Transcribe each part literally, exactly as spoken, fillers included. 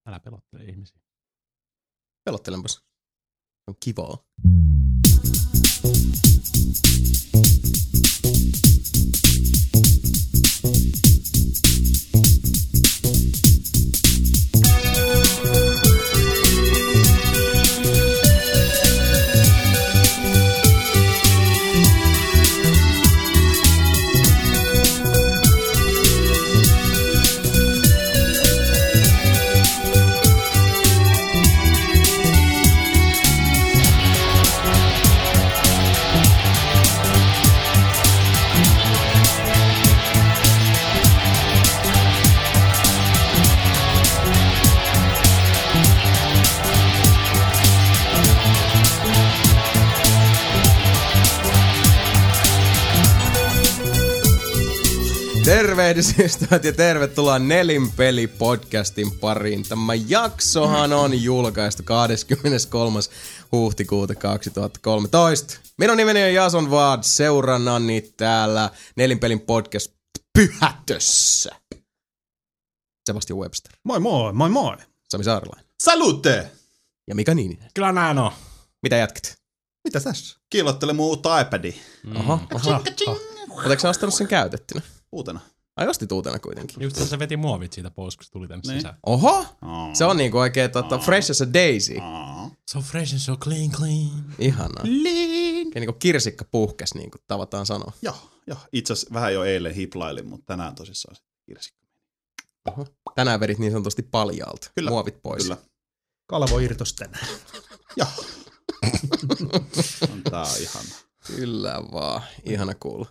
Älä pelottele ihmisiä. Pelottelenpas. On kivaa. Tervehdys ystävät ja tervetuloa Nelinpeli-podcastin pariin. Tämä jaksohan on julkaistu kahdeskymmeneskolmas huhtikuuta kaksituhattakolmetoista. Minun nimeni on Jason Vaad, seurannani täällä Nelinpelin podcast Pyhätössä. Sebastian Webster. Moi moi, moi moi. Sami Saarelainen. Salute! Ja Mika Niininen. Kyllä näin on. Mitä jätkät? Mitä tässä? Kiilottele mun uutta iPadia. Mm. Oho, oho. Oletko sä ostanut sen käytettynä? Uutena. Ai ostit uutena kuitenkin. Just se veti muovit siitä pois, kun se tuli tänne niin. sisään. Oho! Aa. Se on niinku oikein tota, fresh as a daisy. Aa. So fresh and so clean clean. Ihanaa. Clean. Ja niinku kirsikka puhkes, niin kuin tavataan sanoa. Joo, joo. Itse asiassa vähän jo eilen hiplailin, mutta tänään tosissaan kirsikka. Oho. Tänään vedit niin sanotusti paljaalta. Kyllä. Muovit pois. Kyllä. Kalvo irtos tänään. Joo. On tää on ihana. Kyllä vaan. Ihana kuulla.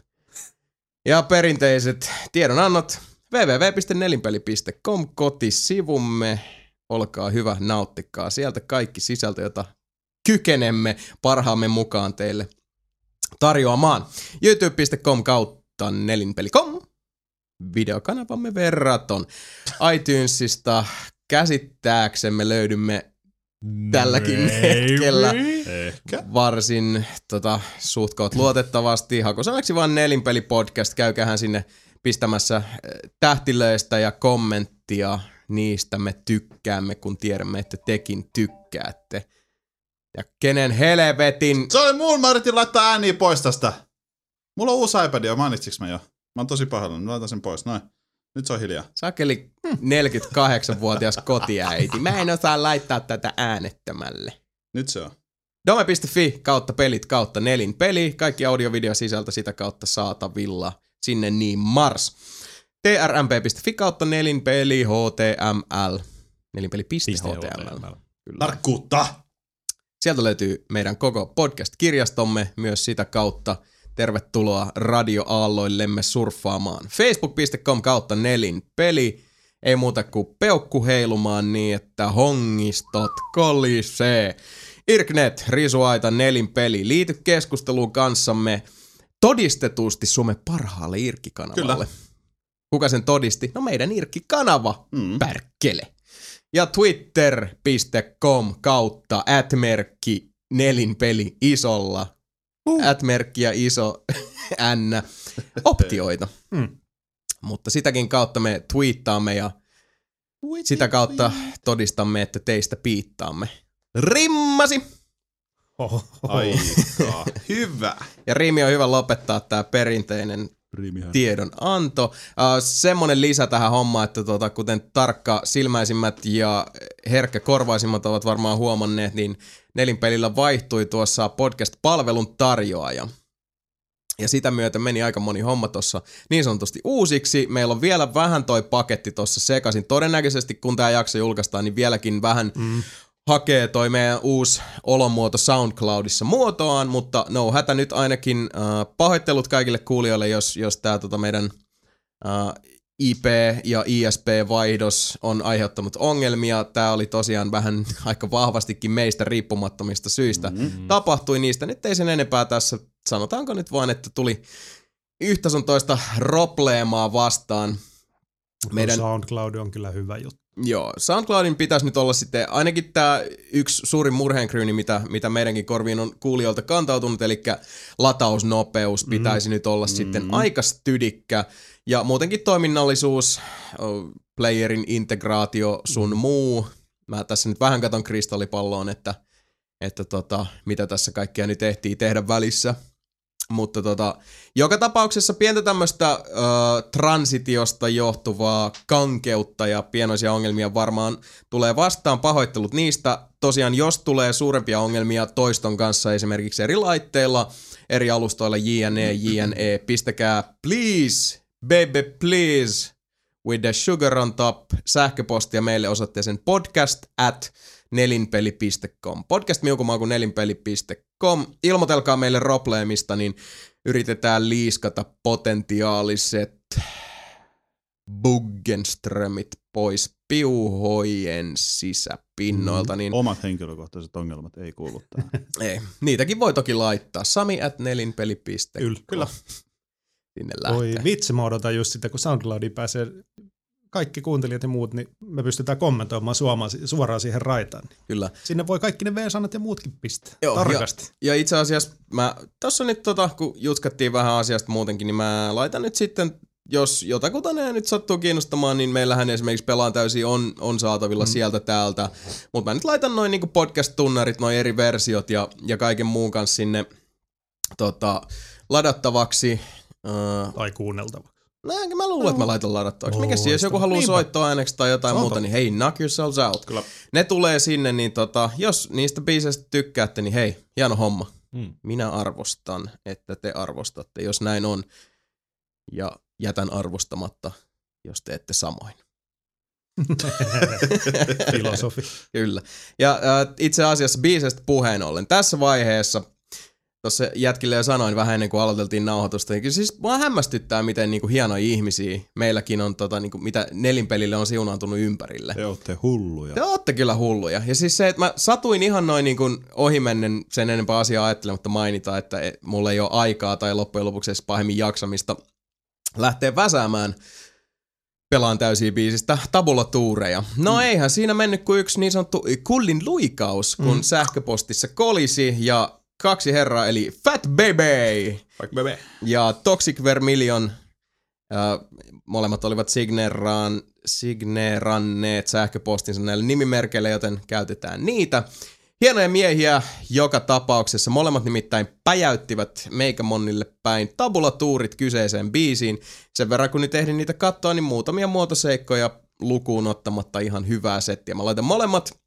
Ja perinteiset tiedonannot. double-u double-u double-u piste nelinpeli piste com kotisivumme. Olkaa hyvä, nauttikaa sieltä kaikki sisältö, jota kykenemme parhaamme mukaan teille tarjoamaan. youtube piste com kautta nelinpeli piste com. Videokanavamme verraton. iTunesista käsittääksemme löydymme tälläkin hetkellä Ehkä. varsin tota, suhtkoot luotettavasti. Hakusanaksi vaan Nelinpeli podcast. Käykähän sinne pistämässä tähtilöistä ja kommenttia. Niistä me tykkäämme, kun tiedämme, että tekin tykkäätte. Ja kenen helvetin... Se oli mulla, mä yritin laittaa ääniä pois tästä. Mulla on uusi iPad jo, mainitsiks mä jo? Mä oon tosi pahoillani, mä laitan sen pois, noin. Nyt se on hiljaa. Sakeli neljäkymmentäkahdeksanvuotias kotiäiti. Mä en osaa laittaa tätä äänettömälle. Nyt se on. dome piste fi kautta pelit kautta nelinpeli. Kaikki audio-videosisältö sitä kautta saatavilla. Sinne niin mars. trmp piste fi kautta nelinpeli html. Nelinpeli piste html. Tarkkuutta! Sieltä löytyy meidän koko podcast-kirjastomme myös sitä kautta. Tervetuloa radioaalloillemme surffaamaan. facebook piste com kautta nelinpeli. Ei muuta kuin peukku heilumaan niin, että hongistot kolisee. Irknet, Risuaita, Nelinpeli. Liity keskusteluun kanssamme todistetusti Suomen parhaalle Irkki-kanavalle. Kyllä. Kuka sen todisti? No meidän Irkki-kanava, Mm. pärkkele. Ja twitter piste com kautta atmerkki Nelinpeli isolla. Uh. At-merkki ja iso N optioita. Mm. Mutta sitäkin kautta me twiittaamme ja sitä kautta todistamme, että teistä piittaamme. Rimmasi! Oho. Aika hyvä. Ja Rimi on hyvä lopettaa tää perinteinen tiedonanto. Uh, semmonen lisä tähän hommaan, että tota, kuten tarkka silmäisimmät ja herkkä korvaisimmat ovat varmaan huomanneet, niin Nelinpelillä vaihtui tuossa podcast-palvelun tarjoaja. Ja sitä myötä meni aika moni homma tuossa niin sanotusti uusiksi. Meillä on vielä vähän toi paketti tuossa sekaisin. Todennäköisesti kun tää jakso julkaistaan, niin vieläkin vähän mm. hakee toi meidän uusi olomuoto SoundCloudissa muotoaan, mutta no hätä nyt ainakin äh, pahoittelut kaikille kuulijoille, jos, jos tää tota meidän äh, I P ja I S P-vaihdos on aiheuttanut ongelmia. Tää oli tosiaan vähän aika vahvastikin meistä riippumattomista syistä. Mm-hmm. Tapahtui niistä. Nyt ei sen enempää tässä. Sanotaanko nyt vaan, että tuli yhtä sun toista robleemaa vastaan. Meidän... SoundCloud on kyllä hyvä juttu. Joo, SoundCloudin pitäisi nyt olla sitten ainakin tämä yksi suurin murheenkryyni, mitä, mitä meidänkin korviin on kuulijoilta kantautunut, eli latausnopeus pitäisi mm. nyt olla mm. sitten aika stydikkä. Ja muutenkin toiminnallisuus, playerin integraatio sun mm. muu, mä tässä nyt vähän katon kristallipalloon, että, että tota, mitä tässä kaikkea nyt ehtii tehdä välissä. Mutta tota, joka tapauksessa pientä tämmöistä äh, transitiosta johtuvaa kankeutta ja pienoisia ongelmia varmaan tulee vastaan. Pahoittelut niistä. Tosiaan jos tulee suurempia ongelmia toiston kanssa esimerkiksi eri laitteilla, eri alustoilla jne, jne, pistäkää please, baby please, with the sugar on top, sähköpostia meille osoitteeseen podcast at nelinpeli piste com. Podcast miukumaa kuin nelinpeli piste com. Ilmoitelkaa meille robleemista, niin yritetään liiskata potentiaaliset Buggenströmit pois piuhojen sisäpinnoilta. Niin Omat henkilökohtaiset ongelmat ei kuulu tähän. ei, niitäkin voi toki laittaa. Sami at nelinpeli piste com. Kyllä. Sinne lähtee. Voi vitsi, mä odotan just sitä, kun SoundCloudiin pääsee kaikki kuuntelijat ja muut, niin me pystytään kommentoimaan suoraan, suoraan siihen raitaan. Kyllä. Sinne voi kaikki ne V-sanat ja muutkin pistää. Joo, tarkasti. Ja, ja itse asiassa mä, tossa nyt tota, kun jutkattiin vähän asiasta muutenkin, niin mä laitan nyt sitten, jos jotakuta ne nyt sattuu kiinnostamaan, niin meillähän esimerkiksi Pelaan täysin on, on saatavilla mm. sieltä täältä. Mutta mä nyt laitan noin niinku podcast-tunnarit, noin eri versiot ja, ja kaiken muun kanssa sinne tota, ladattavaksi. Uh, tai kuunneltavaksi. No, mä luulen, että mä laitan ladattavaksi. Mikä jos joku haluaa Niinpä. soittaa ääneksi tai jotain Saata. muuta, niin hei, knock yourselves out. Kyllä. Ne tulee sinne, niin tota, jos niistä biiseistä tykkäätte, niin hei, hieno homma. Mm. Minä arvostan, että te arvostatte, jos näin on. Ja jätän arvostamatta, jos teette samoin. Filosofi. Kyllä. Ja äh, itse asiassa biisestä puheen ollen, tässä vaiheessa, tuossa jätkille jo sanoin vähän ennen kuin aloiteltiin nauhoitusta, niin siis mua hämmästyttää, miten niinku hienoja ihmisiä meilläkin on, tota, niinku, mitä nelinpelille on siunaantunut ympärille. Te ootte hulluja. Te ootte kyllä hulluja. Ja siis se, että mä satuin ihan noin niin kuin ohimennen sen enempää asiaa ajattelematta mainita, että mulla ei ole aikaa tai loppujen lopuksi edes pahemmin jaksamista lähteä väsäämään Pelaan täysiä biisistä tabulatuureja. No mm. eihän siinä mennyt kuin yksi niin sanottu kullin luikaus, kun mm. sähköpostissa kolisi ja kaksi herraa, eli Fat Baby Baby. ja Toxic Vermilion, äh, molemmat olivat signeraan, signeeranneet sähköpostinsa näille nimimerkeille, joten käytetään niitä. Hienoja miehiä joka tapauksessa. Molemmat nimittäin päjäyttivät Meikämonille päin tabulatuurit kyseiseen biisiin. Sen verran kun nyt ehdin niitä katsoa, niin muutamia muotoseikkoja lukuun ottamatta ihan hyvää settiä. Mä laitan molemmat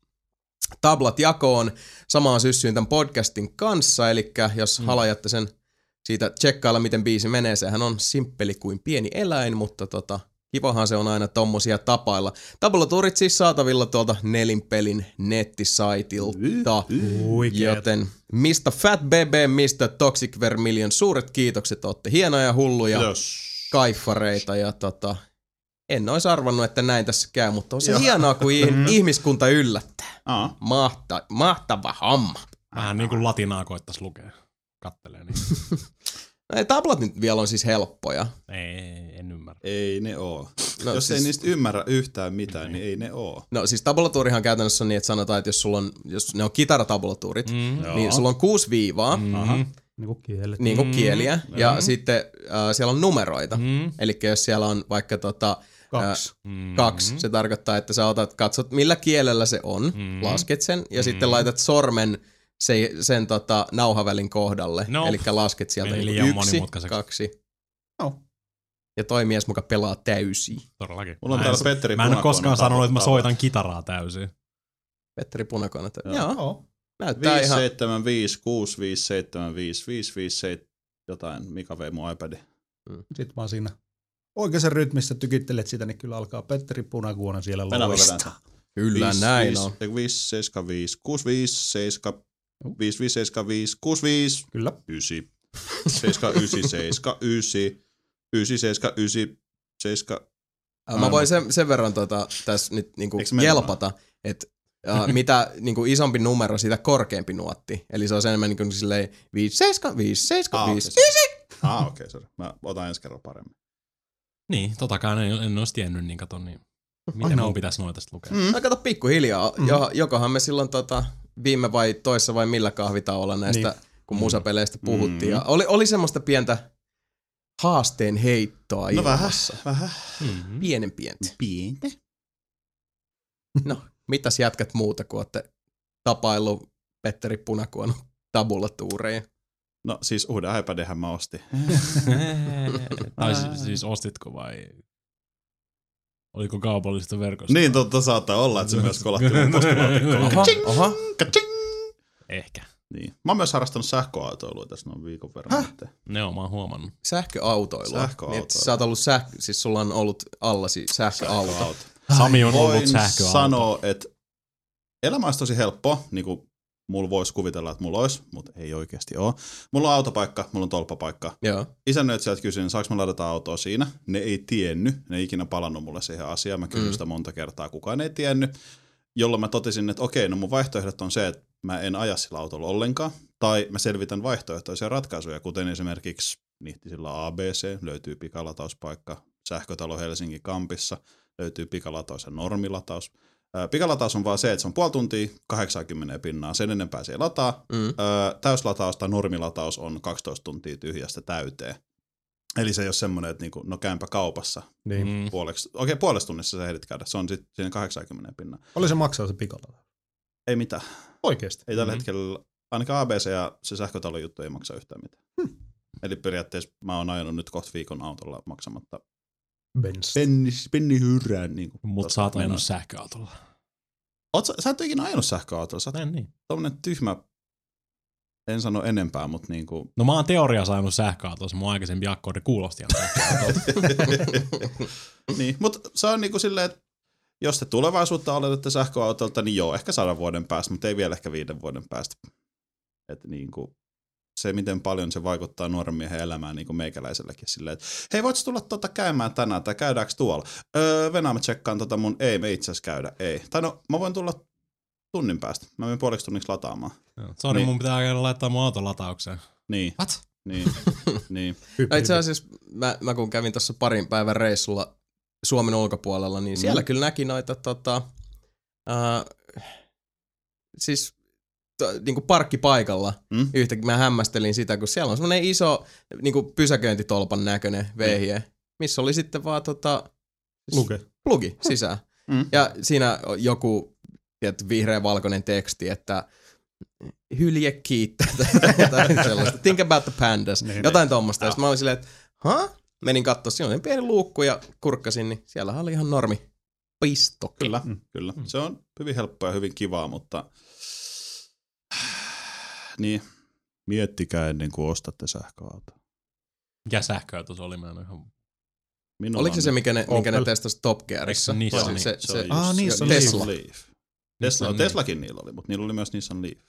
tablat jakoon samaan syssyyn tämän podcastin kanssa, eli jos mm. halajatte sen siitä tsekkailla, miten biisi menee, sehän on simppeli kuin pieni eläin, mutta tota, kivahan se on aina tommosia tapailla. Tabulatuurit siis saatavilla tuolta Nelinpelin nettisaitilta, joten mistä Fat Bebe, mistä Toxic Vermilion, suuret kiitokset, ootte hienoja, hulluja, Yes. kaifareita ja tota, en ois arvannut, että näin tässä käy, mutta on se hienoa, kun ihmiskunta yllättää. Aa. Mahta, mahtava homma. Vähän niin kuin latinaa koittaisi lukea. Kattelee niin. No, tablat nyt vielä on siis helppoja. Ei, en ymmärrä. Ei ne oo. No, Jos siis, ei niistä ymmärrä yhtään mitään, niin ei ne oo. No siis tabulatuurihan käytännössä on niin, että sanotaan, että jos sulla on, jos ne on kitaratabulatuurit, Mm. niin sulla on kuusi viivaa, Mm. Niin kuin kielet. niin kuin Mm. kieliä, ja Mm. sitten äh, siellä on numeroita. Mm. Eli jos siellä on vaikka tota, Kaksi. Mm. kaksi, se tarkoittaa, että sä otat, katsot millä kielellä se on, Mm. lasket sen, ja Mm. sitten laitat sormen se, sen tota, nauhavälin kohdalle. No. Eli lasket sieltä Meni niin liian yksi, monimutkaiseksi. kaksi. No. Ja toi mies muka pelaa täysin. Todellakin. Mulla on Mä täällä en- Petteri Mä en ole Punakoinen koskaan sanonut, että mä tabla- soitan kitaraa täysin. Petteri Punakoinen. Joo, Joo. Joo. näyttää viisi ihan... seitsemän viisi kuusi viisi seitsemän viisi viisi viisi seitsemän jotain. Mika vei mun iPadin. Sitten vaan siinä oikeassa rytmissä tykittelet sitä, niin kyllä alkaa Petteri Punakuona siellä Mennään loistaa. Kyllä näin on. viisi seitsemän viisi kuusi viisi seitsemän viisi viisi seitsemän viisi kuusi viisi Kyllä. yhdeksän seitsemän yhdeksän seitsemän yhdeksän yhdeksän seitsemän yhdeksän seitsemän. Mä voin sen, sen verran tota, tässä nyt niinku Eikö mennä jelpata, että uh, mitä niinku isompi numero, sitä korkeampi nuotti. Eli se on enemmän niinku silleen viisi seitsemän viisi seitsemän viisi Ah, okei, okay, sorry. Mä otan ensi kerran paremmin. Niin, totakaan en, en olisi tiennyt, niin kato niin. Miten no. mun pitäisi noita sitten lukea? Mm. No kato pikkuhiljaa. Mm. Jo, jokohan me silloin tota, viime vai toissa vai millä kahvitauolla näistä, niin. kun musapeleistä puhuttiin. Mm. Ja oli, oli semmoista pientä haasteen heittoa No vähän, ilmassa. vähän. Mm-hmm. Pienen pientä. Pientä. No, Mitäs jätkät muuta, kun olette tapailu Petteri Punakuon tabulatuureja? No siis uuden iPadinhän mä ostin. Tai siis, siis ostitko vai oliko kaupallisesta verkosta? Niin, totta saattaa olla, että se myös kolahti mun postilaatikkoon. Oha, oha. Ehkä. Niin. Mä oon myös harrastanut sähköautoilua tässä noin viikon verran. Häh? Ne on, mä oon huomannut. Sähköautoilua. Sähköautoilua. Niin, sä oot ollut sähkö, siis sulla on ollut allasi sähköauto. Sähköauto. Sami on ollut Voin sähköauto. sanoa, että elämä olisi tosi helppo, niin kuin mulla voisi kuvitella, että mulla olisi, mutta ei oikeasti ole. Mulla on autopaikka, mulla on tolppapaikka. Joo. Isännöitsijät kysyin, saanko mä ladata autoa siinä. Ne ei tiennyt, ne ei ikinä palannut mulle siihen asiaan. Mä kysyin mm. sitä monta kertaa, kukaan ei tiennyt. Jolloin mä totesin, että okei, no mun vaihtoehdot on se, että mä en aja sillä autolla ollenkaan. Tai mä selvitän vaihtoehtoisia ratkaisuja, kuten esimerkiksi Nihtisillä A B C, löytyy pikalatauuspaikka. Sähkötalo Helsingin Kampissa, löytyy pikalataus ja normilataus. Pikalataus on vaan se, että se on puoli tuntia, kahdeksankymmentä pinnaa, sen ennen pääsee lataa. Mm. Täyslataus tai normilataus on kaksitoista tuntia tyhjästä täyteen. Eli se ei ole semmoinen, että niinku, no käympä kaupassa Niin. puoleksi. Okei, puolessa tunnissa sä ehdit käydä, se on sitten siinä kahdeksankymmentä pinnaa. Oli se maksaa se pikalataus? Ei mitään. Oikeesti? Ei tällä Mm-hmm. hetkellä, ainakaan A B C ja se sähkötalon juttu ei maksa yhtään mitään. Hmm. Eli periaatteessa mä oon ajanut nyt kohta viikon autolla maksamatta Bens. penni, penni hyrrään. Niin Mut sä oot ajanut sähköautolla. Oot sä, sä et ole ikinä ajanut sähköautolla, sä oot En niin. tommonen tyhmä, en sano enempää, mutta niinku... No mä oon teoriassa ajanut sähköautolla, mun aikaisempi akkoodi kuulosti ihan sähköautolta. Niin, mutta se on niinku silleen, että jos te tulevaisuutta olette sähköautolta, niin joo, ehkä sadan vuoden päästä, mutta ei vielä ehkä viiden vuoden päästä. Että niinku, se, miten paljon se vaikuttaa nuoren miehen elämään niin kuin meikäläiselläkin silleen, että hei, voitko tulla tuota käymään tänään, tai käydäänkö tuolla? Öö, Venää mä tsekkaan tota mun, ei me itse asiassa käydä, ei. Tai no, mä voin tulla tunnin päästä, mä menen puoliksi tunniksi lataamaan. Sori, niin. Mun pitää käydä laittaa mun auton lataukseen. Niin. What? Niin, niin. No itse asiassa mä, mä kun kävin tuossa parin päivän reissulla Suomen ulkopuolella, niin siellä mm. kyllä näki noita tota, uh, siis t- niinku parkkipaikalla mm. yhtäkkiä mä hämmästelin sitä, kun siellä on semmoinen iso niinku pysäköintitolpan näköinen vehje, missä oli sitten vaan tota, Luke. plugi sisään. Mm. Ja siinä joku tiedät, vihreä-valkoinen teksti, että hylje kiittää tai sellaista. Think about the pandas. Niin, jotain niin. Tommosta. Ja sitten mä olin silleen, että ha? Menin katsoa, siinä oli pieni luukku ja kurkkasin, niin siellä oli ihan normi pisto. Kyllä, mm. kyllä. Mm. Se on hyvin helppoa ja hyvin kivaa, mutta niin, miettikää ennen kuin ostatte sähköautoa. Mikä sähköauto se oli? Mä en ihan... Minulla Oliko se se, mikä ne, minkä ne testasi Top Gearissa? Nissan? Se, se, se, se, ah, Nissan Tesla. Leaf. Tesla, Teslakin niillä oli, mutta niillä oli myös Nissan Leaf.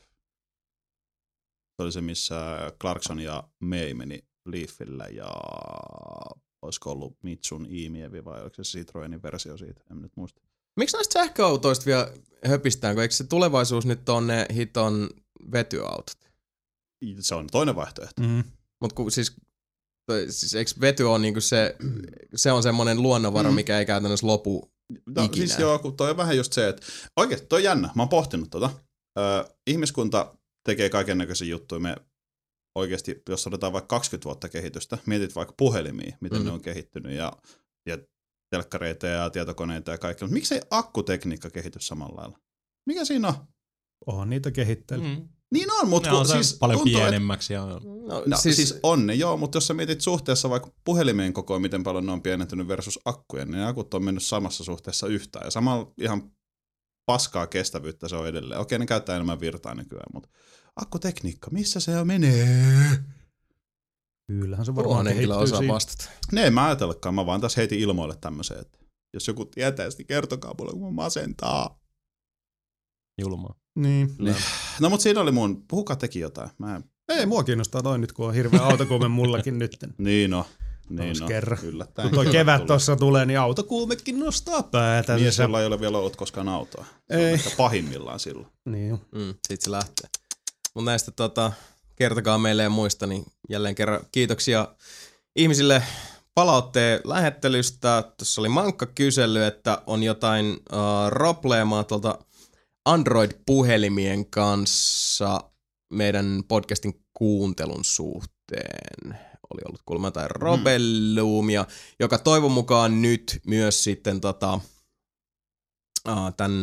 Se oli se, missä Clarkson ja May meni Leafillä ja olisiko ollut Mitsun i-mievi vai oliko se Citroenin versio siitä, en nyt muista. Miksi näistä sähköautoista vielä höpistään, kun eikö se tulevaisuus nyt on ne hiton vetyautot? Se on toinen vaihtoehto. Mm. Mutta siis, siis eikö vety on niinku se, se on semmoinen luonnonvara, mm. mikä ei käytännössä lopu no, ikinä. Siis joo, kun toi on vähän just se, että oikeesti toi on jännä, mä oon pohtinut tota. Ö, ihmiskunta tekee kaikennäköisiä juttuja, me oikeasti, jos otetaan vaikka kaksikymmentä vuotta kehitystä, mietit vaikka puhelimia, miten mm. ne on kehittynyt ja, ja telkkareita ja tietokoneita ja kaikkea, mutta miksei akkutekniikka kehity samalla lailla? Mikä siinä on? Onhan niitä kehittely. Mm. Niin on, mutta on siis paljon tuntuu, pienemmäksi. Ja... No, no, siis... siis on ne, joo, mutta jos sä mietit suhteessa vaikka puhelimeen kokoa, miten paljon ne on pienentynyt versus akkujen, niin akut on mennyt samassa suhteessa yhtään. Ja samalla ihan paskaa kestävyyttä se on edelleen. Okei, ne käyttää enemmän virtaa nykyään, mutta akkutekniikka, missä se menee? Kyllähän se varmaan henkilö osaa vastata. Ne ei mä ajatellakaan, mä vaan tässä heitin ilmoille tämmöiseen, että jos joku tietää, niin kertokaa mulle, kun mä masentaa. Julmaa. Niin. niin. No mut siinä oli mun, puhukaa teki jotain. Mä en... Ei, mua kiinnostaa toi nyt, kun on hirveä autokuume mullakin nyt. Niin no. Niin no. Yllättäen. Kun toi kevät tuossa tulee, niin autokuumekin nostaa päätä. Niin, sulla ei ole vielä ollut koskaan autoa. Se ei. on pahimmillaan silloin. Niin mm, sit se lähtee. Mut näistä tota, kertokaa meille ja muista, niin jälleen kerran kiitoksia ihmisille palautteen lähettelystä. Tuossa oli Mankka kysely, että on jotain uh, robleemaa tuolta Android-puhelimien kanssa meidän podcastin kuuntelun suhteen. Oli ollut kuulemma jotain Robellumia, hmm. joka toivon mukaan nyt myös sitten tota, uh, tämän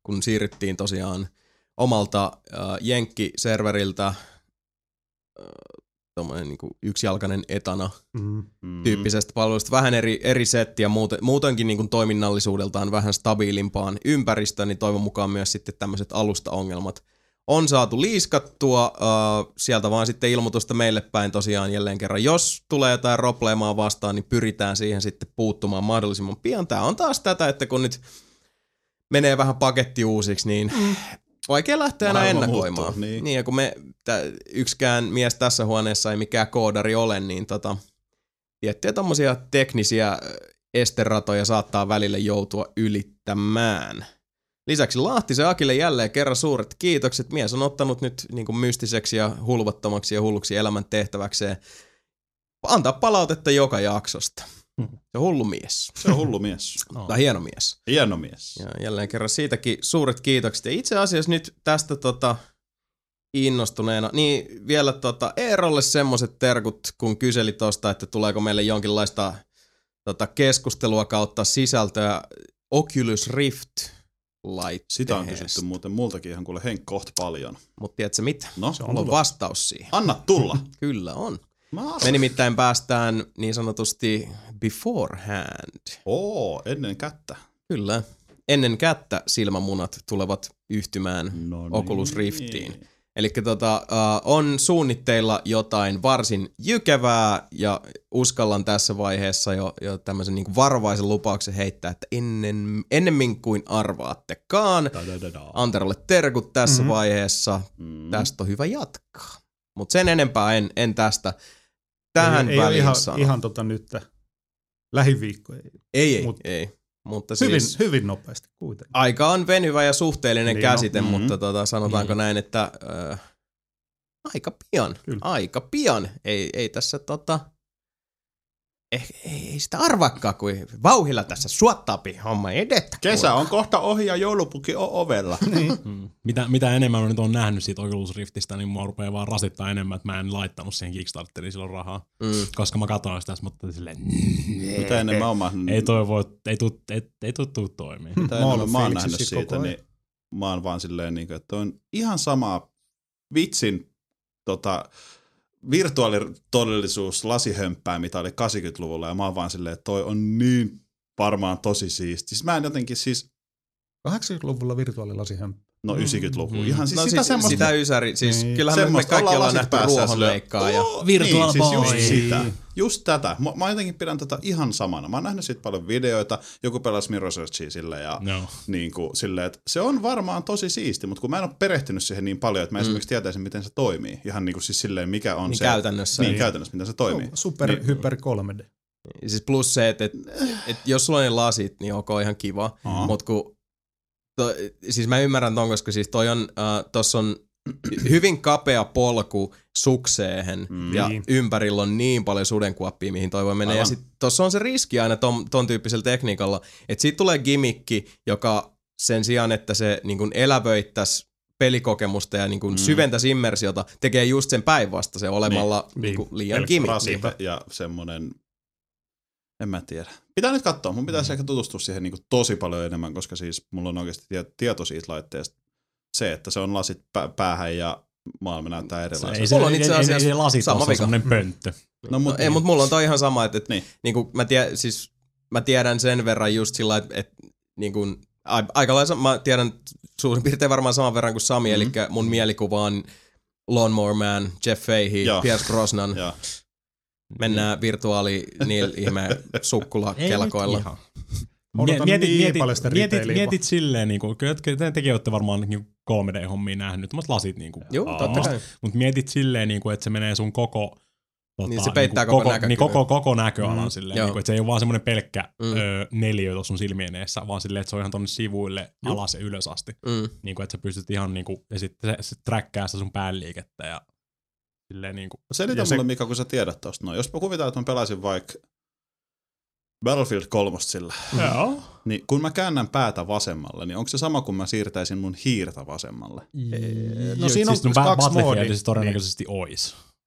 kun siirryttiin tosiaan omalta äh, Jenkki-serveriltä äh, tommoinen niin kuin yksijalkainen etana Mm. tyyppisestä palvelusta. Vähän eri, eri setti ja muuten, muutenkin niin kuin toiminnallisuudeltaan vähän stabiilimpaan ympäristöön, niin toivon mukaan myös sitten tämmöiset alustaongelmat on saatu liiskattua. Uh, sieltä vaan sitten ilmoitusta meille päin tosiaan jälleen kerran. Jos tulee jotain robleemaa vastaan, niin pyritään siihen sitten puuttumaan mahdollisimman pian. Tää on taas tätä, että kun nyt menee vähän paketti uusiksi, niin mm. vaikea lähteä enää ennakoimaan. Muuttuu, niin. niin, ja kun me tä, yksikään mies tässä huoneessa ei mikään koodari ole, niin tota, tiettyjä tommosia teknisiä esteratoja saattaa välillä joutua ylittämään. Lisäksi Lahtisen Akille jälleen kerran suuret kiitokset. Mies on ottanut nyt niin kuin mystiseksi ja hulvattomaksi ja hulluksi elämän tehtäväkseen antaa palautetta joka jaksosta. Se on hullu mies. Se on hullu mies. No. Tai hieno mies. Hieno mies. Ja jälleen kerran siitäkin suuret kiitokset. Ja itse asiassa nyt tästä tota, innostuneena, niin vielä tota, Eerolle semmoset terkut, kun kyseli tosta, että tuleeko meille jonkinlaista tota, keskustelua kautta sisältöä Oculus Rift laitteesta. Sitä on kysytty muuten multakin ihan kuule Henk koht paljon. Mutta tiedätkö mitä? No, se on ollut vastaus siihen. Anna tulla. Kyllä on. Me nimittäin päästään niin sanotusti beforehand. Oo, ennen kättä. Kyllä. Ennen kättä silmämunat tulevat yhtymään no niin. Oculus Riftiin. Eli tota, uh, on suunnitteilla jotain varsin jykevää ja uskallan tässä vaiheessa jo, jo tämmöisen niin kuin varovaisen lupauksen heittää, että ennen, ennemmin kuin arvaattekaan. Anterolle terkut tässä mm-hmm. vaiheessa. Mm-hmm. Tästä on hyvä jatkaa. Mutta sen enempää en, en tästä tähän ei, väliin ei ihan, sano. ihan tota nyt lähiviikko. Ei, ei, ei. Mut ei. Mutta hyvin, siis hyvin nopeasti kuitenkin. Aika on venyvä ja suhteellinen niin käsite, no. mutta tota, sanotaanko mm. näin, että äh, aika pian, Kyllä. aika pian. Ei, ei tässä tota, eh, ei sitä arvaakaan, kuin vauhilla tässä suottaapi homma edetä. Kesä on kohta ohi ja joulupuki on ovella. niin. mm. mitä, mitä enemmän mä nyt on nähnyt siitä Oculus Riftistä, niin mua rupeaa vaan rasittaa enemmän, että mä en laittanut siihen Kickstarteriin silloin rahaa. Mm. Koska mä katsoin sitä, mutta silleen, mitä enemmän mä oon ei toi voi, ei tuu, ei, ei tuu, tuu toimii. Mitä enemmän mä oon nähnyt siitä, niin mä oon vaan silleen, että on ihan sama vitsin tota, virtuaalitodellisuus lasihömppää, mitä oli kahdeksankymmentäluvulla, ja mä oon vaan silleen, että toi on niin varmaan tosi siisti. Siis mä en jotenkin siis kahdeksankymmentäluvulla virtuaalilasihömppää. No yhdeksänkymmentäluku. Mm. Ihan siis no, sitä siis, semmoista. Sitä ysäri. Siis niin. kyllähän me kaikki ollaan nähty ruohonleikkaa. Ja Virtual niin, Boy. Siis just sitä. Just tätä. Mä, mä jotenkin pidän tätä ihan samana. Mä oon nähnyt siitä paljon videoita. Joku pelasi Mirror's Edgea silleen. Ja no. niin kuin, silleen, että se on varmaan tosi siisti, mutta kun mä en ole perehtynyt siihen niin paljon, että mä mm. esimerkiksi tietäisin, miten se toimii. Ihan niin kuin siis silleen, mikä on niin se. Käytännössä. Niin, niin käytännössä, miten se toimii. Super niin, hyper kolme D. Siis plus se, että et, et jos sulla on ne lasit, niin ok, ihan kiva. Uh-huh. Mut kun To, siis mä ymmärrän ton, koska siis toi on, uh, tossa on hyvin kapea polku sukseehen mm. ja ympärillä on niin paljon sudenkuoppia, mihin toi voi mennä. Aivan. Ja sit tossa on se riski aina ton, ton tyyppisellä tekniikalla, että siitä tulee gimmikki, joka sen sijaan, että se niin kun elävöittäisi pelikokemusta ja niin kun mm. syventäisi immersiota, tekee just sen päinvastaisen olemalla niin. Niin kun liian gimmikki. Ja semmonen, en mä tiedä. Pitää nyt katsoa. Mun pitäisi mm. ehkä tutustua siihen niin kuin tosi paljon enemmän, koska siis mulla on oikeasti tieto siitä laitteesta. Se, että se on lasit päähän ja maailma näyttää erilaiselta. Ei se, mulla on itse asiassa ei, ei, lasit sama vika. Semmoinen pönttö. No, mut, no, ei, mutta mulla on toi ihan sama, että et, niin. Niin kuin mä, tie, siis, mä tiedän sen verran just sillä, että et, niin kuin, a, aika lailla mä tiedän suurin piirtein varmaan saman verran kuin Sami, mm. eli mun mielikuva on Lawnmower Man, Jeff Fahey, ja. Pierce Brosnan. Ja. Mennään virtuaali niillä ihme sukkulakelkoilla. Odotan mietit, niin mietit, paljon sitä mietit, mietit silleen, niin kuin, te, tekin olette varmaan niin kolme D-hommia nähnyt, mutta lasit niin kuin, joo, totta kai. Mutta mietit silleen, niin kuin, että se menee sun koko tota, niin se peittää niin koko, koko, niin koko, koko näköalan mm, silleen, niin kuin, että se ei ole vaan semmoinen pelkkä mm. ö, neliö tuossa sun silmien eessä, vaan silleen, että se on ihan tonne sivuille Juh. alas ja ylös asti. Mm. Niin kuin, että sä pystyt ihan niin kuin, ja sitten se, se trackkää sitä sun päänliikettä ja Niin kuin, selitä mulle, se... Mika, kun sä tiedät tosta. No, jos mä kuvitaan, että mä pelaisin vaikka Battlefield kolme sillä, Joo. niin kun mä käännän päätä vasemmalle, niin onko se sama, kun mä siirtäisin mun hiirtä vasemmalle? No siinä on siis kaksi moodia. Se todennäköisesti niin. ois.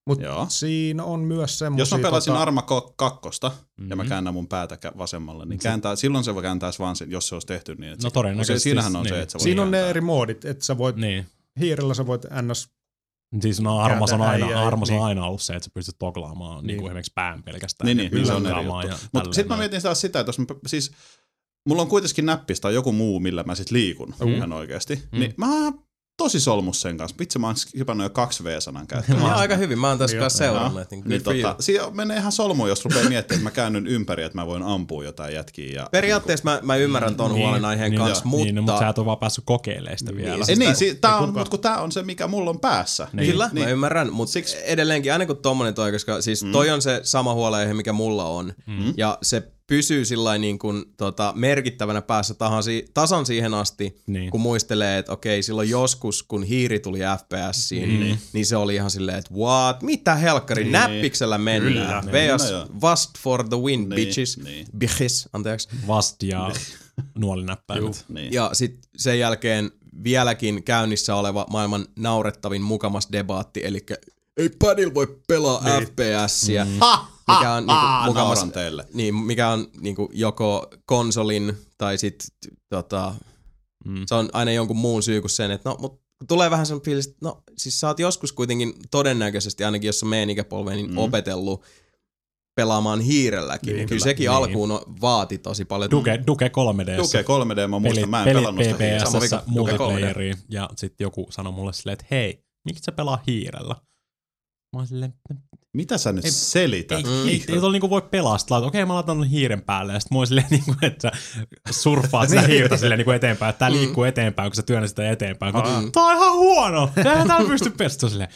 Mutta siinä on myös semmoisia... Jos mä pelasin tota... Arma kakkosta mm-hmm. ja mä käännän mun päätä vasemmalle, niin kääntää, silloin se voi kääntäisi vaan sen, jos se olisi tehty niin. Että no todennäköisesti. Siinähän siis, on niin. se, että sä voit Siinä on kääntää. ne eri moodit, että sä voit niin. hiirellä sä voit ns... Siis no Armas on aina, äijä, Armas niin. on aina ollut se, että sä pystyt toglaamaan niin. Niin kuin esimerkiksi pään pelkästään. Niin, niin, se on eri ja juttu. Mutta sitten mä mietin taas sitä, että jos mä, siis mulla on kuitenkin näppis tai joku muu, millä mä sit liikun mm. ihan oikeasti, mm. niin mä oon tosi solmus sen kanssa. Vitsi, mä oon hypännyt jo kaksi V-sanan käyttöön. Mä oon aika hyvin, mä oon tässä kanssa seurannut. Niin, niin tota, siinä menee ihan solmuun, jos rupeaa miettimään, että mä käännyn ympäri, että mä voin ampua jotain jätkiä. Ja periaatteessa mä, mä ymmärrän ton niin, huolenaiheen niin, kanssa, niin, mutta... Niin, mutta sä et ole vaan päässyt kokeilemaan sitä vielä. Ei niin, si- tää on, mutta kun tää on se, mikä mulla on päässä. Niin, Kyllä, niin, mä ymmärrän, mutta siksi... edelleenkin aina kun tommonen toi, koska siis mm. toi on se sama huolenaihe, mikä mulla on. Mm. Ja se pysyy sillain niin kuin, tota, merkittävänä päässä tahan, tasan siihen asti, niin. kun muistelee, että okei, silloin joskus, kun hiiri tuli F P Siin, mm. niin, niin se oli ihan silleen, että what, mitä helkkari, niin. näppiksellä mennään. V S, no, vast for the win, niin. bitches. Niin. Bitches, anteeksi. Vast ja nuolinäppäimet. Niin. Ja sitten sen jälkeen vieläkin käynnissä oleva maailman naurettavin mukamas debaatti, eli ei padilla voi pelaa niin. F P Siä. Mm. Mikä on niinku mukamas, niin, mikä on niinku joko konsolin tai sit tota, mm. se on aina jonkun muun syy kuin sen, että no, mut tulee vähän sen fiilis, että no, siis sä oot joskus kuitenkin todennäköisesti, ainakin jos on meidän ikäpolveen, niin mm. opetellut pelaamaan hiirelläkin. Niin, kyllä sekin niin. alkuun vaati tosi paljon. Duke, Duke kolme D. Duke kolme D, mä muistan, pelit, mä en pelit pelannut sitä hiirellä. Multiplayeria, ja sitten joku sanoi mulle silleen, että hei, miksi sä pelaa hiirellä? Mä oon silleen, mitä sä nyt ei, selität? Ei, mm. ei, ei tuolla niinku voi pelaa sitä. Okei, mä laitan hiiren päälle ja sit mä oon silleen niinku, että sä surffaat sitä hiirtä silleen niinku eteenpäin, että tää mm. liikkuu eteenpäin, kun sä työnnät sitä eteenpäin. Kun, mm. Tää on ihan huono! Eihän täällä pysty pestä silleen.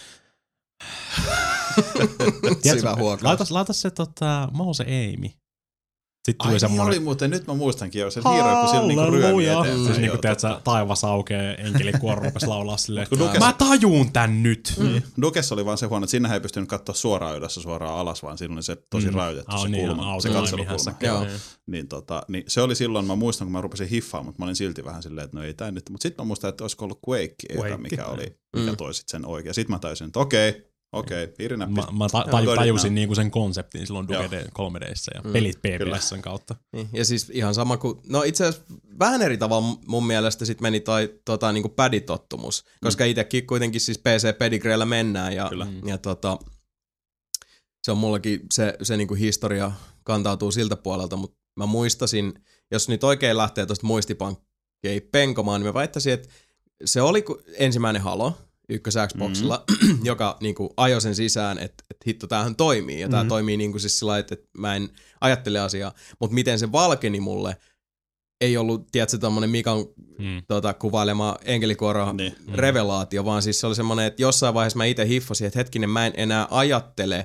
Syvä huokaus. Laita se tota, mouse aimi. Sitten tuli Ai semmoinen... oli muuten, nyt mä muistankin jo, se hiiro, kun sillä niinku ryömi eteenpäin. Siis niinku teet sä taivas aukee, enkelikuoro rupes laulaa silleen, mä tajuun tän nyt. Mm. Dukessa oli vaan se huono, että sinnehän ei pystynyt katsoa suoraan ylös suoraan alas, vaan silloin se tosi mm. rajoitettu oh, se niin, kulma, on, se katselukulma. Joo. Niin, tota, niin se oli silloin, mä muistan, kun mä rupesin hiffaamaan, mutta mä olin silti vähän silleen, että no ei tää nyt. Mutta sitten mä muistan, että olisiko ollut Quake, Quake. mikä oli, mikä mm. toi sit sen oikein. Sitten mä taisin, että okei. Okei, okay, hiirinäppi. Mä, mä ta- taju, tajusin niinku sen konseptin silloin Duke kolme D:ssä ja mm. pelit P P S:n kautta. Niin, ja siis ihan sama kuin, no itse asiassa vähän eri tavalla mun mielestä sit meni toi tota, niinku paditottumus, koska mm. itsekin kuitenkin siis P C-pedigreellä mennään ja, ja tota, se on mullakin, se, se niinku historia kantautuu siltä puolelta, mutta mä muistasin, jos nyt oikein lähtee tosta muistipankkeja penkomaan, niin mä väittäisin, että se oli ensimmäinen Halo, ykkös Xboxilla, mm. joka niinku ajoi sen sisään, että et hitto, tämähän toimii. Ja tää mm. toimii niinku siis sillä että et mä en ajattele asiaa. Mutta miten se valkeni mulle, ei ollut, tiedätkö, tommonen Mikan mm. tota, kuvailema enkelikuoro niin. revelaatio, vaan siis se oli semmonen, että jossain vaiheessa mä itse hiffasin, että hetkinen, mä en enää ajattele,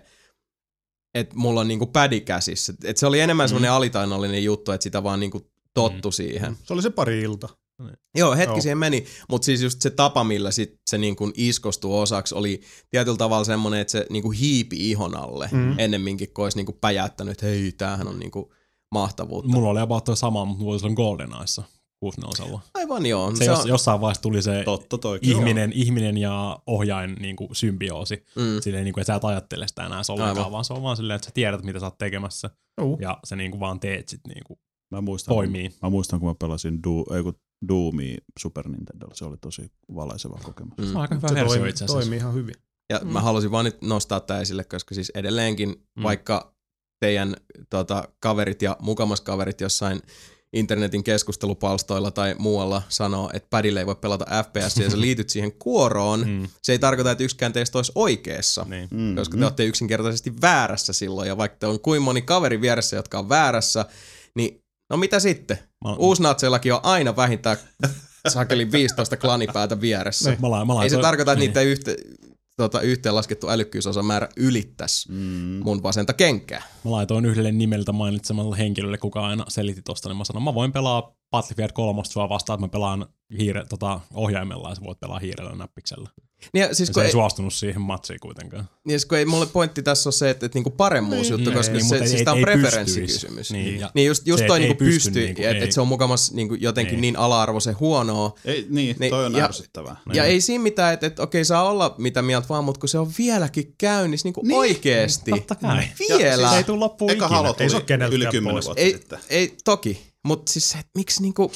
että mulla on niinku pädi käsissä. Et se oli enemmän mm. semmonen alitainallinen juttu, että sitä vaan niinku tottu mm. siihen. Se oli se pari ilta. Joo, hetki siihen meni, mutta siis just se tapa, millä sit se niin kuin iskostui osaksi, oli tietyllä tavalla semmoinen, että se niin kuin hiipi ihon alle mm. ennemminkin, kun olisi niin kuin päjättänyt, että hei, tämähän on niin kuin mahtavuutta. Mulla oli about toi sama, mutta mulla oli GoldenEyessa kuusikymmentä. Aivan joo. Se, se jos, on... Jossain vaiheessa tuli se Totta, ihminen, ihminen ja ohjain niin kuin symbioosi. Mm. Silleen, niin kuin, että sä et ajattele sitä enää ollenkaan, vaan se on vaan silleen, että sä tiedät, mitä sä oot tekemässä. Uh. Ja sä niin kuin vaan teet sit niin kuin mä muistan, toimii. Mä muistan, kun mä pelasin du, ei, kun Doomia Super Nintendolla, se oli tosi valaiseva kokemus. Mm. Se on aika hyvä versio toimi, itse asiassa. Toimii ihan hyvin. Ja mm. mä halusin vaan nyt nostaa tää esille, koska siis edelleenkin, mm. vaikka teidän tota, kaverit ja mukamas kaverit jossain internetin keskustelupalstoilla tai muualla sanoo, että padille ei voi pelata F P S ja sä liityt siihen kuoroon, mm. se ei tarkoita, että yksikään teistä olisi oikeassa, niin. mm. koska te olette yksinkertaisesti väärässä silloin, ja vaikka te on kuin moni kaveri vieressä, jotka on väärässä, niin no mitä sitten? Mä... Uusnatseillakin on aina vähintään sakelin viisitoista klanipäätä vieressä. Mä la- mä ei se tarkoita, että niin. niiden yhte, tota, yhteenlaskettu älykkyysosamäärä ylittäisi mm. mun vasenta kenkää. Mä laitoin yhdelle nimeltä mainitsemalla henkilölle, kuka aina selitti tosta, niin mä sanoin, mä voin pelaa Battlefield kolme sua vastaan, että mä pelaan hiire, tota, ohjaimella ja sä voit pelaa hiirellä näppiksellä. Niin, siis ja se ei ei suostunut siihen matsiin kuitenkaan. Niin, kun ei mulle pointti tässä on se, että, että niinku paremmuusjuttu, niin, koska niin, se, ei, siis ei, tämä on ei preferenssikysymys. Niin, niin just, just se, toi niinku pysty, pystyy, niinku, että et se on mukamas niinku jotenkin niin, niin ala-arvoisen huonoa. Ei, niin, niin, toi on ja, ärsyttävää. Ja niin. Ei siinä mitään, että et, okei saa olla mitä mieltä vaan, mutta kun se on vieläkin käynnissä niinku niin, oikeesti. Totta kai. Vielä. Se ei tule loppuun Eka ikinä. Halo tuli yli kymmenen vuotta ei, sitten. Ei, toki, mutta siis se, miksi niinku...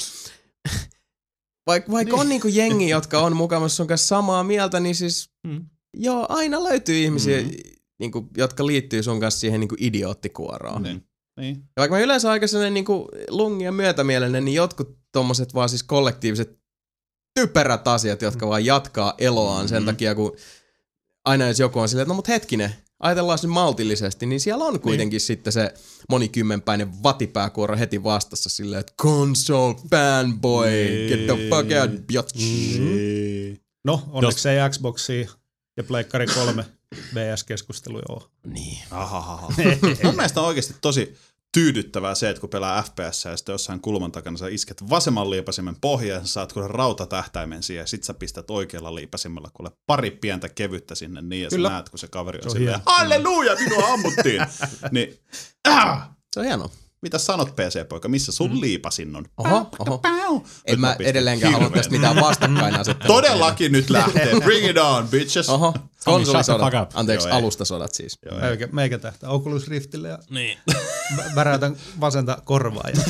Vaikka vaik niin. on niinku jengi, jotka on mukavassa sun kanssa samaa mieltä, niin siis mm. joo, aina löytyy ihmisiä, mm. niinku, jotka liittyy sun kanssa siihen niinku idioottikuoroon. Niin. Niin. Ja vaikka mä yleensä aika sellainen niinku lungi ja myötämielinen, niin jotkut tommoset vaan siis kollektiiviset typerät asiat, jotka vaan jatkaa eloaan sen mm. takia, kun aina jos joku on silleen, että no mut hetkinen, ajatellaan nyt maltillisesti, niin siellä on kuitenkin niin. sitten se monikymmenpäinen vatipääkuoro heti vastassa silleen, että console fanboy, niin. Get the fuck out, bitch. Niin. No, onneksi ei Xboxia ja Pleikkari kolme V S-keskusteluja ole. Niin. Ahahaha. Mun mielestä on oikeasti tosi tyydyttävää se, että kun pelaa F P S ja sitten jossain kulman takana sä isket vasemman liipasimen pohjaan ja sä saat kuule rautatähtäimen siihen ja sit sä pistät oikealla liipasimella kuule pari pientä kevyttä sinne niin ja Kyllä. sä näet, kun se kaveri on, on silleen, halleluja, minua ammuttiin. niin, äh! Se on hienoa. Mitä sanot P C-poika, missä sun mm. liipasin on? Oho, oho. En mä edelleenkään halua tästä mitään vastakkainasettelua. Todellakin nyt lähtee. Bring it on, bitches. Oho, konsolisodat. Anteeksi, Joo, alustasodat siis. Joo, meikä, meikä tähtää Oculus Riftille ja niin. väräytän vasenta korvaa. Ja...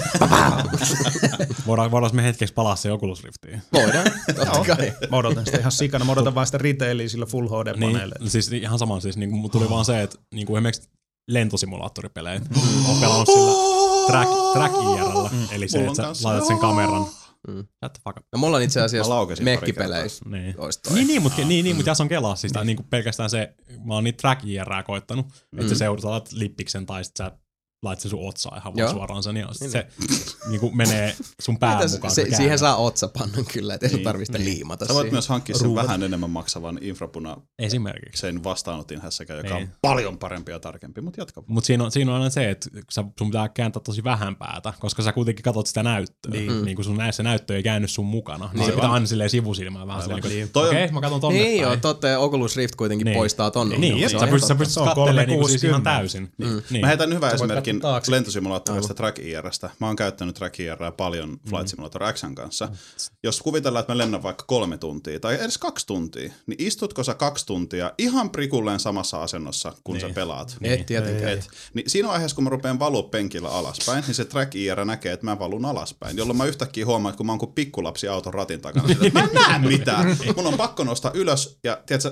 voidaan, voidaan me hetkeksi palaa se Oculus Riftiin. Voidaan, totta kai. Mä odotan sitä ihan sikana. Mä odotan vaan sitä retailia sillä Full H D-paneelle. Niin, siis ihan sama. Siis, niin, tuli vaan se, että niin kuin esimerkiksi lentosimulaattoripelejä. Mm. On pelannut sillä track, track I R:llä, mm. eli se, että sä laitat sen kameran. Mm. No mulla on itse asiassa mekkipeleissä. Niin, niin, niin mutta niin, niin, mut jos on kelaa, siis niin. Niin pelkästään se, mä oon niitä track I R:ää koittanut, mm. että sä seuraat lippiksen tai sit sä lait se sun otsaan ihan vaan suoraan sen, ja niin. se niinku menee sun pään mukaan. Se, siihen saa otsapannan kyllä, ettei niin, sun tarvitse niin. liimata Sä voit siihen. Myös hankkia sen Ruuvat. vähän enemmän maksavan infrapuna esimerkiksi sen vastaanotin hässäkä, joka niin. on paljon parempi ja tarkempi, mutta jatka. Mutta siinä on, siinä on aina se, että sun pitää kääntää tosi vähän päätä, koska sä kuitenkin katot sitä näyttöä. Niin, niin kun sun näissä näyttö ei käänny sun mukana, niin se pitää aina silleen sivusilmään vähän silleen, niin. okei, okay, mä katon tonne Niin joo, totta ja Oculus Rift kuitenkin niin. poistaa tonne. Niin, sä pystyt kattelemaan ihan täysin. Mä heitän hyvän esimerkin lentosimulaattorista Track I R:stä. Mä oon käyttänyt Track I R:ää paljon Flight Simulator X:n kanssa. Mm. Jos kuvitellaan, että mä lennän vaikka kolme tuntia tai edes kaksi tuntia, niin istutko sä kaksi tuntia ihan prikulleen samassa asennossa, kun niin. sä pelaat? Niin. Et tietenkään. Et, niin siinä vaiheessa, kun mä rupean valua penkillä alaspäin, niin se Track I R näkee, että mä valun alaspäin, jolloin mä yhtäkkiä huomaan, että kun mä oon kuin pikkulapsi auton ratin takana, että mä en näe mitään. Mun on pakko nostaa ylös ja tiedätkö,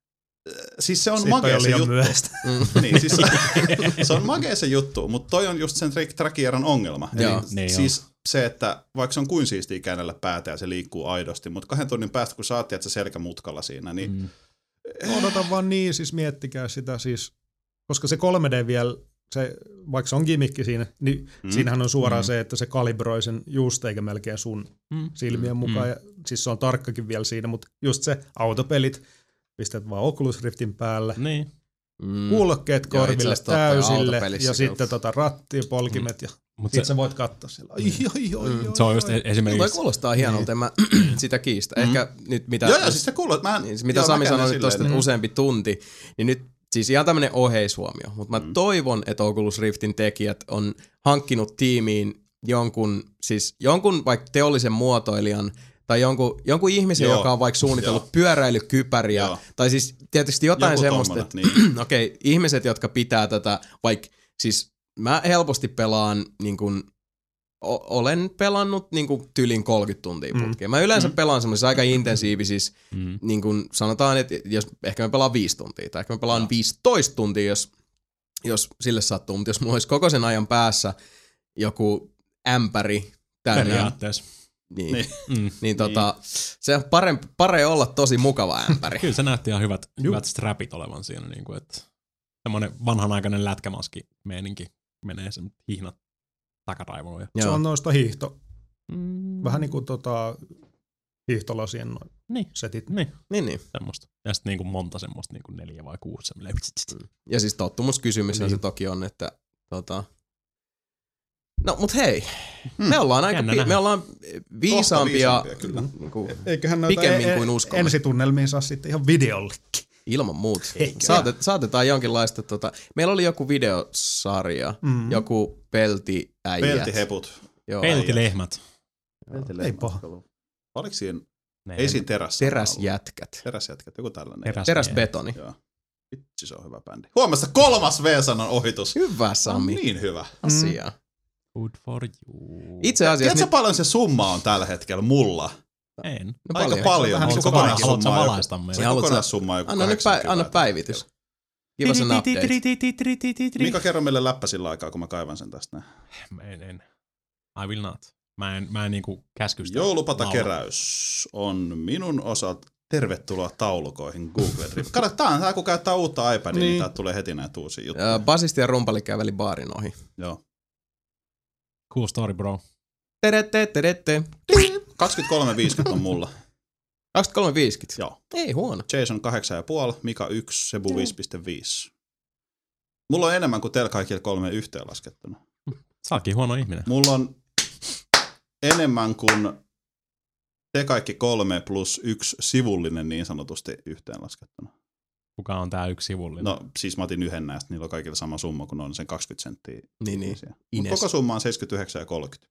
siis se on Siitä magea se juttu. Mm. niin, siis, se on magea se juttu, mutta toi on just sen Track I R:n ongelma. Eli niin siis on. Se, että vaikka se on kuin siistiä käännellä päätä ja se liikkuu aidosti, mutta kahden tunnin päästä, kun sä oot se selkämutkalla siinä, niin... Mm. Odotan vaan niin, siis miettikää sitä siis, koska se kolme D vielä, se, vaikka se on gimmikki siinä, niin mm. siinähän on suoraan mm. se, että se kalibroi sen just eikä melkein sun mm. silmien mukaan. Mm. Ja, siis se on tarkkakin vielä siinä, mutta just se autopelit, pistät vaan Oculus Riftin päälle. Niin. Mm. Kuulokkeet korville täysille ja sitten tota rattia, polkimet ja Mut sitten sä voit katsoa siellä. Ai, ai, ai, mm. Se on just esimerkiksi... Toi kuulostaa hienolta, en mä sitä kiistä. Ehkä mm. nyt mitä... Joo, joo, siis se kuulostaa. Niin, mitä joo, Sami sanoi nyt tosta, että mm. useampi tunti, niin nyt siis ihan tämmönen oheishuomio. Mutta mä mm. toivon, että Oculus Riftin tekijät on hankkinut tiimiin jonkun, siis jonkun vaikka teollisen muotoilijan tai jonkun, jonkun ihmisen, joo, joka on vaikka suunnitellut joo. pyöräilykypäriä, joo. tai siis tietysti jotain joku semmoista, että niin. okei, okay, ihmiset, jotka pitää tätä, vaikka siis mä helposti pelaan, niin kun, o- olen pelannut niin kun, tylin kolmekymmentä tuntia putkeen. Mm. Mä yleensä mm. pelaan semmoisissa aika intensiivisissä, mm. niin kun sanotaan, että jos ehkä mä pelaan viisi tuntia, tai ehkä mä pelaan no. viisitoista tuntia, jos, jos sille sattuu, mutta jos mulla olisi koko sen ajan päässä joku ämpäri täynnä, periaatteessa. Niin, niin. Mm. niin tota, niin. se on parempi, parempi olla tosi mukava ämpäri. Kyllä se näytti ihan hyvät, hyvät strapit olevan siinä, niin kuin, että semmoinen vanhanaikainen lätkämaski meininki menee sen hihnat takaraivoon. Se on noista hiihto, mm. vähän niin kuin tota, hiihtolasien noin niin. setit. Niin, niin. niin. Semmosta. Ja sitten niin kuin monta semmoista niin kuin neljä vai kuusi. Mm. Ja siis tottumuskysymys niin. se toki on, että tota, No mut hei, hmm. me ollaan aika pi- me ollaan viisaampia, niinku, eiköhän noita pikemmin e- kuin uskomme. Ensitunnelmiin saa sitten ihan videollekin. Ilman muuta. Saatet, saatetaan jonkinlaista, tota, meillä oli joku videosarja, mm-hmm. joku peltiäijät. Peltiheput. Joo, Peltilehmät. Ei paha. Oliko siinä, ei siinä terässä Teräsjätkät. Teräsjätkät, joku tällainen. Teräs Teräsbetoni. Joo. Vitsi, se on hyvä bändi. Huomasta kolmas V-sanan ohitus. Hyvä, Sami. On niin hyvä. Asia. Good for you. Itse asiassa... Tiedätkö nyt... paljon se summa on tällä hetkellä mulla? En. No aika paljon. paljon. Vähän Se niin kuin kokonaissumma on valaista meitä. se kokonaissumma on joku Anna nyt pä- anna päivitys. Give us an update. Mika, kerro meille läppä sillä aikaa, kun mä kaivan sen tästä. En, en. I will not. Mä en, mä en niinku käskystä. Joulupatakeräys on minun osalta. Tervetuloa taulukoihin Google Drive. Kato, tää on tää, kun käyttää uutta iPadia, niin, niin täältä tulee heti näitä uusia juttuja. Uh, basisti ja rumpali käveli baarin ohi. Joo. Cool story, bro. Terette, terette. kaksikymmentäkolme viisikymmentä on mulla. kaksikymmentäkolme viisikymmentä? Joo. Ei huono. Jason kahdeksan pilkku viisi, Mika yksi, Sebu viisi pilkku viisi. Mulla on enemmän kuin teillä kaikilla kolme yhteenlaskettuna. Saakin huono ihminen. Mulla on enemmän kuin te kaikki kolme plus yksi sivullinen niin sanotusti yhteenlaskettuna. Kuka on tää yksi sivullinen? No siis mä otin yhden näistä, niillä on kaikilla sama summa, kun on sen kaksikymmentä senttiä. Niin, niin. Mut koko summa on seitsemänkymmentäyhdeksän ja kolmekymmentä.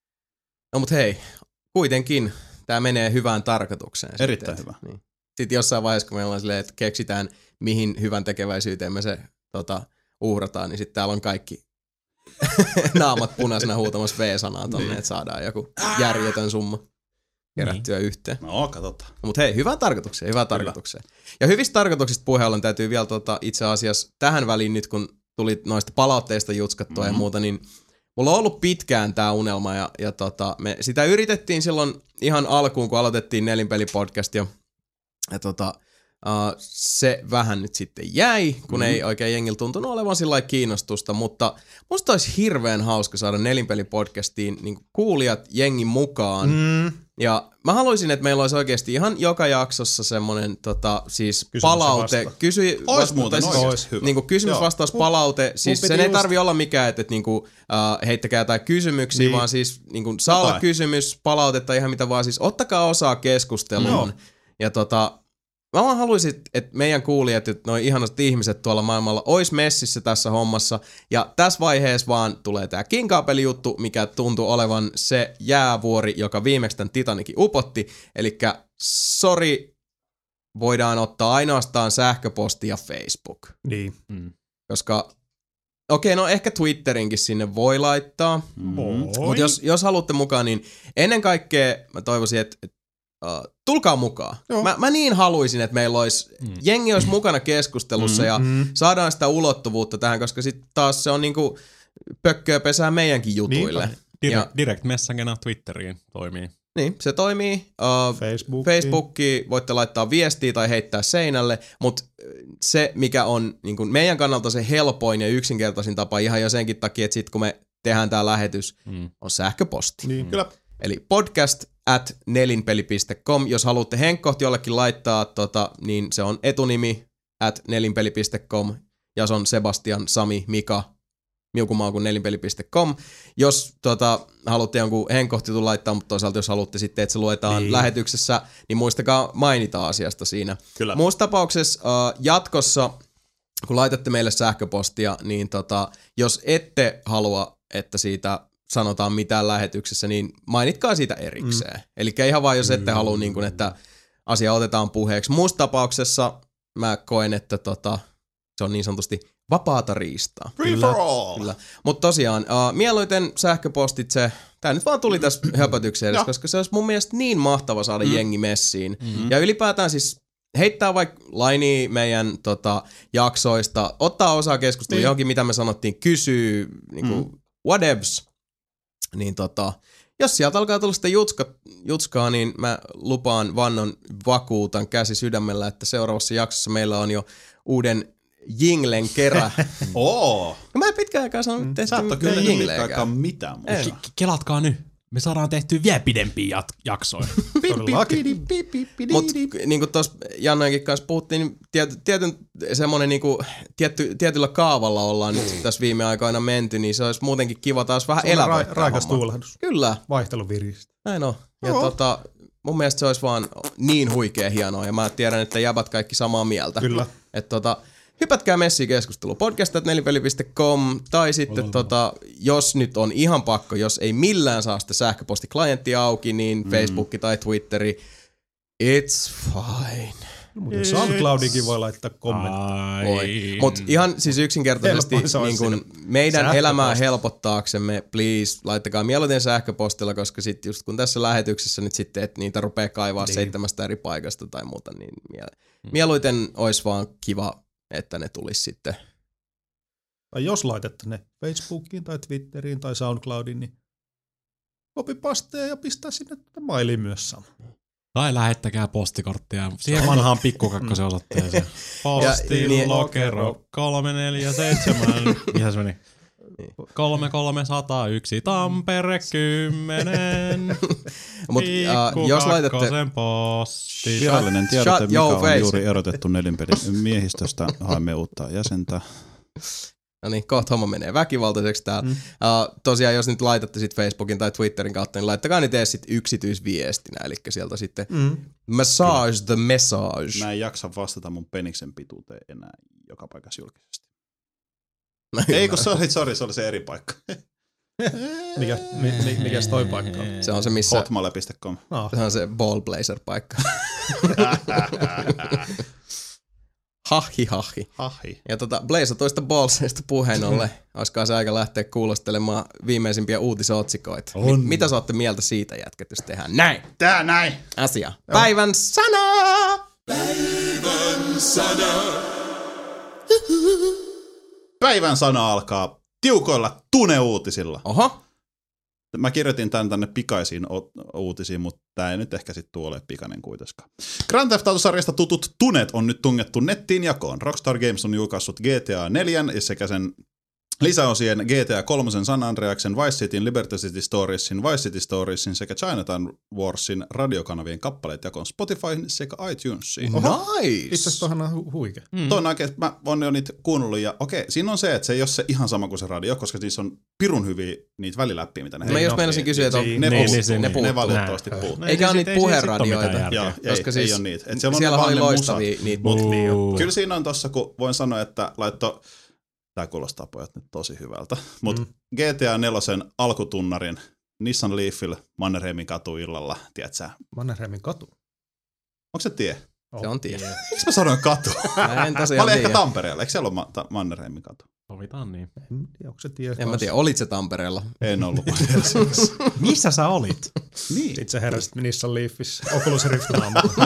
No mut hei, kuitenkin tää menee hyvään tarkoitukseen. Erittäin sitten. hyvä. Niin. Sitten jossain vaiheessa, kun meillä on silleen, että keksitään, mihin hyvän tekeväisyyteen me se tota, uhrataan, niin sitten täällä on kaikki naamat punaisena huutamassa V-sanaa tonne, niin. Että saadaan joku järjetön summa kerättyä niin. Yhteen. No, katsotaan. No, mutta hei, hyvää tarkoitukseen, hyvää tarkoitukseen. Ja hyvistä tarkoituksista puheen ollen täytyy vielä tota, itse asiassa tähän väliin nyt, kun tuli noista palautteista jutskattua mm-hmm. ja muuta, niin mulla on ollut pitkään tää unelma ja, ja tota, me sitä yritettiin silloin ihan alkuun, kun aloitettiin Nelinpeli-podcast ja, ja tota, uh, se vähän nyt sitten jäi, kun mm-hmm. ei oikein jengillä tuntunut olevan sillä lailla kiinnostusta, mutta musta olisi hirveän hauska saada Nelinpeli-podcastiin niin kuulijat jengin mukaan. Mm. Ja mä haluaisin, että meillä olisi oikeasti ihan joka jaksossa semmonen tota, siis kysymys palaute. Kysy, ois muuten siis, ois hyvä. Niinku kysymys-vastaus-palaute. Siis sen ei tarvi olla mikään, että et, niinku, uh, heittäkää jotain kysymyksiä, niin. Vaan siis niinku, saa olla kysymys, palautetta, ihan mitä vaan. Siis ottakaa osaa keskusteluun. No. Ja tota, mä vaan haluaisin, että meidän kuulijat, että noi ihanat ihmiset tuolla maailmalla ois messissä tässä hommassa. Ja tässä vaiheessa vaan tulee tää kinkaapeli-juttu, mikä tuntuu olevan se jäävuori, joka viimeksi tän Titanicin upotti. Elikkä sori, voidaan ottaa ainoastaan sähköposti ja Facebook. Niin. Mm. Koska, okei, okay, no ehkä Twitterinkin sinne voi laittaa. Mm. Mutta jos, jos haluatte mukaan, niin ennen kaikkea mä toivoisin, että Uh, tulkaa mukaan. Mä, mä niin haluaisin, että meillä olisi, mm. jengi olisi mukana keskustelussa mm, ja mm. saadaan sitä ulottuvuutta tähän, koska sitten taas se on niinku pökköä pesää meidänkin jutuille. Niin, direct, direct messagena Twitteriin toimii. Niin, se toimii. Uh, Facebookiin. Facebookiin voitte laittaa viestiä tai heittää seinälle, mutta se, mikä on niin kun meidän kannalta se helpoin ja yksinkertaisin tapa ihan jo senkin takia, että sit kun me tehdään tää lähetys, mm. on sähköposti. Niin. Mm. Kyllä. Eli podcast at nelinpeli piste com. Jos haluatte henkkohti jollekin laittaa, tota, niin se on etunimi at nelinpeli piste com. Ja se on Sebastian, Sami, Mika, miukumaa kuin nelinpeli piste com. Jos tota, haluatte jonkun henkkohti laittaa, mutta toisaalta jos haluatte sitten, että se luetaan niin. lähetyksessä, niin muistakaa mainita asiasta siinä. Kyllä. Muussa tapauksessa uh, jatkossa, kun laitatte meille sähköpostia, niin tota, jos ette halua, että siitä sanotaan mitään lähetyksessä, niin mainitkaa siitä erikseen. Mm. Eli ihan vaan, jos ette mm. halua, niin kun, että asia otetaan puheeksi. Muussa tapauksessa mä koen, että tota, se on niin sanotusti vapaata riistaa. Free for all! Kyllä. Mutta tosiaan, uh, mieluiten sähköpostitse, tää nyt vaan tuli tässä höpötykseen edes, koska se olisi mun mielestä niin mahtava saada mm. jengi messiin. Mm-hmm. Ja ylipäätään siis heittää vaikka lainia meidän tota, jaksoista, ottaa osaa keskustelua, niin. Johonkin mitä me sanottiin, kysyy, niinku, mm. whatevs. Niin tota, jos sieltä alkaa tulla sitä jutska, jutskaa, niin mä lupaan vannon vakuutan käsi sydämellä, että seuraavassa jaksossa meillä on jo uuden jinglen kerä. Oo! No mä en pitkään aikaa sanonut, että sä et ole kyllä pitkä aikaa mitään. Kelatkaa nyt. me saadaan tehtyä vielä pidempiä jat- jaksoja. Mutta niin kuin tuossa Jannojenkin kanssa puhuttiin, niin tiety, tietyn, semmoinen niin kuin, tietty, tietyllä kaavalla ollaan nyt tässä viime aikoina menty, niin se olisi muutenkin kiva taas vähän elävöittää ra- raikas tuulahdus. Kyllä. Vaihteluviristä. Näin on. Ja no. tota, mun mielestä se olisi vaan niin huikea hienoa, ja mä tiedän, että jäbät kaikki samaa mieltä. Kyllä. Että tota, hypätkää messiin keskustelua podcast at nelipeli piste com tai sitten tota, jos nyt on ihan pakko, jos ei millään saa sitä sähköpostiklienttia auki, niin mm. Facebook tai Twitteri, it's fine. No, mutta SoundCloudikin voi laittaa kommentti. Mutta ihan siis yksinkertaisesti niin kun meidän elämää helpottaaksemme, please, laittakaa mieluiten sähköpostilla, koska sitten just kun tässä lähetyksessä nyt sitten, että niitä rupeaa kaivaa niin. seitsemästä eri paikasta tai muuta, niin mie- mieluiten olisi vaan kiva, että ne tulisi sitten. Tai jos laitette ne Facebookiin tai Twitteriin tai SoundCloudiin, niin copypasteja ja pistää sinne mailiin myös sama. Tai lähettäkää postikorttia siihen vanhaan pikkukakkosen osoitteeseen. Postilokero kolme neljä seitsemän. Mihän se meni? kolme kolme nolla yksi Tampere kymmenen. Mut uh, jos laitatte posti. Virallinen tiedote, mikä on face. Juuri erotettu nelinpelin miehistöstä. Haemme uutta jäsentä. No niin, kohta homma menee väkivaltaiseksi täällä. Mm. Uh, tosiaan, jos nyt laitatte sit Facebookin tai Twitterin kautta, niin laittakaa niitä edes sit yksityisviestinä. Eli sieltä sitten mm. massage Kyllä. the message. Mä en jaksa vastata mun peniksen pituuteen enää joka paikassa julkisesti. No, Ei kun sorry, sorry, se oli se eri paikka. Mikä, mi, mi, mikäs toi paikka on? Se on se, missä... hotmail piste com. Oh. Se on se ballblazer-paikka. Hahhi, hahhi. Hahhi. Ja tota, Blazer toista ballseista puheen ollen, olisikohan se aika lähteä kuulostelemaan viimeisimpiä uutisotsikoita. M- mitä sä ootte mieltä siitä, jätkät, jos tehdään näin? Tää näin. Asia. Joo. Päivän sana! Päivän sana! Päivän sana alkaa tiukoilla tuneuutisilla. Oho. Mä kirjoitin tän tänne pikaisiin uutisiin, mutta tää ei nyt ehkä sit tuo ole pikainen kuitenkaan. Grand Theft Auto-sarjasta tutut tunet on nyt tungettu nettiin jakoon. Rockstar Games on julkaissut G T A neljä sekä sen lisäosien G T A kolme, San Andreasen, Vice Cityn, Liberty City Storiesin, Vice City Storiesin sekä Chinatown Warsin radiokanavien kappaleet jakoon Spotifyhin sekä iTunesiin. Oho. Nice! Itse asiassa tohan on hu- huikea. Mm. Toi on oikein, mä oon jo niitä kuunnellut ja okei, siinä on se, että se ei ole se ihan sama kuin se radio, koska niissä on pirun hyviä niitä väliläppiä, mitä ne Mä jos meinasin kysyä, että on, ne, ne, puuttuu, ne, puuttuu. ne valitettavasti puuttuu. Eikä ole niitä puheradioita. Joo, koska ei, siis ei ole niitä. Et siellä siellä on oli ne loistavia musat. niitä. Mut, Niin, kyllä siinä on tossa, kun voin sanoa, että laitto, tää kuulostaa pojat nyt tosi hyvältä, mutta mm. G T A neljä alkutunnarin Nissan Leafillä Mannerheimin katu illalla, tiedätkö? Mannerheimin katu? Onko se tie? Oh. Se on tie. Miksi mä sanoin katu? Mä en Mä tosiaan olin tiedä. ehkä Tampereella, eikö siellä ole Ma- ta- Mannerheimin katu? Sovitaan niin. En tiedä, onko se tie? En mä tiedä, olit se Tampereella? En ollut. Missä sä olit? Niin. Itse heräsit Nissan Leafissä. Oculus Rift aamulla.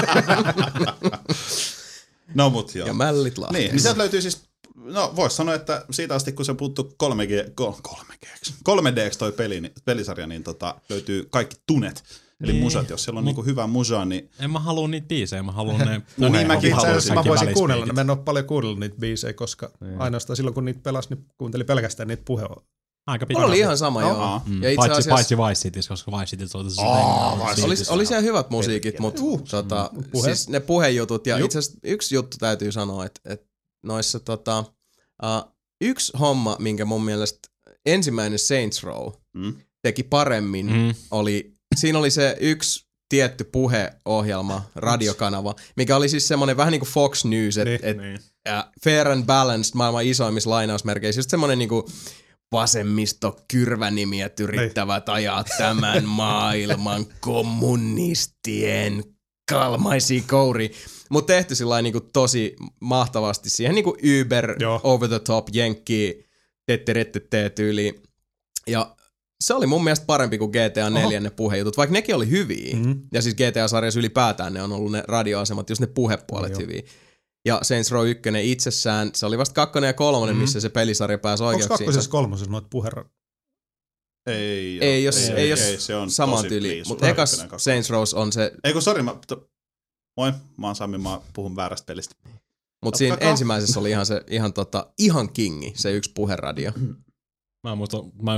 No mut joo. Ja mällit lahti. Niin, niin sieltä löytyy siis, no vois sanoa, että siitä asti kun se puuttuu kolme G, kolme D toi peli, niin, pelisarja, niin tota, löytyy kaikki tunet. Eli niin. musat, jos siellä on niinku hyvä musa, niin... En mä halua niitä biisejä, mä haluan ne No niin, mäkin Itse haluaisin. asiassa mä voisin välispeikit. kuunnella, mä en ole paljon kuunnellut niitä biisejä, koska Niin. ainoastaan silloin kun niitä pelasi, niin kuuntelin pelkästään niitä puheoja. Aika Mulla oli ihan sama, No. joo. Mm. Ja itse Paitsi, asiassa paitsi Vice Cities, koska Vice Cities oli Aa, oli, oli siellä hyvät musiikit, mutta Uh, tota, puhe. siis ne puhejutut. Ja Jup. itse asiassa yksi juttu täytyy sanoa, että, että noissa tota, uh, yksi homma, minkä mun mielestä ensimmäinen Saints Row Mm. teki paremmin, Mm. oli, siinä oli se yksi tietty puheohjelma, radiokanava, mikä oli siis semmoinen vähän niin kuin Fox News, että Niin, et, niin. ja fair and balanced maailman isoimmissa lainausmerkeissä, just semmoinen niinku vasemmisto kyrvänimiet yrittävät ajaa tämän maailman kommunistien kalmaisia kouri. Mutta tehty sillä niinku tosi mahtavasti siihen niinku Uber, Joo. over the top, jenkki, tetterettete tyyliin. Ja se oli mun mielestä parempi kuin G T A neljä ne puhejutut, vaikka nekin oli hyviä. Mm-hmm. Ja siis G T A-sarjassa ylipäätään ne on ollut ne radioasemat, just ne puhepuolet No, joo. hyviä. Ja Saints Row yksi itsessään, se oli vasta kakkonen ja kolmonen, Mm. missä se pelisarja pääsi Onko oikeuksiin. kakkosessa kolmosessa noita puhera? Ei, Ei, jos, ei, ei, jos ei, se on saman tosi tyyli. pliisu. Mutta ekas Ykkönen, kakkonen. Saints Row on se, Ei kun sori, mä... To, moi, mä oon Sami, mä puhun väärästä pelistä. mutta siinä Ottakaa. ensimmäisessä oli ihan se, ihan tota, ihan kingi, se yksi puheradio. Mä muistan, mä just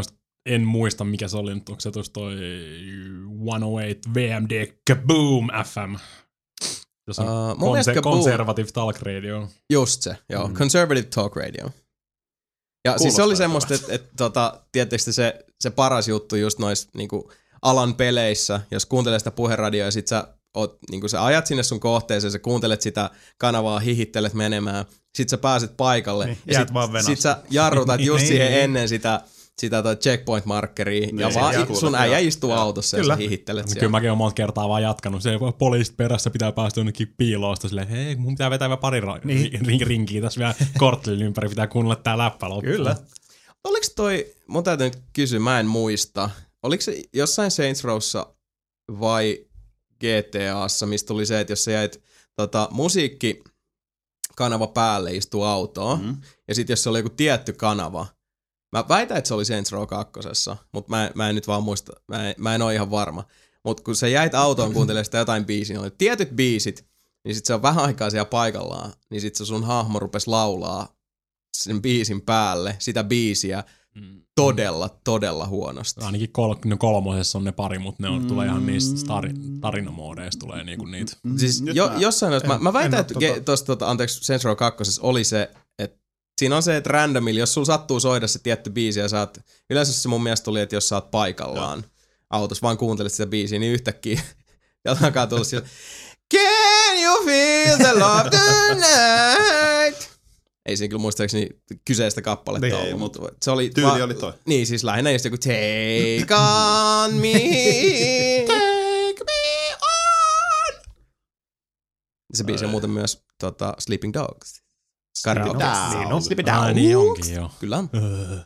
en muista mikä se oli, mutta onko se tuossa toi sata kahdeksan V M D Kaboom F M. Jos on Uh, konse- Conservative Talk Radio. Just se, joo. Mm. Conservative Talk Radio. Ja Kuulostaa siis se oli semmoista, että et, tota, tietysti se, se paras juttu just noissa niinku, alan peleissä, jos kuuntelee sitä puheradioa ja sit sä, oot, niinku, sä ajat sinne sun kohteeseen, sä kuuntelet sitä kanavaa, hihittelet menemään, sit sä pääset paikalle niin, ja sit, sit sä jarrutat just siihen ennen sitä sitä toi checkpoint-markkeria, ja vaan sun äijä istuu autossa ja sä hihittelet siellä. Kyllä mäkin oon monta kertaa vaan jatkanut. Se ei voi poliisit perässä, pitää päästä jonnekin piiloosta silleen, hei, mun pitää vetää vielä pari ra- niin. ring- rinkiä tässä vielä korttelin ympäri, pitää kuunnella tää läppä loppuun. Kyllä. Oliko toi, mun täytyy nyt kysyä, mä en muista, oliko se jossain Saints Rowssa vai G T A:ssa, mistä tuli se, että jos sä jäit tota, musiikkikanava päälle istuu autoon, mm. ja sit jos se oli joku tietty kanava, mä väitän, että se oli Saints Row kakkosessa, mutta mä, mä en nyt vaan muista, mä en, mä en ole ihan varma. Mutta kun sä jäit autoon kuuntelemaan sitä jotain biisiä, niin oli tietyt biisit, niin sit se on vähän aikaa siellä paikallaan, niin sit se sun hahmo rupes laulaa sen biisin päälle, sitä biisiä, mm. todella, todella huonosti. Ainakin kol- no kolmosessa on ne pari, mutta ne on, mm. tulee ihan niistä tar- tarinamoodeista tulee niinku niitä. Mm. Siis jo, jossain noissa, mä, mä väitän, että tota... tosta, tota, anteeksi, Saints Row kakkosessa oli se, että siinä on se, että randomilla, jos sulla sattuu soida se tietty biisi ja saat, yleensä se mun mielestä tuli, että jos sä oot paikallaan ja autossa, vaan kuuntelet sitä biisiä, niin yhtäkkiä alkaa tulla sillä, can you feel the love tonight? Ei siinä kyllä muistaakseni kyseistä kappaletta niin, ollut, mutta se oli tyyli va- oli toi. Niin, siis lähinnä just joku take on me. Take me on. Se biisi on muuten myös tota, Sleeping Dogs. Karaoke. Niin on. Sleeping Ah, Dogs. niin onkin joo. Kyllä on.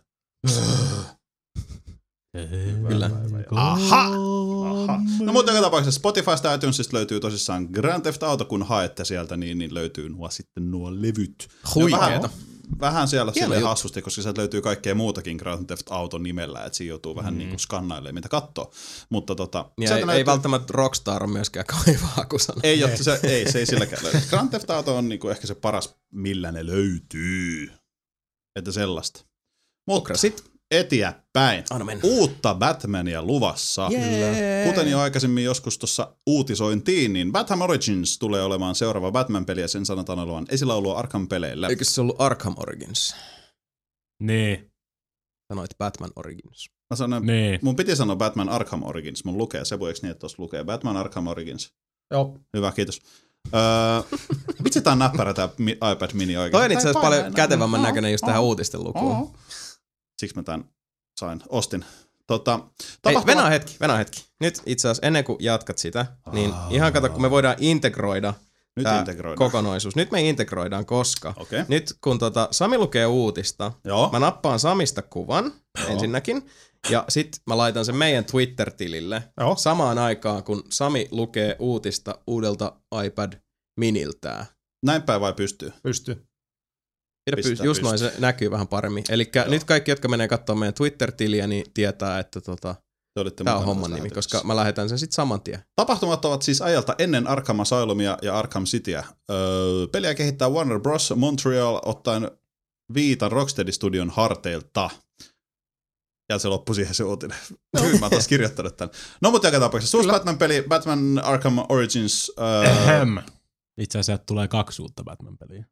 Kyllä. Aha! Aha. No mutta joka tapauksessa Spotifysta iTunesista löytyy tosissaan Grand Theft Auto, kun haette sieltä, niin, niin löytyy nuo sitten nuo levyt. Huikeeta. Vähän, vähän siellä Hieno silleen juttu. hassusti, koska sieltä löytyy kaikkea muutakin Grand Theft Auto nimellä, että siinä joutuu vähän mm. niin kuin skannailemaan, mitä katsoo. Mutta tota, ja ei, löytyy... ei välttämättä Rockstar on myöskään kaivaa, kun sanoo. Ei, ei. Se, ei, se ei silläkään löydy. Grand Theft Auto on niin kuin ehkä se paras, millä ne löytyy. Että sellaista. Mutta sit eteenpäin. Anna mennä. Uutta Batmania luvassa. Yeah. Kuten jo aikaisemmin joskus tuossa uutisointiin, niin Batman Origins tulee olemaan seuraava Batman-peli ja sen sanotaan olevan esilaulua Arkham-peleillä. Eikö se ollut Arkham Origins? Niin. Sanoit Batman Origins. Mä sanoin, niin. Mun piti sanoa Batman Arkham Origins. Mun lukee se, voiko niin, että tuossa lukee Batman Arkham Origins. Joo. Hyvä, kiitos. Öö, vitsi tää on näppärä tää iPad mini oikein. Toi on itse asiassa paljon kätevämmän näköinen just tähän uutisten lukuun. Siksi mä tän sain, ostin. Tota, Ei, venä hetki, venä hetki. Nyt itse asiassa ennen kuin jatkat sitä, niin Aa. ihan kato, kun me voidaan integroida nyt tää integroidaan. kokonaisuus. Nyt me integroidaan, koska okay. nyt kun tota Sami lukee uutista, Joo. mä nappaan Samista kuvan Joo. ensinnäkin, ja sit mä laitan sen meidän Twitter-tilille Joo. samaan aikaan, kun Sami lukee uutista uudelta iPad miniltään. Näin päin vai pystyy? Pystyy. Pistää, just pystyy. Noin se näkyy vähän paremmin. Eli nyt kaikki, jotka menee katsomaan meidän Twitter-tiliä, niin tietää, että tota, tämä on homman nimi, koska mä lähetän sen sitten saman tien. Tapahtumat ovat siis ajalta ennen Arkham Asylumia ja Arkham Cityä. Öö, peliä kehittää Warner Bros. Montreal ottaen viitan Rocksteady Studion harteilta. Ja se loppui siihen se uutinen. Hyvin mä oon taas kirjoittanut tämän. No mutta joka tapauksessa. Suus Batman-peli, Batman Arkham Origins. Öö, Itse asiassa tulee kaksi uutta Batman-peliä.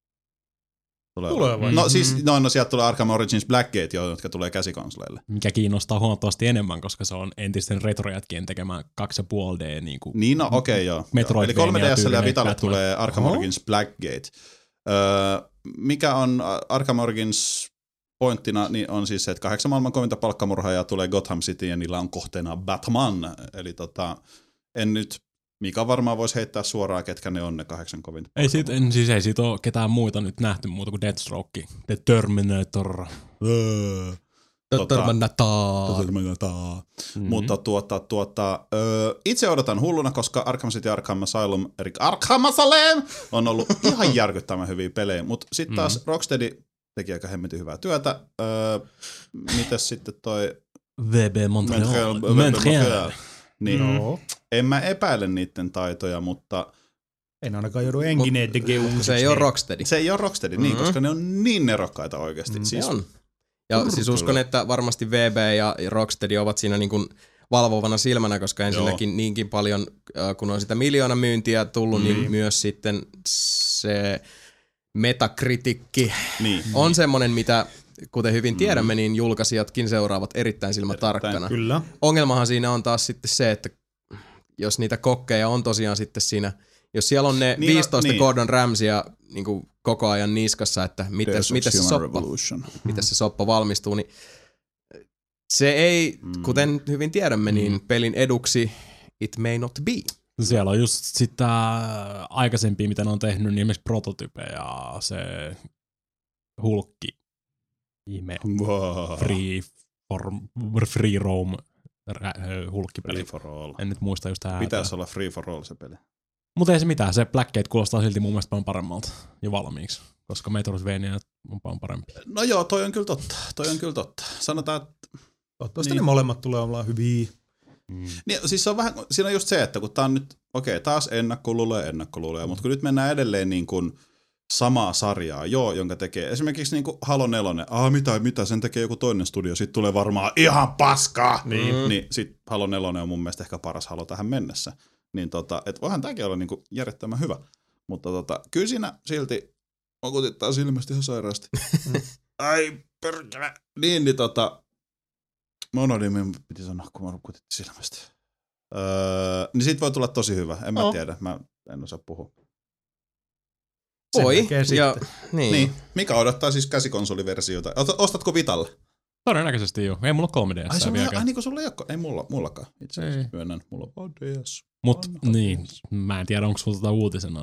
Tulee, tulee vai? No siis, no, no sieltä tulee Arkham Origins Blackgate, jotka tulee käsikonsoleille. Mikä kiinnostaa huomattavasti enemmän, koska se on entisten retrojätkien tekemään kaksi pilkku viisi D niin kuin Niin no okei okay, joo. Metroid Eli kolme D S ja Vitalle Batman. tulee Arkham Oho. Origins Blackgate. Öö, mikä on Arkham Origins pointtina, niin on siis se, että kahdeksan maailman kovinta palkkamurhaajaa tulee Gotham City ja niillä on kohteena Batman. Eli tota, en nyt Mika varmaan voisi heittää suoraan, ketkä ne on ne kahdeksan kovinta. Ei siitä, en, siis ei siitä ole ketään muita nyt nähty muuta kuin Deathstroke, The Terminator. Öö. Tota, Terminator. Terminator. Mm-hmm. Mutta tuota, tuota, öö, itse odotan hulluna, koska Arkham City ja Arkham Asylum, eli Arkham Asylum on ollut ihan järkyttävän hyviä pelejä, mutta sitten taas mm-hmm. Rocksteady teki aika hemmetin hyvää työtä. Öö, mitäs sitten toi V B Montreal. Montreal. Montreal. Niin, No. en mä epäile niiden taitoja, mutta En ainakaan joudu engineiden kehuun. Se ei ole Rocksteady. se ei ole Rocksteady, Mm-hmm. niin, koska ne on niin nerokkaita oikeasti. Mm, siis, on. Ja Urkula. Siis uskon, että varmasti V B ja Rocksteady ovat siinä niin kuin valvovana silmänä, koska ensinnäkin Joo. niinkin paljon, kun on sitä miljoona myyntiä tullut, mm. niin myös sitten se metakritikki niin. on semmoinen, mitä kuten hyvin tiedämme, mm. niin julkaisijatkin seuraavat erittäin silmätarkkana. Kyllä. Ongelmahan siinä on taas sitten se, että jos niitä kokkeja on tosiaan sitten siinä, jos siellä on ne niin, viisitoista niin. Gordon Ramsaya niin kuin koko ajan niskassa, että miten, miten, se soppa, miten se soppa valmistuu, niin se ei, mm. kuten hyvin tiedämme, niin pelin eduksi it may not be. Siellä on just sitä aikaisempia, mitä ne on tehnyt, niin esimerkiksi Prototype ja se Hulkki, ihme, wow. free, for, free roam Hulkkipeli. Free for all. En nyt muista just tää. Pitäisi olla free for all se peli. Mutta ei se mitään, se Blackgate kuulostaa silti mun mielestä paljon paremmalta jo valmiiksi, koska Metroidvania on paljon parempi. No joo, toi on kyllä totta, toi on kyllä totta. Sanotaan, että toivottavasti niin. ne molemmat tulee olla hyviä. Mm. Niin, siis se on vähän, siinä on just se, että kun tää on nyt, okei, okay, taas ennakkoluuloja, ennakkoluuloja, mm. mutta kun nyt mennään edelleen niin kuin samaa sarjaa, joo, jonka tekee esimerkiksi niin kuin Halo neljä, ah mitä, mitä, sen tekee joku toinen studio, sit tulee varmaan ihan paskaa, niin, mm. niin sit Halo neljä on mun mielestä ehkä paras Halo tähän mennessä. Niin tota, et voihan tääkin olla niinku järjettömän hyvä, mutta tota, kyllä siinä silti okutittaa silmästi ihan sairaasti. Ai perkele. Niin, niin tota, monodimin piti sanoa, kun mä okutin silmästi. Öö, niin sit voi tulla tosi hyvä, en mä oh. tiedä, mä en osaa puhua. Voi, ja niin. niin. Mika odottaa siis käsikonsoliversiota. Ostatko Vitalle? Todennäköisesti joo. Ei mulla ole kolme D S. Ai, sulla, ai niin kuin sulla ei ole? Ei mulla, mullakaan. Itse asiassa myönnän, mulla on vaan D S. Mut niin, mä en tiedä onko sulla tätä uutisena.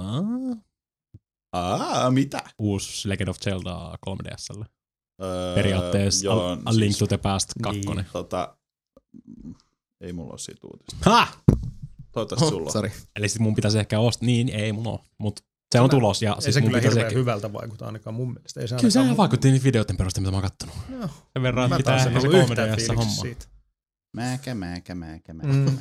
Aa, mitä? Uusi Legend of Zelda kolme D S:lle. Öö, periaatteessa joo, A, A Link siis, to the Past kakkonen. Niin, tota, ei mulla ole siitä uutista. Ha! Toivottavasti oh, sulla on. Sorry. Eli sit mun pitäisi ehkä ostaa. Niin, ei mulla ole. Mut se on tulos. Ja ei siis se mun kyllä hirveän ehkä hyvältä vaikuta ainakaan mun mielestä. Ei se kyllä se vaikutti niitä videoiden perusteella, mitä mä oon kattonut. Joo. Sen verran mitä ehkä se kolme D S homma. Mäkä, mäkä, mäkä, mäkä. Mm.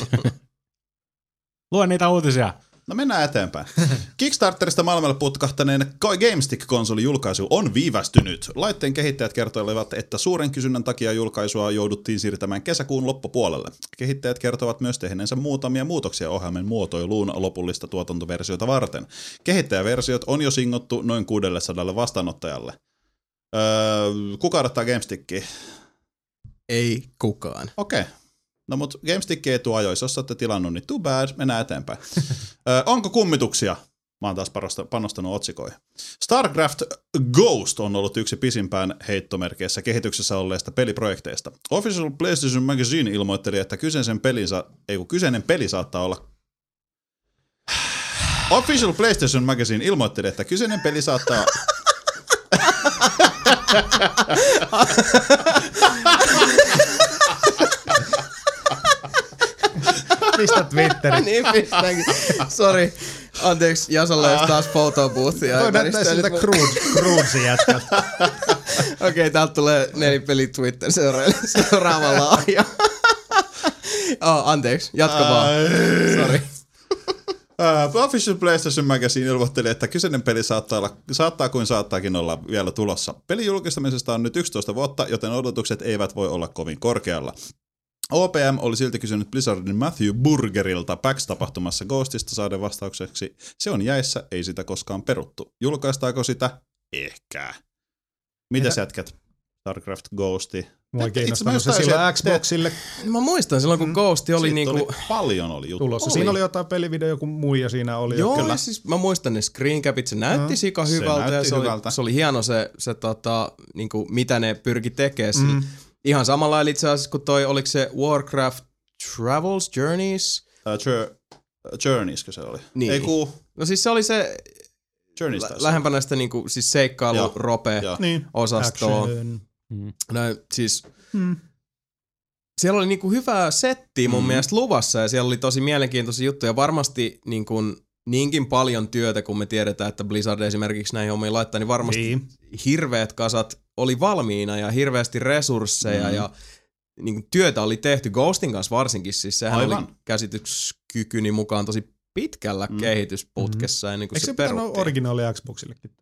Lue niitä uutisia. No mennään eteenpäin. Kickstarterista maailmalle putkahtaneen GameStick-konsolin julkaisu on viivästynyt. Laitteen kehittäjät kertoivat, että suuren kysynnän takia julkaisua jouduttiin siirtämään kesäkuun loppupuolelle. Kehittäjät kertovat myös tehneensä muutamia muutoksia ohjelman muotoiluun lopullista tuotantoversiota varten. Kehittäjäversiot on jo singottu noin kuusisataa vastaanottajalle. Öö, kuka odottaa GameStickia? Ei kukaan. Okei. Okay. No mut GameStick ei tule ajoissa, jos olette tilannut, niin too bad, mennään eteenpäin. Ö, onko kummituksia? Mä oon taas panostanut otsikoihin. StarCraft Ghost on ollut yksi pisimpään heittomerkeissä kehityksessä olleista peliprojekteista. Official PlayStation Magazine ilmoitteli, että kyseisen pelin sa- ei, kun kyseinen peli saattaa olla... Official PlayStation Magazine ilmoitteli, että kyseinen peli saattaa... Pistä Twitteriin. Niin pistäänkin. Sori. Anteeksi, Jasolla olisi taas photoboothia. Toi näyttää siltä Crudesin jätkältä. Okei, okay, täältä tulee nelipeli Twitter seuraavalla ajan. Oh, anteeksi, jatka vaan. Sori. Uh, Official PlayStation Magazine ilmoitteli, että kyseinen peli saattaa, olla, saattaa kuin saattaakin olla vielä tulossa. Pelin julkistamisesta on nyt yksitoista vuotta, joten odotukset eivät voi olla kovin korkealla. O P M oli silti kysynyt Blizzardin Matthew Burgerilta PAX-tapahtumassa Ghostista saaden vastaukseksi. Se on jäissä, ei sitä koskaan peruttu. Julkaistaako sitä? Ehkä. Mitä sä jätkät? StarCraft Ghosti. Mua kiinnostanut se silloin Xboxille. Mä muistan silloin, kun Ghosti oli niinku... Oli paljon oli juttu. Tulossa. Siinä oli jotain pelivideo, joku muija siinä oli. Joo, kyllä. Siis mä muistan ne screencapit, se näytti no. sika hyvältä. Se, ja se, hyvältä. Oli, se oli hieno se, se tota, niinku, mitä ne pyrki tekemään. Mm. Ihan samalla lailla itse asiassa, kun toi, oliko se Warcraft Travels, Journeys? Uh, jour- Journeys, se oli? Niin. Ei ku... No siis se oli se Journeys lä- lähempänä sitä niinku, siis seikkailu, rope, niin. osastoa. Mm. No siis... Mm. Siellä oli niinku hyvää settiä mun mm. mielestä luvassa ja siellä oli tosi mielenkiintoisia juttuja. Varmasti niinku, niinkin paljon työtä, kun me tiedetään, että Blizzard esimerkiksi näihin hommiin laittaa, niin varmasti niin. hirveät kasat oli valmiina ja hirveästi resursseja mm. ja niin työtä oli tehty. Ghostin kanssa varsinkin, siis sehän Aivan. oli käsityskykyni mukaan tosi pitkällä mm. kehitysputkessa. Mm. Ennen kuin Eikö se, se pitänyt originaali Xboxillekin tulla?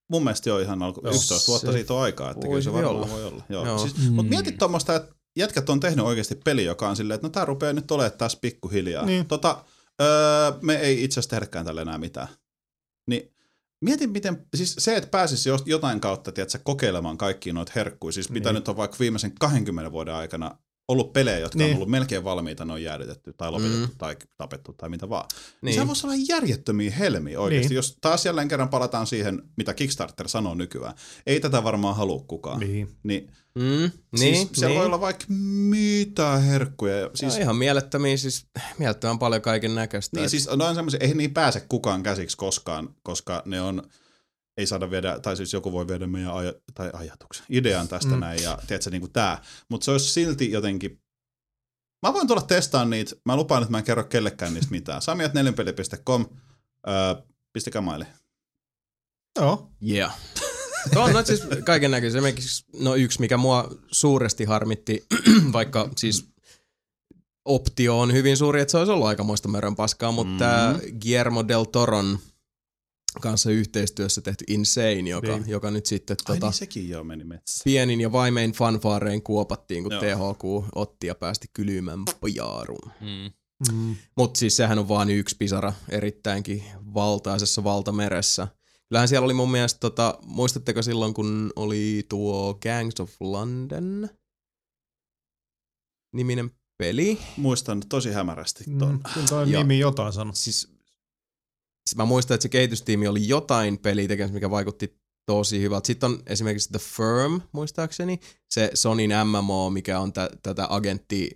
mun mielestä jo ihan alku, yksitoista vuotta siitä on aikaa, että kyllä se varmaan olla. voi olla. Joo. Joo. Siis, mm. Mutta mietit tuommoista, että jätkät on tehnyt oikeasti peli, joka on silleen, että no tää rupeaa nyt olemaan tässä pikkuhiljaa. Niin. Tota, öö, me ei itse asiassa tehdäkään tälle enää mitään. Niin mietin miten, siis se, että pääsisi jotain kautta, tiedätkö, kokeilemaan kaikkia noita herkkuja, siis mitä niin. nyt on vaikka viimeisen kahdenkymmenen vuoden aikana ollut pelejä, jotka niin. on ollut melkein valmiita, ne on jäädytetty tai lopetettu mm. tai tapettu tai mitä vaan. Niin. Se voisi olla järjettömiä helmiä oikeasti, niin. jos taas jälleen kerran palataan siihen, mitä Kickstarter sanoo nykyään. Ei tätä varmaan halua kukaan. Niin. niin Mm, siis niin, siellä niin. voi olla vaikka mitä herkkuja. Siis, no, ihan mielettömiä, siis mielettömän paljon kaiken näköistä. Niin, siis on semmoisia, ei niin pääse kukaan käsiksi koskaan, koska ne on, ei saada viedä, tai siis joku voi viedä meidän aja, tai ajatuksen, idean tästä mm. näin, ja tiedätkö, niin kuin tää. Mutta se olisi silti jotenkin, mä voin tulla testaan niitä, mä lupaan, että mä en kerro kellekään niistä mitään. sami at nelinpeli piste com, öö, pistäkää maili. Joo. Yeah. Tuo on siis kaiken näköistä. No yksi, mikä mua suuresti harmitti, vaikka siis optio on hyvin suuri, että se olisi ollut aikamoista mörön paskaa, mutta mm. Guillermo del Toron kanssa yhteistyössä tehty Insane, joka, niin. joka nyt sitten Ai tota, niin, sekin jo meni metsään. Pienin ja vaimein fanfaarein kuopattiin, kun Joo. T H Q otti ja päästi kylmän pajaaruun. Mm. Mm. Mutta siis sehän on vaan yksi pisara erittäinkin valtaisessa valtameressä. Kyllähän siellä oli mun mielestä, tota, muistatteko silloin, kun oli tuo Gangs of London niminen peli? Muistan tosi hämärästi ton. Mm, kyllä toi nimi jotain sanoo. Siis, siis mä muistan, että se kehitystiimi oli jotain peliä tekemässä, mikä vaikutti tosi hyvältä. Sitten on esimerkiksi The Firm, muistaakseni, se Sonyn M M O, mikä on tä- tätä agentti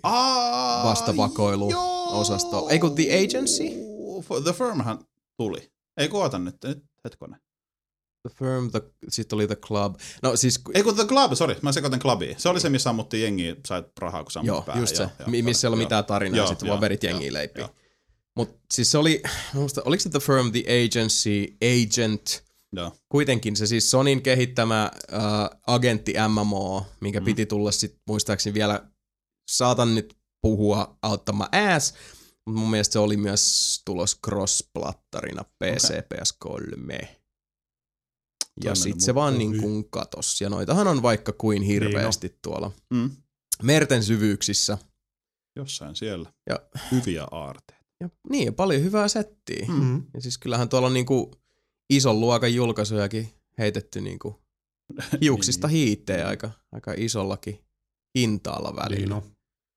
vastavakoiluosastoa. Ei kun The Agency? The Firmhan tuli. Ei koota nyt, nyt hetkonen. The Firm, the, sitten oli The Club. No siis... Ei kun The Club, sori, mä sekoitin Clubiin. Se oli se, missä ammuttiin jengiä, sait rahaa, kun sammut Joo, päähän. just se, Joo, joo, missä ei ole mitään tarinaa, joo, sitten vaan verit jengiä leipiin. Mutta siis se oli, musta, oliko se The Firm, The Agency, Agent, joo. kuitenkin se siis Sonyn kehittämä äh, agentti M M O, minkä mm. piti tulla sitten muistaakseni vielä, saatan nyt puhua out my ass, mutta mun mielestä se oli myös tulos cross-plattarina P C, okay. P S kolme. Ja sit se vaan niin kuin katos. Ja noitahan on vaikka kuin hirveästi niin no. tuolla mm. merten syvyyksissä. Jossain siellä. Ja, hyviä aarteita. Ja, niin, ja paljon hyvää settiä. Mm-hmm. Ja siis kyllähän tuolla on niin kuin ison luokan julkaisujakin heitetty niin kuin hiuksista niin. hiiteen aika, aika isollakin hintaalla välillä. Niin no.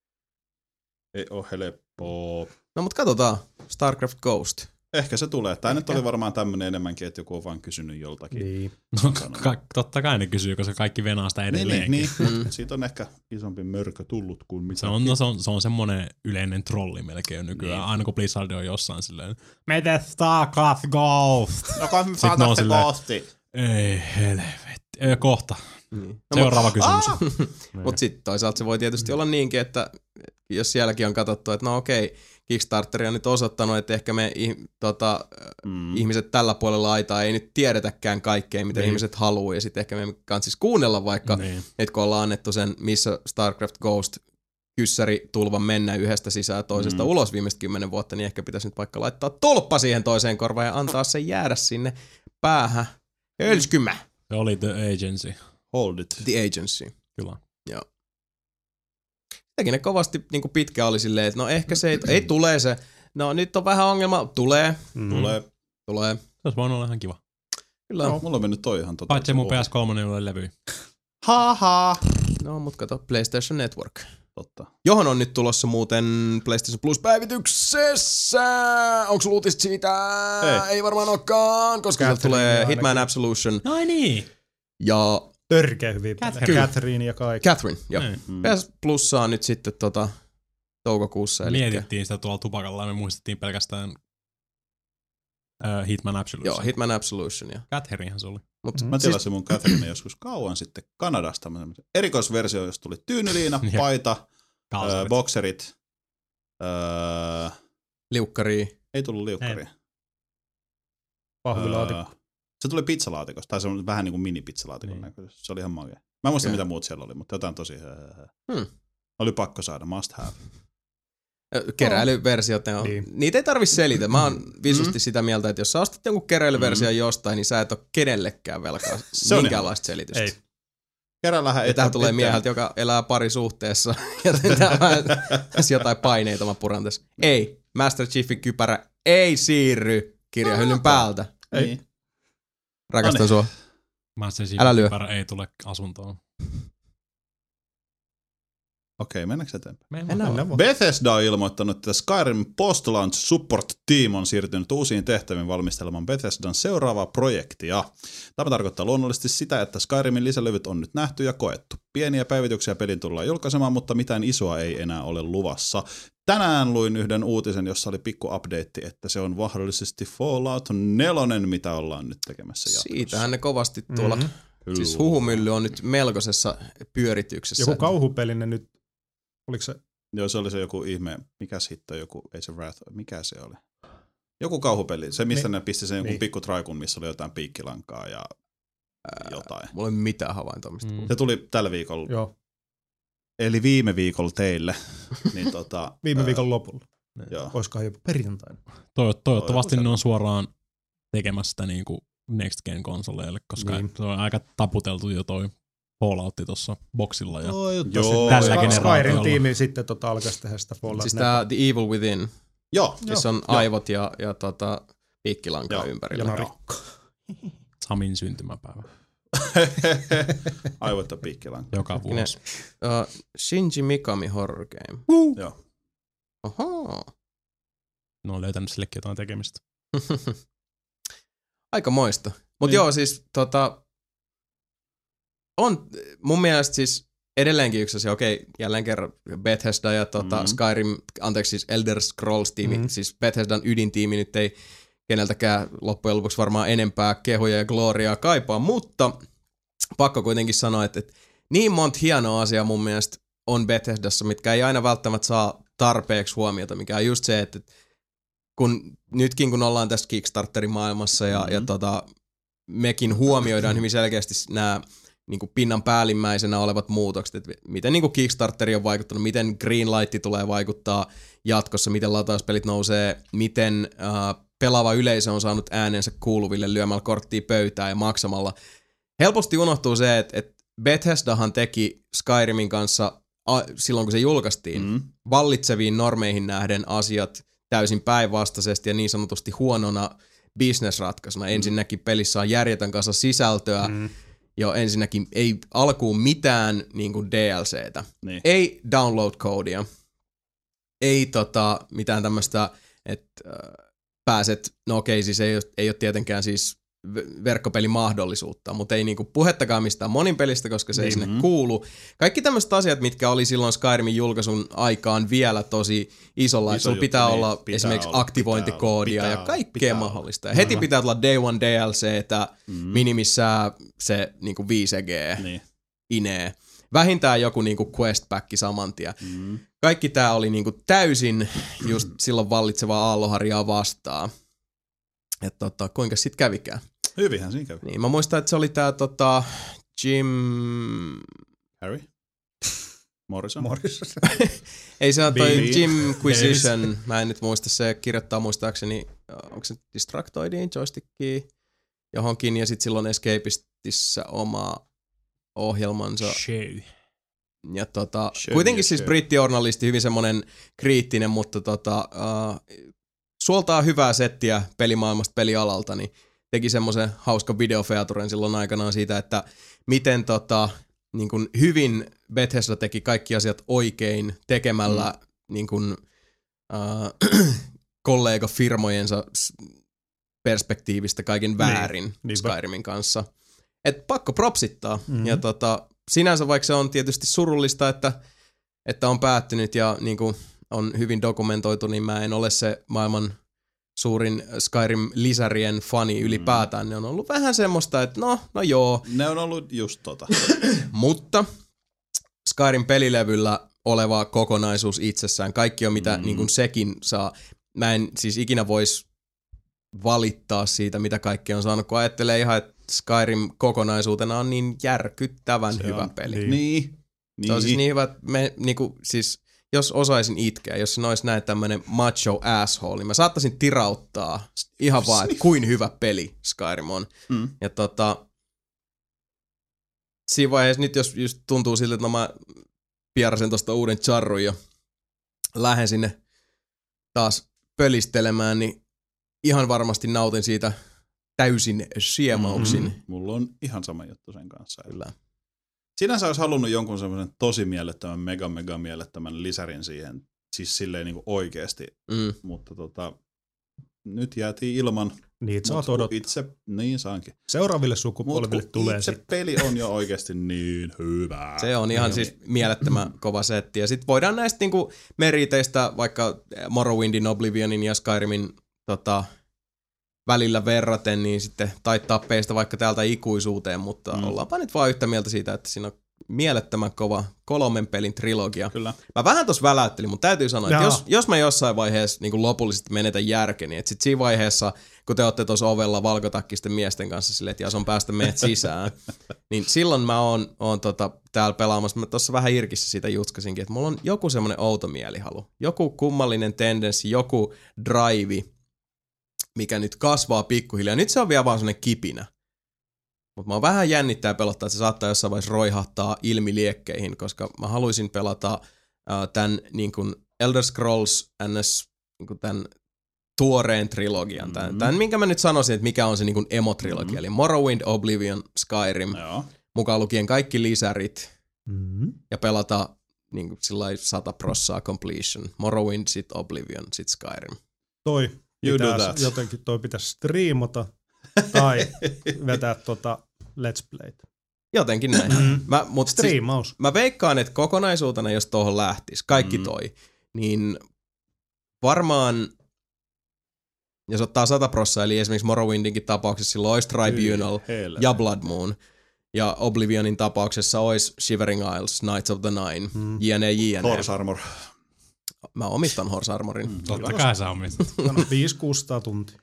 Ei oo helppoa. No mut katsotaan. StarCraft Ghost. Ehkä se tulee. Tämä nyt oli varmaan tämmöinen enemmänkin, että joku on vaan kysynyt joltakin. Niin. No, ka- totta kai ne kysyy, koska kaikki venaa sitä edelleenkin. Niin, niin, niin. Siitä on ehkä isompi mörkö tullut kuin mitä. Se on, no, se on, se on semmoinen yleinen trolli melkein nykyään. Niin. Aina kun Blizzard on jossain silleen, mete StarCraft Ghost. No kai me saadaan se Ghosti. Ei helvetti. Ei, kohta. Niin. Seuraava kysymys. Ah! Mutta sitten toisaalta se voi tietysti olla niinkin, että jos sielläkin on katsottu, että no okei, Kickstarter on nyt osoittanut, että ehkä me tota, mm. ihmiset tällä puolella aitaa ei nyt tiedetäkään kaikkea, mitä niin. ihmiset haluaa, ja sitten ehkä me kansis kuunnella vaikka, niin. että kun ollaan annettu sen, missä StarCraft Ghost kyssäri tulvan mennä yhdestä sisään toisesta mm. ulos viimeistä kymmenen vuotta, niin ehkä pitäisi nyt vaikka laittaa tolppa siihen toiseen korvaan ja antaa sen jäädä sinne päähän. Ölskymä! Se oli The Agency. Hold it. The Agency. Kyllä. Joo. Sitäkin ne kovasti niin kuin pitkä oli silleen, että no ehkä se ei, ei tule se. No nyt on vähän ongelma. Tulee. Mm. Tulee. Tulee. Se olisi voinut olla ihan kiva. Kyllä. No, mulla on mennyt toi ihan totta. Paitsi mun P S kolme ei ole levy. Haha. No mut kato, PlayStation Network. Totta. Johon on nyt tulossa muuten PlayStation Plus-päivityksessä. Onko sulla uutista siitä? Ei. Ei varmaan olekaan, koska sieltä tulee Hitman Absolution. Ai niin. Ja törkeä hyviä pelejä. Catherine ja kaikki. Catherine, joo. Mm. P S Plus saa nyt sitten tota toukokuussa. Mietittiin eli sitä tuolla tupakalla ja me muistettiin pelkästään uh, Hitman Absolution. Joo, Hitman Absolution. Ja. Catherinehan se oli. Mut, mm. Mä tilasin siis mun Catherine joskus kauan sitten Kanadasta. Erikoisversio, jossa tuli tyynyliina, paita, äh, bokserit. Äh, liukkari. Ei tullut liukkari. Pahvilaatikko. Äh, se tuli pizzalaatikosta, tai se on vähän niin kuin mini-pizzalaatikon niin. näköistä. Se oli ihan makea. Mä en muista, okay. mitä muut siellä oli, mutta jotain tosi... Hmm. Oli pakko saada, must have. Keräilyversiot, ne on. Niin. Niitä ei tarvitse selitä. Mä oon visusti sitä mieltä, että jos sä ostat jonkun keräilyversion mm. jostain, niin sä et ole kenellekään velkaa minkäänlaista selitystä. Ei. Kerällähän ja tähän tulee mieheltä, joka elää parisuhteessa. Ja tässä jotain paineita mä puran tässä. Ei. Master Chiefin kypärä ei siirry kirjahyllyn päältä. Ei. Niin. Rakastan no niin. sua. Master Chiefin kypärä ei tule asuntoon. Okei, mennäänkö eteenpäin? Mennään. Bethesda on ilmoittanut, että Skyrim Post-Launch Support Team on siirtynyt uusiin tehtäviin valmistelemaan Bethesdan seuraavaa projektia. Tämä tarkoittaa luonnollisesti sitä, että Skyrimin lisälevyt on nyt nähty ja koettu. Pieniä päivityksiä pelin tullaan julkaisemaan, mutta mitään isoa ei enää ole luvassa. Tänään luin yhden uutisen, jossa oli pikku update, että se on mahdollisesti Fallout neljä, mitä ollaan nyt tekemässä jatkossa. Siitähän ne kovasti tuolla. Mm-hmm. Siis huhumylly on nyt melkoisessa pyörityksessä. Joku kauhupelinen nyt. Oliko se? Joo, se oli se joku ihme, mikä sitten joku, ei se Wrath, mikä se oli? Joku kauhupeli, se mistä niin. ne pisti sen joku niin. pikku traikun, missä oli jotain piikkilankaa ja Ää, jotain. Mulla ei mitään havaintoa mistä. Mm. Se tuli tällä viikolla. Joo. Eli viime viikolla teille. niin tota, viime ää, viikon lopulla. Joo. Olisikohan jopa perjantaina. Toivot, toivottavasti ne on suoraan tekemässä sitä niinku Next Gen konsoleille, koska niin. se on aika taputeltu jo toi Falloutti tuossa boksilla ja no, joo, tällä generaatiolla. Skyrim tiimi sitten tota alkaisi tehdä sitä Fallout. Siis tää The Evil Within. Joo. Siis on joo. aivot ja, ja tota, piikkilankaa ympärillä. Ja narikko. Samin syntymäpäivä. Aivot ja piikkilankaa. Joka vuosi. Uh, Shinji Mikami Horror Game. Uh. Joo. Oho. Ne on löytänyt sillekin jotain tekemistä. Aika moista. Mut niin. joo, siis tota... On mun mielestä siis edelleenkin yksi asia, okei, jälleen kerran Bethesda ja tota mm-hmm. Skyrim, anteeksi siis Elder Scrolls-tiimi, mm-hmm. siis Bethesdan ydintiimi nyt ei keneltäkään loppujen lopuksi varmaan enempää kehuja ja gloriaa kaipaa, mutta pakko kuitenkin sanoa, että, että niin monta hienoa asiaa mun mielestä on Bethesdassa, mitkä ei aina välttämättä saa tarpeeksi huomiota, mikä on just se, että kun nytkin kun ollaan tässä Kickstarterin maailmassa ja, mm-hmm. ja tota, mekin huomioidaan hyvin selkeästi nämä niin kuin pinnan päällimmäisenä olevat muutokset, että miten niin kuin Kickstarteri on vaikuttanut, miten Greenlight tulee vaikuttaa jatkossa, miten latauspelit nousee, miten äh, pelaava yleisö on saanut äänensä kuuluville lyömällä korttia pöytään ja maksamalla. Helposti unohtuu se, että, että Bethesdahan teki Skyrimin kanssa a, silloin, kun se julkaistiin, mm. vallitseviin normeihin nähden asiat täysin päinvastaisesti ja niin sanotusti huonona business-ratkaisuna. Mm. Ensinnäkin pelissä on järjetön kanssa sisältöä, mm. jo ensinnäkin ei alkuun mitään niin kuin D L C:tä, niin. Ei download-koodia, ei tota, mitään tämmöistä, että äh, pääset, no okei, siis ei, ei ole tietenkään siis verkkopelimahdollisuutta, mutta ei niinku puhettakaan mistään moninpelistä, koska se mm-hmm. ei sinne kuulu. Kaikki tämmöiset asiat, mitkä oli silloin Skyrimin julkaisun aikaan vielä tosi isolla, Iso että pitää juttu, olla pitää esimerkiksi olla, aktivointikoodia pitää, ja kaikkea pitää mahdollista. Ja heti pitää olla Day One D L C:tä, mm-hmm. minimissään se niinku viisi G niin. inee. Vähintään joku niinku quest-pack saman tien. Mm-hmm. Kaikki tää oli niinku täysin just silloin vallitsevaa aalloharjaa vastaan. Että tota, kuinka sit kävikään? Hyvinhän siinä kävi. Niin, mä muistan, että se oli tää tota, Jim... Harry? Morrison? Morrison. Ei se on toi Jim Quisition. Mä en nyt muista, se kirjoittaa muistaakseni, onko se Distractoidiin, joystickiin johonkin, ja sit silloin Escapistissä oma ohjelmansa. Show. Ja tota, show, kuitenkin show. siis brittijournalisti, hyvin semmonen kriittinen, mutta tota... Uh, suoltaa hyvää settiä pelimaailmasta, pelialalta, niin teki semmoisen hauskan videofeaturen silloin aikanaan siitä, että miten tota, niin kuin hyvin Bethesda teki kaikki asiat oikein tekemällä mm. niin kuin, äh, kollegafirmojensa perspektiivistä kaiken väärin niin, Skyrimin kanssa. Et pakko propsittaa. Mm-hmm. Ja tota, sinänsä vaikka se on tietysti surullista, että, että on päättynyt ja niin kuin, on hyvin dokumentoitu, niin mä en ole se maailman suurin Skyrim-lisärien fani ylipäätään. Ne on ollut vähän semmoista, että no, no joo. Ne on ollut just tota. Mutta Skyrim-pelilevyllä oleva kokonaisuus itsessään, kaikki on mitä mm. niin kuin sekin saa. Mä en siis ikinä vois valittaa siitä, mitä kaikki on saanut, kun ajattelee ihan, että Skyrim kokonaisuutena on niin järkyttävän se hyvä on, peli. Niin. niin. Se on siis niin hyvä, että me, niin kuin, siis jos osaisin itkeä, jos se olisi näin tämmönen macho asshole, niin mä saattaisin tirauttaa ihan vaan, että kuin hyvä peli Skyrim on. Mm. Ja tota, siinä vaiheessa nyt, jos just tuntuu siltä, että no mä pierasen tosta uuden charrun ja lähden sinne taas pölistelemään, niin ihan varmasti nautin siitä täysin siemauksin. Mm-hmm. Mulla on ihan sama juttu sen kanssa. Kyllä. Sinänsä olisi halunnut jonkun semmoisen tosi mielettömän, mega mega mielettömän lisärin siihen, siis silleen niin kuin oikeesti, mm. mutta tota, nyt jäätiin ilman. Niitä saat odottaa. Itse, niin saankin. Seuraaville sukupolville Mut, tulee itse sitten. peli on jo oikeasti niin hyvä. Se on ihan siis mielettömän kova setti. Ja sitten voidaan näistä niinku meriteistä, vaikka Morrowindin, Oblivionin ja Skyrimin tota, välillä verraten, niin sitten taittaa peistä vaikka täältä ikuisuuteen, mutta mm. ollaanpa nyt vaan yhtä mieltä siitä, että siinä on mielettömän kova kolmen pelin trilogia. Kyllä. Mä vähän tossa väläyttelin, mutta täytyy sanoa, että jos, jos mä jossain vaiheessa niin lopullisesti menetän järkeni, että sit siinä vaiheessa, kun te ootte tuossa ovella valkotakkisten miesten kanssa silleen, että Jason päästä meidät sisään, niin silloin mä oon, oon tota, täällä pelaamassa. Mä tossa vähän irkissä siitä jutskasinkin, että mulla on joku semmonen outo mielihalu, joku kummallinen tendenssi, joku drive, mikä nyt kasvaa pikkuhiljaa. Nyt se on vielä vaan semmonen kipinä. Mutta mä oon vähän jännittää ja pelottaa, että se saattaa jossain vaiheessa roihahtaa ilmiliekkeihin, koska mä haluaisin pelata äh, tämän niin kuin Elder Scrolls N S, niin kuin tämän tuoreen trilogian. Mm-hmm. Tämän, tämän, minkä mä nyt sanoisin, että mikä on se niin kuin emo-trilogia. Mm-hmm. Eli Morrowind, Oblivion, Skyrim, Joo. mukaan lukien kaikki lisärit. Mm-hmm. Ja pelata niin kuin sillai sata prossaa completion. Morrowind, sit Oblivion, sit Skyrim. Toi pitäisi, jotenkin toi pitäisi striimata. Tai vetää tota Let's Playt. Jotenkin näin. Mm. Mä, mut Striimaus. Siis, mä veikkaan, että kokonaisuutena, jos tuohon lähtisi, kaikki mm. toi, niin varmaan, jos ottaa sata prossaa, eli esimerkiksi Morrowindinkin tapauksessa silloin olisi Tribunal Hei, ja Blood Moon, ja Oblivionin tapauksessa olisi Shivering Isles, Knights of the Nine, mm. jne, jne. Horse Armor. Mä omistan Horse Armorin. Mm. Totta kai sä omistat. viisi kuusisataa tuntia.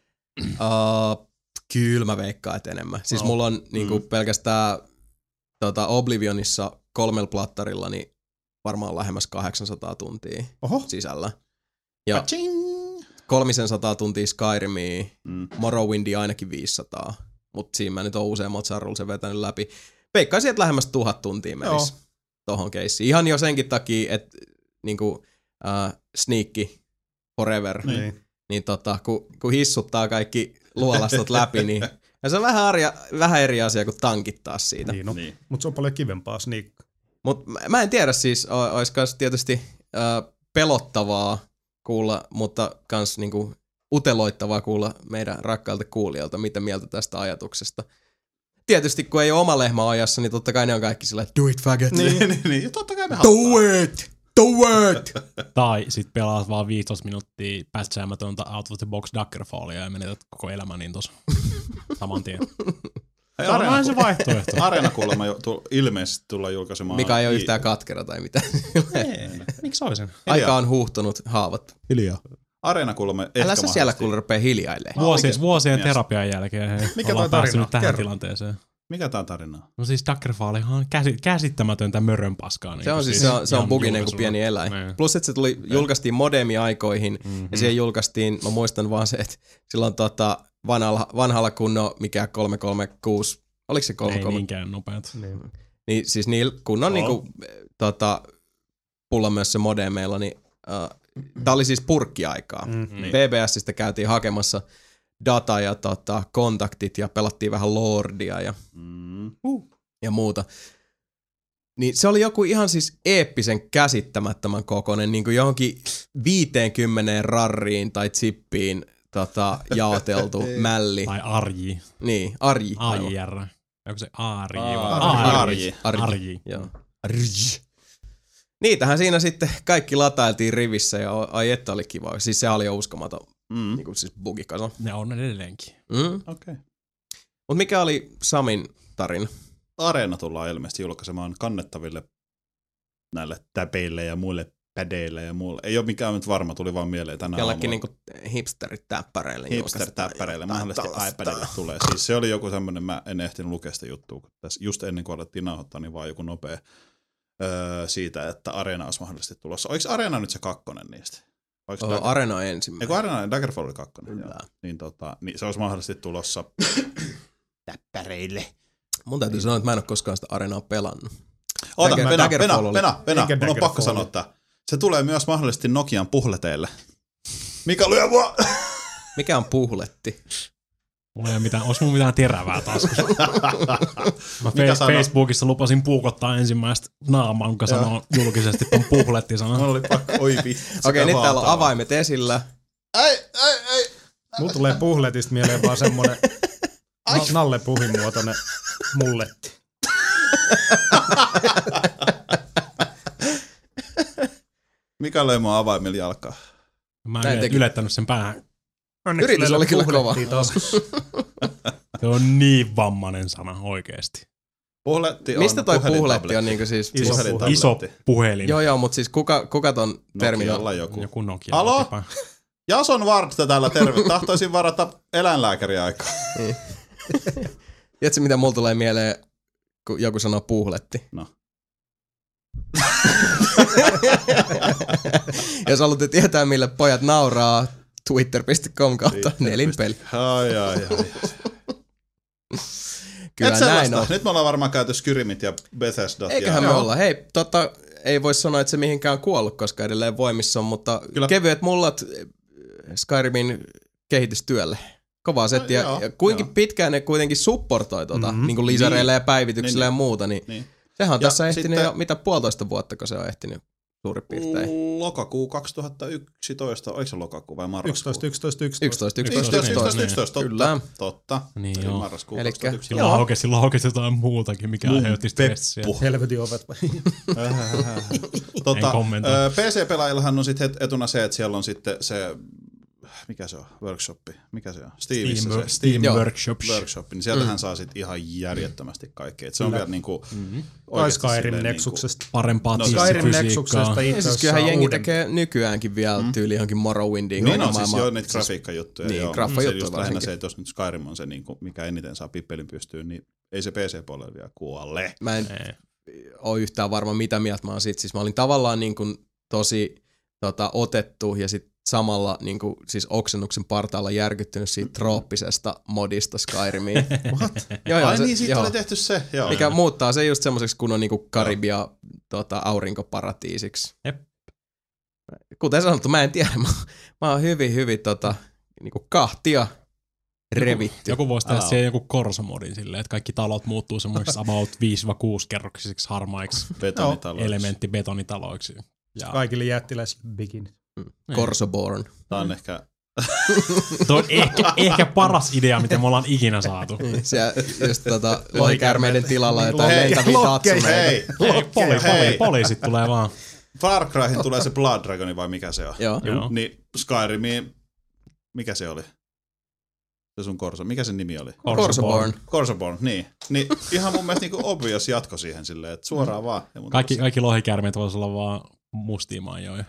Uh, Kyllä mä veikkaan, että enemmän. Siis no. mulla on niinku mm. pelkästään tota, Oblivionissa kolmella plattarilla niin varmaan lähemmäs kahdeksansataa tuntia Oho. sisällä. Ja Paching. kolmisen tuntia Skyrimiä, mm. Morrowindia ainakin viisisataa. Mutta siinä mä nyt oon useammalta sarrulla sen vetänyt läpi. Veikkaisin, että lähemmäs tuhat tuntia menisi tohon keissiin. Ihan jo senkin takia, että niinku äh, sneakki forever. Niin, niin tota, kun, kun hissuttaa kaikki luolastot läpi, niin se on vähän, arja, vähän eri asia kuin tankittaa siitä. Niin, no, niin. Mutta se on paljon kivempaa sniikkaa. Mutta mä en tiedä siis, olisi kans tietysti äh, pelottavaa kuulla, mutta kans niinku uteloittavaa kuulla meidän rakkailta kuulijoilta, mitä mieltä tästä ajatuksesta. Tietysti kun ei ole oma lehmä ajassa, niin totta kai ne on kaikki sillä, do it faggot. Niin, niin, niin. Totta kai me do it! Do it! Tai sit pelaat vaan viisitoista minuuttia patchäämätöntä out of the box Daggerfallia ja menetät koko elämän niin tossa saman tien. Hei, se on se vaihtoehto. Areena kuulemma jo, tu, ilmeisesti tullaan julkaisemaan. Mikä ei ole yhtään katkera tai mitään. Miksi olisin? Aika on huuhtunut haavat. Hiljaa. Areena kuulemma ehkä Älä sä siellä kuule rupee hiljailemaan. Vuosien, vuosien terapian jälkeen hei, mikä ollaan päästy nyt tähän Kerro. tilanteeseen. Mikä tää tarina on? No siis Daggerfall on ihan käsi, käsittämätöntä mörönpaskaa. Niin se on siis, siis se on, se on buginen kuin pieni eläin. Ne. Plus, että se tuli, julkaistiin modemi-aikoihin mm-hmm. ja siihen julkaistiin, mä muistan vaan se, että silloin tota vanhalla, vanhalla kunnon, mikä kolme kolme kuusi, oliko se kolme kolme? Ei niinkään nopeat. Niin, niin siis niillä kunnon oh. niinku, tota, pullamössä modemeilla, niin uh, tää oli siis purkkiaikaa. Mm-hmm. B B S:stä käytiin hakemassa data ja tota, kontaktit ja pelattiin vähän Lordia ja, mm. uh, ja muuta. Niin se oli joku ihan siis eeppisen käsittämättömän kokoinen, niin kuin johonkin viiteenkymmeneen rarriin tai chippiin tota, jaoteltu mälli. Tai arji. Niin, arji. A J R. Onko se arji? Arji. Arji. Joo. Arji. Niitähän siinä sitten kaikki latailtiin rivissä ja ai että oli kiva. Siis se oli jo uskomaton. Mm. Niin kuin siis bugikasa. Ne on edelleenkin. Mm. Okei. Okay. Mut mikä oli Samin tarina? Areena tullaan ilmeisesti julkaisemaan kannettaville näille täpeille ja muille pädeille ja muulle. Ei ole mikään nyt varma, tuli vaan mieleen tänä Jollekin niinku hipsterit-täppäreille. Hipster-täppäreille. Mahdollisesti iPadille tulee. Siis se oli joku semmoinen, mä en ehtinyt lukea sitä juttua. Tässä just ennen kuin alettiin nauhoittaa, niin vaan joku nopea öö, siitä, että Arena olisi mahdollisesti tulossa. Oliko Arena nyt se kakkonen niistä? Oliko oh, Arena ensimmäinen? Eikö Arena, Daggerfall oli kakkonen, joo. Niin, tota, niin se olisi mahdollisesti tulossa täppäreille. Mun täytyy mm. sanoa, että mä en ole koskaan sitä Arenaa pelannut. Oota, Pena, Pena, Pena, Pena, mun on pakko sanoa, että se tulee myös mahdollisesti Nokian puhleteille. Mikä lyö mua? Mikä on puhletti? Mulla ei ole mitään, ois mun mitään terävää taskussa. Mä fe- Facebookissa lupasin puukottaa ensimmäistä naamaa, jonka sanoo julkisesti ton puhletti-sanan. Mulla oli pakko, oi vitsi. Okei, nyt täällä on avaimet esillä. Ei, ei, ei. Mulla tulee puhletista mieleen vaan semmonen Nalle Puhin muotoinen mulletti. Mikä löi mun avaimilla jalkaa? Mä en teki... ylettänyt sen päähän. Onneksi yritys oli kyllä kova. Se on niin vammainen sana oikeesti. Puhletti on mistä toi puhletti on niinku siis iso, iso puhelin. Joo joo, mut siis kuka, kuka ton termin on? Joku. Joku Nokia. Halo? Jason Vartta täällä terve. Tahtoisin varata eläinlääkäriä aikaa. Niin. Tiedätkö mitä mulla tulee mieleen, kun joku sanoo puhletti? No. Jos haluatte tietää, mille pojat nauraa, twitter piste com kautta nelinpeli. Ai, ai, ai. Kyllä näin on. Nyt me ollaan varmaan käyty Skyrimit ja Bethesdat. Eiköhän ja... me olla. Hei, tota, ei voi sanoa, että se mihinkään kuollut, koska edelleen voimissa on, mutta kyllä. Kevyet mullat Skyrimin kehitystyölle. Kovaa settiä. No, ja kuinka pitkään ne kuitenkin supportoi tuota, mm-hmm. niin kuin lisäreillä niin, ja päivityksillä niin, ja muuta, niin, niin. sehän on ja tässä ehtinyt sitten, jo mitä puolitoista vuotta, kun se on ehtinyt suurin piirtein. Lokakuu kaksituhattayksitoista, oliko se lokakuu vai marraskuu? yksitoista, yksitoista, yksitoista, yksitoista, yksitoista, kyllä. Totta. Niin joo. Marraskuu kaksituhattayksitoista. Silloin aukesi, silloin aukesi jotain muutakin, mikä aiheutti stressiä. Helvetin ovet vai? tota, P C-pelaajillahan on sitten etuna se, että siellä on sitten se... Mikä se on? Workshoppi. Mikä se on? Steamissa Steam, se. Steam, Steam Workshop. Workshop. Niin sieltähän mm. saa sit ihan järjettömästi kaikkea. Et se on vielä niinku... Mm-hmm. Tai Skyrim Nexuksesta. Parempaa no, Skyrim Nexuksesta itse asiassa kyllähän jengi uuden. Tekee nykyäänkin vielä mm. tyyli johonkin Morrowindiin. Niin on siis jo niitä grafiikkajuttuja. Niin, joo. graffajuttuja se lähinnä se, että jos nyt Skyrim on se, niinku, mikä eniten saa pippelin pystyyn, niin ei se P C-puolella vielä kuole. Mä en ole yhtään varma, mitä mieltä mä oon siitä. Siis mä olin tavallaan niin kuin tosi tota, otettu ja sit samalla niin kuin, siis oksennuksen partaalla järkyttynyt siitä trooppisesta modista Skyrimiin. What? Joo, joo, Ai se, niin, siitä joo. oli tehty se. Joo. Mikä muuttaa se just semmoiseksi, kun on niin kuin Karibia tota, aurinkoparatiisiksi. Jep. Kuten sanottu, mä en tiedä. Mä, mä oon hyvin, hyvin tota, niin kuin kahtia revitty. Joku, joku voisi tehdä siihen joku korsomodin silleen, että kaikki talot muuttuu semmoisiksi about viisi kuusi kerroksisiksi harmaiksi elementtibetonitaloiksi. Ja... Kaikille jättiläisille bikinit. Mm. Corsoborn. Tämä on ehkä... Tuo on ehkä, ehkä paras idea, mitä me ollaan ikinä saatu. Siellä just tota lohikäärmeiden tilalla jotain lentäviä tatsuneita. Hei, hei, poli, poli, poliisit tulee vaan. Far Cryhin tulee se Blood Dragoni vai mikä se on? Joo. Joo. Niin Skyrimiin, mikä se oli? Se sun Corso, mikä sen nimi oli? Corsoborn. Corsoborn, niin. Niin ihan mun mielestä niinku obvious jatko siihen silleen, että suoraan vaan. Kaikki, kaikki lohikäärmeet voisi olla vaan mustia maajoja.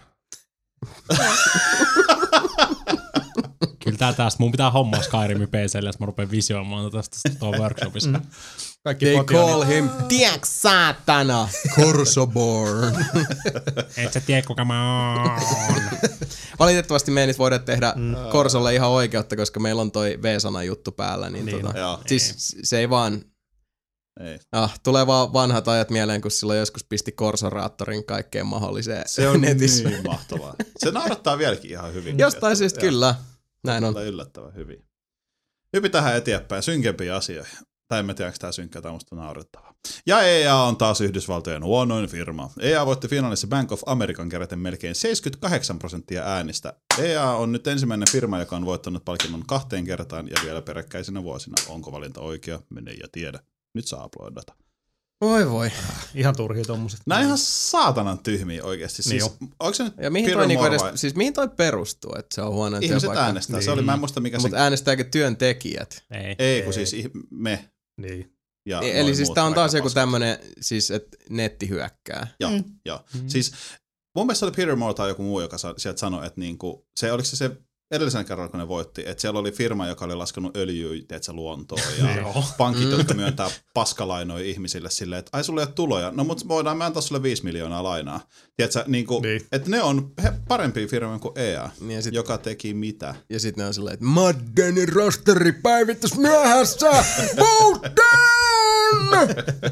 Kyllä tää tästä. Mun pitää hommaa Skyrimin P C:lle, jos mä rupean visioimaan tästä tuolla workshopissa. Mm. They call him Tiek Saatana Corsoborn. Et sä tiedä kuka mä oon. Valitettavasti me ei nyt voida tehdä mm. Corsolle ihan oikeutta, koska meillä on toi V-sana juttu päällä. Niin niin tota, no, siis se ei vaan... Ei. Ah, tulee vaan vanhat ajat mieleen, kun silloin joskus pisti Corsoraattorin kaikkeen mahdolliseen se on netissä. Niin mahtavaa. Se naurattaa vieläkin ihan hyvin. Jostain syystä kyllä. Näin on. Yllättävän hyvin. Hypi tähän eteenpäin synkempiin asioihin. Tai en tiedä, onko tämä synkkä tai musta naurettavaa. Ja E A on taas Yhdysvaltojen huonoin firma. E A voitti finaalissa Bank of American keräten melkein seitsemänkymmentäkahdeksan prosenttia äänistä. E A on nyt ensimmäinen firma, joka on voittanut palkinnon kahteen kertaan ja vielä peräkkäisinä vuosina. Onko valinta oikea? Mene ja tiedä. Nyt saa uploadata. Voi voi. Ihan turhia tommoset. Nää ihan saatanan tyhmiä oikeesti. Siis, niin onko se nyt ja mihin toi, niinku edes, siis mihin toi perustuu, että se on huono ihmiset työpaikka? Äänestää. Niin. Se oli, mä en muista mikä se... Mutta äänestääkö työntekijät? Ei. Ei, kun siis me. Niin. Ja niin eli siis tää on taas joku tämmönen, siis että netti hyökkää. Joo, mm. joo. Mm. Siis mun mielestä oli Peter Moore tai joku muu, joka sieltä sanoi, että niinku, se oliko se se edellisen kerralla, kun ne voitti, että siellä oli firma, joka oli laskenut öljyä, teetsä, luontoon, ja pankit, jotka myöntää paskalainoja ihmisille silleen, että ai sulla ei ole tuloja, no mutta voidaan me antaa sulle viisi miljoonaa lainaa. Tiedätkö, niin kuin, niin. Että ne on parempia firmoja kuin E A, niin sit, joka teki mitä. Ja sitten ne on silleen, että Maddenin rosteri päivitys myöhässä, vote down!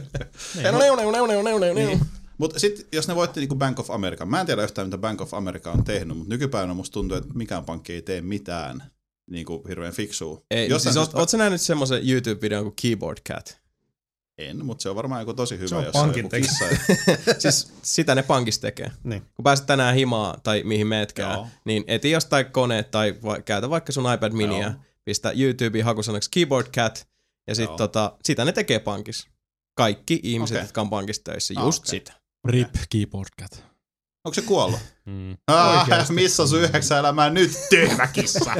Niin. Mutta sitten jos ne voitti niinku Bank of America, mä en tiedä yhtään mitä Bank of America on tehnyt, mutta nykypäivänä musta tuntuu, että mikään pankki ei tee mitään niinku hirveän fiksua. Ei, siis oot, oot sä nähnyt semmoisen YouTube-videon kuin Keyboard Cat? En, mutta se on varmaan joku tosi hyvä. Se on pankin tekijä. Siis sitä ne pankissa tekee. Niin. Kun pääset tänään himaan tai mihin meetkään, Joo. niin eti jostain koneet tai va- käytä vaikka sun iPad miniä, Joo. pistä YouTubeen hakusanaksi Keyboard Cat ja sitten tota, sitä ne tekee pankissa. Kaikki ihmiset, okay. jotka on pankissa töissä, just ah, okay. sitä. Rip Keyboard Cat. Onko se kuollut? Mm. Ah, missä on sun yhdeksän elämää nyt, tyhmä kissa?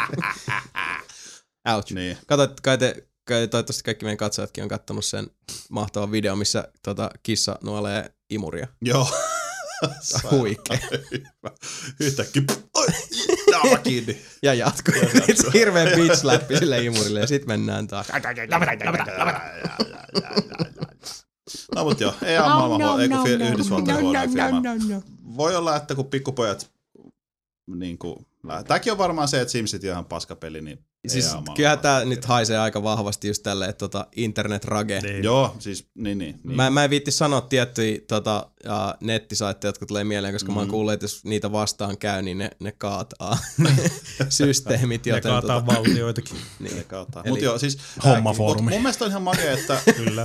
Ouch. Niin. Kato, kai te, kai toivottavasti kaikki meidän katsojatkin on kattonut sen mahtavan video, missä tota, kissa nuolee imuria. Joo. Huikea. Yhtäkkiä. Naama kiinni. Ja jatkuu. Itse hirveä bitch läppi sille imurille ja sit mennään taas. No mut joo, ei ole maailman huono, ei kun Yhdysvaltain huono firma. Voi olla, että kun pikkupojat niinku, tääkin on varmaan se, että SimCity on ihan paskapeli, niin siis kyllähän tää nyt haisee aika vahvasti just tälleen, että tota, internet rage. Niin. Joo, siis niin niin. niin. Mä, mä en viitti sanoa tiettyjä tota, uh, nettisaitteja, jotka tulee mieleen, koska mm. mä oon kuullut, että jos niitä vastaan käy, niin ne, ne kaataa systeemit. Ne joten, kaataa tota, valtioitakin. Niin. Ne kaataa. Eli, mut joo, siis hommafoorumi. Mun mielestä on ihan makea, että kyllä.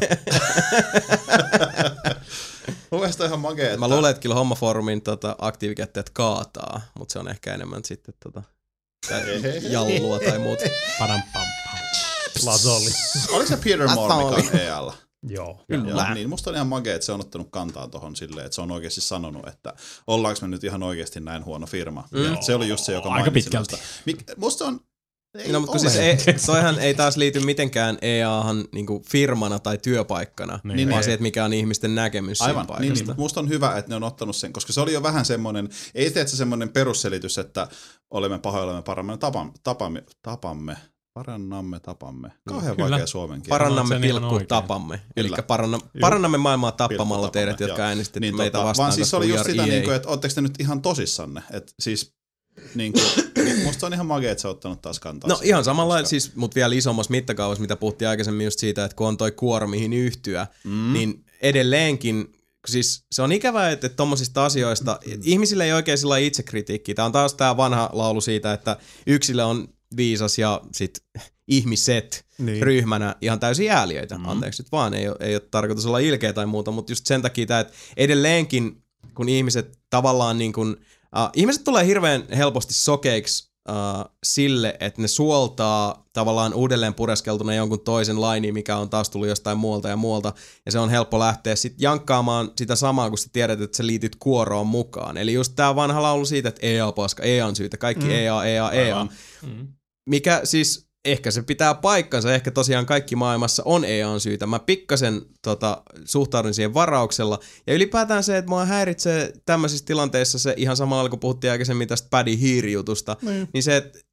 Mun mielestä on ihan makea, että... Mä luulen, että kyllä hommafoorumin tota, aktiivikäyttäjät kaataa, mutta se on ehkä enemmän sitten tota, jallua tai muuta. Padam pam pam. Lazoli. Oliko se Peter Moore, mikä on E A:lla? Joo. Kyllä. Niin, musta on ihan makea, että se on ottanut kantaa tohon silleen, että se on oikeasti sanonut, että ollaanko me nyt ihan oikeasti näin huono firma. Mm. Se oli just se, joka aika pitkälti. Musta on... Ei no, mutta siis ei, toihan ei taas liity mitenkään E A:han niinku firmana tai työpaikkana, niin, vaan se, että mikä on ihmisten näkemys aivan, siinä paikasta. Niin, niin. Musta on hyvä, että ne on ottanut sen, koska se oli jo vähän semmoinen, ei tee se semmoinen perusselitys, että olemme pahoillamme parannamme tapamme, tapamme, tapamme, parannamme tapamme. Kauhean Kyllä. vaikea suomen kieli. Parannamme pilkku tapamme. Eli paranna, parannamme maailmaa tappamalla teidät, jotka äänestitte niin, meitä tota, vastaan. Vaan siis oli just sitä, niin kuin, että ootteko te nyt ihan tosissanne? Että siis... Niin kuin, niin musta on ihan makea, että sä oot ottanut taas kantaa. No ihan samalla, koska... siis, mutta vielä isommassa mittakaavassa, mitä puhuttiin aikaisemmin just siitä, että kun on toi kuoro, mihin yhtyä, mm. niin edelleenkin, siis se on ikävää, että, että tommosista asioista, mm. ihmisille ei oikein sillä itsekritiikkiä. Tää on taas tää vanha laulu siitä, että yksilö on viisas ja sit ihmiset niin. ryhmänä ihan täysin ääliöitä. Mm. Anteeksi nyt vaan, ei ole, ei ole tarkoitus olla ilkeä tai muuta, mutta just sen takia tää, että edelleenkin, kun ihmiset tavallaan niin kuin Uh, ihmiset tulee hirveän helposti sokeiksi uh, sille, että ne suoltaa tavallaan uudelleen pureskeltuna jonkun toisen lainiin, mikä on taas tullut jostain muualta ja muualta, ja se on helppo lähteä sitten jankkaamaan sitä samaa, kun sä tiedät, että sä liityt kuoroon mukaan. Eli just tää vanha laulu siitä, että E A paska, E A on syytä, kaikki mm. E A, E A, E A. Mm. Mikä siis... Ehkä se pitää paikkansa, ehkä tosiaan kaikki maailmassa on E A:n syytä. Mä pikkasen tota, suhtaudun siihen varauksella. Ja ylipäätään se, että mua häiritsee tämmöisissä tilanteissa se ihan samalla, kun puhuttiin aikaisemmin tästä Paddy Hiiri-jutusta, mm. niin se, että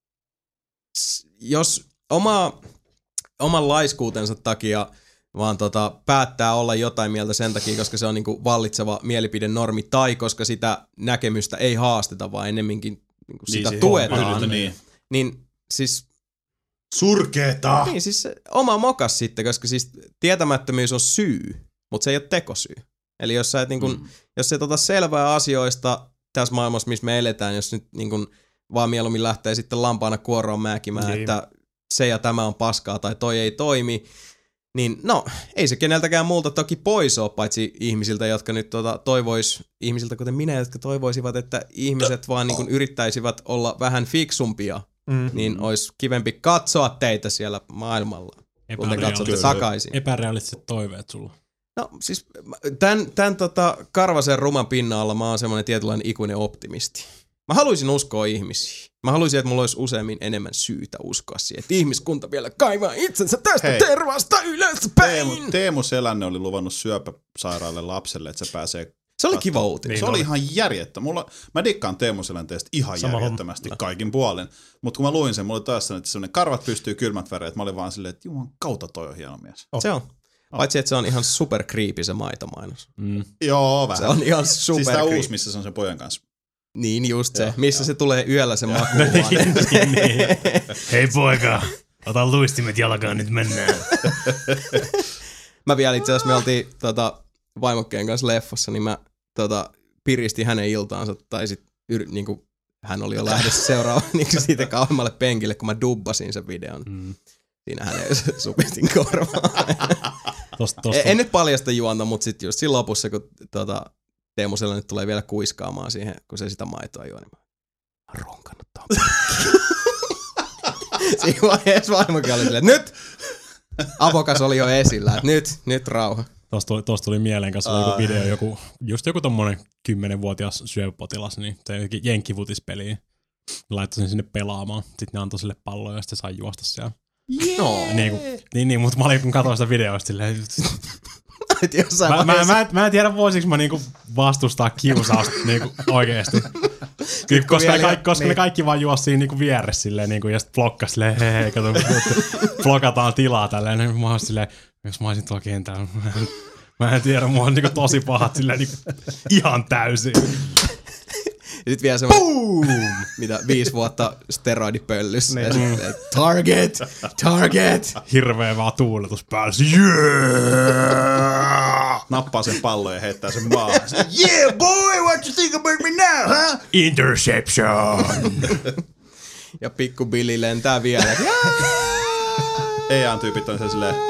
jos oma, oman laiskuutensa takia vaan tota, päättää olla jotain mieltä sen takia, koska se on niinku vallitseva mielipidenormi, tai koska sitä näkemystä ei haasteta, vaan ennemminkin niinku sitä niin, tuetaan, niin. niin siis... Surkeeta! Niin, siis oma mokas sitten, koska siis tietämättömyys on syy, mutta se ei ole tekosyy. Eli jos sä et, niin kun, mm. jos sä et ota selvää asioista tässä maailmassa, missä me eletään, jos nyt niin kun, vaan mieluummin lähtee sitten lampaana kuoroon määkimään, niin. että se ja tämä on paskaa tai toi ei toimi, niin no, ei se keneltäkään muulta toki pois ole, paitsi ihmisiltä, jotka nyt tota, toivois, ihmisiltä kuten minä, jotka toivoisivat, että ihmiset vaan niin kun, yrittäisivät olla vähän fiksumpia. Mm. Niin olisi kivempi katsoa teitä siellä maailmalla, kun te katsotte takaisin. Epärealistiset toiveet sulla. No siis tämän, tämän tota karvasen ruman pinnalla mä oon semmoinen tietynlainen ikuinen optimisti. Mä haluaisin uskoa ihmisiin. Mä haluaisin, että mulla olisi useammin enemmän syytä uskoa siihen, että ihmiskunta vielä kaivaa itsensä tästä Hei. tervasta ylöspäin. Teemu, Teemu Selänne oli luvannut syöpäsairaalle lapselle, että se pääsee Se oli kiva uutinen. Niin se oli, oli ihan järjettä. Mulla, mä dikkaan Teemu Selänteestä ihan Sama järjettömästi homma. Kaikin puolin. Mutta kun mä luin sen, mulla oli taas sellainen, että sellainen karvat pystyy kylmät väreet. Mä olin vaan silleen, että juman kautta toi on hieno mies. Oh. Se on. Oh. Paitsi, että se on ihan super creepy se maitomainos. Mm. Joo, vähän. Se on ihan super Siis tää creepy. uusi, missä se on sen pojan kanssa. Niin just se, missä joo. se tulee yöllä se maku. niin, niin. Hei poika, ota luistimet jalkaan, nyt mennään. Mä vielä itse asiassa me oltiin tota, vaimokkeen kanssa leffassa, niin mä tota, piristin hänen iltaansa, tai sit yr, niinku, hän oli jo lähdössä seuraava niinku siitä kauemmalle penkille, kun mä dubbasin sen videon. Mm. Siinä hänen supistin korvaan. Tosta, tosta. En nyt paljasta juonta, mutta sitten just siinä lopussa, kun tota, Teemu Selänne tulee vielä kuiskaamaan siihen, kun se sitä maitoa juo, niin mä ronkannut tuon siinä vaiheessa vaimokin oli silleen, nyt! Avokas oli jo esillä, että nyt, nyt rauha. Tuosta tuli, tosta tuli mieleen kanssa joku video, joku, just joku tommonen kymmenvuotias syöpäpotilas, niin se jotenkin jenkkifutispeliin. Laittoi sen sinne pelaamaan, sitten ne antoi sille palloa ja sitten se sai juosta siellä. Yeah. No. Niin, kun, niin, niin, mutta mä olin kun katsoin sitä videosta silleen, mä, mä, mä, mä en tiedä voisinko mä niinku vastustaa kiusausta niinku oikeesti. Koska, ne, kaikki, koska niin. ne kaikki vaan juosi siinä niinku vieressä silleen niinku, ja sit blokkas silleen, hei hei, kato, blokataan tilaa tälleen. Niin mä oon silleen, jos mä olisin tuolla kentällä, mä en, mä en tiedä, mua on niinku tosi pahat silleen niinku ihan täysin. Ja sit vielä semmoinen, mitä viisi vuotta steroidipöllys. Niin. Mm. Target! Target! Hirveä vaan tuuletus päällä. Yeah! Nappaa sen pallon ja heittää sen maahan. Yeah boy, what you think about me now, huh? Interception! Ja pikku Billy lentää vielä. E A-tyypit on sen silleen.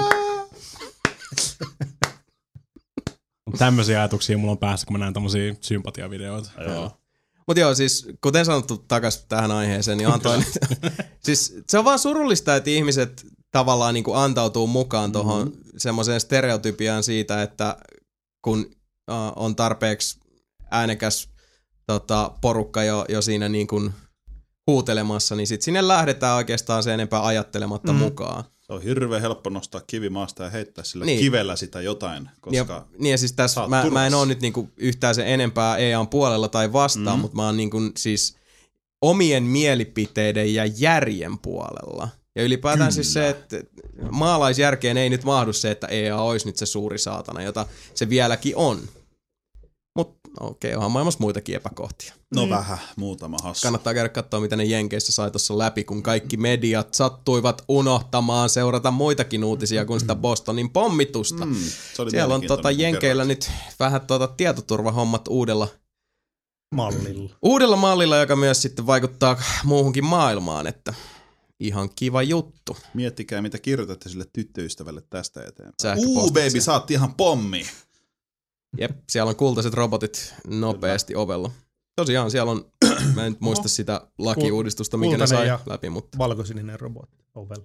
Tämmöisiä ajatuksia mulla on päässä, kun mä näen tommosia sympatiavideoita. Joo. Mutta joo, siis kuten sanottu takas tähän aiheeseen, niin Antoine, siis se on vaan surullista, että ihmiset tavallaan niin kuin antautuu mukaan tuohon mm-hmm. semmoiseen stereotypiaan siitä, että kun uh, on tarpeeksi äänekäs tota, porukka jo, jo siinä niin kuin huutelemassa, niin sitten sinne lähdetään oikeastaan sen enempää ajattelematta mm-hmm. mukaan. Se on hirveän helppo nostaa kivi maasta ja heittää sillä niin. kivellä sitä jotain, koska ja, niin ja siis tässä mä, mä en ole nyt niinku yhtään sen enempää E A:n puolella tai vastaan, mm-hmm. mutta mä oon niinku siis omien mielipiteiden ja järjen puolella. Ja ylipäätään Kyllä. siis se, että maalaisjärkeen ei nyt mahdu se, että E A olisi nyt se suuri saatana, jota se vieläkin on. Mutta okei, okay, onhan maailmassa muitakin epäkohtia. No mm. vähän, muutama hassu. Kannattaa käydä katsoa, mitä ne Jenkeissä sai tuossa läpi, kun kaikki mediat sattuivat unohtamaan seurata muitakin uutisia kuin sitä Bostonin pommitusta. Mm, Siellä on tota Jenkeillä nyt vähän tota tietoturvahommat uudella mallilla. Uudella mallilla, joka myös sitten vaikuttaa muuhunkin maailmaan, että ihan kiva juttu. Miettikää, mitä kirjoitatte sille tyttöystävälle tästä eteenpäin. Uu, baby, saat ihan pommi. Jep, siellä on kultaiset robotit nopeasti ovella. Tosiaan siellä on, mä en nyt muista sitä lakiuudistusta, mikä ne sai läpi, mutta valkosininen robotti ovella.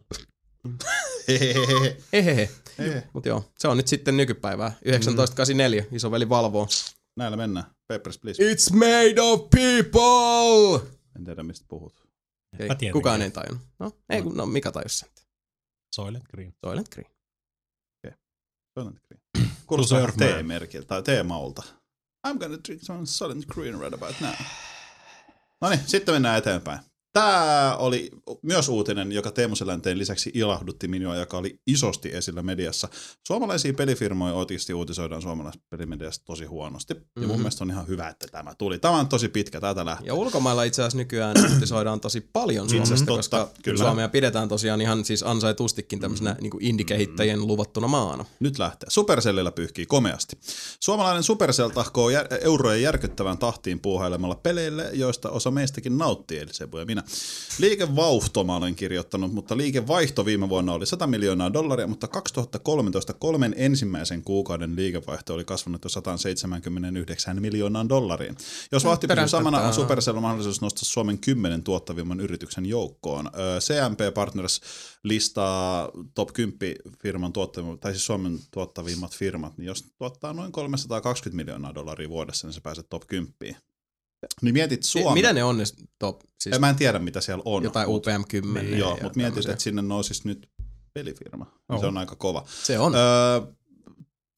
Hehehe. Hehehe. Mut joo, se on nyt sitten nykypäivää. yhdeksäntoista kahdeksankymmentäneljä, isoveli valvoo. Näillä mennään. Papers, please. It's made of people! En tiedä, mistä puhut. Ei, kukaan ei tajunnut. No, ei, no. no mikä tajus sen? Soylent Green. Soylent Green. Okay. Soylent Green. Kuulostaa T-merkiltä tai T-maulta. I'm gonna drink some Soylent Green right about now. Noniin, sitten mennään eteenpäin. Tämä oli myös uutinen, joka Teemu Selänteen lisäksi ilahdutti minua, joka oli isosti esillä mediassa. Suomalaisia pelifirmoja oikeasti uutisoidaan suomalaisessa pelimediassa tosi huonosti. Ja mm-hmm. mun mielestä on ihan hyvä, että tämä tuli. Tämä on tosi pitkä, täältä lähtee. Ja ulkomailla itse asiassa nykyään uutisoidaan tosi paljon Suomesta, koska kyllä. Suomea pidetään tosiaan ihan siis ansaitustikin tämmöisenä mm-hmm. niin kuin indie-kehittäjien mm-hmm. luvattuna maana. Nyt lähtee. Supercellillä pyyhkii komeasti. Suomalainen Supercell tahkoo jär- eurojen järkyttävän tahtiin puuhailemalla peleille, joista osa meistäkin nauttii, eli Sebu ja minä. Liikevauhto mä olen kirjoittanut, mutta liikevaihto viime vuonna oli sata miljoonaa dollaria, mutta kaksituhattakolmetoista kolmen ensimmäisen kuukauden liikevaihto oli kasvanut jo sata seitsemänkymmentäyhdeksän miljoonaan dollariin. Jos vauhti pysyy samana, on Supercell mahdollisuus nostaa Suomen kymmenen tuottavimman yrityksen joukkoon. C M P Partners listaa top kymmenen firman tuottavimmat, tai siis Suomen tuottavimmat firmat, niin jos tuottaa noin kolmesataakaksikymmentä miljoonaa dollaria vuodessa, niin se pääsee top kymmenen. Niin mietit Suomen. Mitä ne on ne top? Siis mä en tiedä, mitä siellä on. Jotain U P M kymmenen. Niin, joo, mutta mietit, että sinne nousisi nyt pelifirma. Oh. Se on aika kova. Se on. Öö,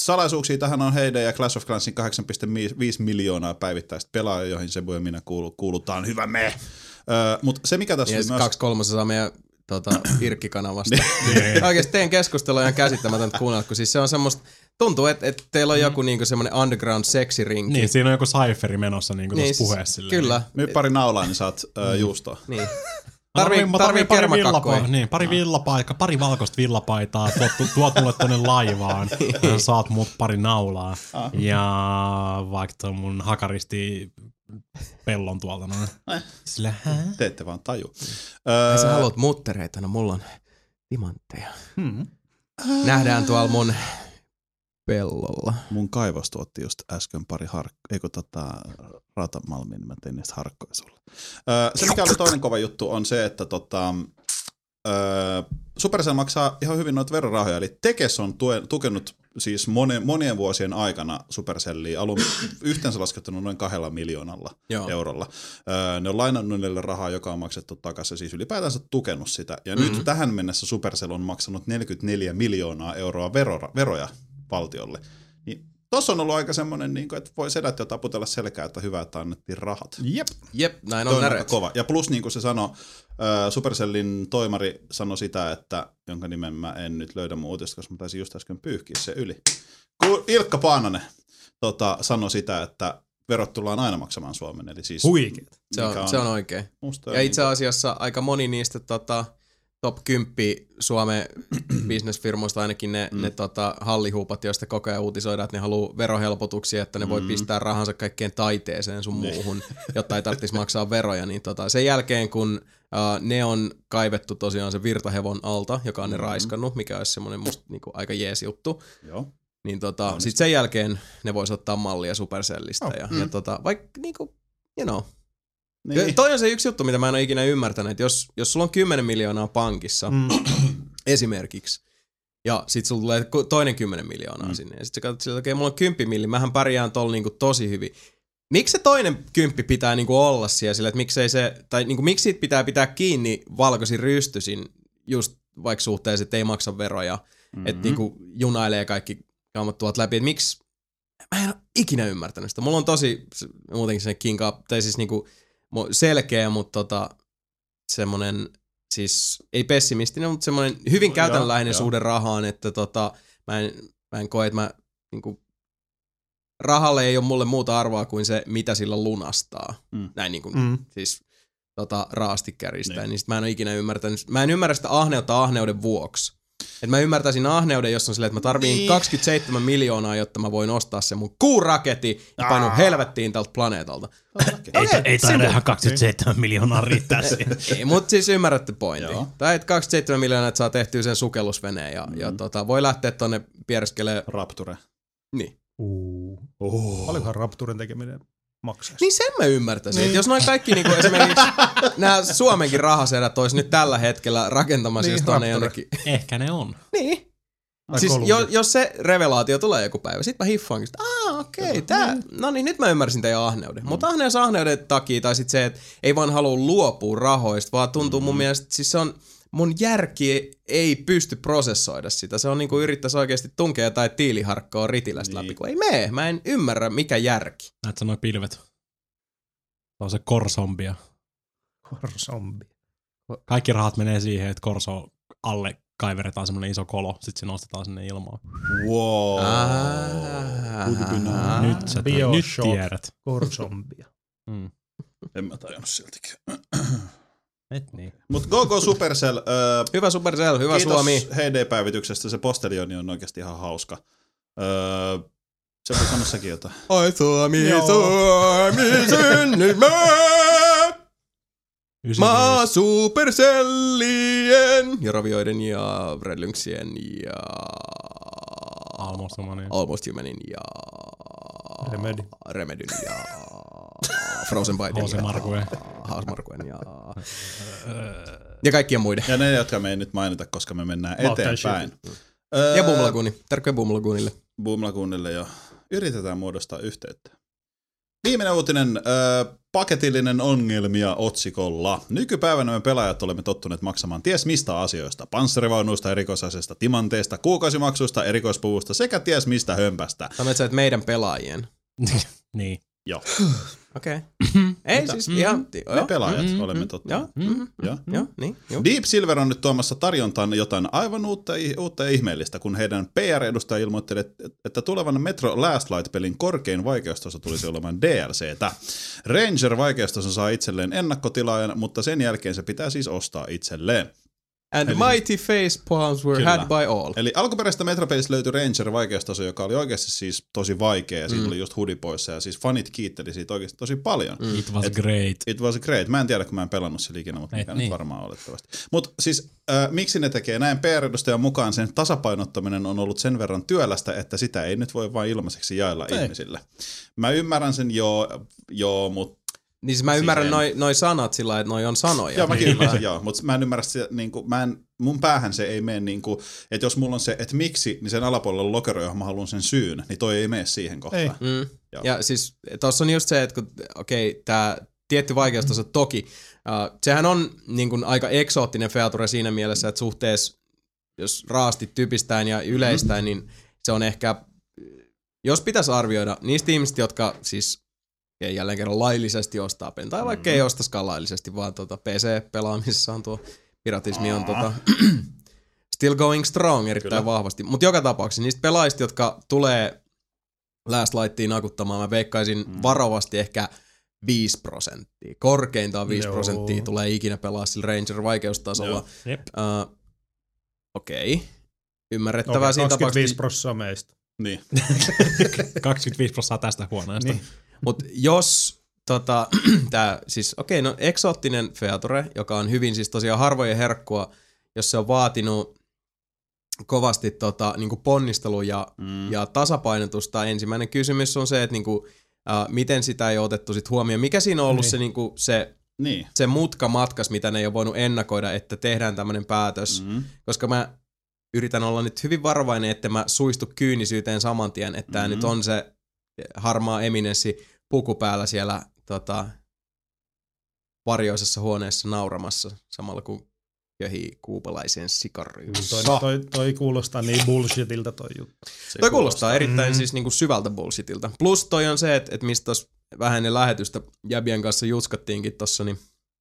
salaisuuksia tähän on Heyday ja Clash of Clansin kahdeksan pilkku viisi miljoonaa päivittäistä pelaajia, joihin Sebu ja minä kuulu, kuulutaan. Hyvä me! Öö, mutta se mikä tässä yes, myös... Kaksi kolmasosaa meidän tota, Irkki-kanavasta. Oikeasti teidän keskustelu on ihan käsittämätöntä kuunnella, kun siis se on semmoista... Tuntuu, että et teillä on joku niinku semmoinen underground seksirinki. Niin, siinä on joku cypheri menossa niinku niin, tuossa puheessa. Silleen. Kyllä. Myy pari naulaa, niin saat äh, juustoa. Niin. Tarvii, tarvii, tarvii kermakakkoja. Niin, pari villapaikkaa, pari valkoista villapaitaa, tuot, tuot mulle tonne laivaan, ja saat mut pari naulaa. Ah. Ja vaikka tuon mun hakaristi pellon tuolta noin. Eh. Sillä, hä? Te ette vaan taju. Öö... Sä haluat muttereita, no mulla on timantteja. Hmm. Nähdään tuolla mun pellolla. Mun kaivos tuotti just äsken pari harkkoa, eikö tota ratamalmin, niin mä tein niistä harkkoja sulle. Öö, se mikä oli toinen kova juttu on se, että tota, öö, Supercell maksaa ihan hyvin noita verorahoja, eli Tekes on tue, tukenut siis monien, monien vuosien aikana Supercellia alun yhteensä laskettanut noin kahdella miljoonalla Joo. eurolla. Öö, ne on lainannut niille rahaa, joka on maksettu takaisin, siis ylipäätänsä tukenut sitä. Ja mm-hmm. nyt tähän mennessä Supercell on maksanut neljäkymmentäneljä miljoonaa euroa verora, veroja valtiolle. Niin tossa on ollut aika semmoinen, niin kuin, että voi sedät jo taputella selkää, että hyvä, että annettiin rahat. Jep, Jep näin on näret. Kova. Ja plus niin kuin se sanoi, äh, Supercellin toimari sanoi sitä, että jonka nimen mä en nyt löydä mun uutista, koska mä taisin just äsken pyyhkiä se yli. Kun Ilkka Paananen tota, sanoi sitä, että verot tullaan aina maksamaan Suomen. Eli siis huikeet. Se on, on, se on oikein. Ja itse asiassa aika moni niistä tota, top kymmenen Suomen businessfirmoista ainakin ne, mm. ne tota, hallihuupat, joista koko ajan uutisoidaan, että ne haluaa verohelpotuksia, että ne mm. voi pistää rahansa kaikkeen taiteeseen sun muuhun, jotta ei tarvitsisi maksaa veroja. Niin tota, sen jälkeen, kun uh, ne on kaivettu tosiaan se virtahevon alta, joka on ne mm. raiskannut, mikä olisi semmoinen musta niinku, aika jees juttu, Joo. niin tota, sitten sen jälkeen ne vois ottaa mallia Supercellista. Oh. Ja, mm. ja tota, vaikka niinku, you know, niin. Toi on se yksi juttu, mitä mä en ole ikinä ymmärtänyt, että jos, jos sulla on kymmenen miljoonaa pankissa mm. esimerkiksi, ja sit sulla tulee toinen kymmenen miljoonaa mm. sinne, ja sit sä katsot siltä, että okei, mulla on kymppi milli, mähän pärjään tolla niinku tosi hyvin. Miksi se toinen kymppi pitää niinku olla siellä sillä, että miksei se, tai niinku miksi siitä pitää pitää kiinni valkoisin rystysin, just vaikka suhteessa, että ei maksa veroja, mm-hmm. että niinku junailee kaikki kaumat tuot läpi, että miksi, mä en ole ikinä ymmärtänyt sitä. Mulla on tosi muutenkin se kinka, tai siis niinku selkeä, mutta tota, semmoinen, siis ei pessimistinen, mutta semmoinen hyvin käytännönläheinen suhde rahaan, että tota, mä en, mä en koe, että mä niinku, rahalle ei ole mulle muuta arvoa kuin se, mitä sillä lunastaa. Mm. Näin niinku, mm. siis tota, raasti kärjistää. Niin. Niin sit mä en ole ikinä ymmärtänyt, mä en ymmärrä sitä ahneutta ahneuden vuoksi. Et mä ymmärtäisin ahneuden, jos on silleen, että mä tarviin niin. kaksikymmentäseitsemän miljoonaa, jotta mä voin ostaa sen mun kuuraketin ja painun helvettiin tältä planeetalta. Okay. Ei, ei taida ihan kaksikymmentäseitsemän miljoonaa riittää siihen. Ei, mutta siis ymmärrätte pointin. Tai että kaksikymmentäseitsemän miljoonaa, että saa tehtyä sen sukellusveneen ja, mm. ja tota, voi lähteä tonne piereskelee. Rapture. Niin. Uh. Oh. Paljonkohan Rapturen tekeminen maksaisi? Niin sen mä ymmärtäisin. Niin. Jos noin kaikki niinku esimerkiksi nämä Suomenkin rahasedät olisi nyt tällä hetkellä rakentamassa niin, tonne jonnekin. Ehkä ne on. Niin. Siis jo, jos se revelaatio tulee joku päivä, sit mä hiffaankin, että aah okei, okay, tää, no niin nyt mä ymmärsin teidän ahneuden. Mm. Mutta ahneus ahneuden takia, tai sit se, että ei vaan halua luopua rahoista, vaan tuntuu mm. mun mielestä, siis se on, mun järki ei pysty prosessoida sitä. Se on niinku yrittäisi oikeasti tunkea jotain tiiliharkkoa ritilästä niin. läpi, kun ei mee. Mä en ymmärrä, mikä järki. Näet sä noi pilvet? Se on se korsombia. Korsombia. Kaikki rahat menee siihen, että korso alle kaiveretaan semmonen iso kolo, sit se nostetaan sinne ilmaan. Wow. Ah, nyt sä nyt tiedät. Korsombia. Mm. En mä tajunnut siltikin. Et niin. Mut go go Supercell. Äh, hyvä Supercell, hyvä kiitos Suomi. Kiitos Heyday-päivityksestä, se postelioni on oikeasti ihan hauska. Öö, se voi sanoa sekin jotain. Oi Suomi, Suomi synnymä! Maa Supercellien ja Ravioiden ja Red Lynxien ja Almost Humanin, Almost Humanin ja Remedy. Remedyn ja Frozen Bitein House Markuen House Markuen ja ja kaikkien muiden. Ja ne, jotka me ei nyt mainita, koska me mennään eteenpäin. Ja Boom Lagooni. Terkkuja Boom Lagoonille. Boom Lagoonille jo. Yritetään muodostaa yhteyttä. Viimeinen uutinen, äh, paketillinen ongelmia otsikolla. Nykypäivänä me pelaajat olemme tottuneet maksamaan ties mistä asioista. Panssarivaunuista, erikoisasesta, timanteista, kuukausimaksuista, erikoispuvusta sekä ties mistä hömpästä. Sanoit sä, että meidän pelaajien? Niin. Joo. Okei. Ei Mitä? siis ihan... Me pelaajat mm-hmm. olemme tottuneet. Joo, mm-hmm. Joo. Joo, niin. Joo. Deep Silver on nyt tuomassa tarjontaan jotain aivan uutta, uutta ja ihmeellistä, kun heidän P R-edustaja ilmoitteli, että tulevan Metro Last Light-pelin korkein vaikeustaso tulisi olemaan D L C:tä. Ranger vaikeustason saa itselleen ennakkotilaajan, mutta sen jälkeen se pitää siis ostaa itselleen. And Eli mighty face palms were Kyllä. had by all. Eli alkuperäisestä Metropelistä löytyi Ranger-vaikeustaso, joka oli oikeasti siis tosi vaikea, ja siitä mm. oli just hoodie poissa, ja siis fanit kiitteli siitä oikeasti tosi paljon. Mm. It was Et, great. It was great. Mä en tiedä, kun mä en pelannut sillä ikinä, mutta mikä niin. nyt varmaan olettavasti. Mutta siis äh, miksi ne tekee näin? P R-edustajan mukaan sen tasapainottaminen on ollut sen verran työlästä, että sitä ei nyt voi vain ilmaiseksi jaella ei. ihmisille. Mä ymmärrän sen joo, joo mutta niin siis mä ymmärrän siis noi, noi sanat sillä, että noi on sanoja. Joo, mäkin ymmärrän, joo, mutta mä en ymmärrä sitä, niin kuin, mä en, mun päähän se ei mene, niin kuin, että jos mulla on se, että miksi, niin sen alapuolella on lokero, johon mä haluan sen syyn, niin toi ei mene siihen kohtaan. Ei. Mm. Ja siis tossa on just se, että kun, okei, okay, tää tietty vaikeustaso toki, uh, sehän on niin kuin aika eksoottinen feature siinä mielessä, että suhteessa, jos raasti typistään ja yleistään, mm. niin se on ehkä, jos pitäisi arvioida niistä ihmisistä, jotka siis ja jälleen kerran laillisesti ostaa pelin. Tai vaikka mm-hmm. ei ostaskaan laillisesti, vaan tuota P C-pelaamisessa on tuo piratismi on tuota, still going strong erittäin Kyllä. vahvasti. Mutta joka tapauksessa niistä pelaajista, jotka tulee Last Lightiin nakuttamaan, mä veikkaisin mm. varovasti ehkä viisi prosenttia. Korkeintaan viisi prosenttia tulee ikinä pelaa sillä Ranger-vaikeustasolla. Uh, Okei. Okay. Ymmärrettävää okay, siinä tapauksessa. kaksikymmentäviisi prosenttia meistä. Niin. kaksikymmentäviisi prosenttia tästä huoneesta. Niin. Mutta jos tota, tää siis okei, okay, no eksoottinen feature, joka on hyvin siis tosiaan harvojen herkkua, jos se on vaatinut kovasti tota, niinku ponnistelua ja, mm. ja tasapainotusta. Ensimmäinen kysymys on se, että niinku, äh, miten sitä ei otettu sit huomioon. Mikä siinä on ollut niin. se, niinku, se, niin. se mutka matkas, mitä ne ei ole voinut ennakoida, että tehdään tämmöinen päätös. Mm. Koska mä yritän olla nyt hyvin varovainen, että mä suistu kyynisyyteen saman tien, että tää mm. nyt on se harmaa eminenssi puku päällä siellä tota, varjoisessa huoneessa nauramassa, samalla kun köhii kuupalaisen sikaryyssä. Toi, toi, toi kuulostaa niin bullshitilta toi juttu. Se toi kuulostaa, kuulostaa erittäin mm-hmm. siis niinku syvältä bullshitilta. Plus toi on se, että et mistä tos vähän ennen lähetystä Jäbien kanssa jutskattiinkin tossa, niin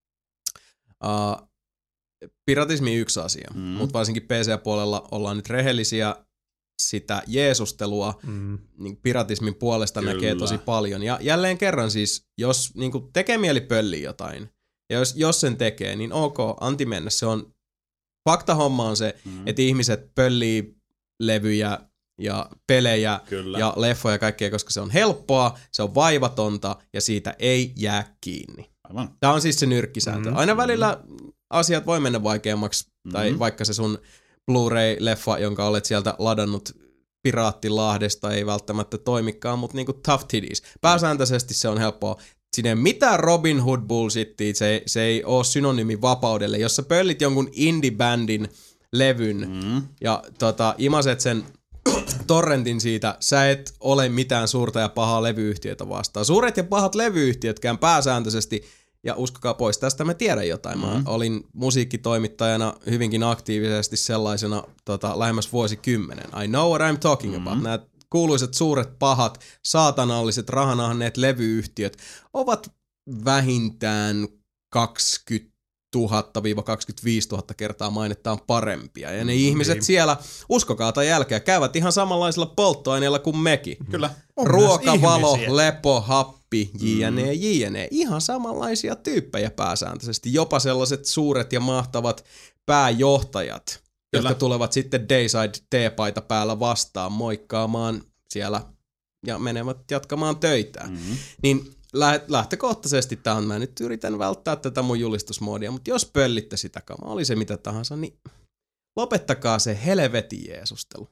uh, piratismi yksi asia, mm. mutta varsinkin P C-puolella ollaan nyt rehellisiä, sitä jeesustelua mm. niin piratismin puolesta Kyllä. näkee tosi paljon. Ja jälleen kerran siis, jos niin kuin tekee mieli pölliä jotain, ja jos, jos sen tekee, niin ok, anti mennä. Se on, fakta homma on se, mm. että ihmiset pöllii levyjä ja pelejä Kyllä. ja leffoja ja kaikkea, koska se on helppoa, se on vaivatonta ja siitä ei jää kiinni. Aivan. Tämä on siis se nyrkkisääntö. Mm. Aina välillä asiat voi mennä vaikeammaksi, mm. tai vaikka se sun Blu-ray-leffa, jonka olet sieltä ladannut Piraattilahdesta, ei välttämättä toimikaan, mutta niinku tough titties. Pääsääntöisesti se on helppoa. Siinä ei mitään Robin Hood bullshittia, se, se ei ole synonyymi vapaudelle. Jos sä pöllit jonkun indie-bändin levyn mm. ja tota, imaset sen torrentin siitä, sä et ole mitään suurta ja pahaa levyyhtiötä vastaan. Suuret ja pahat levyyhtiötkään pääsääntöisesti, ja uskokaa pois, tästä mä tiedän jotain. Mä mm-hmm. olin musiikkitoimittajana hyvinkin aktiivisesti sellaisena tota, lähemmäs vuosikymmenen. I know what I'm talking mm-hmm. about. Nämä kuuluiset suuret pahat, saatanalliset, rahanahneet levyyhtiöt ovat vähintään kaksikymmentätuhatta kaksikymmentäviisituhatta kertaa mainittaan parempia. Ja ne mm-hmm. ihmiset siellä, uskokaa tai jälkeen, käyvät ihan samanlaisilla polttoaineilla kuin mekin. Kyllä. Ruoka, valo, lepo, happi, jne, jne. Ihan samanlaisia tyyppejä pääsääntöisesti. Jopa sellaiset suuret ja mahtavat pääjohtajat, Kyllä. jotka tulevat sitten Dayside T-paita päällä vastaan moikkaamaan siellä ja menevät jatkamaan töitä. Mm-hmm. Niin lähtökohtaisesti tämä on, mä nyt yritän välttää tätä mun julistusmoodia, mutta jos pöllitte sitä kamaa, oli se mitä tahansa, niin lopettakaa se helvetin jeesustelu.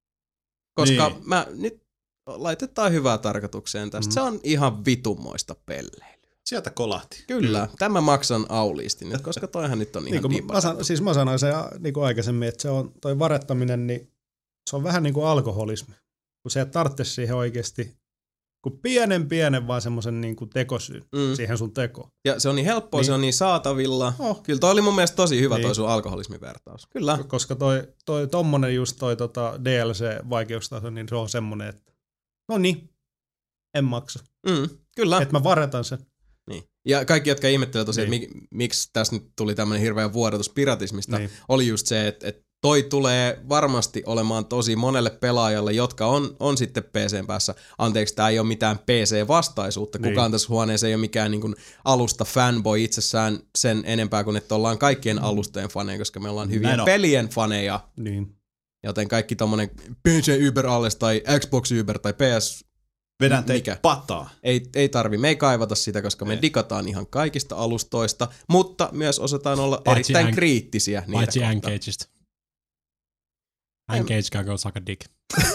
Koska niin. mä nyt laitetaan hyvää tarkoitukseen tästä. Mm. Se on ihan vitummoista pelleilyä. Sieltä kolahti. Kyllä. Mm. Tämä maksan auliisti nyt, koska toihan nyt on ihan niin diippa. Mä san, siis mä sanoin se niin kuin aikaisemmin, että se on toi varettaminen, niin se on vähän niin kuin alkoholismi. Kun se ei tarvitse siihen oikeasti kuin pienen pienen vaan semmoisen niin kuin tekosyyn mm. siihen sun tekoon. Ja se on niin helppoa, niin. se on niin saatavilla. Oh. Kyllä toi oli mun mielestä tosi hyvä niin. toi sun alkoholismivertaus. Kyllä. Koska toi, toi tommonen just toi tota D L C-vaikeustaso, niin se on semmonen, että no niin, en maksa. Mm, kyllä. Että mä varetan sen. Niin. Ja kaikki, jotka ihmettelevät tosiaan, niin. että mik, miksi tässä nyt tuli tämmöinen hirveä vuodatus piratismista, niin. oli just se, että, että toi tulee varmasti olemaan tosi monelle pelaajalle, jotka on, on sitten P C:n päässä. Anteeksi, tää ei ole mitään P C-vastaisuutta. Niin. Kukaan tässä huoneessa ei ole mikään niin kuin alusta fanboy itsessään sen enempää kuin, että ollaan kaikkien mm. alustojen faneja, koska me ollaan hyvien pelien faneja. Niin. Joten kaikki tommonen P C Uber alles tai Xbox Uber tai P S... Vedän teitä pataa. Ei, ei tarvi, me ei kaivata sitä, koska me ei. digataan ihan kaikista alustoista, mutta myös osataan olla paitsi erittäin an- kriittisiä niitä paitsi Engageista. Engage can go suck a dick.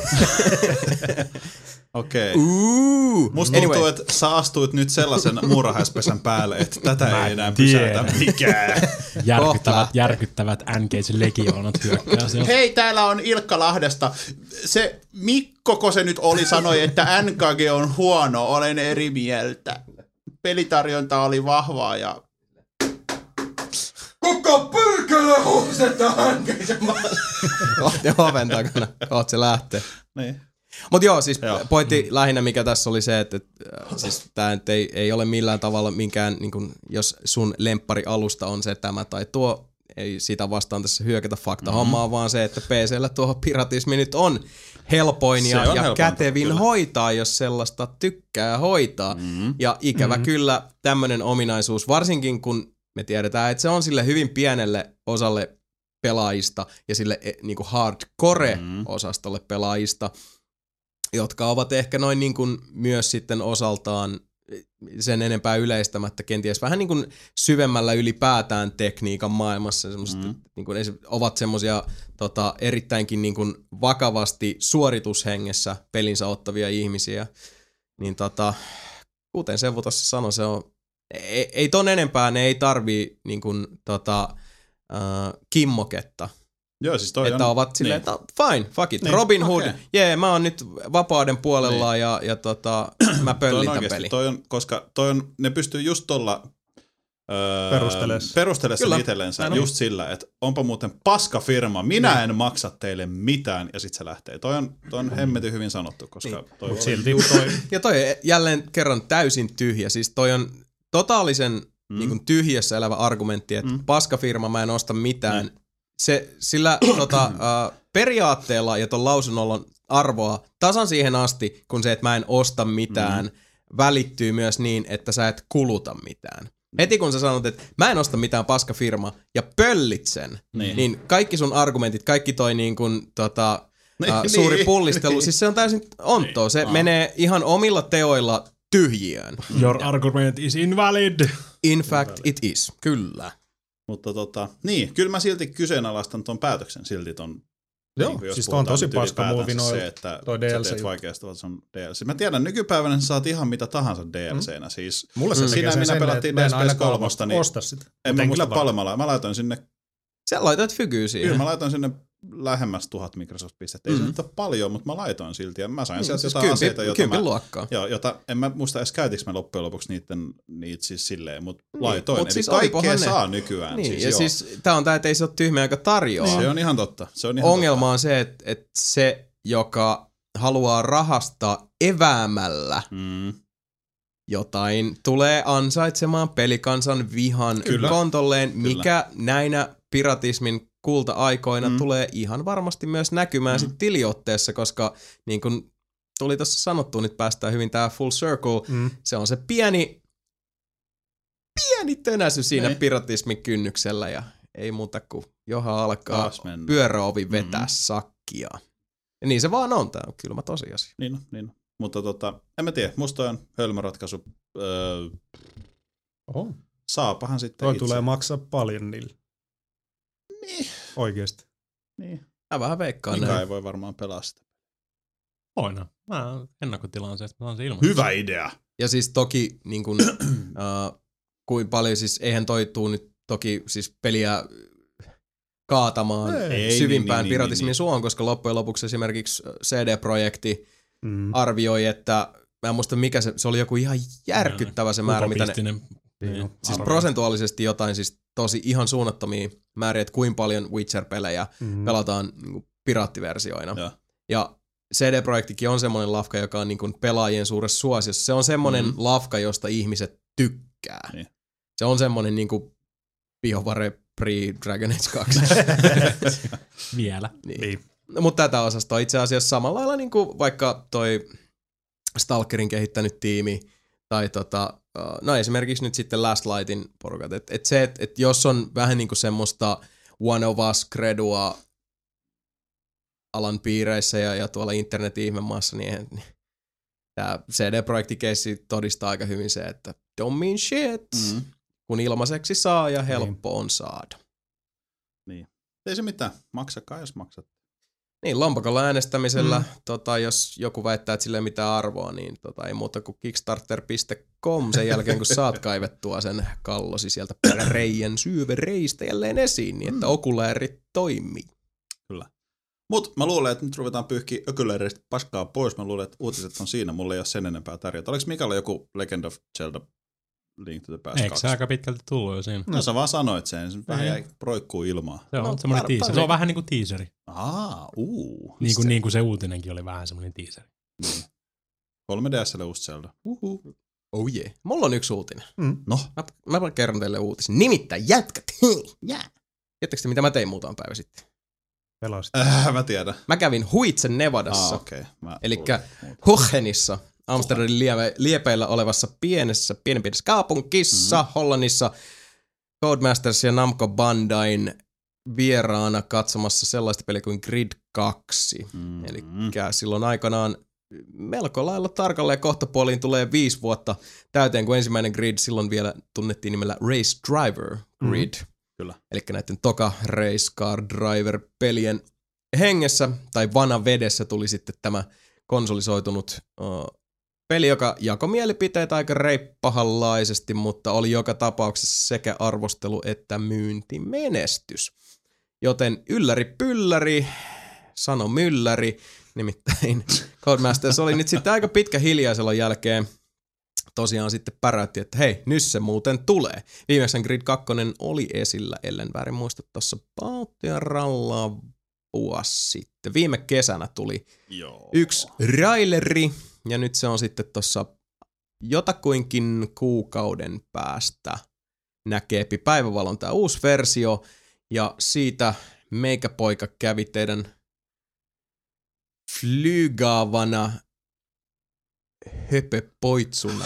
Okei. Okay. Musta anyway. tuntuu, että sä astuit nyt sellaisen muurahaispesän päälle, että tätä ei enää pysäytä mikään. järkyttävät, järkyttävät Engage-legioonat hyökkää. Hei, täällä on Ilkka Lahdesta. Se Mikkoko se nyt oli sanoi, että N K G on huono, olen eri mieltä. Pelitarjonta oli vahvaa ja... Kuka pyrkele huusetaan N-Gagen Kohti oven takana, kohti se lähtee. Niin. Mut joo, siis joo. pointti mm. lähinnä mikä tässä oli se, että, että siis tää nyt ei, ei ole millään tavalla minkään, niin kun, jos sun lempparialusta on se tämä tai tuo, ei sitä vastaan tässä hyökätä fakta hommaa, mm-hmm. vaan se, että P C:llä tuo piratismi nyt on helpoin ja, ja helpointa, kätevin kyllä. hoitaa, jos sellaista tykkää hoitaa. Mm-hmm. Ja ikävä mm-hmm. kyllä tämmönen ominaisuus, varsinkin kun me tiedetään, että se on sille hyvin pienelle osalle pelaajista ja sille niin kuin hardcore-osastolle pelaajista, jotka ovat ehkä noin niin kuin myös sitten osaltaan sen enempää yleistämättä kenties vähän niin kuin syvemmällä ylipäätään tekniikan maailmassa. Mm. Niin kuin ovat semmoisia tota, erittäinkin niin kuin vakavasti suoritushengessä pelinsä ottavia ihmisiä. Niin tota, kuten Sevu tuossa sanoi, se on Ei, ei ton enempää, ne ei tarvii niin kuin, tota, uh, kimmoketta. Joo, siis toi että on, ovat silleen, niin. että fine, fuck it, niin, Robin Hood, jee, okay. yeah, mä oon nyt vapauden puolella niin. ja, ja tota, mä pöllitän peli. Toi on, koska toi on, ne pystyy just tolla öö, perustelemaan perustelemaan itsellensä just sillä, että onpa muuten paska firma, minä niin. en maksa teille mitään ja sit se lähtee. Toi on, toi on hemmetin hyvin sanottu, koska niin. toi on silti toi... Ja toi jälleen kerran täysin tyhjä, siis toi on totaalisen mm. niin kuin tyhjässä elävä argumentti, että mm. paskafirma, mä en osta mitään. Mm. Se, sillä tota, uh, periaatteella ja ton lausunnolla on arvoa tasan siihen asti, kun se, että mä en osta mitään, mm. välittyy myös niin, että sä et kuluta mitään. Mm. Heti kun sä sanot, että mä en osta mitään paskafirma ja pöllit sen, niin, niin kaikki sun argumentit, kaikki toi niin kuin, tota, uh, suuri niin. pullistelu, siis se on täysin onttoa. Se Aa. menee ihan omilla teoilla tyhjiöön. Your argument is invalid. In fact it is, kyllä. Mutta tota, niin, kyllä mä silti kyseenalaistan ton päätöksen silti ton. Joo, niin, siis on tosi paska muuvi noin. Se, että sä teet vaikeasta, että se on D L C. Mä tiedän, nykypäivänä sä saat ihan mitä tahansa D L C:nä. Siis mulle se siinä minä sen, pelattiin Dead Space kolme, niin osta sitä. En mä muista paljon mä, mä laitoin sinne. Sä laitoit fykyy siihen. Kyllä mä laitoin sinne lähemmäs tuhat Microsoft-pistettä. Ei mm-hmm. se nyt ole paljon, mutta mä laitoin silti. Ja mä sain mm, sieltä siis jotain aseita, jota mä, joo, jota en mä muista edes käytinkö mä loppujen lopuksi niiden, niitä siis silleen, mutta niin, laitoin. Mut eli siis kaikkea saa nykyään. Niin, siis, ja joo. siis tää on tää, että ei se ole tyhmä, joka tarjoaa. Niin. Se on ihan totta. Se on ihan Ongelma totta. on se, että, että se, joka haluaa rahastaa eväämällä mm. jotain, tulee ansaitsemaan pelikansan vihan kyllä. kontolleen, kyllä. mikä näinä piratismin kulta-aikoina mm. tulee ihan varmasti myös näkymään mm. sit tiliotteessa, koska niin kuin tuli tuossa sanottu, nyt päästään hyvin tää full circle, mm. se on se pieni, pieni tönäsy siinä ei. piratismin kynnyksellä ja ei muuta kuin johon alkaa pyöräovi vetää mm. sakkia. Ja niin se vaan on, tää on kylmä tosiasia. Niin on, niin on. Mutta tota, en mä tiedä, musta on hölmöratkaisu. Öö, Oho. Saapahan sitten toi itse. tulee maksaa paljon niille. Niin. Oikeesti. Niin. Mä vähän veikkaan Mika näin. ei voi varmaan pelaa sitä. Voina. Mä ennakkotilaan se, että mä saan se ilman. Hyvä idea. Ja siis toki, niin kun, uh, kuin paljon, siis eihän toi tuu nyt toki siis peliä kaatamaan ei, syvimpään niin, piratismin niin, niin, suohon, koska loppujen lopuksi esimerkiksi C D-projekti mm. arvioi, että mä en muista mikä se, se oli joku ihan järkyttävä se määrä, mitä ne, Niin, siis prosentuaalisesti jotain siis tosi ihan suunnattomia määriä, että kuinka paljon Witcher-pelejä mm-hmm. pelataan niin piraattiversioina. Ja, ja C D-projektikin on semmoinen lafka, joka on niin kuin pelaajien suuressa suosiossa. Se on semmoinen mm-hmm. lafka, josta ihmiset tykkää. Niin. Se on semmoinen niin kuin BioWare pre-Dragon Age kaksi. Vielä. Niin. Niin. No, mutta tätä osastoa itse asiassa samalla lailla niin kuin vaikka toi Stalkerin kehittänyt tiimi, tai tota, no esimerkiksi nyt sitten Last Lightin porukat. Että et se, että et jos on vähän niinku semmoista one of us credua alan piireissä ja, ja tuolla internetin ihmemaassa, niin, niin tämä C D-projektikeissi todistaa aika hyvin se, että don't mean shit, mm. kun ilmaiseksi saa ja helppo niin. on saada. Niin. Ei se mitään. Maksakaa, jos maksat. Niin, lompakolla äänestämisellä, mm. tota, jos joku väittää, että sillä ei mitään arvoa, niin tota, ei muuta kuin kickstarter piste com sen jälkeen, kun saat kaivettua sen kallosi sieltä reijän syövereistä jälleen esiin, niin että mm. okuläärit toimii. Kyllä. Mut mä luulen, että nyt ruvetaan pyyhkiä ökylääristä paskaa pois. Mä luulen, että uutiset on siinä. Mulla ei ole sen enempää tarjota. Oliko Mikalla joku Legend of Zelda Link to the Past Eikö se aika pitkälti tullut jo siinä? No sä vaan sanoit sen. Se vähän jäi roikkuu ilmaa. Se on no, semmoinen teaser. Se on vähän niin kuin teaseri. Aa, uu. Niin kuin, niin kuin se uutinenkin oli vähän semmoinen teaseri. Niin. kolme D S:lle uusi Zelda. Uhu. Oh yeah. Mulla on yksi uutinen. Mm. No. Mä, mä kerron teille uutisen. Nimittäin jätkät. Yeah. Tiedättekö te, mitä mä tein muutama päivä sitten? Pelasit. Äh, mä tiedän. Mä kävin Huitsen Nevadassa. Ah, okay. Elikkä Huchenissa, Amsterdamin liepe, liepeillä olevassa pienessä, pienen pienessä kaupunkissa, mm-hmm. Hollannissa, Codemasters ja Namco Bandain vieraana katsomassa sellaista peliä kuin Grid kaksi. Mm-hmm. Elikkä silloin aikanaan melko lailla tarkalleen kohtapuoliin tulee viisi vuotta täyteen, kun ensimmäinen Grid silloin vielä tunnettiin nimellä Race Driver Grid. Mm-hmm. Kyllä. Eli näiden toka Race Car Driver-pelien hengessä tai vana vedessä tuli sitten tämä konsolisoitunut uh, peli, joka jakoi mielipiteitä aika reippahanlaisesti, mutta oli joka tapauksessa sekä arvostelu että myyntimenestys. Joten ylläri pylläri, sano mylläri, nimittäin Codemasters oli nyt sitten aika pitkä hiljaisella jälkeen tosiaan sitten päräytti, että hei, nyt se muuten tulee. Viimeisen Grid kaksi oli esillä, ellen väärin muista tuossa Baltian rallaa vuosi sitten. Viime kesänä tuli Joo. yksi raileri, ja nyt se on sitten tuossa jotakuinkin kuukauden päästä näkeepi päivävalon tämä uusi versio, ja siitä meikäpoika kävi teidän flygaavana höpöpoitsuna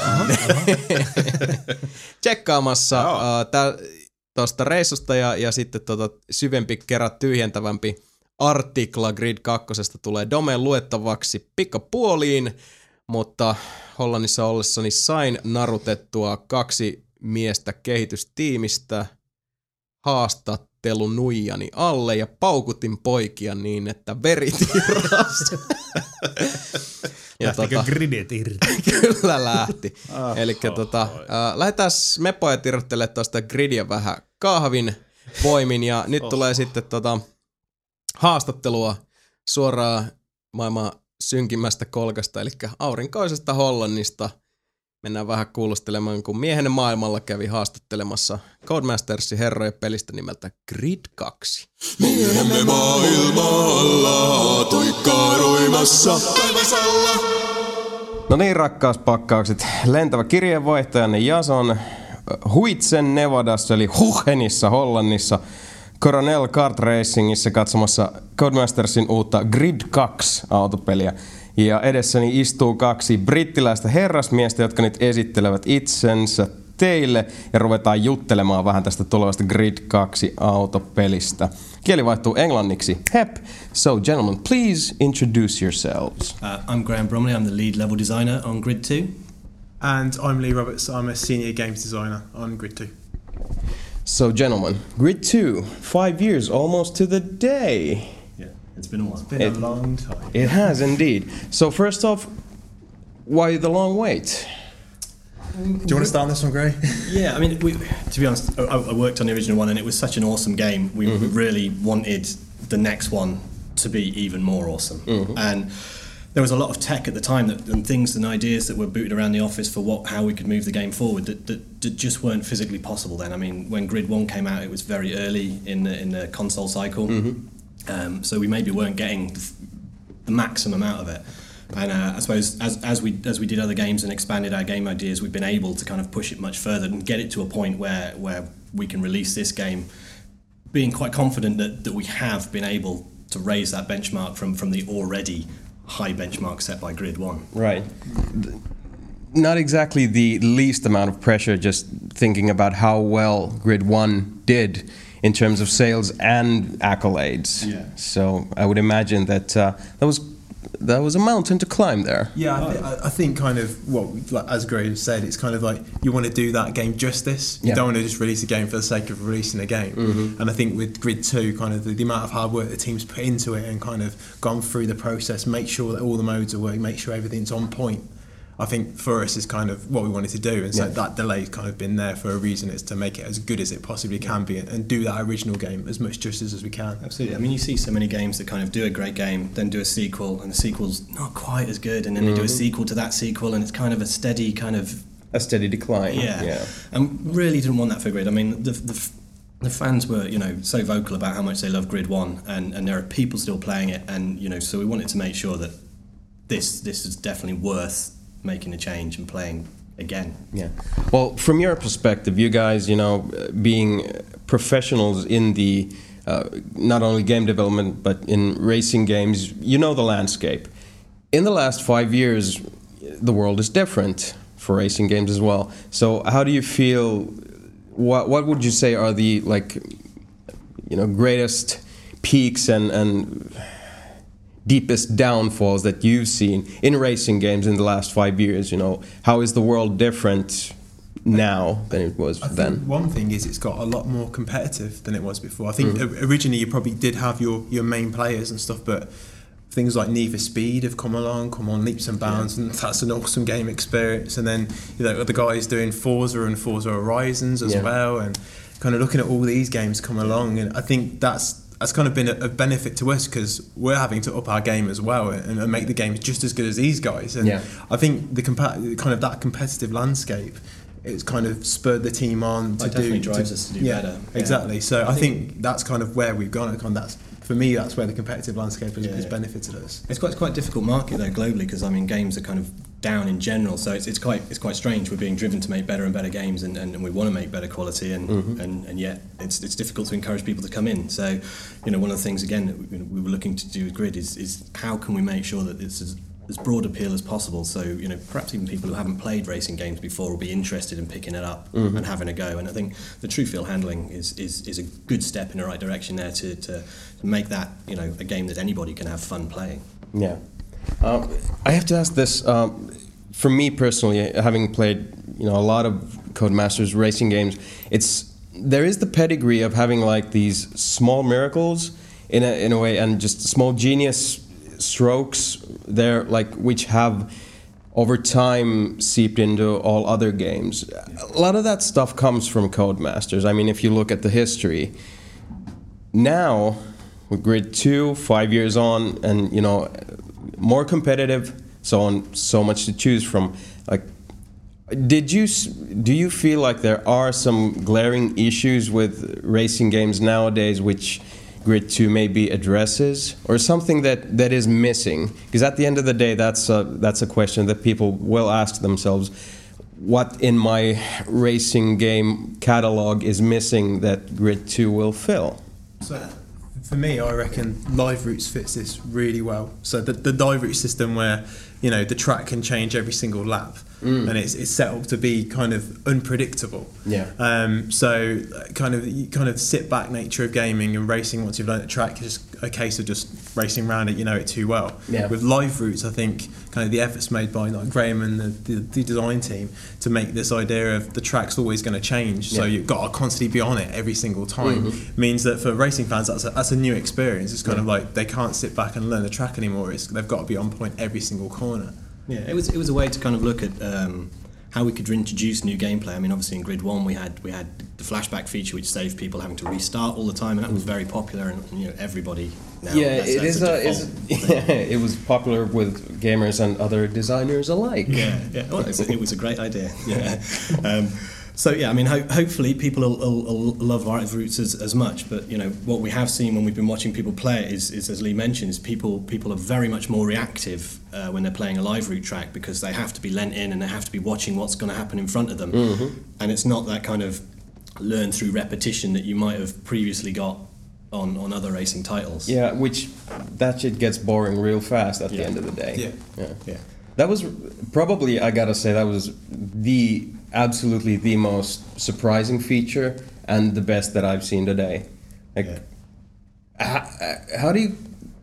tsekkaamassa uh, tuosta reissusta ja, ja sitten tota syvempi kerran tyhjentävämpi artikla Grid kaksi tulee Domeen luettavaksi pikapuoliin, mutta Hollannissa ollessani sain narutettua kaksi miestä kehitystiimistä haastattelun nuijani alle ja paukutin poikia niin, että veri tirasi. Lähtikö tota, gridit irti? Kyllä lähti. Oh, Eli oh, tota, oh. äh, lähdetään mepoja tirrottelemaan tuosta gridia vähän kahvin voimin ja nyt oh. tulee sitten tota, haastattelua suoraan maailman synkimmästä kolkasta, eli aurinkoisesta Hollannista. Mennään vähän kuulostelemaan, kun miehen maailmalla kävi haastattelemassa Codemastersin herrojen pelistä nimeltä Grid kaksi. Miehemme maailmalla tuikkaaruimassa taivasalla. No niin, rakkauspakkaukset. Lentävä kirjeenvaihtajanne Jason Huitsen Nevadassa, eli Huchenissa Hollannissa, Coronel Kart Racingissa katsomassa Codemastersin uutta Grid kaksi autopeliä. Ja edessäni istuu kaksi brittiläistä herrasmiestä, jotka nyt esittelevät itsensä teille ja ruvetaan juttelemaan vähän tästä tulevasta Grid kaksi autopelistä. Kieli vaihtuu englanniksi. Hep. So gentlemen, please introduce yourselves. Uh, I'm Graham Bromley. I'm the lead level designer on Grid two. And I'm Lee Roberts. I'm a senior games designer on Grid two. So gentlemen, Grid two, five years almost to the day. It's been a while. It's been it, a long time. It has indeed. So first off, why the long wait? Do you want to start on this one, Gray? Yeah, I mean, we, to be honest, I, I worked on the original one and it was such an awesome game. We mm-hmm. really wanted the next one to be even more awesome. Mm-hmm. And there was a lot of tech at the time that, and things and ideas that were booted around the office for what how we could move the game forward that, that, that just weren't physically possible then. I mean, when Grid One came out, it was very early in the in the console cycle, mm-hmm. um, so we maybe weren't getting the maximum out of it. And uh, I suppose as as we as we did other games and expanded our game ideas, we've been able to kind of push it much further and get it to a point where where we can release this game, being quite confident that, that we have been able to raise that benchmark from, from the already high benchmark set by Grid One. Right. Not exactly the least amount of pressure, just thinking about how well Grid One did in terms of sales and accolades. Yeah. So I would imagine that uh, that was that was a mountain to climb there. Yeah, I, th- I think kind of what, like, as Graham said, it's kind of like you want to do that game justice. You yeah. don't want to just release a game for the sake of releasing a game. Mm-hmm. And I think with Grid Two, kind of the, the amount of hard work the team's put into it and kind of gone through the process, make sure that all the modes are working, make sure everything's on point. I think for us is kind of what we wanted to do, and so yeah. that delay's kind of been there for a reason. It's to make it as good as it possibly can be, and, and do that original game as much justice as we can. Absolutely. I mean, you see so many games that kind of do a great game, then do a sequel, and the sequel's not quite as good, and then mm-hmm. they do a sequel to that sequel, and it's kind of a steady kind of a steady decline. Yeah, yeah. And really didn't want that for Grid. I mean, the the, the fans were, you know, so vocal about how much they love Grid One, and, and there are people still playing it, and you know, so we wanted to make sure that this this is definitely worth making a change and playing again. Yeah. Well, from your perspective, you guys, you know, being professionals in the uh, not only game development but in racing games, you know the landscape. In the last five years, the world is different for racing games as well. So, how do you feel? What What would you say are the like, you know, greatest peaks and and deepest downfalls that you've seen in racing games in the last five years? You know, how is the world different now than it was I then? Think one thing is it's got a lot more competitive than it was before. I think mm. originally you probably did have your, your main players and stuff, but things like Need for Speed have come along, come on leaps and bounds, yeah. and that's an awesome game experience. And then, you know, the guys doing Forza and Forza Horizons as yeah. well, and kind of looking at all these games come along, and I think that's That's kind of been a, a benefit to us because we're having to up our game as well and, and make the games just as good as these guys. And yeah. I think the compa- kind of that competitive landscape, it's kind of spurred the team on to it do. Definitely drives to, us to do yeah, better. Exactly. Yeah. So I, I think, think that's kind of where we've gone. And that's for me. That's where the competitive landscape has, yeah, has yeah. benefited us. It's quite it's quite a difficult market though globally because I mean games are kind of down in general, so it's it's quite it's quite strange. We're being driven to make better and better games, and, and, and we want to make better quality, and, mm-hmm. and, and yet it's it's difficult to encourage people to come in. So, you know, one of the things again that we, we were looking to do with Grid is is how can we make sure that it's as, as broad appeal as possible. So, you know, perhaps even people who haven't played racing games before will be interested in picking it up mm-hmm. and having a go. And I think the True Field handling is, is, is a good step in the right direction there to, to, to make that, you know, a game that anybody can have fun playing. Yeah. Um, I have to ask this. Um, for me personally, having played, you know, a lot of Codemasters racing games, it's there is the pedigree of having like these small miracles in a in a way, and just small genius strokes there, like which have over time seeped into all other games. A lot of that stuff comes from Codemasters. I mean, if you look at the history now with Grid Two, five years on, and you know, more competitive, so on, so much to choose from. Like, did you do you feel like there are some glaring issues with racing games nowadays which Grid Two maybe addresses, or something that, that is missing? Because at the end of the day, that's a, that's a question that people will ask themselves. What in my racing game catalog is missing that Grid Two will fill? So, for me, I reckon Live Routes fits this really well. So the, the Live Route system where, you know, the track can change every single lap, mm. and it's it's set up to be kind of unpredictable. Yeah. Um. So kind of kind of sit back nature of gaming and racing. Once you've learned the track, it's just a case of just racing around it. You know it too well. Yeah. With Live Routes, I think kind of the efforts made by like Graham and the, the, the design team to make this idea of the track's always going to change. Yeah. So you've got to constantly be on it every single time. Mm-hmm. Means that for racing fans, that's a, that's a new experience. It's kind yeah. of like they can't sit back and learn the track anymore. It's, they've got to be on point every single corner. Yeah, it was it was a way to kind of look at um, how we could introduce new gameplay. I mean, obviously in Grid One we had we had the flashback feature, which saved people having to restart all the time, and that was very popular, and you know everybody now. Yeah, That's- it that's is. the A, it's, default. it was popular with gamers and other designers alike. Yeah, yeah. Well, it, was, it was a great idea. Yeah. Um, so yeah, I mean, ho- hopefully people will, will, will love Live Roots as, as much. But you know, what we have seen when we've been watching people play it is, is as Lee mentioned, is people people are very much more reactive uh, when they're playing a Live Root track because they have to be lent in and they have to be watching what's going to happen in front of them, mm-hmm. and it's not that kind of learn through repetition that you might have previously got on, on other racing titles. Yeah, which that shit gets boring real fast at Yeah. the end of the day. Yeah. yeah. Yeah. That was probably, I gotta say, that was the absolutely the most surprising feature and the best that I've seen today. Like, Yeah. how, how do you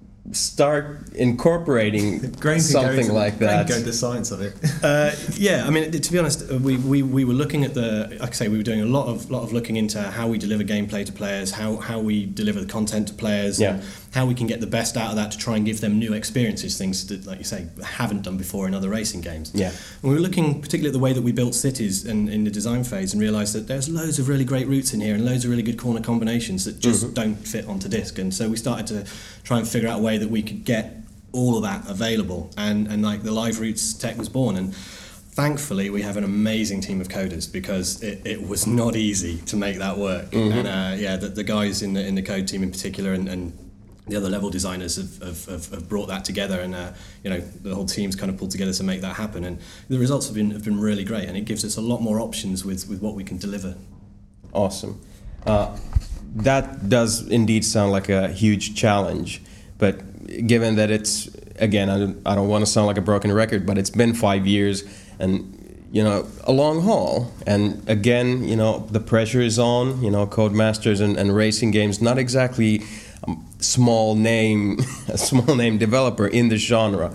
start incorporating Graham can go something into- like Graham that? can go into the science of it. Uh, yeah, I mean, to be honest, uh, we, we, we were looking at the, like I say, we were doing a lot of lot of looking into how we deliver gameplay to players, how how we deliver the content to players, Yeah. and how we can get the best out of that to try and give them new experiences, things that, like you say, haven't done before in other racing games. Yeah. And we were looking particularly at the way that we built cities and in the design phase and realised that there's loads of really great routes in here and loads of really good corner combinations that just Mm-hmm. don't fit onto disk. And so we started to try and figure out a way that we could get all of that available, and, and like the Live Roots tech was born. And thankfully we have an amazing team of coders because it, it was not easy to make that work. Mm-hmm. And uh, yeah, the, the guys in the in the code team in particular and, and the other level designers have, have, have, have brought that together, and uh, you know, the whole team's kind of pulled together to make that happen, and the results have been have been really great, and it gives us a lot more options with, with what we can deliver. Awesome. Uh, that does indeed sound like a huge challenge, but given that it's, again, I don't, I don't want to sound like a broken record, but it's been five years and, you know, a long haul. And again, you know, the pressure is on, you know, Codemasters and, and racing games, not exactly a small name, a small name developer in the genre,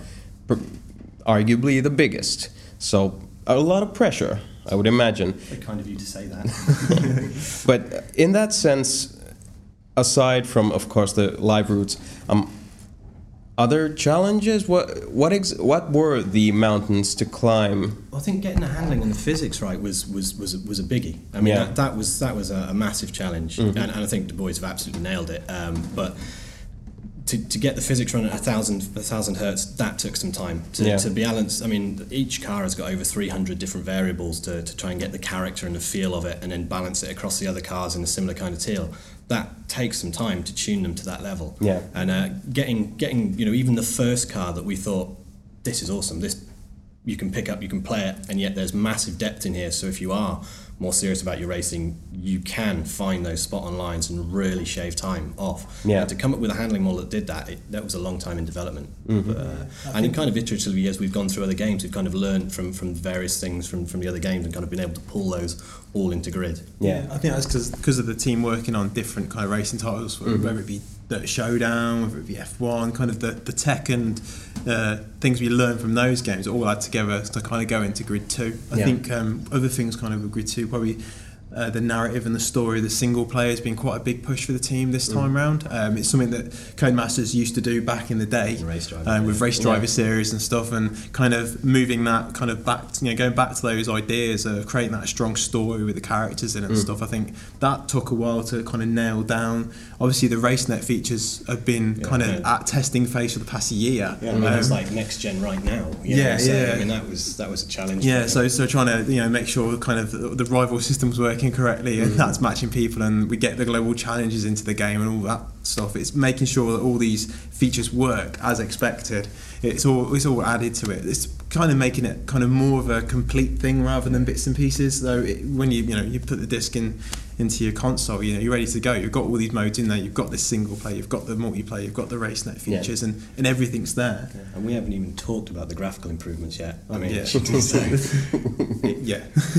arguably the biggest. So a lot of pressure, I would imagine. Very kind of you to say that. But in that sense, aside from, of course, the Live Roots, um, other challenges? What what ex- what were the mountains to climb? I think getting the handling and the physics right was was was a, was a biggie. I mean, Yeah. that, that was that was a, a massive challenge, Mhm. and, and I think the boys have absolutely nailed it. Um, but to, to get the physics run at a thousand a thousand hertz, that took some time to, Yeah. to balance. I mean, each car has got over three hundred different variables to, to try and get the character and the feel of it, and then balance it across the other cars in a similar kind of deal. That takes some time to tune them to that level. Yeah. And uh, getting getting you know, even the first car that we thought, this is awesome, this you can pick up, you can play it, and yet there's massive depth in here. So if you are more serious about your racing, you can find those spot on lines and really shave time off. Yeah. And to come up with a handling model that did that, it, that was a long time in development. Mhm. But, uh, and it kind of iteratively, as we've gone through other games, we've kind of learned from, from various things from, from the other games and kind of been able to pull those all into grid. Yeah. I think that's because of the team working on different kind of racing titles, Mhm. whether it be the Showdown, whether it be F one, kind of the, the tech and uh, things we learn from those games all add together to kind of go into Grid two. I Yeah. think um, other things kind of with Grid two, probably uh, the narrative and the story, the single player has been quite a big push for the team this time round. Um, it's something that Codemasters used to do back in the day Race Driver, um, with yeah. Race Driver Yeah. series and stuff, and kind of moving that kind of back, to, you know, going back to those ideas of creating that strong story with the characters in it and Mm. stuff. I think that took a while to kind of nail down. Obviously, the RaceNet features have been Yeah, kind of yeah. at testing phase for the past year. Yeah, I mean, Um, it's like next gen right now. You yeah, know, so, yeah. I mean, that was that was a challenge. Yeah, so so trying to you know make sure kind of the, the rival system's working correctly and that's matching people, and we get the global challenges into the game and all that stuff. It's making sure that all these features work as expected. It's all it's all added to it. It's kind of making it kind of more of a complete thing rather than bits and pieces. Though it, when you you know you put the disc in into your console, you know you're ready to go. You've got all these modes in there. You've got this single player. You've got the multiplayer. You've got the RaceNet Yeah. features, and, and everything's there. Yeah, and we haven't even talked about the graphical improvements yet. I mean, Yeah. so, Yeah.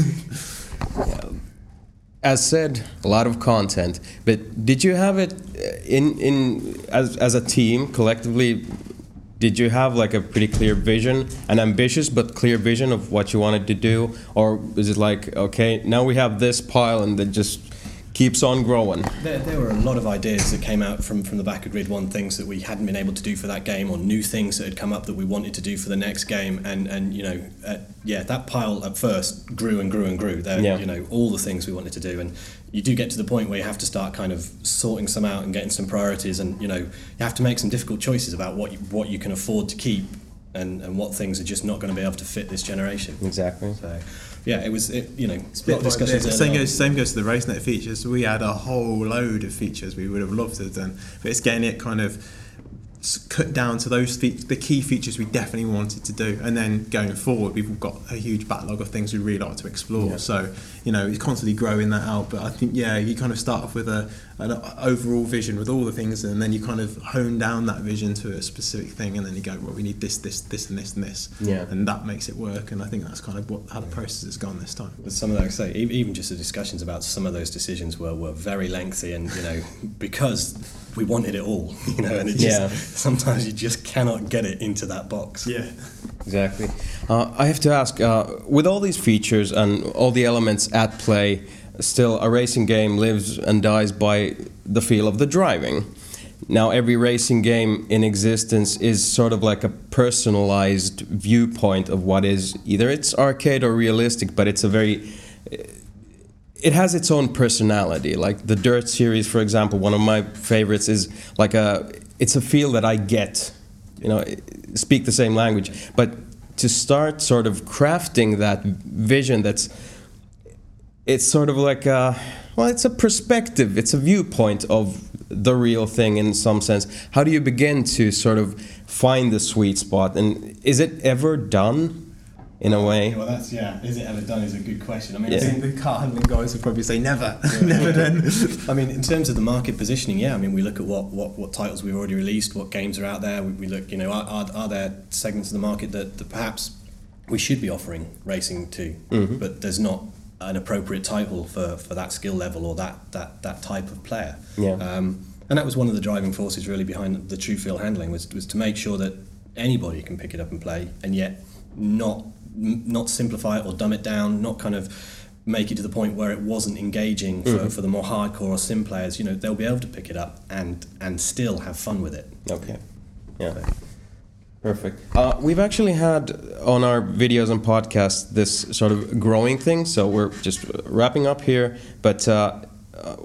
As said, a lot of content. But did you have it in in as as a team collectively? Did you have like a pretty clear vision, an ambitious but clear vision of what you wanted to do, or is it like, okay, now we have this pile and it just keeps on growing? There, there were a lot of ideas that came out from, from the back of Grid One, things that we hadn't been able to do for that game, or new things that had come up that we wanted to do for the next game, and and you know, uh, yeah, that pile at first grew and grew and grew. There, Yeah. you know, all the things we wanted to do, and you do get to the point where you have to start kind of sorting some out and getting some priorities, and you know you have to make some difficult choices about what you, what you can afford to keep and, and what things are just not going to be able to fit this generation. Exactly. So yeah, it was it, you know a lot of discussions. Like same goes same goes to the RaceNet features. We had a whole load of features we would have loved to have done, but it's getting it kind of cut down to those fe- the key features we definitely wanted to do, and then going forward we've got a huge backlog of things we really like to explore. Yeah. So you know, it's constantly growing that out. But I think yeah, you kind of start off with a an overall vision with all the things, and then you kind of hone down that vision to a specific thing, and then you go, well, we need this, this, this, and this, and this, yeah, and that makes it work. And I think that's kind of what how the process has gone this time. But some of those, say, even just the discussions about some of those decisions were, were very lengthy, and you know, because we wanted it all, you know, and it just, yeah. sometimes you just cannot get it into that box. Yeah, exactly. Uh, I have to ask, uh, with all these features and all the elements at play, still a racing game lives and dies by the feel of the driving. Now, every racing game in existence is sort of like a personalized viewpoint of what is either it's arcade or realistic, but it's a very it has its own personality. Like the Dirt series, for example, one of my favorites is like a, it's a feel that I get, you know, speak the same language. But to start sort of crafting that vision that's, it's sort of like a, well, it's a perspective, it's a viewpoint of the real thing in some sense. How do you begin to sort of find the sweet spot? And is it ever done? In a way. Well, that's, yeah, is it ever done is a good question. I mean, yeah. I think the car handling guys would probably say never, yeah. never done. I mean, in terms of the market positioning, yeah, I mean, we look at what, what, what titles we've already released, what games are out there. We, we look, you know, are, are, are there segments of the market that, that perhaps we should be offering racing to, mm-hmm. but there's not an appropriate title for, for that skill level or that, that, that type of player. Yeah. Um, and that was one of the driving forces really behind the True Feel handling was, was to make sure that anybody can pick it up and play, and yet not not simplify it or dumb it down, not kind of make it to the point where it wasn't engaging for, mm-hmm. for the more hardcore or sim players. You know, they'll be able to pick it up and and still have fun with it. Okay. Yeah. So. Perfect. Uh, we've actually had on our videos and podcasts this sort of growing thing, so we're just wrapping up here. But uh, uh,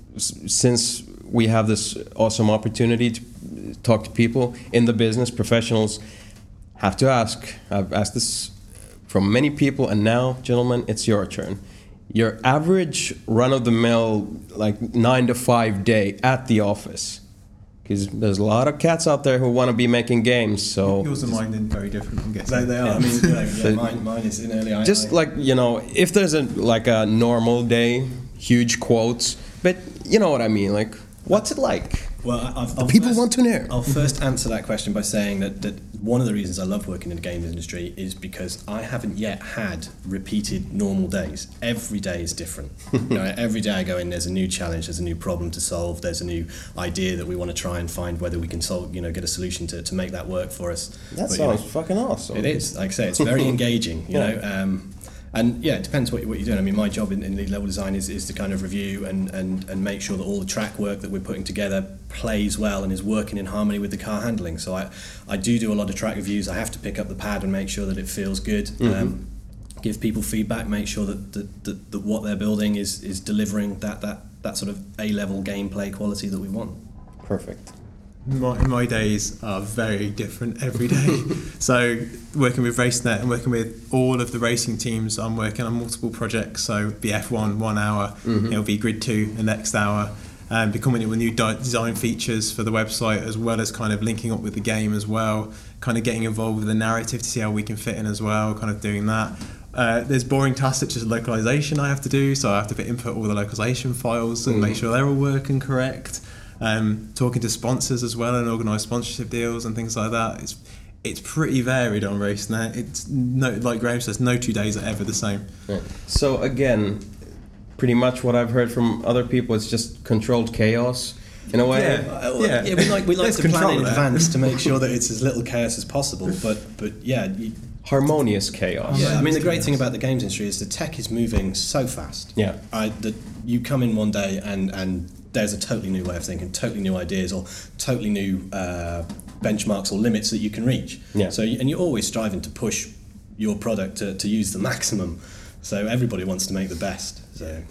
since we have this awesome opportunity to talk to people in the business, professionals, have to ask, I've asked this from many people, and now, gentlemen, it's your turn. Your average run-of-the-mill, like nine to five day at the office, because there's a lot of cats out there who want to be making games. So yours and mine are very different, I'm guessing. They, they are. Yeah. I mean, you know, yeah, mine, mine is in early. Just I, like, you know, if there's a like a normal day, huge quotes, but you know what I mean. Like, what's it like? Well, I've, the I'll people first, want to know. I'll first answer that question by saying that, that one of the reasons I love working in the games industry is because I haven't yet had repeated normal days. Every day is different. You know, every day I go in, there's a new challenge, there's a new problem to solve, there's a new idea that we want to try and find whether we can solve, you know, get a solution to, to make that work for us. That but, sounds you know, fucking awesome. It is. Like I say, it's very engaging. You yeah. know. Um, And yeah, it depends what, you, what you're doing. I mean, my job in, in lead level design is, is to kind of review and, and, and make sure that all the track work that we're putting together plays well and is working in harmony with the car handling. So I, I do do a lot of track reviews. I have to pick up the pad and make sure that it feels good. Mm-hmm. Um, give people feedback, make sure that, that, that, that what they're building is, is delivering that, that, that sort of A-level gameplay quality that we want. Perfect. My, my days are very different every day. So working with RaceNet and working with all of the racing teams, I'm working on multiple projects. So it'll be F one one hour, mm-hmm. it'll be Grid two the next hour, and be coming in with new di- design features for the website, as well as kind of linking up with the game as well, kind of getting involved with the narrative to see how we can fit in as well, kind of doing that. Uh, there's boring tasks such as localization I have to do, so I have to input all the localization files and mm. make sure they're all working correct. Um, talking to sponsors as well and organise sponsorship deals and things like that. It's it's pretty varied on RaceNet. It's no, like Graham says, no two days are ever the same. Right. So again, pretty much what I've heard from other people, it's just controlled chaos in a way. Yeah, uh, yeah. yeah we like we like to plan in advance to make sure that it's as little chaos as possible. But but yeah. You, harmonious chaos. Yeah, I mean the great thing about the games industry is the tech is moving so fast. Yeah. I, that you come in one day and and there's a totally new way of thinking, totally new ideas, or totally new uh, benchmarks or limits that you can reach. Yeah. So, and you're always striving to push your product to, to use the maximum. So everybody wants to make the best. So.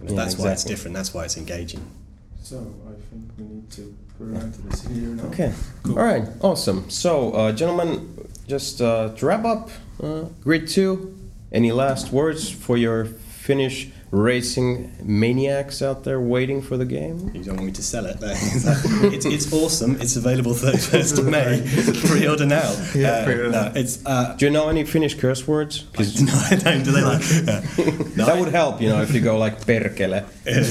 Yeah, that's exactly. why it's different. That's why it's engaging. So I think we need to put around to this here now. Okay. Cool. All right. Awesome. So, uh, gentlemen, just uh, to wrap up, uh, Grid two. Any last words for your Finnish racing maniacs out there waiting for the game? You don't want me to sell it. it's, it's awesome. It's available thirty-first of May. Pre-order now. Yeah, uh, pre-order. No, it's, uh, do you know any Finnish curse words? No, I don't. Do they like? Uh, no, that would help, you know, if you go like perkele.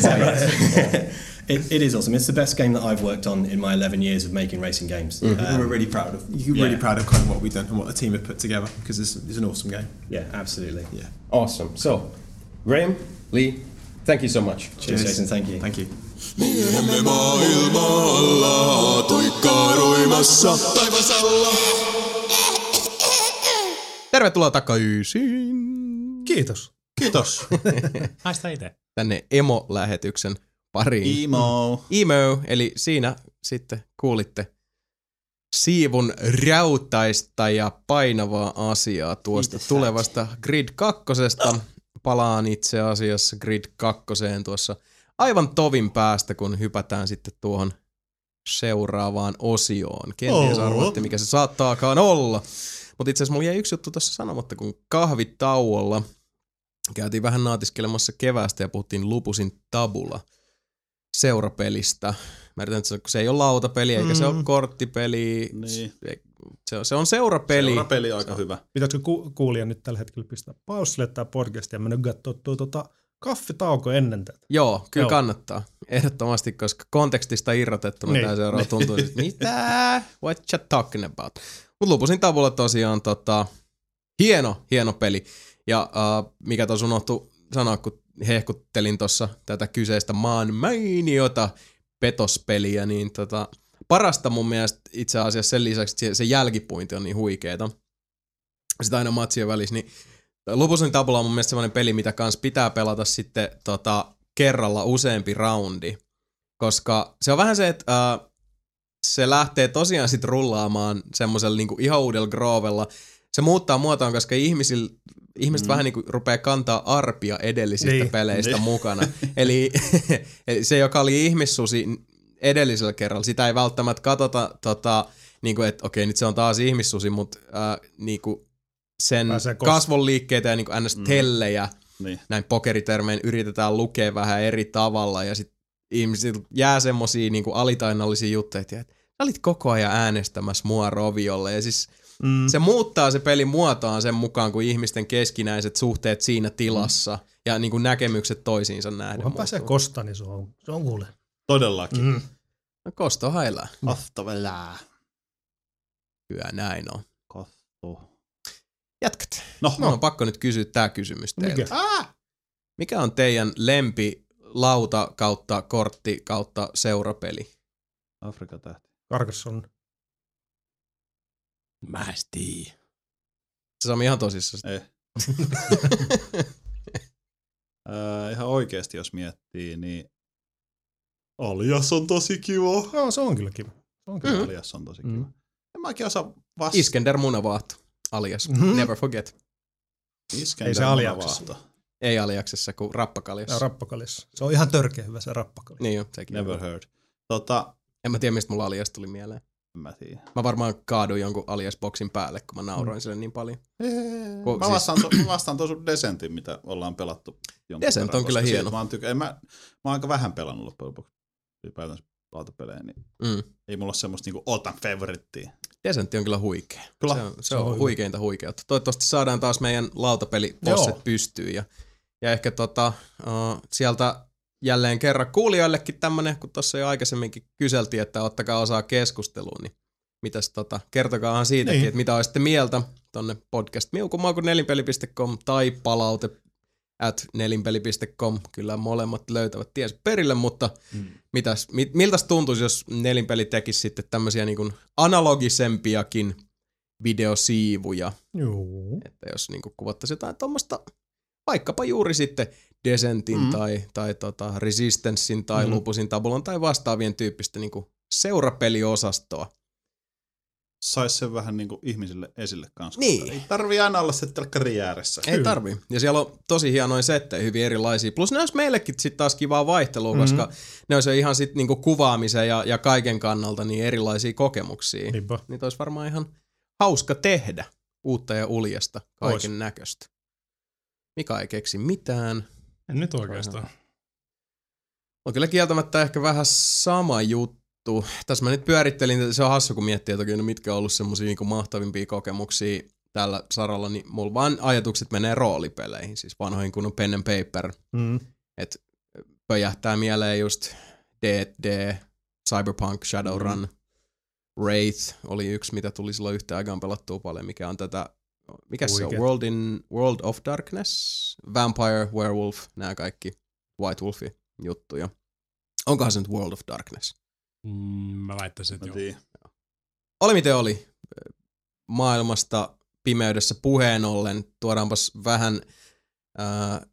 It, it is awesome. It's the best game that I've worked on in my eleven years of making racing games. Mm-hmm. Um, we're really proud of. You're yeah. really proud of kind of what we've done and what the team have put together because it's, it's an awesome game. Yeah, absolutely. Yeah, awesome. So, Graham, Lee, thank you so much. Cheers, Jason. Thank you. Thank you. Miehemme maailmalla tuikkaaroimassa taivasalla. Tervetuloa takaisin. Kiitos. Kiitos. Haista itse. Tänne emo-lähetyksen pariin. Emo. Emo, eli siinä sitten kuulitte siivun räyttäistä ja painavaa asiaa tuosta Itse tulevasta Grid kakkosesta. Palaan itse asiassa Grid kakkoseen tuossa aivan tovin päästä, kun hypätään sitten tuohon seuraavaan osioon. Kenties oh. arvoitte, mikä se saattaakaan olla. Mutta itse asiassa mulla jäi yksi juttu tuossa sanomatta, kun kahvitauolla käytiin vähän naatiskelemassa keväästä ja puhuttiin Lupusin tabula seurapelistä. Mä yritän, että se ei ole lautapeli eikä mm. se ole korttipeli. Niin. Se, on, se on seurapeli. Seurapeli on aika hyvä. Pitäisikö ku, kuulija nyt tällä hetkellä pistää pausille tää podcast ja mennä katsoa tuo tuota, kaffitauko ennen tätä? Joo, kyllä Joo. kannattaa. Ehdottomasti, koska kontekstista irrotettuna niin. Tämä seuraava tuntuu, että mitä? What you talking about? Mutta Lupusin tabula tosiaan tota, hieno, hieno peli. Ja uh, mikä tuossa unohtui sanoa, kun hehkuttelin tuossa tätä kyseistä maan mainiota petospeliä, niin tota, parasta mun mielestä itse asiassa sen lisäksi, että se jälkipuinti on niin huikeeta. Sitä aina matsien välissä, niin Lupusin tabula on mun mielestä sellainen peli, mitä kans pitää pelata sitten tota, kerralla useampi roundi. Koska se on vähän se, että uh, se lähtee tosiaan sit rullaamaan semmoisella niinku ihan uudella groovella. Se muuttaa muotoaan, koska ihmisillä, ihmiset mm. vähän niinku rupeaa kantaa arpia edellisistä niin. peleistä niin. mukana. Eli, eli se, joka oli ihmissusi edellisellä kerralla, sitä ei välttämättä katsota, tota, niinku, että okei, nyt se on taas ihmissusi, mutta äh, niinku, sen kasvonliikkeitä ja niinku ns. Tellejä, mm. niin. näin pokeritermein yritetään lukea vähän eri tavalla, ja sitten ihmisiltä jää semmosia niinku alitainallisia juttuja, että sä olit koko ajan äänestämässä mua roviolle, ja siis mm. se muuttaa se peli muotoaan sen mukaan, kun ihmisten keskinäiset suhteet siinä tilassa mm. ja niinku näkemykset toisiinsa nähden. Kunhan pääsee Kosta, niin se on, se on kuule. Todellakin. Mm. No Kosto hailaa. Kosto velää. Hyvä näin on. Kosto. Jatkat. No, no. on pakko nyt kysyä tää kysymys teiltä. Mikä? Ah! Mikä on teidän lempi lauta kautta kortti kautta seurapeli? Afrikan tähti. Carcassonne. Mä en tiedä. Se on ihan tosissaan. Ei. äh, ihan oikeesti jos miettii, niin Alias on tosi kiva. Joo, se on kyllä kiva. Se on kyllä. Mm. Alias on tosi kiva. Mm. En mäkin osaa vastata. Iskender Munavaahto. Alias. Mm-hmm. Never forget. Iskender Ei se Aliaksessa. Ei Aliaksessa, kuin Rappakaljassa. Ja Rappakaljassa. Se on ihan törkeä hyvä se Rappakalja. Niin jo, sekin. Never heard. Tota, en mä tiedä, mistä mulla Alias tuli mieleen. En mä tiedä. Mä varmaan kaaduin jonkun Alias-boksin päälle, kun mä nauroin mm. sille niin paljon. Kun, mä vastaan, siis... to, vastaan tuon sun Descentin, mitä ollaan pelattu. Descent on kyllä hieno. Mä oon, tyk- en mä, mä oon aika vähän pelannut loppujen lopuksi ylipäätänsä lautapelejä, niin mm. ei mulla ole semmoista niinku all-time favorittia. Descent on kyllä huikea. Kyllä. Se on, se on huikeinta huikeutta. Toivottavasti saadaan taas meidän lautapeliposset pystyyn. Ja, ja ehkä tota, uh, sieltä jälleen kerran kuulijoillekin tämmönen, kun tuossa jo aikaisemminkin kyseltiin, että ottakaa osaa keskusteluun, niin mitäs tota, kertokaahan siitäkin, niin. Että mitä olisitte mieltä tonne podcast miukumauku nelinpeli piste com tai palaute at nelinpeli piste com. Kyllä molemmat löytävät ties perille, mutta mm. mitäs, mit, miltäs tuntuisi, jos Nelinpeli tekisi sitten tämmöisiä niin kuin analogisempiakin videosiivuja. Joo. Että jos niin kuin kuvattaisiin jotain tuommoista, vaikkapa juuri sitten Descentin mm. tai, tai tota Resistancein tai mm. Lupusin tabulan tai vastaavien tyyppistä niin kuin seurapeliosastoa. saisi sen vähän niin kuin ihmisille esille kanssa. Niin. Ei tarvii aina olla se telkkari ääressä. Ei tarvii. Ja siellä on tosi hienoja settejä, hyvin erilaisia. Plus ne olisi meillekin sitten taas kivaa vaihtelua, mm-hmm. koska ne olisi ihan sitten niinku kuvaamisen ja, ja kaiken kannalta niin erilaisia kokemuksia. Niinpä. Niitä olisi varmaan ihan hauska tehdä uutta ja uljasta, kaiken näköistä. Mika ei keksi mitään. En nyt oikeastaan. On kyllä kieltämättä ehkä vähän sama juttu. Tässä mä nyt pyörittelin, se on hassu kun miettii, että no mitkä on ollut semmosia niin mahtavimpia kokemuksia tällä saralla, niin mulla vaan ajatukset menee roolipeleihin, siis vanhoihin kunnon pen and paper. Mm. Että pöjähtää mieleen just D and D, Cyberpunk, Shadowrun, mm. Wraith oli yksi, mitä tuli silloin yhteen aikaan pelattua paljon, mikä on tätä, mikä se on, World, in, World of Darkness, Vampire, Werewolf, nämä kaikki White Wolfi juttuja. Onkohan se nyt World of Darkness? Mm, mä väittäisin, että joo. Oli miten oli. Maailmasta pimeydessä puheen ollen. Tuodaanpas vähän ää,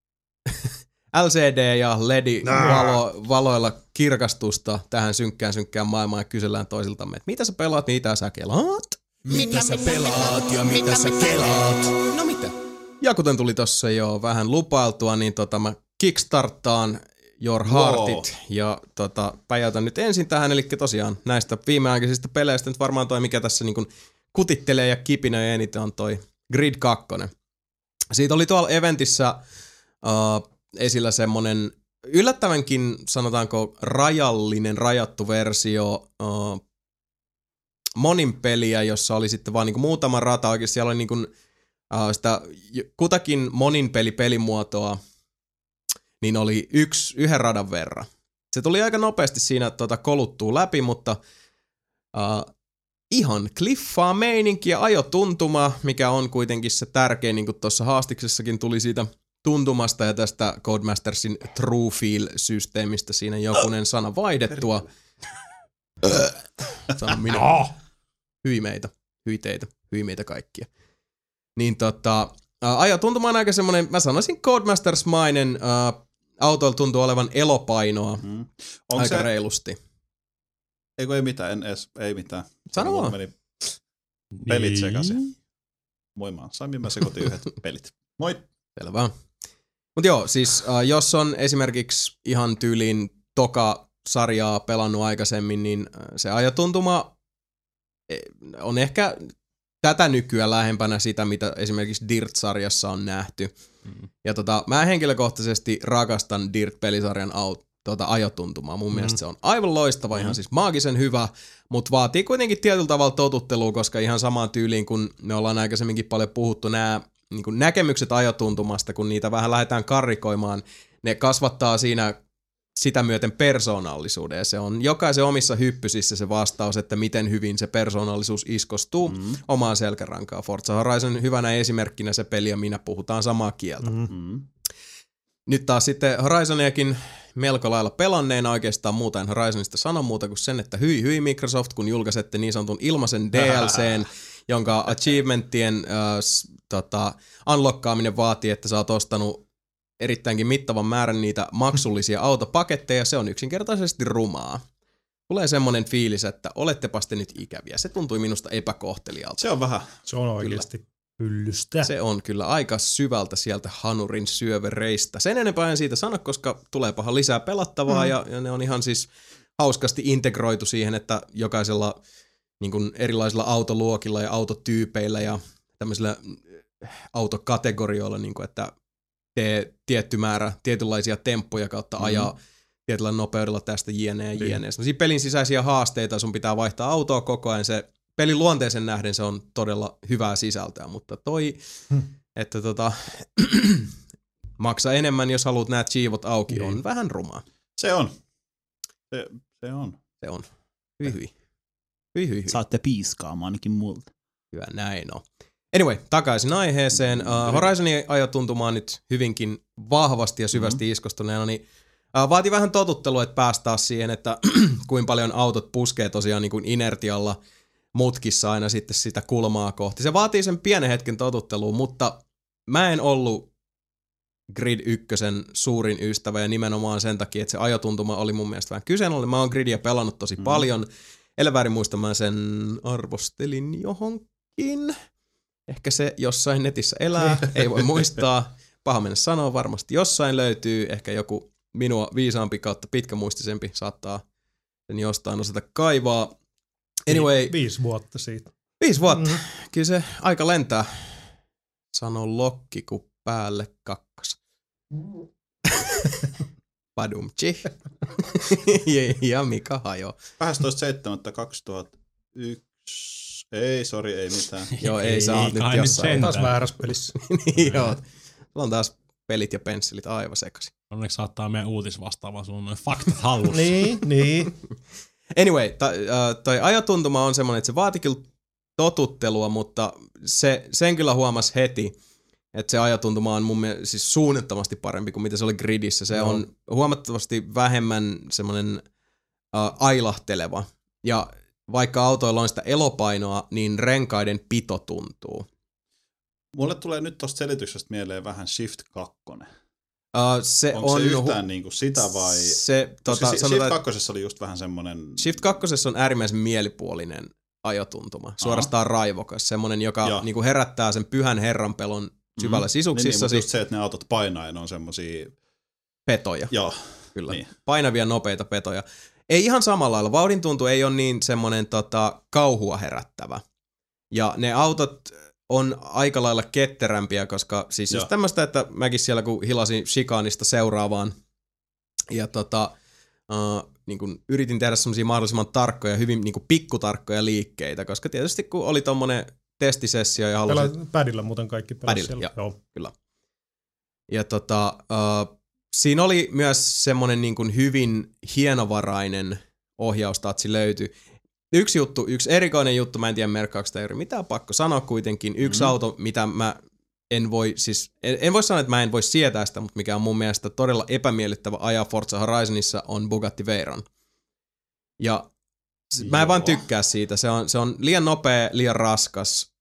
L C D ja L E D-valoilla kirkastusta tähän synkkään synkkään maailmaan ja kysellään toisiltamme, että mitä sä pelaat, mitä sä kelaat? Mitä sä pelaat ja mitä sä kelaat? No mitä? Ja kuten tuli tossa jo vähän lupailtua, niin tota mä kickstarttaan Your Heartit wow. ja tota, päjäytän nyt ensin tähän, eli tosiaan näistä viimeaikaisista peleistä nyt varmaan toi, mikä tässä niin kun kutittelee ja kipinöi eniten on toi Grid kaksi. Siitä oli tuolla eventissä uh, esillä semmonen yllättävänkin, sanotaanko, rajallinen, rajattu versio uh, monin peliä, jossa oli sitten vaan niinku muutama rata. Oikeasti siellä oli niinku, uh, sitä kutakin monin peli pelimuotoa, niin oli yksi, yhden radan verran. Se tuli aika nopeasti siinä tota, koluttuu läpi, mutta uh, ihan kliffaa meininkiä, ajotuntuma, mikä on kuitenkin se tärkein, niin kuin tuossa haastiksessakin tuli siitä tuntumasta ja tästä Codemastersin True Feel-systeemistä siinä jokunen sana vaihdettua. Sano minä. Hyimeitä, hyiteitä, hyimeitä kaikkia. Niin tota, ää, ajotuntuma on aika semmonen, mä sanoisin Codemasters-mainen, ää, autoilla tuntuu olevan elopainoa mm. aika se... reilusti. Eikö ei mitään, en edes, ei mitään. Sano vaan. Meni pelit niin. sekaisin. Moi mä saimin mä sekoitin yhdet pelit. Moi. Selvä. Mut joo, siis äh, jos on esimerkiksi ihan tyyliin toka sarjaa pelannut aikaisemmin, niin äh, se ajotuntuma on ehkä tätä nykyään lähempänä sitä, mitä esimerkiksi Dirt-sarjassa on nähty. Mm. Ja tota, mä henkilökohtaisesti rakastan Dirt-pelisarjan aut- tota, ajotuntumaa. Mun mm. mielestä se on aivan loistava, mm. ihan siis maagisen hyvä, mutta vaatii kuitenkin tietyllä tavalla totuttelua, koska ihan samaan tyyliin, kun me ollaan aikaisemminkin paljon puhuttu, nämä niin kuin näkemykset ajotuntumasta, kun niitä vähän lähdetään karrikoimaan, ne kasvattaa siinä sitä myöten persoonallisuuden. Ja se on jokaisen omissa hyppysissä se vastaus, että miten hyvin se persoonallisuus iskostuu mm. omaan selkärankaan. Forza Horizon hyvänä esimerkkinä se peli ja minä puhutaan samaa kieltä. Mm. Nyt taas sitten Horizoniakin melko lailla pelanneena oikeastaan muuta en Horizonista sano muuta kuin sen, että hyi hyi Microsoft, kun julkaisette niin sanotun ilmaisen D L C:n, jonka achievementtien äh, tota, unlockkaaminen vaatii, että sä oot ostanut erittäinkin mittavan määrän niitä maksullisia autopaketteja, se on yksinkertaisesti rumaa. Tulee semmonen fiilis, että olettepas te nyt ikäviä. Se tuntui minusta epäkohtelijalta. Se on vähän. Se on oikeasti hyllystä. Se on kyllä aika syvältä sieltä hanurin syövereistä. Sen enempää en siitä sano, koska tuleepahan lisää pelattavaa mm. ja, ja ne on ihan siis hauskasti integroitu siihen, että jokaisella niin kuin erilaisilla autoluokilla ja autotyypeillä ja tämmöisillä autokategorioilla, niin kuin, että tee tietty määrä tietynlaisia temppuja kautta mm-hmm. ajaa tietyllä nopeudella tästä jne ja jne. Sellaisia pelin sisäisiä haasteita, sun pitää vaihtaa autoa koko ajan. Se pelin luonteeseen nähden se on todella hyvää sisältöä, mutta toi, hmm. että tota, maksa enemmän, jos haluat nämä chiivot auki, hmm. on vähän rumaa. Se on. Se, se on. Se on. Hyi hyi. Hyi hyi hyi. Saatte piiskaamaan ainakin multa. Hyvä, näin on. Anyway, takaisin aiheeseen. Uh, Horizonin ajotuntuma on nyt hyvinkin vahvasti ja syvästi mm-hmm. iskostuneena, niin uh, vaati vähän totuttelua, että päästään siihen, että kuinka paljon autot puskee tosiaan niin kuin inertialla mutkissa aina sitten sitä kulmaa kohti. Se vaatii sen pienen hetken totuttelua, mutta mä en ollut Grid ykkösen suurin ystävä ja nimenomaan sen takia, että se ajotuntuma oli mun mielestä vähän kyseenalainen. Mä oon Gridia pelannut tosi mm. paljon. ellei väärin muista, mä sen arvostelin johonkin. Ehkä se jossain netissä elää, ei voi muistaa. Paha mennä sanoa, varmasti jossain löytyy. Ehkä joku minua viisaampi kautta pitkämuistisempi saattaa sen jostain osata kaivaa. Anyway. Vi- viisi vuotta siitä. Viisi vuotta. Mm. Kyllä se aika lentää. Sano lokki, kun päälle kakkas. Padumchi. Ja Mika hajo. kahdestoista seitsemättä kaksituhattayksi. Ei, sori, ei mitään. Joo, ei, ei saa nyt jossain. Taas väärässä pelissä. Niin joo. On taas pelit ja pensselit aivan sekaisin. Onneksi saattaa meidän uutisvastaava sun noin faktat hallussa. niin, niin. Anyway, ta, uh, toi ajotuntuma on semmoinen, että se vaati kyllä totuttelua, mutta se, sen kyllä huomasi heti, että se ajotuntuma on mun mielestä siis suunnattomasti parempi kuin mitä se oli gridissä. Se no. on huomattavasti vähemmän semmoinen uh, ailahteleva. Ja vaikka autoilla on sitä elopainoa, niin renkaiden pito tuntuu. Mulle tulee nyt tosta selityksestä mieleen vähän Shift kaksi. Uh, se Onko on se yhtään niinku sitä vai... Se, tota, Shift sanotaan, kaksi oli just vähän semmonen... Shift kaksi on äärimmäisen mielipuolinen ajotuntuma. Suorastaan Aha. raivokas. Semmonen, joka niinku herättää sen pyhän herran pelon syvällä mm. sisuksissasi. Niin, niin, just se, että ne autot painaa ja ne on semmosia... Petoja. Joo. Kyllä. Niin. Painavia, nopeita petoja. Ei ihan samalla lailla. Vauhdin tuntu ei ole niin semmonen tota, kauhua herättävä. Ja ne autot on aika lailla ketterämpiä, koska siis Joo. just tämmöistä, että mäkin siellä kun hilasin chikaanista seuraavaan ja tota, uh, niin kun yritin tehdä semmosia mahdollisimman tarkkoja, hyvin niin kun pikkutarkkoja liikkeitä, koska tietysti kun oli tommonen testisessio ja halusin... Pelaa padilla muuten kaikki pelas siellä. Ja, Joo, kyllä. Ja tota, uh, siinä oli myös semmonen niin kun hyvin hienovarainen ohjaustatsi löytyi. Yksi juttu, yksi erikoinen juttu, mä en tiedä merkkaako sitä juuri mitään, pakko sanoa kuitenkin. Yksi mm-hmm. auto, mitä mä en voi, siis en, en voi sanoa, että mä en voi sietää sitä, mutta mikä on mun mielestä todella epämiellyttävä ajaa Forza Horizonissa on Bugatti Veyron. Ja Joo. mä en vaan tykkää siitä, se on, se on liian nopea, liian raskas.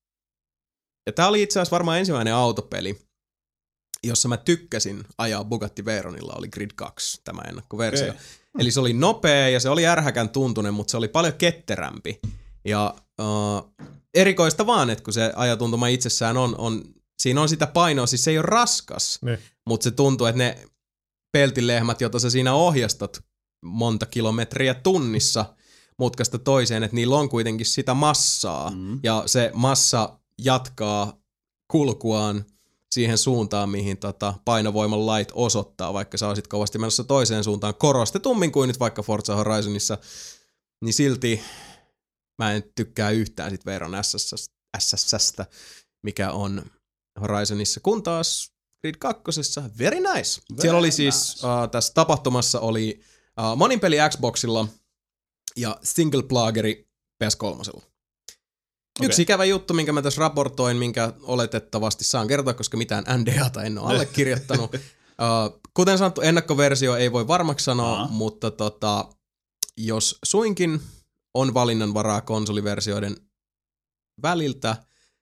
Ja tää oli itse asiassa varmaan ensimmäinen autopeli, jossa mä tykkäsin ajaa Bugatti Veyronilla, oli Grid kaksi, tämä ennakkoversio. Okay. Eli se oli nopea ja se oli ärhäkän tuntunen, mutta se oli paljon ketterämpi. Ja uh, erikoista vaan, että kun se ajatuntuma itsessään on, on, siinä on sitä painoa, siis se ei ole raskas, ne. Mutta se tuntuu, että ne peltilehmät, joita sä siinä ohjastat monta kilometriä tunnissa mutkasta toiseen, että niillä on kuitenkin sitä massaa. Mm. Ja se massa jatkaa kulkuaan siihen suuntaan, mihin tota painovoiman lait osoittaa, vaikka sä olisit kovasti menossa toiseen suuntaan korostetummin kuin nyt vaikka Forza Horizonissa, niin silti mä en tykkää yhtään sit Veyron S S-stä, mikä on Horizonissa, kun taas Grid kakkosessa very nice. Very Siellä oli siis, nice. uh, tässä tapahtumassa oli uh, monin peli Xboxilla ja single plageri P S kolme. Okay. Yksi ikävä juttu, minkä mä tässä raportoin, minkä oletettavasti saan kertoa, koska mitään N D A:ta en ole allekirjoittanut. uh, kuten sanottu, ennakkoversio ei voi varmaksi sanoa, Aha. mutta tota, jos suinkin on valinnanvaraa konsoliversioiden väliltä,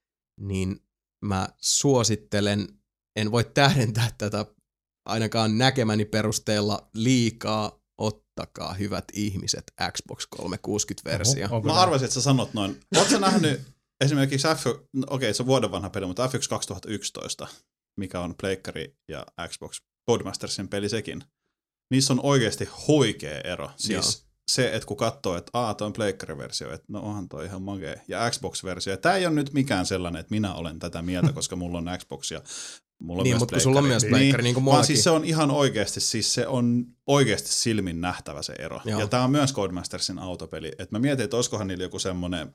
niin mä suosittelen, en voi tähdentää tätä ainakaan näkemäni perusteella liikaa, ottakaa hyvät ihmiset Xbox kolmesataakuusikymmentä-versio. Oho, mä arvasin, että sä sanot noin. Ootko sä nähnyt esimerkiksi F, okei okay, se on vuoden vanha peli, mutta F yksi kaksituhattayksitoista, mikä on pleikkari ja Xbox Codemastersin peli sekin. Niissä on oikeasti huikea ero. Siis Joo. se, että kun katsoo, että aah, toi on pleikkariversio, että no onhan toi ihan magee. Ja Xbox-versio. Ja tää ei ole nyt mikään sellainen, että minä olen tätä mieltä, koska mulla on Xbox ja mulla on niin, myös mutta sulla on myös pleikkari, niin, niin kuin mullakin. Vaan siis se on ihan oikeasti, siis se on oikeasti silmin nähtävä se ero. Joo. Ja tää on myös Codemastersin autopeli. Että mä mietin, että olisikohan niillä joku semmonen,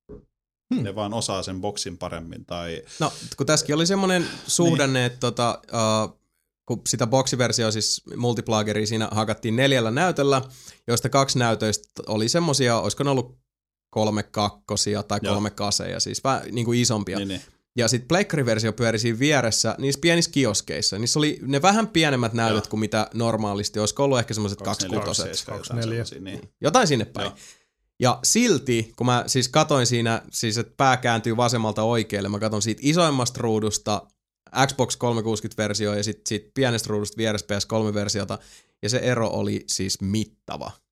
hmm. ne vaan osaa sen boksin paremmin. Tai... No, kun tässäkin oli semmonen suhdanne, niin. että tota, uh, kun sitä boksiversioa, siis multiplageria, siinä hakattiin neljällä näytöllä, joista kaksi näytöistä oli semmosia, olisiko ne ollut kolme kakkosia tai Joo. kolme kaseja, siis vähän niin kuin isompia. Niin, niin. Ja sitten pleikkariversio pyöri siinä vieressä niissä pienissä kioskeissa. Niissä oli ne vähän pienemmät näytöt Joo. kuin mitä normaalisti. Olisiko ollut ehkä semmoiset kaksi kutoset. kaksi neljä Niin. Jotain sinne päin. Joo. Ja silti, kun mä siis katoin siinä, siis että pää kääntyy vasemmalta oikealle, mä katon siitä isoimmasta ruudusta Xbox kolmesataakuusikymmentä-versio ja sitten siitä pienestä ruudusta vieressä P S kolme-versiota. Ja se ero oli siis mittava.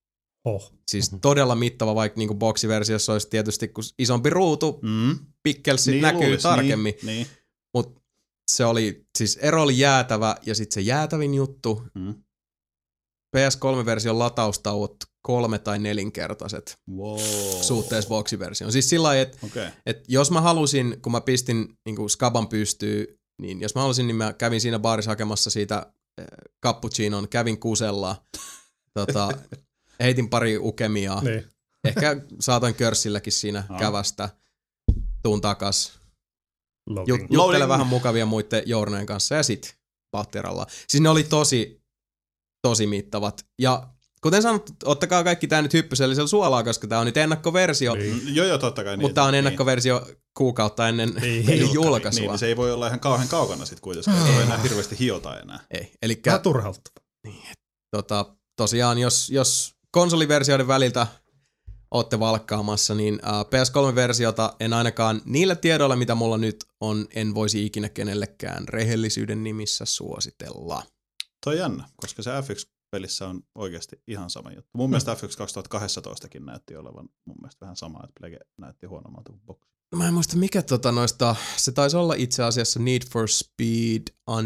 Oh. Siis todella mittava, vaikka niinku boksiversiossa olisi tietysti kun isompi ruutu, Mm. pikkelsit Niin näkyy luulis, tarkemmin. Niin, niin. Mutta se oli, siis ero oli jäätävä, ja sitten se jäätävin juttu, Mm. P S kolme-version lataustauot kolme- tai nelinkertaiset Wow. suhteessa boksiversioon. Siis sillä lailla, että Okay. et jos mä halusin, kun mä pistin niinku skaban pystyyn, niin jos mä halusin, niin mä kävin siinä baarissa hakemassa siitä äh, cappuccinon, kävin kusella, tota, heitin pari ukemiaa, Niin. ehkä saatoin körssilläkin siinä Aa. kävästä, tuun takas, Loading. Jut, juttele Loading. vähän mukavia muiden journeen kanssa ja sit patteralla. Siis ne oli tosi, tosi mittavat. Ja kuten sanottu, ottakaa kaikki tää nyt hyppysellisellä suolaa, koska tää on nyt ennakkoversio, Niin. Joo, joo, totta kai. mutta tää on ennakkoversio kuukautta ennen Niin. pelin julkaisua. Niin, niin se ei voi olla ihan kauhean kaukana sit kuitenkaan. Ei voi enää hirveästi hiota enää. Ei, elikkä Vähän turhauttava. tota, tosiaan, jos, jos konsoliversioiden väliltä ootte valkkaamassa, niin uh, P S kolme-versiota en ainakaan niillä tiedoilla, mitä mulla nyt on, en voisi ikinä kenellekään rehellisyyden nimissä suositella. Toi on jännä, koska se F yksi-pelissä on oikeasti ihan sama juttu. Mun mielestä F yksi kaksituhattakaksitoistakin näytti olevan mun mielestä vähän sama, että Plege näytti huonommalta kuin Box. Mä en muista mikä tota noista, se taisi olla itse asiassa Need for Speed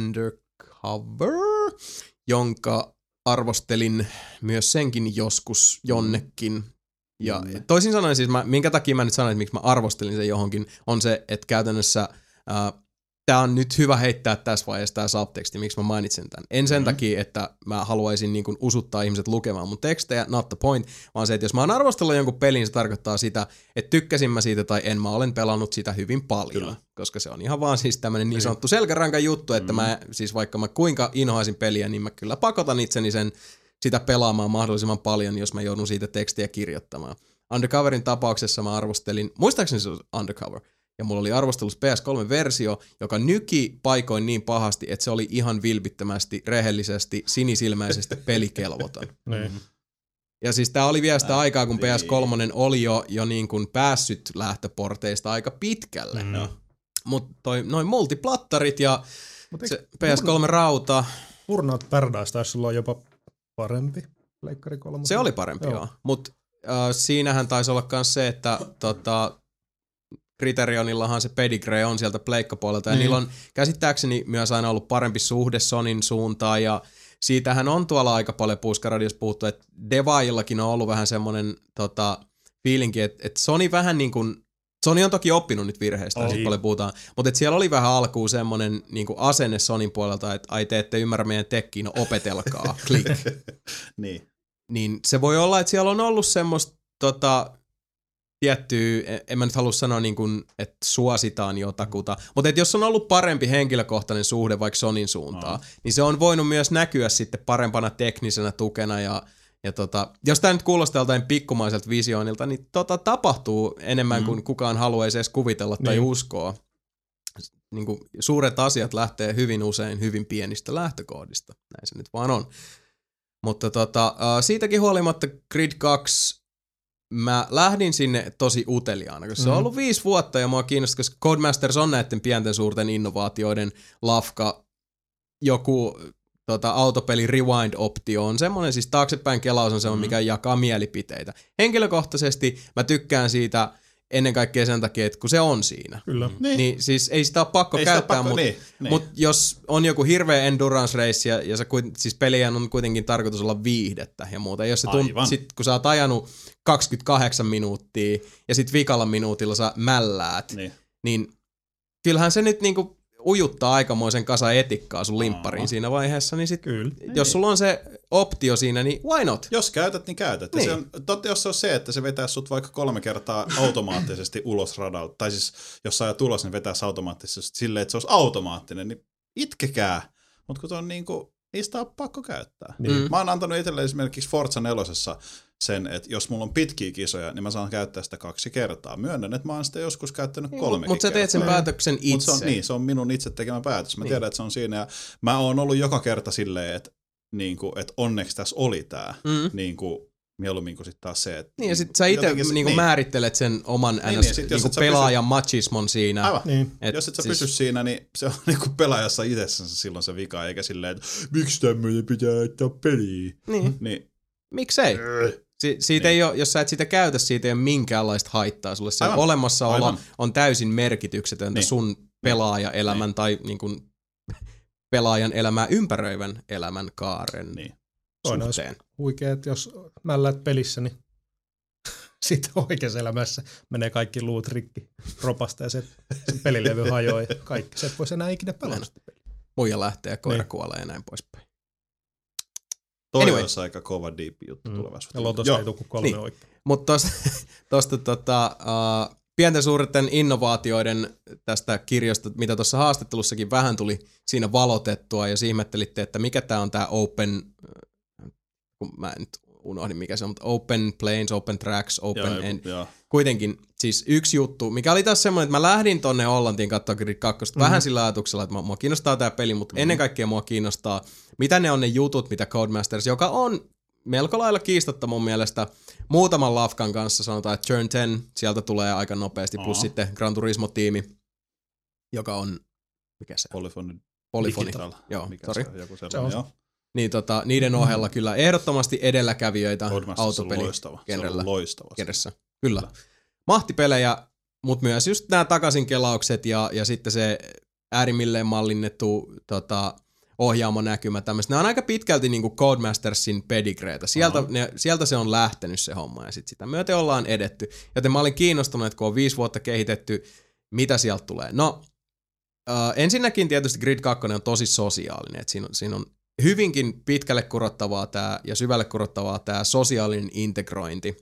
Undercover, jonka arvostelin myös senkin joskus jonnekin. Ja toisin sanoen siis, mä, minkä takia mä nyt sanoin, että miksi mä arvostelin sen johonkin, on se, että käytännössä äh, tää on nyt hyvä heittää tässä vaiheessa tää subteksti, miksi mä mainitsen tämän. En sen mm-hmm. takia, että mä haluaisin niin kuin usuttaa ihmiset lukemaan mun tekstejä, not the point, vaan se, että jos mä oon arvostellut jonkun pelin, se tarkoittaa sitä, että tykkäsin mä siitä tai en, mä olen pelannut sitä hyvin paljon. Kyllä. Koska se on ihan vaan siis tämmönen niin sanottu selkärankan juttu, että mm-hmm. mä siis vaikka mä kuinka inhoaisin peliä, niin mä kyllä pakotan itseni sen sitä pelaamaan mahdollisimman paljon, jos mä joudun siitä tekstiä kirjoittamaan. Undercoverin tapauksessa mä arvostelin, muistaakseni se on Undercover, ja mulla oli arvostelussa P S kolme-versio, joka nyki paikoin niin pahasti, että se oli ihan vilpittömästi, rehellisesti, sinisilmäisesti pelikelvoton. Niin. Ja siis tää oli vielä sitä aikaa, kun P S kolme oli jo, jo niin kuin päässyt lähtöporteista aika pitkälle. Mm. Mutta noin multiplattarit ja Mut se P S kolme-rauta. Burnout Paradise taisi olla jopa parempi. Pleikkari kolme. Se oli parempi, joo. joo. Mutta äh, siinähän taisi olla myös se, että tota, Criterionillahan se pedigree on sieltä pleikkapuolelta, ja mm. niillä on käsittääkseni myös aina ollut parempi suhde Sonyn suuntaan, ja siitähän on tuolla aika paljon Puuskaradiossa puhuttu, että Devaillakin on ollut vähän semmoinen tota, fiilinki, että, että Sony vähän niin kuin, Sony on toki oppinut nyt virheistä, oh. paljon puhutaan, mutta että siellä oli vähän alkuun semmoinen niin kuin asenne Sonyn puolelta, että ai te ette ymmärrä meidän tekkiin, no opetelkaa, klik. Niin. Niin se voi olla, että siellä on ollut semmoista tota, tiettyä, en mä nyt halua sanoa niin kuin, että suositaan jotakuta, mutta että jos on ollut parempi henkilökohtainen suhde vaikka Sonyn suuntaan, no. niin se on voinut myös näkyä sitten parempana teknisenä tukena ja, ja tota, jos tämä nyt kuulostaa joltain pikkumaiselta visioinnilta, niin tota tapahtuu enemmän mm. kuin kukaan haluaisi edes kuvitella tai niin. uskoa. Niin kuin suuret asiat lähtee hyvin usein hyvin pienistä lähtökohdista, näin se nyt vaan on. Mutta tota, siitäkin huolimatta Grid kaksi, mä lähdin sinne tosi uteliaana, koska mm. se on ollut viisi vuotta ja mua kiinnostaa, koska Codemasters on näiden pienten suurten innovaatioiden lafka. Joku tota, autopeli Rewind-optio on semmoinen, siis taaksepäin kelaus on semmoinen, mm. mikä jakaa mielipiteitä. Henkilökohtaisesti mä tykkään siitä ennen kaikkea sen takia, että kun se on siinä. Kyllä. Niin, niin siis ei sitä ole pakko ei käyttää, mutta niin, niin. mut jos on joku hirveä endurance race ja, ja sä, siis peliään on kuitenkin tarkoitus olla viihdettä ja muuta. Jos se tunt, sit, kun sä oot ajanut kaksikymmentäkahdeksan minuuttia ja sit vikalla minuutilla sä mälläät, niin, niin kyllähän se nyt niinku ujuttaa aikamoisen kasa etikkaa sun limppariin siinä vaiheessa, niin sit, Kyllä. jos sulla on se optio siinä, niin why not? Jos käytät, niin käytät. Niin. Se on, totta, jos se on se, että se vetää sut vaikka kolme kertaa automaattisesti ulos radalta, tai siis jos sä ajat ulos, niin vetää automaattisesti silleen, että se olisi automaattinen, niin itkekää. Mutta kun se on niinku, ei sitä ole pakko käyttää. Niin. Mä oon antanut itselle esimerkiksi Forza nelosessa sen, että jos mulla on pitkiä kisoja, niin mä saan käyttää sitä kaksi kertaa. Myönnän, että mä oon sitä joskus käyttänyt kolmekin kertaa. Mutta sä teet sen päätöksen itse. Mut se on, niin, se on minun itse tekemä päätös. Mä niin. tiedän, että se on siinä. Ja mä oon ollut joka kerta silleen, että, niin kuin, että onneksi tässä oli tää. Mm. Niin kuin, mieluummin kuin sitten taas se, että... Niin, ja sitten sä itse niin niin. määrittelet sen oman niin, ns, niin, niin, pelaajan pysy... machismon siinä. Aivan. Niin. Et jos et sä siis... pysy siinä, niin se on niin kuin pelaajassa itsessänsä silloin se vika, eikä silleen, että miksi tämmöinen pitää laittaa peliin. Niin. niin. Miksei? Si- siitä Niin. ei ole, jos sä et sitä käytä, siitä ei ole minkäänlaista haittaa sulle. Se Aivan. olemassaolo Aivan. on täysin merkityksetöntä Niin. sun pelaajaelämän Niin. tai niin kuin, pelaajan elämää ympäröivän elämän kaaren Niin. Toinen olisi suhteen. huikea, että jos mälläät pelissä, niin sitten oikeassa elämässä menee kaikki luut rikki ropasta ja se, se pelilevy hajoaa ja kaikki. Se et voisi enää ikinä pelata sitä peliä. Muija lähtee ja koira Niin. kuolee ja näin poispäin. Toi Anyway. olisi aika kova deep juttu Mm. tulevaisuudessa. Ja Lotossa Joo. ei tule kuin kolme Niin. oikein. Mutta tosta, tosta tota, uh, pienten suurten innovaatioiden tästä kirjasta, mitä tuossa haastattelussakin vähän tuli siinä valotettua, ja ihmettelitte, että mikä tämä on tämä open, kun mä nyt unohdin mikä se on, mutta open planes, open tracks, open Joo, end. joo. Kuitenkin siis yksi juttu, mikä oli taas semmoinen, että mä lähdin tonne Hollantiin katsoa Grid kaksi mm-hmm. vähän sillä ajatuksella, että mua kiinnostaa tää peli, mutta mm-hmm. ennen kaikkea mua kiinnostaa, mitä ne on ne jutut, mitä Codemasters, joka on melko lailla kiistatta mun mielestä muutaman lafkan kanssa, sanotaan, että Turn kymmenen, sieltä tulee aika nopeasti, plus Aha. sitten Gran Turismo-tiimi, joka on, mikä se on? Polyphony. Polyphony. Digital. Joo, Mikä sorry. se on? Joku Se sellainen, on- joo. Niin tota, niiden ohella kyllä ehdottomasti edelläkävijöitä Codemasters on loistava. Se on autopelikenrellä. loistava. Kenressä. Kyllä. Mahtipelejä, mutta myös just nämä takaisinkelaukset ja, ja sitten se äärimmilleen mallinnettu tota, ohjaamonäkymä tämmöistä. Nämä on aika pitkälti niin kuin Codemastersin pedigreetä. Sieltä, ne, sieltä se on lähtenyt se homma ja sitten sitä myöten ollaan edetty. Joten mä olin kiinnostunut, että kun on viisi vuotta kehitetty, mitä sieltä tulee. No, äh, ensinnäkin tietysti Grid kaksi on tosi sosiaalinen. Että siinä, on, siinä on hyvinkin pitkälle kurottavaa tää, ja syvälle kurottavaa tämä sosiaalinen integrointi.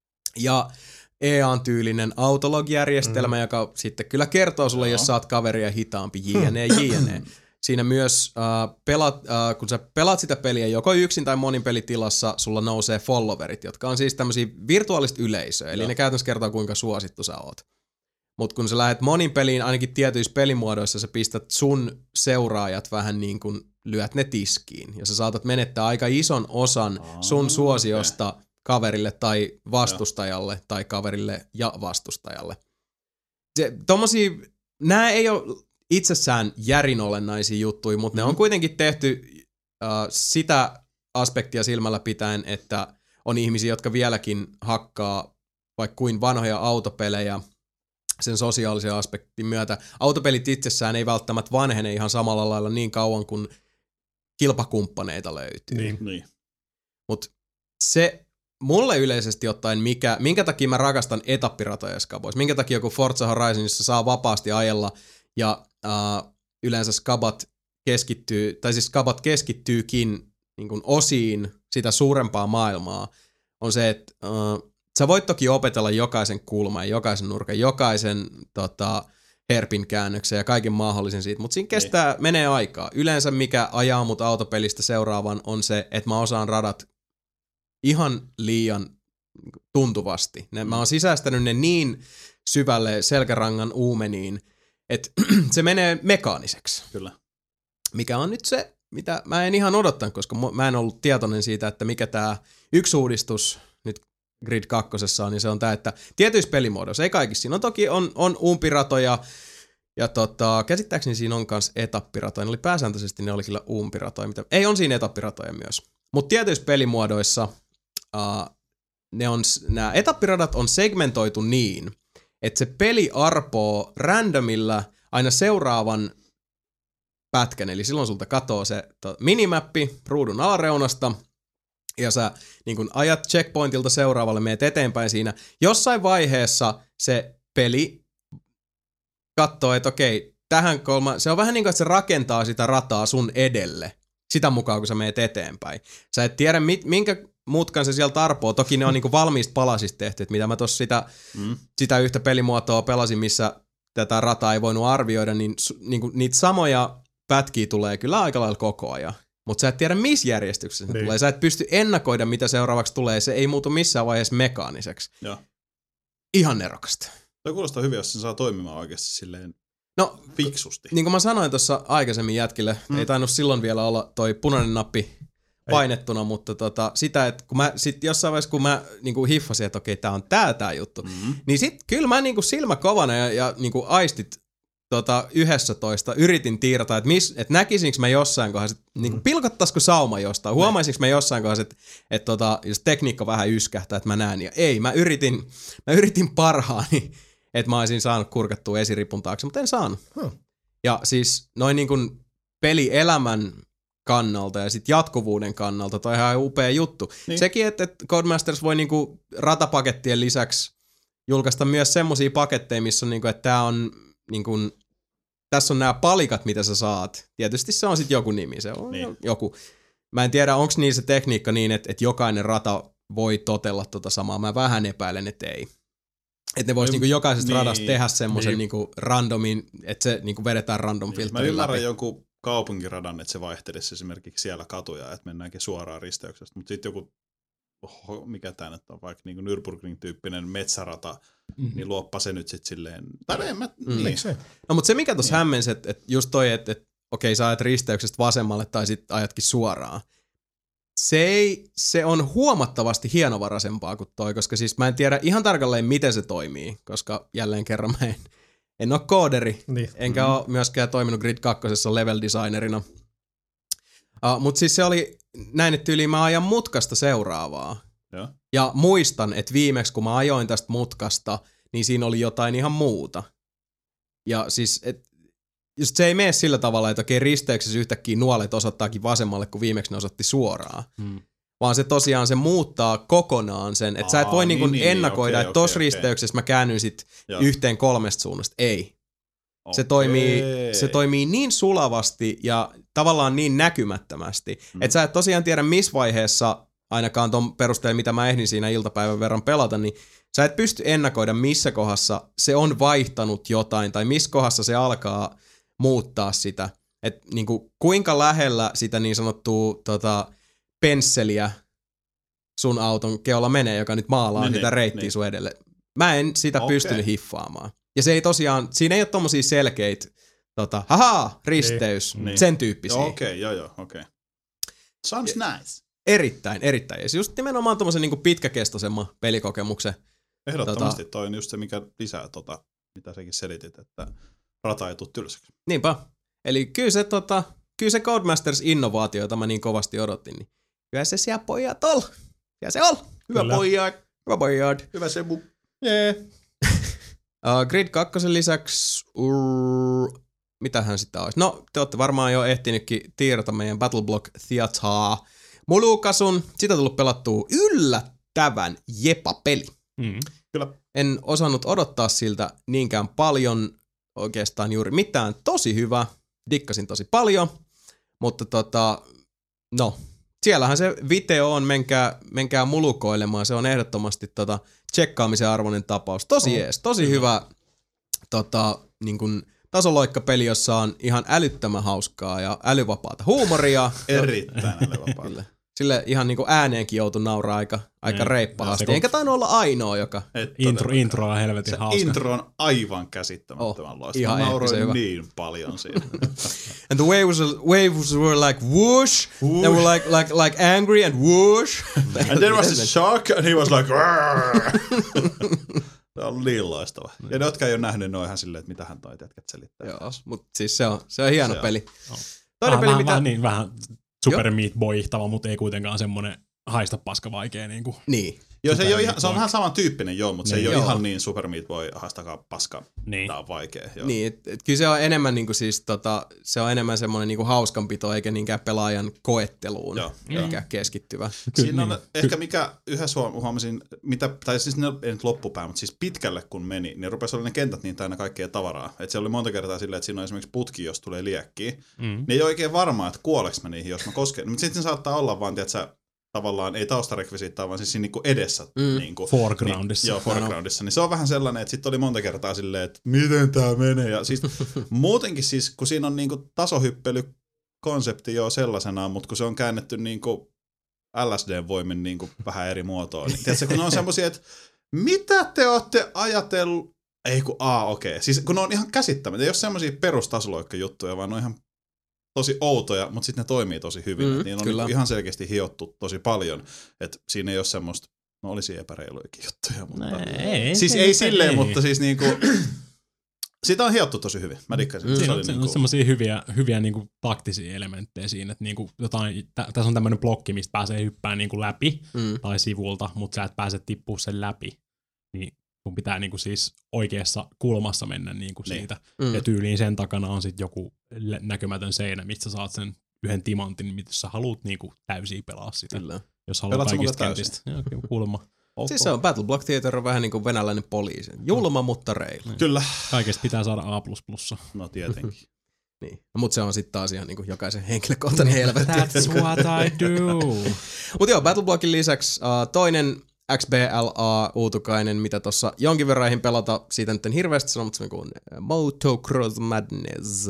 Ja E A-tyylinen autolog-järjestelmä, mm. joka sitten kyllä kertoo sulle, Joo. jos sä oot kaveria hitaampi, jne, jne. Siinä myös, äh, pelat, äh, kun sä pelaat sitä peliä joko yksin tai monin pelitilassa, sulla nousee followerit, jotka on siis tämmöisiä virtuaalista yleisöä, eli Joo. ne käytännössä kertoo, kuinka suosittu sä oot. Mutta kun sä lähdet monin peliin, ainakin tietyissä pelimuodoissa, sä pistät sun seuraajat vähän niin kuin lyöt ne tiskiin, ja sä saatat menettää aika ison osan Aa, sun suosiosta okay. kaverille tai vastustajalle Joo. tai kaverille ja vastustajalle. Se, tommosia, nää ei ole itsessään järinolennaisia juttuja, mutta mm-hmm. ne on kuitenkin tehty äh, sitä aspektia silmällä pitäen, että on ihmisiä, jotka vieläkin hakkaa vaikka kuin vanhoja autopelejä sen sosiaalisen aspektin myötä. Autopelit itsessään ei välttämättä vanhene ihan samalla lailla niin kauan, kuin kilpakumppaneita löytyy. Niin. Niin. Mutta se mulle yleisesti ottaen, mikä, minkä takia mä rakastan etappiratoja skaboissa, minkä takia joku Forza Horizonissa saa vapaasti ajella ja äh, yleensä skabat keskittyy, tai siis skabat keskittyykin niin kuin osiin sitä suurempaa maailmaa, on se, että äh, sä voit toki opetella jokaisen kulman, jokaisen nurkan, jokaisen tota, herpin käännöksen ja kaiken mahdollisen siitä, mutta siinä kestää, niin. menee aikaa. Yleensä mikä ajaa mut autopelistä seuraavan on se, että mä osaan radat ihan liian tuntuvasti. Ne, mä oon sisäistänyt ne niin syvälle selkärangan uumeniin, että se menee mekaaniseksi. Kyllä. Mikä on nyt se, mitä mä en ihan odottanut, koska mä en ollut tietoinen siitä, että mikä tää yksi uudistus nyt Grid kakkosessa on, niin se on tää, että tietyissä pelimuodoissa, ei kaikissa, siinä on toki on, on umpiratoja, ja tota, käsittääkseni siinä on kans etappiratoja, eli pääsääntöisesti ne oli kyllä umpiratoja, mitä, ei on siinä etappiratoja myös, mutta tietyissä pelimuodoissa uh, ne on, nämä etappiradat on segmentoitu niin, että se peli arpoo randomilla aina seuraavan pätkän, eli silloin sulta katoo se to, minimappi ruudun alareunasta, ja sä niin kun ajat checkpointilta seuraavalle, meet eteenpäin siinä. Jossain vaiheessa se peli katsoo, että okei, tähän kolma, se on vähän niin kuin, että se rakentaa sitä rataa sun edelle, sitä mukaan kun sä meet eteenpäin. Sä et tiedä, mit, minkä mutkan se sieltä arpoo. Toki ne on niin kuin valmiista palasista tehty, että mitä mä tossa sitä, mm. sitä yhtä pelimuotoa pelasin, missä tätä rataa ei voinut arvioida, niin, niin kuin niitä samoja pätkiä tulee kyllä aika lailla koko ajan. Mutta sä et tiedä, missä järjestyksessä se niin. tulee. Sä et pysty ennakoida, mitä seuraavaksi tulee. Se ei muutu missään vaiheessa mekaaniseksi. Joo. Ihan nerokasta. Toi kuulostaa hyvin, jos sen saa toimimaan oikeasti silleen no, fiksusti. Niin kuin mä sanoin tuossa aikaisemmin jätkille, mm. ei tainnut silloin vielä olla toi punainen nappi painettuna, ei. Mutta tota, sitä, että kun mä sit jossain vaiheessa, kun mä niinku hiffasin, että okei, tää on tää tää juttu, mm. niin sit kyllä mä niinku silmä kovana ja, ja niinku aistit tota, yksitoista yritin tiirata, että, mis, että näkisinkö mä jossain kohdassa, että niin pilkottaisiko sauma jostain, huomaisinko mä jossain kohdassa, että, että tota, jos tekniikka vähän yskähtää, että mä näen, ja ei, mä yritin, mä yritin parhaani, että mä olisin saanut kurkattua esiripun taakse, mutta en saanut. Hmm. Ja siis noin niin kuin pelielämän kannalta ja sitten jatkuvuuden kannalta, toi on ihan upea juttu. Niin. Sekin, että, että Codemasters voi niinku ratapakettien lisäksi julkaista myös semmosia paketteja, missä on niinku, että tää on niinku, tässä on nämä palikat, mitä sä saat. Tietysti se on sitten joku nimi, se on niin. joku. Mä en tiedä, onko niin se tekniikka niin, että, että jokainen rata voi totella tota samaa. Mä vähän epäilen, että ei. Että ne vois niinku jokaisesta niin. radasta tehdä semmoisen niin. niinku randomin, että se niinku vedetään random niin. filterin läpi. Mä ymmärrän joku kaupunkiradan, että se vaihtelisi esimerkiksi siellä katuja, että mennäänkin suoraan risteyksestä. Mutta sitten joku, oho, mikä tämä nyt on, vaikka niin Nürburgring-tyyppinen metsärata, mm-hmm. niin luoppa se nyt sitten silleen, tai en mä, mm. niin. No mutta se mikä tuossa niin. hämmensi, että et just toi, että et, okei sä ajat risteyksestä vasemmalle tai sitten ajatkin suoraan. Se, ei, se on huomattavasti hienovaraisempaa kuin toi, koska siis mä en tiedä ihan tarkalleen miten se toimii, koska jälleen kerran mä en En ole kooderi, niin. enkä mm-hmm. ole myöskään toiminut Grid kaksi level designerina. Uh, Mutta siis se oli näin, että tyyliin mä ajan mutkasta seuraavaa. Ja, ja muistan, että viimeksi kun mä ajoin tästä mutkasta, niin siinä oli jotain ihan muuta. Ja siis, et, just se ei mene sillä tavalla, että okei risteyksessä yhtäkkiä nuolet osoittaakin vasemmalle, kun viimeksi ne osoitti suoraan. Hmm. Vaan se tosiaan se muuttaa kokonaan sen, että sä et voi niin, niinku niin, ennakoida, okay, että tossa okay, risteyksessä okay. mä käännyin sit Joo. yhteen kolmesta suunnasta. Ei. Okay. Se, toimii, se toimii niin sulavasti ja tavallaan niin näkymättömästi, mm. että sä et tosiaan tiedä missä vaiheessa, ainakaan ton perusteella mitä mä ehdin siinä iltapäivän verran pelata, niin sä et pysty ennakoida missä kohdassa se on vaihtanut jotain tai missä kohdassa se alkaa muuttaa sitä. Että niinku, kuinka lähellä sitä niin sanottua tota, pensseliä sun auton keolla menee, joka nyt maalaa niin, sitä reittiä niin. sun edelle. Mä en sitä okay. pystynyt hiffaamaan. Ja se ei tosiaan, siinä ei ole tommosia selkeitä, tota, haha, risteys, niin. sen tyyppisiä. Okei, okay, joo joo, okei. Okay. Sounds nice. Erittäin, erittäin. Ja se just nimenomaan tommosen niinku pitkäkestoisemman pelikokemuksen. Ehdottomasti tota, toi on just se, mikä lisää tota, mitä säkin selitit, että rata ei tule tylsäksi. Niinpä. Eli kyllä se, tota, kyllä se Codemasters-innovaatio, jota mä niin kovasti odotin, niin kyllä se siellä pojat ol. Siellä se ol. Hyvä kyllä. pojat. Hyvä pojat. Hyvä Sebu. Jee. Yeah. Uh, Grid kaksi lisäksi, uh, mitähän sitä olisi? No, te olette varmaan jo ehtinytkin tiirata meidän Battleblock Theater Mulukasun. Sitä on tullut pelattua yllättävän jepa-peli. Mm, kyllä. En osannut odottaa siltä niinkään paljon, oikeastaan juuri mitään. Tosi hyvä, dikkasin tosi paljon, mutta tota, no, siellähän se video on, menkää, menkää mulukoilemaan, se on ehdottomasti tota, tsekkaamisen arvoinen tapaus. Tosi oh, jees, tosi hyvä, hyvä tota, niin kun, tasoloikkapeli, jossa on ihan älyttömän hauskaa ja älyvapaata huumoria. Erittäin älyvapaata. Sille ihan niinku ääneenkin joutui nauraa aika, aika reippaasti. Eikä tainnut olla ainoa, joka... Intro, intro on helvetin se hauska. intro on aivan käsittämättömän oh, loistava. Mä nauroin niin paljon siinä. And the waves, waves were like whoosh. whoosh. They were like, like, like angry and whoosh. And there was a shark and he was like... Se on niin loistava. Ja ne, jotka ei ole nähnyt, ne on ihan silleen, että mitähän toi jätkät selittää. Joo, mutta siis se on, se on hieno se peli. On. Toinen vähän, peli, vähän, mitä... Vähän, niin, vähän Super Meat Boy-ihtava, mutta ei kuitenkaan semmoinen haista paska vaikea. Niin. Kuin niin. Joo, se, ei ole ihan, se on vähän samantyyppinen, joo, mutta niin. se ei joo. ole ihan niin Super Meat Boy, haistakaa paska, niin. Tää on vaikea. Joo. Niin, et, et, kyllä se on enemmän, niinku, siis, tota, se on enemmän semmoinen niinku, hauskanpito, eikä niinkään pelaajan koetteluun joo. eikä mm. keskittyvä. Siinä on niin. ehkä mikä yhdessä huomasin, mitä, tai siis ne ei nyt loppupää, mutta siis pitkälle kun meni, niin rupesi olla ne kentät niin täynnä kaikkea tavaraa. Että se oli monta kertaa silleen, että siinä on esimerkiksi putki, jos tulee liekkiä. Mm. Niin ei ole oikein varmaa, että kuoleks mä niihin, jos mä kosken. Mutta sitten saattaa olla vaan, että tavallaan ei taustarekvisiittaa, vaan siis siinä niinku edessä. Mm. Niinku, foregroundissa. Niin, joo, foregroundissa. Niin se on vähän sellainen, että sitten oli monta kertaa silleen, että miten tää menee. Ja siis muutenkin siis, kun siinä on niinku tasohyppelykonsepti jo sellaisenaan, mutta kun se on käännetty niinku L S D-voimin niinku vähän eri muotoon. Niin, tiedätkö, kun ne on semmosia, että mitä te ootte ajatellut? Ei kun, aa okei. Okay. Siis kun ne on ihan käsittämättä. Ei ole semmosia perustasoloikkajuttuja, vaan ne on ihan tosi outoja, mutta sitten ne toimii tosi hyvin. Mm, niin on niinku ihan selkeästi hiottu tosi paljon, että siinä ei ole semmoista, no olisi epäreiluikin juttuja, mutta... Nee, ei, siis ei, ei silleen, ei. Mutta siis niinku... Siitä on hiottu tosi hyvin. Mä dikkasin. Mm. Se Siinä oli on, niin on cool. semmosia hyviä, hyviä niinku taktisia elementtejä siinä, että niinku jotain, tä, tässä on tämmöinen blokki, mistä pääsee hyppään niinku läpi Mm. tai sivulta, mutta sä et pääse tippua sen läpi. Niin sun pitää niinku siis oikeassa kulmassa mennä niinku Niin. siitä. Mm. Ja tyyliin sen takana on sitten joku lä- näkymätön seinä, mistä sä saat sen yhden timantin, mitä sä haluat niinku täysiä pelaa sitä. Kyllä. Jos haluat Pelaat sä kaikista muuten kentistä. Joo, kyllä, kuulemma. Okay. Siis se on Battle Block Theater on vähän niin kuin venäläinen poliisi. Julma, mutta reilu. Kyllä. Kaikesta pitää saada A plus plus. No tietenkin. Niin. No, mutta se on sitten taas ihan niin kuin jokaisen henkilökohtainen helvetti. That's what I do. Mutta joo, Battle Blockin lisäksi uh, toinen X B L A-uutukainen, mitä tuossa jonkin verran eihin pelata, siitä nyt en hirveästi sano, mutta se on kuin Motocross Madness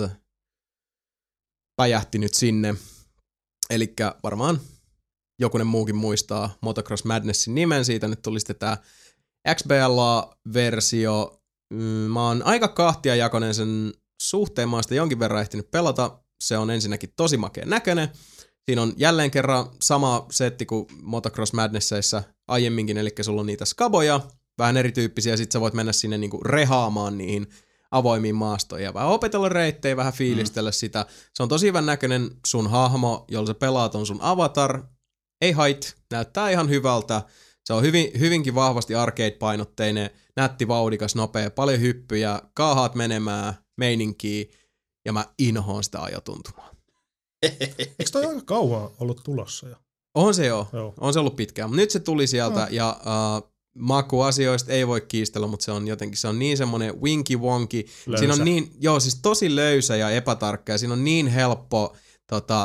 päjähti nyt sinne. Elikkä varmaan jokunen muukin muistaa Motocross Madnessin nimen, siitä nyt tuli sitten tää X B L A-versio. Mä oon aika kahtiajakoinen sen suhteen, mä oon sitä jonkin verran ehtinyt pelata. Se on ensinnäkin tosi makea näköinen. Siinä on jälleen kerran sama setti kuin Motocross Madnessissa aiemminkin, eli sulla on niitä skaboja, vähän erityyppisiä, sit sä voit mennä sinne niinku rehaamaan niihin avoimiin maastoihin ja vähän opetella reittejä, vähän fiilistellä mm. sitä. Se on tosi hyvän näköinen, sun hahmo, jolla sä pelaat, on sun avatar. Ei hait, näyttää ihan hyvältä. Se on hyvin, hyvinkin vahvasti arcade-painotteinen, nätti, vauhdikas, nopea, paljon hyppyjä, kaahaat menemään, meininkiä, ja mä inhoon sitä ajotuntumaa. Eikö toi aika kauan ollut tulossa jo? On se joo. Joo. On se ollut pitkään. Mutta nyt se tuli sieltä No. ja uh, makuasioista ei voi kiistellä, mutta se on jotenkin, se on niin semmoinen winky wonky. Löysä. Siinä on niin, joo siis tosi löysä ja epätarkka ja siinä on niin helppo tota,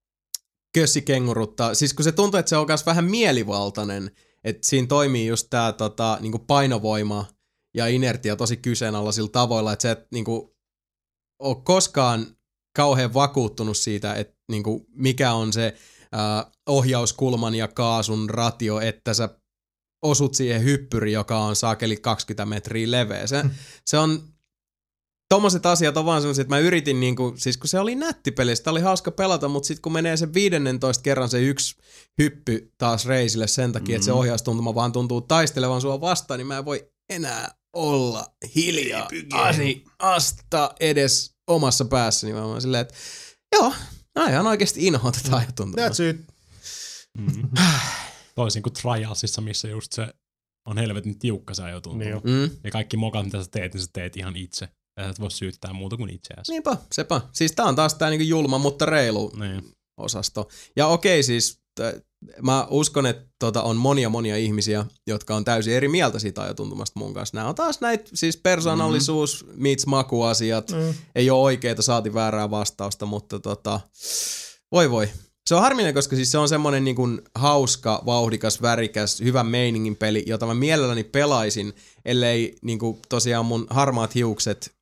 kössikenguruttaa. Siis kun se tuntuu, että se on myös vähän mielivaltainen, että siinä toimii just tää tota, niinku painovoima ja inertia tosi kyseenalaisilla tavoilla, että sä et niinku ole koskaan kauhean vakuuttunut siitä, että niinku, mikä on se äh, ohjauskulman ja kaasun ratio, että sä osut siihen hyppyriin, joka on saakeli kaksikymmentä metriä leveä. Se, se on, tommoset asiat on vaan semmosia, että mä yritin niinku, siis kun se oli nätti peli, sitä oli hauska pelata, mutta sitten kun menee sen viidennentoista kerran se yksi hyppy taas reisille sen takia, mm-hmm. että se ohjaustuntuma vaan tuntuu taistelevan sua vastaan, niin mä en voi enää olla hiljaa asi asta edes omassa päässäni. Mä oon silleen, että joo, mä ihan oikeesti inhoan tätä ajotuntumaa. That's it. Mm. Toisin kuin Trialsissa, missä just se on helvetin tiukka se ajotuntuma. Niin jo. Mm. Ja kaikki mokat, mitä sä teet, niin sä teet ihan itse. Ja sä et voi syyttää muuta kuin itseäsi. Niinpä, sepä. Siis tää on taas tää niinku julma, mutta reilu Niin. osasto. Ja okei siis, t- mä uskon, että tota on monia monia ihmisiä, jotka on täysin eri mieltä siitä ajotuntumasta mun kanssa. Nämä on taas näitä siis persoonallisuus, mm-hmm. meets makuasiat, mm. ei ole oikeeta, saati väärää vastausta, mutta tota, voi voi. Se on harminen, koska siis se on semmonen niin kuin hauska, vauhdikas, värikäs, hyvän meiningin peli, jota mä mielelläni pelaisin, ellei niin kuin tosiaan mun harmaat hiukset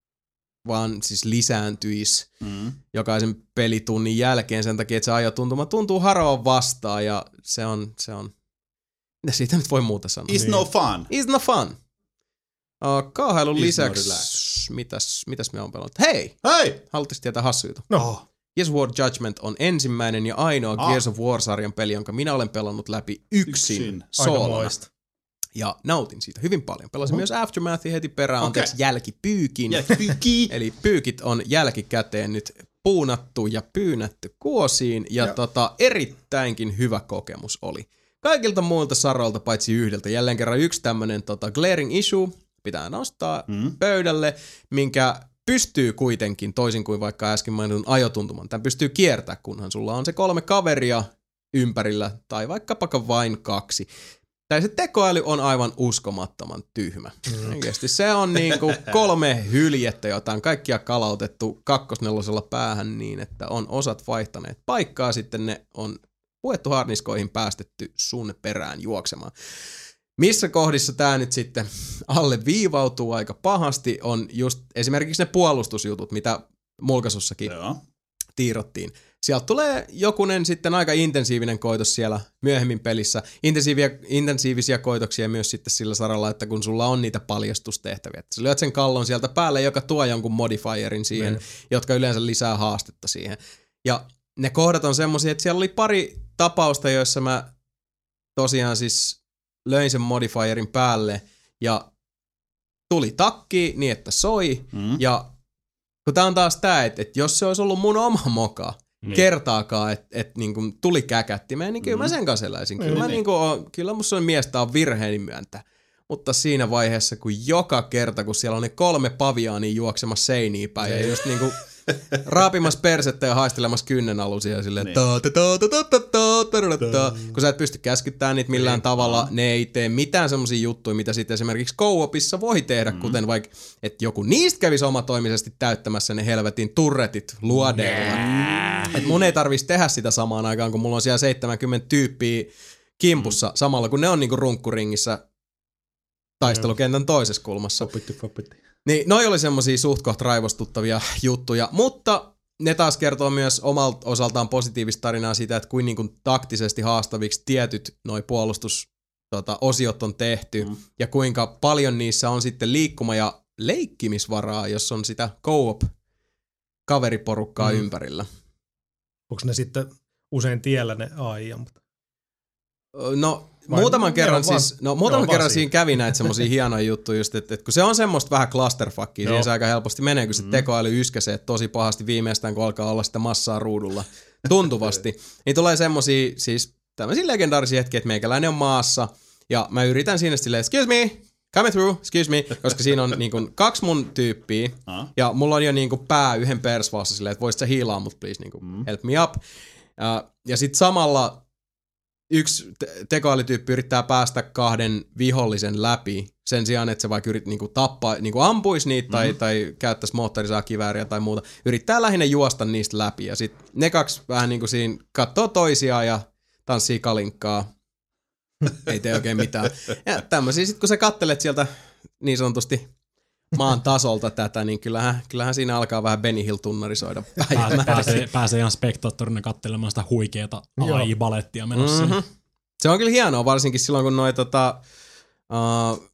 vaan siis lisääntyisi mm. jokaisen pelitunnin jälkeen sen takia, että se ajotuntuma tuntuu haroa vastaan ja se on, se on, mitä siitä nyt voi muuta sanoa? It's no fun. It's no fun. Uh, Kaahailun It's lisäksi, mitäs, mitäs me on pelannut? Hei! Hei! Haluatteko tietää hassu juttu? No. Gears of War Judgment on ensimmäinen ja ainoa Ah. Gears of War-sarjan peli, jonka minä olen pelannut läpi yksin, Yksin. soolona. Aikamoista. Ja nautin siitä hyvin paljon. Pelasin uh-huh. myös Aftermathin heti perään, Okei. anteeksi jälkipyykin. Jälkipyyki. Eli pyykit on jälkikäteen nyt puunattu ja pyynätty kuosiin, ja Joo. tota, erittäinkin hyvä kokemus oli. Kaikilta muilta saroilta paitsi yhdeltä. Jälleen kerran yksi tämmönen tota, glaring issue pitää nostaa Mm. pöydälle, minkä pystyy kuitenkin, toisin kuin vaikka äsken mainitun ajotuntuman, tämän pystyy kiertämään, kunhan sulla on se kolme kaveria ympärillä, tai vaikkapa vain kaksi. Tai se tekoäly on aivan uskomattoman tyhmä. Mm. Oikeasti se on niinku kolme hyljettä, jota on kaikkia kalautettu kakkosnelosella päähän niin, että on osat vaihtaneet paikkaa, sitten ne on puettu harniskoihin, päästetty sun perään juoksemaan. Missä kohdissa tämä nyt sitten alle viivautuu aika pahasti on just esimerkiksi ne puolustusjutut, mitä mulkaisussakin Joo. tiirottiin. Sieltä tulee jokunen sitten aika intensiivinen koitos siellä myöhemmin pelissä. Intensiivisiä, intensiivisiä koitoksia myös sitten sillä saralla, että kun sulla on niitä paljastustehtäviä. Että sä lyöt sen kallon sieltä päälle, joka tuo jonkun modifierin siihen, mm. jotka yleensä lisää haastetta siihen. Ja ne kohdat on semmosia, että siellä oli pari tapausta, joissa mä tosiaan siis löin sen modifierin päälle ja tuli takki niin, että soi. Mm. Ja kun tää on taas tää, että et jos se olisi ollut mun oma moka, niin. kertaakaan, että et, niinku, tuli käkättimeen, niin kyllä mm. mä sen kanssa eläisin. Kyllä, mä, niinku, on, kyllä musta on miestä on virheeni myöntää. Mutta siinä vaiheessa, kun joka kerta, kun siellä on ne kolme paviaania juoksemassa seiniä päin ja just niinku raapimassa persettä ja haistelemassa kynnenalusia silleen, niin. kun sä et pysty käskyttämään niitä millään tavalla, ne ei tee mitään semmosia juttuja, mitä sitten esimerkiksi co-opissa voi tehdä, mm. kuten vaikka, että joku niistä kävisi omatoimisesti täyttämässä ne helvetin turretit luodeilla. Mm. Et mun ei tarvitsisi tehdä sitä samaan aikaan, kun mulla on siellä seitsemänkymmentä tyyppiä kimpussa, mm. samalla kun ne on niinku runkkuringissä taistelukentän toisessa kulmassa. Fopitti, fopitti. Niin, noi oli semmosia suht koht raivostuttavia juttuja, mutta ne taas kertoo myös omalta osaltaan positiivista tarinaa siitä, että kuin niinku taktisesti haastaviksi tietyt noi puolustus tota, osiot on tehty mm. ja kuinka paljon niissä on sitten liikkuma- ja leikkimisvaraa, jos on sitä co-op kaveriporukkaa mm. ympärillä. Onko ne sitten usein tiellä ne A I-amput? No Vai muutaman kerran siis, no muutaman kerran siinä kävi näitä semmosia hienoja juttuja just, että, että kun se on semmoista vähän clusterfuckia, siinä se aika helposti menee, kun se mm. tekoäly yskäsee tosi pahasti viimeistään, kun alkaa olla sitä massaa ruudulla tuntuvasti, niin tulee semmosia siis tämmöisiä legendaarisia hetkiä, että meikäläinen on maassa, ja mä yritän siinä silleen, excuse me, coming through, excuse me, koska siinä on niin kuin kaksi mun tyyppiä, uh. ja mulla on jo niin kuin pää yhden persvaussa silleen, että voisit sä hiilaa mut please, niin kuin, mm. help me up, ja, ja sit samalla yksi te- tekoälytyyppi yrittää päästä kahden vihollisen läpi sen sijaan, että se vaikka yrit, niinku, tappaa, niinku, ampuisi niitä tai, mm-hmm. tai käyttäisi moottorisahakivääriä tai muuta. Yrittää lähinnä juosta niistä läpi ja sitten ne kaksi vähän niinku siinä katsoo toisiaan ja tanssii kalinkkaa. Ei tee oikein mitään. Ja tämmöisiä sitten kun sä kattelet sieltä niin sanotusti maan tasolta tätä, niin kyllähän, kyllähän siinä alkaa vähän Benny Hill-tunnarisoida. Pääsee, pääsee ihan spektaattorina katselemaan sitä huikeata A I-balettia menossa. Mm-hmm. Se on kyllä hienoa, varsinkin silloin, kun noi tota, uh,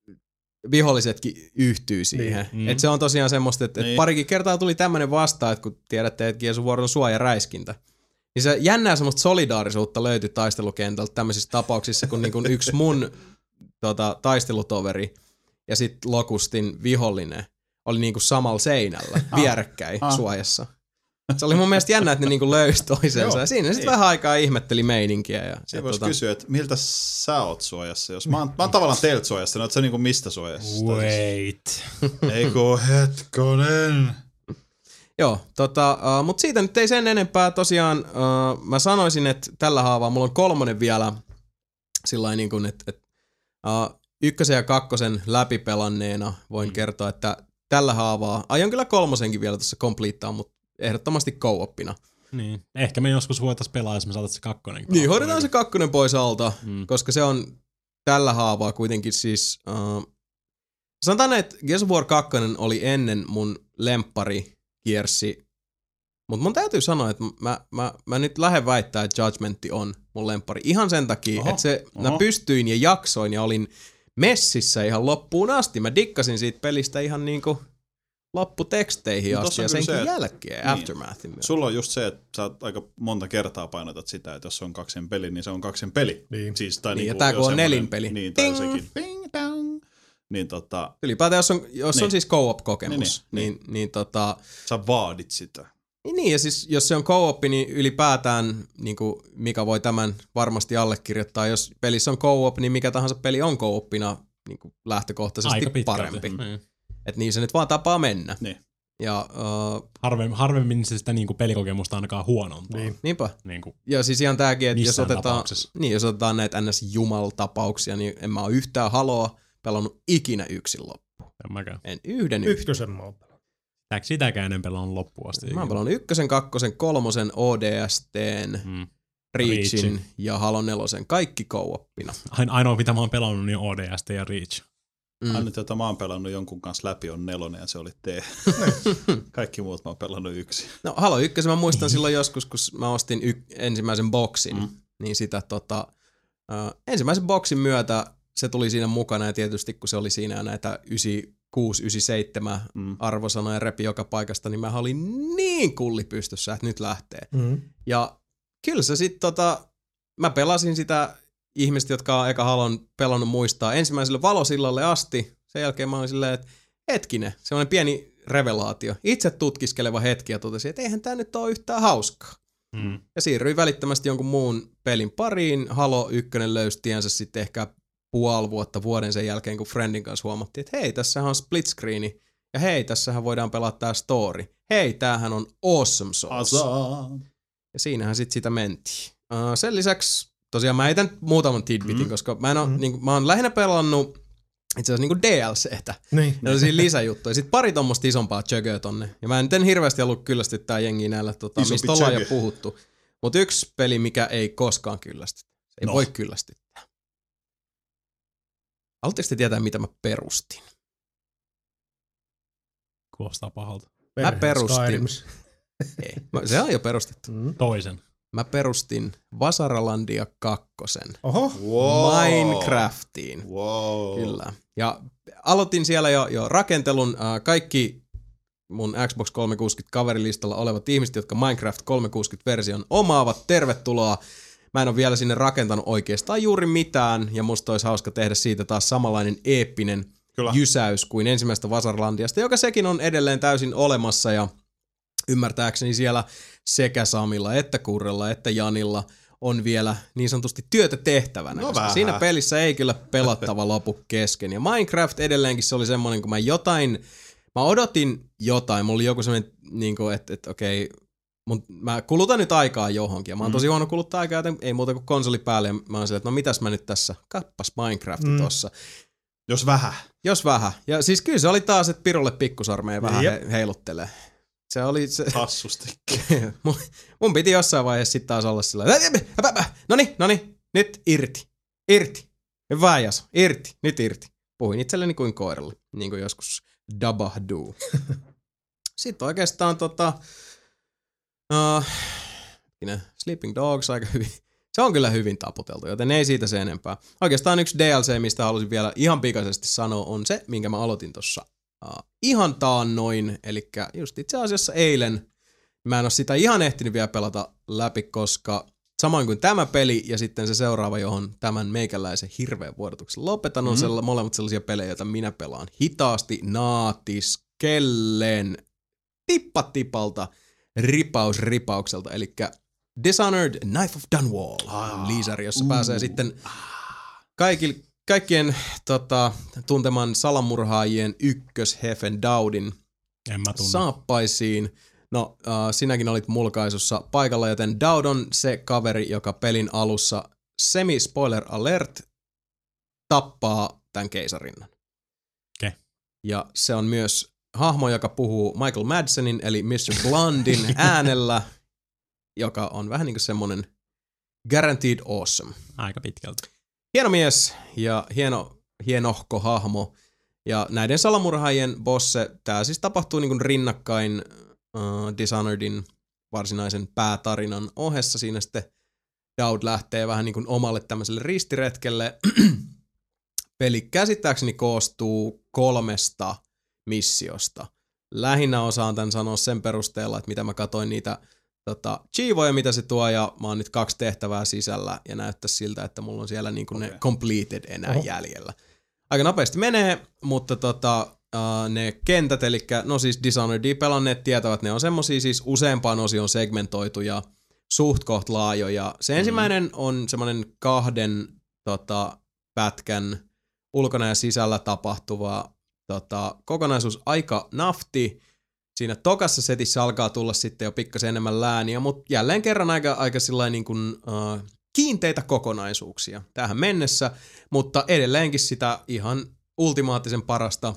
vihollisetkin yhtyy siihen. Niin. Mm. Et se on tosiaan semmoista, että niin. et parikin kertaa tuli tämmönen vastaan, että kun tiedätte, että Gears of War on suojaräiskintä, niin se jännää semmoista solidaarisuutta löytyi taistelukentältä tämmöisissä tapauksissa, kun niin kun yksi mun tota, taistelutoveri ja sitten Locustin vihollinen oli niinku samalla seinällä, vierekkäin ah. suojassa. Se oli mun mielestä jännä, että ne niinku löysi toisensa. Ja siinä sitten vähän aikaa ihmetteli meininkiä. Ja se voisi tota... kysyä, että miltä sä oot suojassa? Jos mä oon, mä oon tavallaan teiltä suojassa, niin oot sä niinku mistä suojassa? Wait. Eikö hetkonen? Joo, tota, uh, mutta siitä nyt ei sen enempää. Tosiaan uh, mä sanoisin, että tällä haavaa mulla on kolmonen vielä sillain niin kuin, että et, uh, ykkösen ja kakkosen läpipelanneena voin mm. kertoa, että tällä haavaa, aion kyllä kolmosenkin vielä tuossa completeaa, mutta ehdottomasti co-oppina. Niin, ehkä me joskus voitaisiin pelaa, jos me saatat se kakkonen. Niin, hoidetaan se kakkonen pois alta, mm. koska se on tällä haavaa kuitenkin siis, uh, sanotaan, että Gears of War kaksi oli ennen mun lemppari kiersi, mutta mun täytyy sanoa, että mä, mä, mä nyt lähden väittää, että Judgmentti on mun lemppari. Ihan sen takia, oho, että se, mä pystyin ja jaksoin ja olin messissä ihan loppuun asti. Mä dikkasin siitä pelistä ihan niinku lopputeksteihin no, asti ja senkin se, jälkeen, niin. Aftermathin myös. Sulla on just se, että sä aika monta kertaa painotat sitä, että jos se on kaksen peli, niin se on kaksen peli. Niin. Siis, tai niin, niin ja tää kun on nelin peli. Niin, tai sekin. Bing, dong. Niin tota... Ylipäätään, jos on, jos niin. on siis co-op-kokemus, niin, niin, niin, niin, niin tota... Sä vaadit sitä. Niin, ja siis jos se on co-op, niin ylipäätään, niin kuin Mika voi tämän varmasti allekirjoittaa, jos pelissä on co-op, niin mikä tahansa peli on co-opina niin kuin lähtökohtaisesti parempi. Mm. Että niin se nyt vaan tapaa mennä. Niin. Ja, uh, harvemmin, harvemmin se sitä niin kuin pelikokemusta ainakaan huonontaa. Niin. Niinpä. Niin kuin ja siis ihan tääkin, että jos otetaan, niin, jos otetaan näitä N S-jumal-tapauksia, niin en mä oo yhtään Haloa pelannut ikinä yksin loppuun. En mäkään. En yhden Ykkösen mä oon pelannut. Sitäkään en pelannut loppuun asti. Mä oon pelannut ykkösen, kakkosen, kolmosen, O D S T:n, mm. Reachin, Reachin ja Halo nelosen. Kaikki co-oppina. Ainoa mitä mä oon pelannut niin O D S T ja Reach. Mm. Ainut, jota mä oon pelannut jonkun kanssa läpi on nelonen ja se oli T. Kaikki muut mä oon pelannut yksi. No Halo ykkösen mä muistan silloin joskus, kun mä ostin y- ensimmäisen boksin, mm. niin sitä tota, uh, ensimmäisen boksin myötä se tuli siinä mukana ja tietysti kun se oli siinä näitä yhdeksänkymmentäkuusi yhdeksänkymmentäseitsemän mm. arvosanoja repi joka paikasta, niin mä olin niin kulli pystyssä, että nyt lähtee. Mm. Ja kyllä se sit tota, mä pelasin sitä ihmiset, jotka on eka Halon pelannut muistaa ensimmäiselle valosillalle asti, sen jälkeen mä olin silleen, että hetkinen, semmoinen pieni revelaatio. Itse tutkiskeleva hetki ja totesin, että eihän tää nyt ole yhtään hauskaa. Mm. Ja siirryin välittömästi jonkun muun pelin pariin. Halo ykkönen löysi tiensä sitten ehkä puoli vuotta vuoden sen jälkeen, kun friendin kanssa huomattiin, että hei, tässähän on split screeni. Ja hei, tässähän voidaan pelata tää story. Hei, tämähän on awesome sauce. Awesome. Ja siinähän sitten sitä mentiin. Uh, sen lisäksi, tosiaan mä heitän muutaman tidbitin, mm. koska mä, en ole, mm. niin, mä oon lähinnä pelannut itse asiassa niinku D L C:tä. Niin. Ja siinä lisäjuttuja. Sitten pari tommoista isompaa chögöä tonne. Ja mä en nyt hirveästi ollut kyllästyttää jengiä näillä, tota, mistä ollaan jo puhuttu. Mutta yksi peli, mikä ei koskaan kyllästytä. Ei no. voi kyllästyttää. Haluatteko te tietää, mitä mä perustin? Kuulostaa pahalta. Mä perustin. Ei, se on jo perustettu. Mm. Toisen. Mä perustin Vasaralandia kakkosen. Oho. Wow. Minecraftiin. Wow. Kyllä. Ja aloitin siellä jo, jo rakentelun. Äh, kaikki mun Xbox kolmesataakuusikymmentä kaverilistalla olevat ihmiset, jotka Minecraft kolmesataakuusikymmentä-version omaavat, tervetuloa. Mä en ole vielä sinne rakentanut oikeastaan juuri mitään, ja musta olisi hauska tehdä siitä taas samanlainen eeppinen Kyllä. jysäys kuin ensimmäistä Vasaralandiasta, joka sekin on edelleen täysin olemassa, ja ymmärtääkseni siellä sekä Samilla että Kurrella että Janilla on vielä niin sanotusti työtä tehtävänä, no koska siinä pelissä ei kyllä pelattava lopu kesken. Ja Minecraft edelleenkin se oli semmoinen, kun mä jotain, mä odotin jotain, mulla oli joku semmoinen, niin kuin, että, että okei, mun, mä kulutan nyt aikaa johonkin, ja mä oon tosi huono kuluttaa aikaa, joten ei muuta kuin konsoli päälle, ja mä oon silleen, että no mitäs mä nyt tässä, kappas Minecraft mm. tossa. Jos vähän. Jos vähän. Ja siis kyllä se oli taas, että pirulle pikkusarmeen vähän he, heiluttelee. Se oli se... Hassustikin. mun, mun piti jossain vaiheessa sitten taas olla sillä noni, noni, nyt irti, irti. Hyvä Jaso, irti, nyt irti. Puhuin itselleni kuin koiralle, niin kuin joskus dabahduu. Sitten oikeastaan tota... Uh, Sleeping Dogs aika hyvin. Se on kyllä hyvin taputeltu, joten ei siitä se enempää. Oikeastaan yksi D L C, mistä halusin vielä ihan pikaisesti sanoa, on se, minkä mä aloitin tossa uh, ihan taannoin. Eli just itse asiassa eilen. Mä en ole sitä ihan ehtinyt vielä pelata läpi, koska samoin kuin tämä peli ja sitten se seuraava, johon tämän meikäläisen hirveän vuodotuksen lopetan, on mm-hmm. sella, molemmat sellaisia pelejä, joita minä pelaan hitaasti, naatiskellen, tippa tipalta, ripaus ripaukselta, eli Dishonored Knife of Dunwall ah, liisari, jossa uh, pääsee sitten kaikki, kaikkien tota, tunteman salamurhaajien ykköshefen Daudin saappaisiin. No, uh, sinäkin olit mulkaisussa paikalla, joten Daud on se kaveri, joka pelin alussa, semi-spoiler alert, tappaa tämän keisarinnan. Okay. Ja se on myös hahmo, joka puhuu Michael Madsenin, eli mister Blondin äänellä, joka on vähän niin kuin semmonen guaranteed awesome. Aika pitkälti. Hieno mies ja hieno, hienohko hahmo. Ja näiden salamurhaajien bosse, tää siis tapahtuu niin kuin rinnakkain uh, Dishonoredin varsinaisen päätarinan ohessa. Siinä sitten Daud lähtee vähän niin kuin omalle tämmöiselle ristiretkelle. Peli käsittääkseni koostuu kolmesta missiosta. Lähinnä osaan tämän sanoa sen perusteella, että mitä mä katoin niitä tota, chivoja, mitä se tuo, ja mä oon nyt kaksi tehtävää sisällä, ja näyttää siltä, että mulla on siellä niinku okay. ne completed enää Oho. jäljellä. Aika nopeasti menee, mutta tota, uh, ne kentät, eli no siis Dishonoredia pelanneet tietävät, ne on semmosia siis useampaan osioon segmentoituja, suht koht laajoja. Se mm. ensimmäinen on semmoinen kahden tota, pätkän ulkona ja sisällä tapahtuva tota, kokonaisuus, aika nafti. Siinä tokassa setissä alkaa tulla sitten jo pikkasen enemmän lääniä, mutta jälleen kerran aika, aika sillain niin kuin, uh, kiinteitä kokonaisuuksia tähän mennessä, mutta edelleenkin sitä ihan ultimaattisen parasta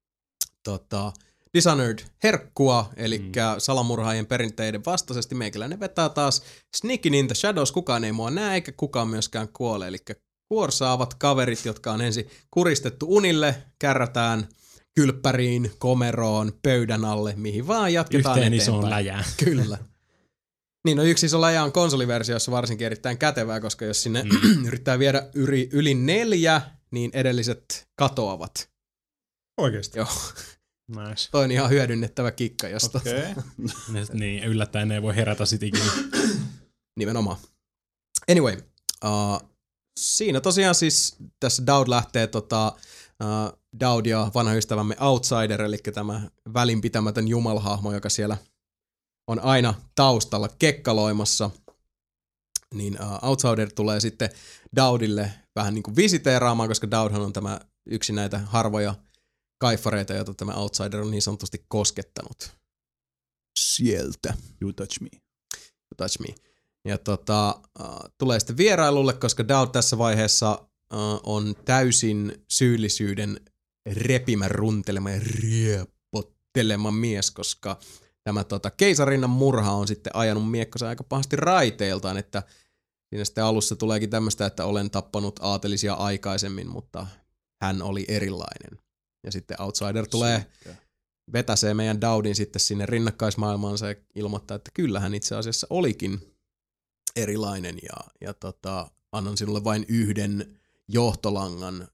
tota, Dishonored-herkkua, eli mm. salamurhaajien perinteiden vastaisesti meikäläinen vetää taas Sneaking in the Shadows, kukaan ei mua näe eikä kukaan myöskään kuole, eli kuorsaavat kaverit, jotka on ensin kuristettu unille, kärrätään kylppäriin, komeroon, pöydän alle, mihin vaan jatketaan yhteen eteenpäin. Isoon läjään. Kyllä. Niin, no yksi iso läjä on konsoliversiossa varsinkin erittäin kätevää, koska jos sinne mm. yrittää viedä yli, yli neljä, niin edelliset katoavat. Oikeesti? Joo. Nice. Toi on ihan hyödynnettävä kikka, josta. Okei. Okay. Niin, yllättäen ei voi herätä sit ikinä. Nimenomaan. Anyway, uh, siinä tosiaan siis tässä Daud lähtee tota, uh, Dowd ja vanha ystävämme Outsider, eli tämä välinpitämätön jumalhahmo, joka siellä on aina taustalla kekkaloimassa, niin uh, Outsider tulee sitten Dowdille vähän niin kuin visiteeraamaan, koska Dowdhan on tämä yksi näitä harvoja kaifareita, joita tämä Outsider on niin sanotusti koskettanut sieltä. You touch me. You touch me. Ja tota, uh, tulee sitten vierailulle, koska Dowd tässä vaiheessa uh, on täysin syyllisyyden repimä, runtelema ja riepottelema mies, koska tämä tota, keisarinnan murha on sitten ajanut miekkonsa aika pahasti raiteiltaan, että siinä sitten alussa tuleekin tämmöistä, että olen tappanut aatelisia aikaisemmin, mutta hän oli erilainen. Ja sitten Outsider tulee, vetäsee meidän Dowdin sitten sinne rinnakkaismaailmaansa ja ilmoittaa, että kyllä hän itse asiassa olikin erilainen ja, ja tota, annan sinulle vain yhden johtolangan,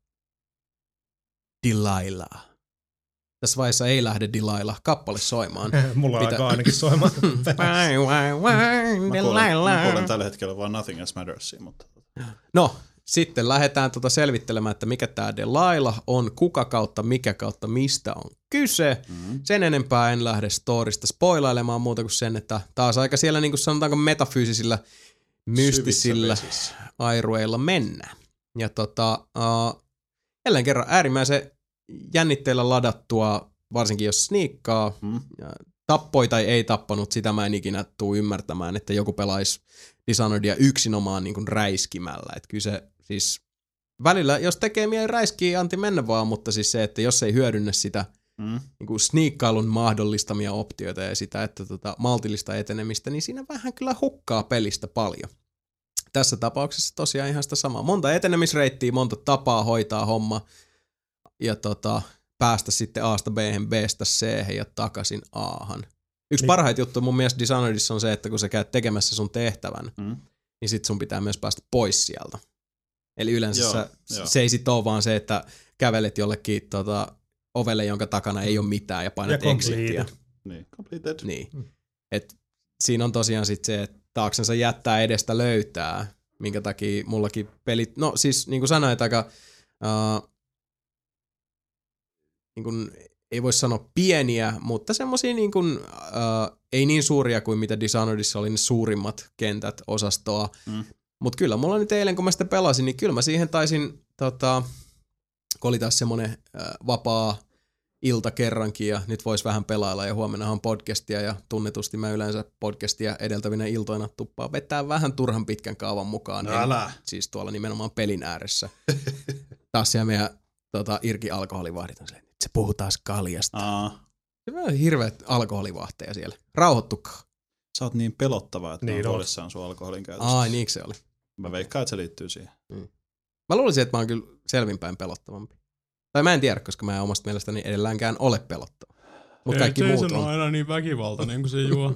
Delilah. Tässä vaiheessa ei lähde Delilah kappale soimaan. Mulla on aika ainakin soimaan. Mä kuulen, mä kuulen tällä hetkellä vaan Nothing Else Mattersia, mutta... No, sitten lähdetään tota selvittelemään, että mikä tää Delilah on, kuka kautta, mikä kautta, mistä on kyse. Mm-hmm. Sen enempää en lähde storista spoilailemaan muuta kuin sen, että taas aika siellä niin kuin sanotaanko metafyysisillä, mystisillä airueilla mennään. Ja tota, uh, jälleen kerran äärimmäisen jännitteillä ladattua, varsinkin jos sniikkaa, mm. tappoi tai ei tappanut, sitä mä en ikinä tuu ymmärtämään, että joku pelaisi Dishonoredia yksinomaan niin kuin räiskimällä. Että kyllä se siis välillä, jos tekee mieli räiskiä, anti mennä vaan, mutta siis se, että jos ei hyödynnä sitä mm. niin kuin sniikkailun mahdollistamia optioita ja sitä, että tota, maltillista etenemistä, niin siinä vähän kyllä hukkaa pelistä paljon. Tässä tapauksessa tosiaan ihan sitä samaa. Monta etenemisreittiä, monta tapaa hoitaa homma ja tota, päästä sitten A:sta B:hen, B:stä C:hen ja takaisin A:han. Yksi niin. parhaita juttu mun mielestä Dishonoredissa on se, että kun sä käyt tekemässä sun tehtävän, mm. niin sit sun pitää myös päästä pois sieltä. Eli yleensä joo, sä, jo. se ei sit ole vaan se, että kävelet jollekin tota, ovelle, jonka takana ei ole mitään ja painat ja exitiä. Niin, completed. Niin. Mm. Et siinä on tosiaan sit se, että taaksensa jättää edestä löytää, minkä takia mullakin pelit, no siis niin kuin sanoit, aika uh, niin kuin, ei voi sanoa pieniä, mutta semmosia niin kuin, uh, ei niin suuria kuin mitä Dishonoredissa oli ne suurimmat kentät osastoa. Mm. Mutta kyllä mulla nyt eilen, kun mä sitä pelasin, niin kyllä mä siihen taisin, tota, kun oli taas semmonen uh, vapaa ilta kerrankin ja nyt vois vähän pelailla ja huomenna on podcastia ja tunnetusti mä yleensä podcastia edeltävinä iltoina tuppaa vetää vähän turhan pitkän kaavan mukaan. No älä. Siis tuolla nimenomaan pelin ääressä. Taas siellä meidän tota, Irki alkoholivahdit on silleen, että se puhuu taas kaljasta. Aa. Se on hirveät alkoholivahteja siellä. Rauhoittukaa. Sä oot niin pelottava, että niin on huolissaan sun alkoholin käytöstä. Ai, niinkö se oli? Mä veikkaan, että se liittyy siihen. Mm. Mä luulisin, että mä oon kyllä selvinpäin pelottavampi. Tai mä en tiedä, koska mä en omasta mielestäni edelläänkään ole pelottava. Mutta kaikki muut on. Jason on aina niin väkivaltainen, kun se juo.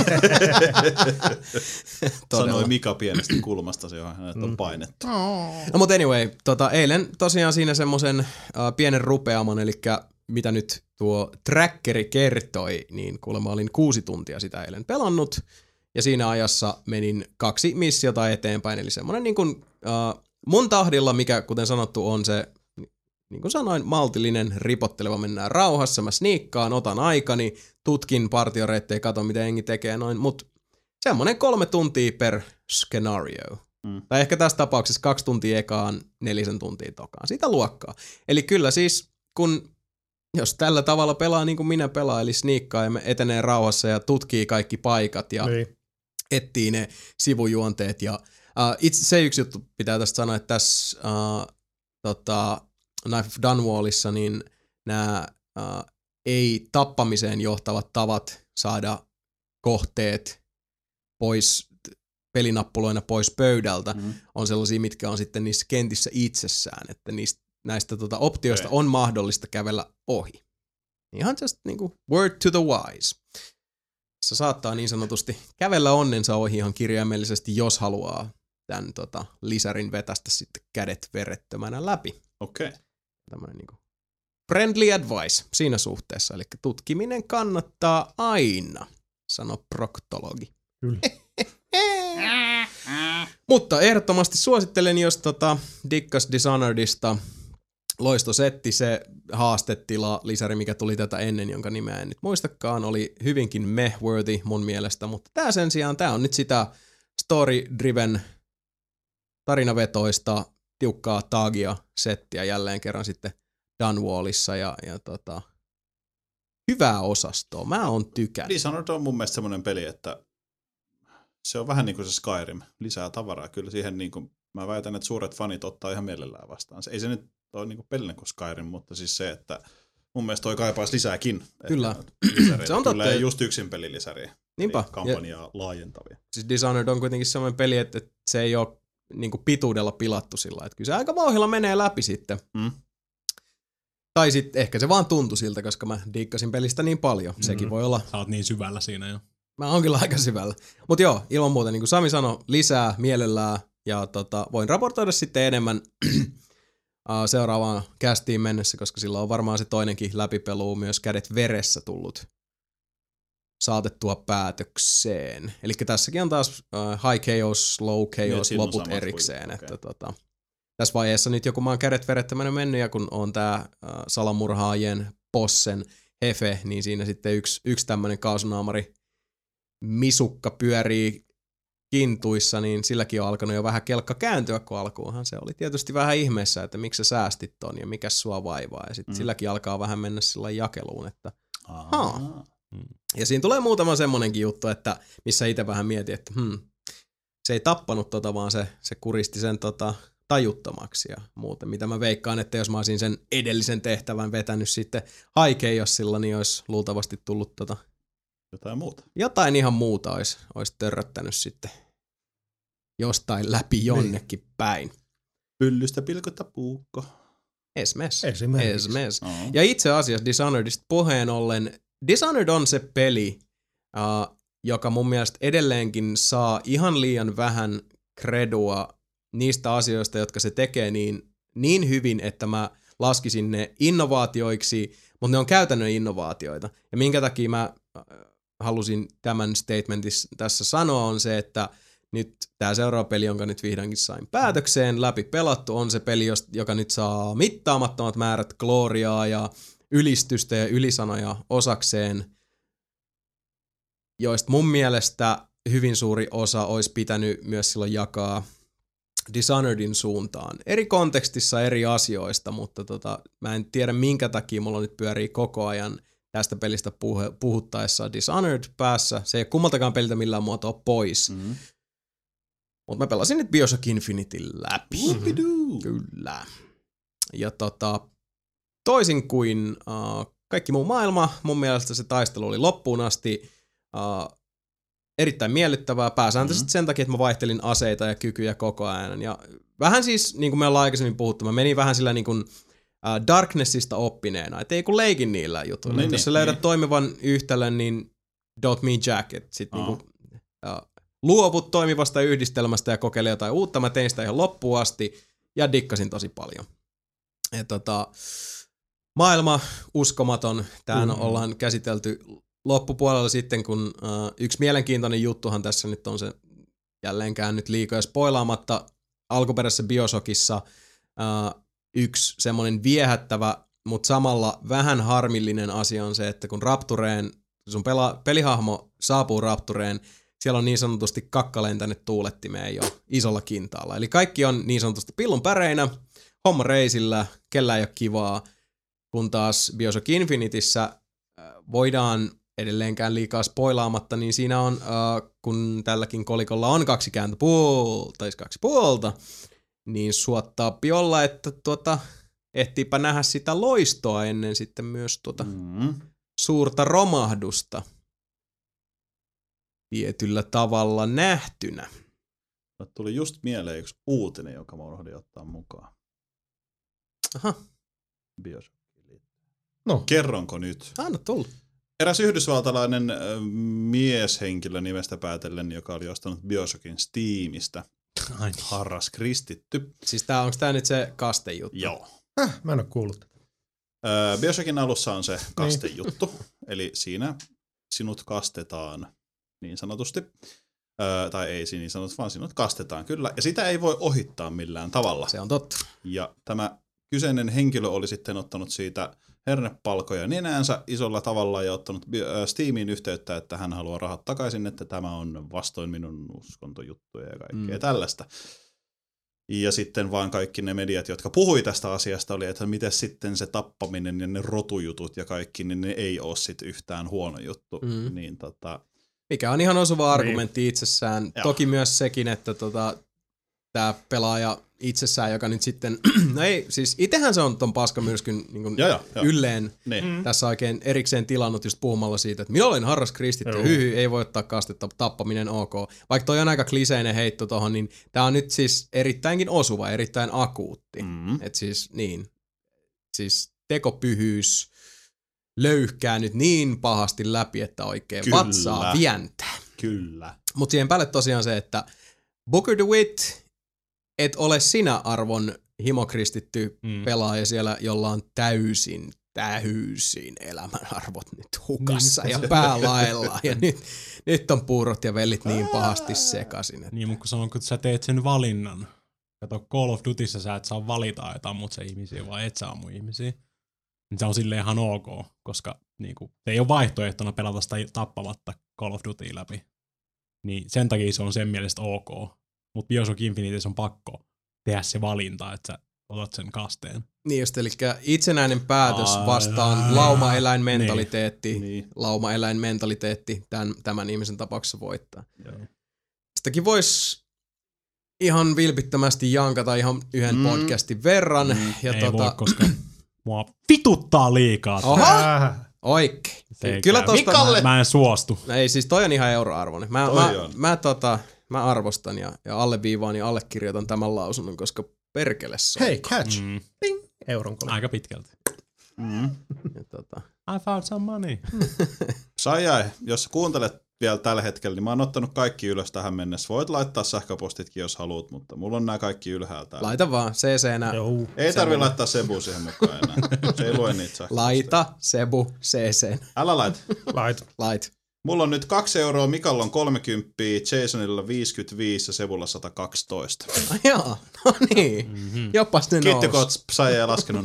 Sanoi Mika pienestä kulmasta, se on hänet on painettu. No mutta anyway, tota, eilen tosiaan siinä semmoisen uh, pienen rupeaman, eli mitä nyt tuo trackeri kertoi, niin kuulemma olin kuusi tuntia sitä eilen pelannut. Ja siinä ajassa menin kaksi missiota eteenpäin, eli semmoinen niin kuin uh, mun tahdilla, mikä kuten sanottu on se, niin kuin sanoin, maltillinen, ripotteleva, mennään rauhassa, mä sniikkaan, otan aikani, tutkin partioreittejä, katon mitä jengi tekee noin, mutta semmoinen kolme tuntia per scenario. Mm. Tai ehkä tässä tapauksessa kaksi tuntia ekaan, nelisen tuntia tokaan. Siitä luokkaa. Eli kyllä siis, kun jos tällä tavalla pelaa niin kuin minä pelaan, eli sniikkaa ja me etenee rauhassa ja tutkii kaikki paikat ja niin. etsii ne sivujuonteet. Ja uh, itse se yksi juttu pitää tästä sanoa, että tässä uh, tota, Knife of Dunwallissa niin nämä uh, ei tappamiseen johtavat tavat saada kohteet pois pelinappuloina pois pöydältä mm-hmm. on sellaisia, mitkä on sitten niissä kentissä itsessään, että niistä, näistä tota, optioista okay. on mahdollista kävellä ohi. Ihan just niinku word to the wise. Se saattaa niin sanotusti kävellä onnensa ohi ihan kirjaimellisesti, jos haluaa tämän tota, lisärin vetästä sitten kädet verettömänä läpi. Okei. Okay. Tämmöinen niinku friendly advice siinä suhteessa, eli tutkiminen kannattaa aina, sano proktologi. Kyllä. Mutta ehdottomasti suosittelen, jos tota, dikkas Dishonoredista, loistosetti, se haastetila lisäri, mikä tuli tätä ennen, jonka nimeä en nyt muistakaan, oli hyvinkin meh-worthy mun mielestä, mutta tää sen sijaan, tää on nyt sitä story-driven tarinavetoista tiukkaa taagia settiä jälleen kerran sitten Dunwallissa ja, ja tota, hyvää osastoa. Mä oon tykännyt. Dishonored on mun mielestä semmoinen peli, että se on vähän niin kuin se Skyrim, lisää tavaraa. Kyllä siihen niin kuin, mä väitän, että suuret fanit ottaa ihan mielellään vastaan. Ei se nyt ole niin kuin pelinen kuin Skyrim, mutta siis se, että mun mielestä toi kaipaisi lisääkin. Kyllä. Se on totta. Kyllä ei just yksin pelilisäriä. Niinpä. Kampanjaa ja laajentavia. Siis Dishonored on kuitenkin semmoinen peli, että se ei ole niin kuin pituudella pilattu sillä, että kyllä se aika vauhdilla menee läpi sitten. Mm. Tai sitten ehkä se vaan tuntui siltä, koska mä diikkasin pelistä niin paljon. Mm. Sekin voi olla. Sä oot niin syvällä siinä jo. Mä oon kyllä aika syvällä. Mutta joo, ilman muuta, niin kuin Sami sanoi, lisää mielellään. Ja tota, voin raportoida sitten enemmän seuraavaan castiin mennessä, koska sillä on varmaan se toinenkin läpipelu myös kädet veressä tullut saatettua päätökseen. Eli tässäkin on taas uh, high chaos, low chaos, niin, loput erikseen. Että okay. tota, tässä vaiheessa nyt joku mä oon kädet verettämänä mennyt, ja kun on tää uh, salamurhaajien bossen Hefe, niin siinä sitten yksi, yksi tämmönen kaasunaamari misukka pyörii kintuissa, niin silläkin on alkanut jo vähän kelkka kääntyä, kun alkuunhan se oli tietysti vähän ihmeessä, että miksi sä säästit ton ja mikä sua vaivaa, ja sitten mm. silläkin alkaa vähän mennä sillä jakeluun, että haa. Ja siinä tulee muutama semmonenkin juttu, että missä itse vähän mietin, että hmm, se ei tappanut tota, vaan se, se kuristi sen tota, tajuttomaksi ja muuten. Mitä mä veikkaan, että jos mä olisin sen edellisen tehtävän vetänyt sitten haikeiossilla, niin olisi luultavasti tullut tota, jotain muuta. Jotain ihan muuta olisi, olisi törröttänyt sitten jostain läpi jonnekin niin. Päin. Pyllystä pilkottaa puukko. Esmes. Esimerkiksi. Esmes. Oh. Ja itse asiassa Dishonoredista puheen ollen, Dishonored on se peli, uh, joka mun mielestä edelleenkin saa ihan liian vähän kredua niistä asioista, jotka se tekee niin, niin hyvin, että mä laskisin ne innovaatioiksi, mutta ne on käytännön innovaatioita. Ja minkä takia mä uh, halusin tämän statementin tässä sanoa on se, että nyt tämä seuraava peli, jonka nyt vihdoinkin sain päätökseen, läpi pelattu, on se peli, joka nyt saa mittaamattomat määrät gloriaa ja ylistystä ja ylisanoja osakseen, joista mun mielestä hyvin suuri osa olisi pitänyt myös silloin jakaa Dishonoredin suuntaan. Eri kontekstissa eri asioista, mutta tota, mä en tiedä minkä takia mulla nyt pyörii koko ajan tästä pelistä puhe, puhuttaessa Dishonored päässä. Se ei ole kummaltakaan peliltä millään muotoa pois. Mm-hmm. Mutta mä pelasin nyt Bioshock Infinity läpi. Mm-hmm. Kyllä. Ja tota, toisin kuin uh, kaikki muu maailma, mun mielestä se taistelu oli loppuun asti uh, erittäin miellyttävää. Pääsääntöisesti mm-hmm. sen takia, että mä vaihtelin aseita ja kykyjä koko ajan. Ja vähän siis, niin kuin me ollaan aikaisemmin puhuttu, mä menin vähän sillä niin kuin uh, Darknessista oppineena. Että ei kun leikin niillä jutuilla. Niin, jos sä löydät niin. toimivan yhtälön, niin don't me jack. Sitten oh. niin uh, luovut toimivasta yhdistelmästä ja kokeile jotain uutta. Mä tein sitä ihan loppuun asti ja dikkasin tosi paljon. Ja tota, maailma uskomaton. Tähän mm-hmm. ollaan käsitelty loppupuolella sitten, kun uh, yksi mielenkiintoinen juttuhan tässä nyt on se jälleenkään nyt liikoja spoilaamatta. Alkuperäisessä Bioshockissa uh, yksi semmoinen viehättävä, mutta samalla vähän harmillinen asia on se, että kun Raptureen, sun pela, pelihahmo saapuu Raptureen, siellä on niin sanotusti kakka lentänyt tuulettimeen jo isolla kintaalla. Eli kaikki on niin sanotusti pillun päreinä, homma reisillä, kellään ei ole kivaa, kun taas Bioshock Infinityssä voidaan edelleenkään liikaa spoilaamatta, niin siinä on, äh, kun tälläkin kolikolla on kaksi kääntöpuolta, tai kaksi puolta, niin suottaa olla, että tuota, ehtiipä nähdä sitä loistoa ennen sitten myös tuota mm. suurta romahdusta tietyllä tavalla nähtynä. Tuli just mieleen yksi uutinen, jonka mä unohdin ottaa mukaan. Aha. Bioshockiin. No. Kerronko nyt? Anna tullut. Eräs yhdysvaltalainen äh, mieshenkilö nimestä päätellen, joka oli ostanut Bioshockin Steamista. Ai. Harras kristitty. Siis tää, onko tää nyt se kastejuttu? Joo. Häh, mä en oo kuullut. Äh, Bioshockin alussa on se kastejuttu. Eli siinä sinut kastetaan niin sanotusti. Öö, tai ei niin sanotusti, vaan sinut kastetaan kyllä. Ja sitä ei voi ohittaa millään tavalla. Se on totta. Ja tämä kyseinen henkilö oli sitten ottanut siitä hernepalkoja nenäänsä isolla tavalla ja ottanut Steamiin yhteyttä, että hän haluaa rahat takaisin, että tämä on vastoin minun uskontojuttuja ja kaikkea mm. tällaista. Ja sitten vaan kaikki ne mediat, jotka puhui tästä asiasta, oli, että miten sitten se tappaminen ja ne rotujutut ja kaikki, niin ne ei ole sitten yhtään huono juttu. Mm. Niin, tota... Mikä on ihan osuva argumentti niin. itsessään. Joo. Toki myös sekin, että tota, tämä pelaaja itsessään, joka nyt sitten, no ei, siis itehän se on ton paskamyrskyn niin kuin ja, ja, ja. ylleen niin. tässä oikein erikseen tilannut just puhumalla siitä, että minä olen harras kristitty, hyhy, ei voi ottaa kastetta, tappaminen ok. Vaikka toi on aika kliseinen heitto tohon, niin tää on nyt siis erittäinkin osuva, erittäin akuutti. Mm-hmm. Et siis niin, siis tekopyhyys löyhkää nyt niin pahasti läpi, että oikein Kyllä. vatsaa vientää. Kyllä. Mut siihen päälle tosiaan se, että Booker DeWitt, et ole sinä arvon himokristitty mm. pelaaja siellä, jolla on täysin, täysin elämänarvot nyt hukassa niin. ja päälaellaan. Ja nyt, nyt on puurot ja vellit niin pahasti sekaisin. Että... Niin, mutta kun sanon, kun sä teet sen valinnan. Kato, Call of Dutyssä sä et saa valita, että ammut sä ihmisiä vai et sä ammu ihmisiä. Niin se on silleen ihan ok, koska niinku, ei ole vaihtoehtona pelata sitä tappamatta Call of Duty läpi. Niin sen takia se on sen mielestä ok. Mutta Bioshock Infinitessä on pakko tehdä se valinta, että sä otat sen kasteen. Niin just, eli itsenäinen päätös vastaan laumaeläinmentaliteetti, niin. laumaeläinmentaliteetti tämän, tämän ihmisen tapauksessa voittaa. Joo. Sitäkin voisi ihan vilpittömästi jankata ihan yhden mm. podcastin verran. Mm. Ja ei tota... voi, koska mua vituttaa liikaa. Oho! Oikein. Kyllä tosta mä, mä en suostu. Ei, siis toi on ihan euroarvoinen. Mä, mä, mä, tota, mä arvostan ja, ja alleviivaan ja allekirjoitan tämän lausunnon, koska perkele soikko. Hei, catch. Mm. Ping. Euron kolme. Aika pitkälti. Mm. Ja, tota. I found some money. Sajai, jos kuuntelet vielä tällä hetkellä, niin mä oon ottanut kaikki ylös tähän mennessä. Voit laittaa sähköpostitkin, jos haluat, mutta mulla on nämä kaikki ylhäällä. Laita vaan, C C-nä. Ei tarvi laittaa Sebu siihen mukaan enää. Se ei lue niitä sähköposteja. Laita, Sebu, C C. Älä laita. Laita. Laita. Mulla on nyt kaksi euroa, Mikalla on kolmekymmentä, Jasonilla viisikymmentäviisi ja Sebulla sata kaksitoista. Ah, joo, no niin. Mm-hmm. Jopas ne Kiitti, kun oot Saija laskenut.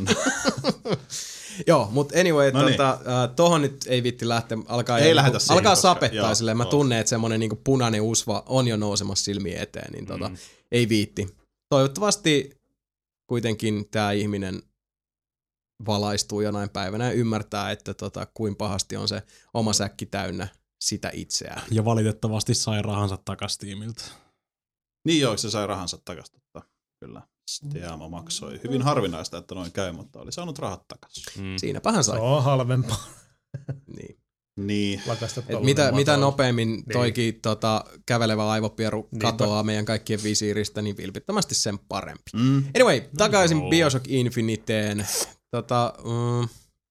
Joo, mutta anyway, no tota, niin. uh, tohon nyt ei vitti lähteä, alkaa, ei niinku, siihen, alkaa sapettaa joo, silleen, mä tunnen, että semmonen niinku punainen usva on jo nousemassa silmiin eteen, niin tota, mm. ei viitti. Toivottavasti kuitenkin tää ihminen valaistuu jonain päivänä ja ymmärtää, että tota, kuin pahasti on se oma säkki täynnä sitä itseään. Ja valitettavasti sai rahansa takas tiimiltä. Niin joo, se sai rahansa takas, totta. Kyllä. Steam maksoi. Hyvin harvinaista, että noin käy, mutta oli saanut rahat takaisin. Mm. Siinäpähän sai. Se on halvempaa. niin. Niin. Mitä, mitä nopeammin niin. toikin tota, kävelevä aivopieru katoaa Niinpä. meidän kaikkien visiiristä, niin vilpittömästi sen parempi. Mm. Anyway, takaisin no. Bioshock Infiniteen. Tota, mm,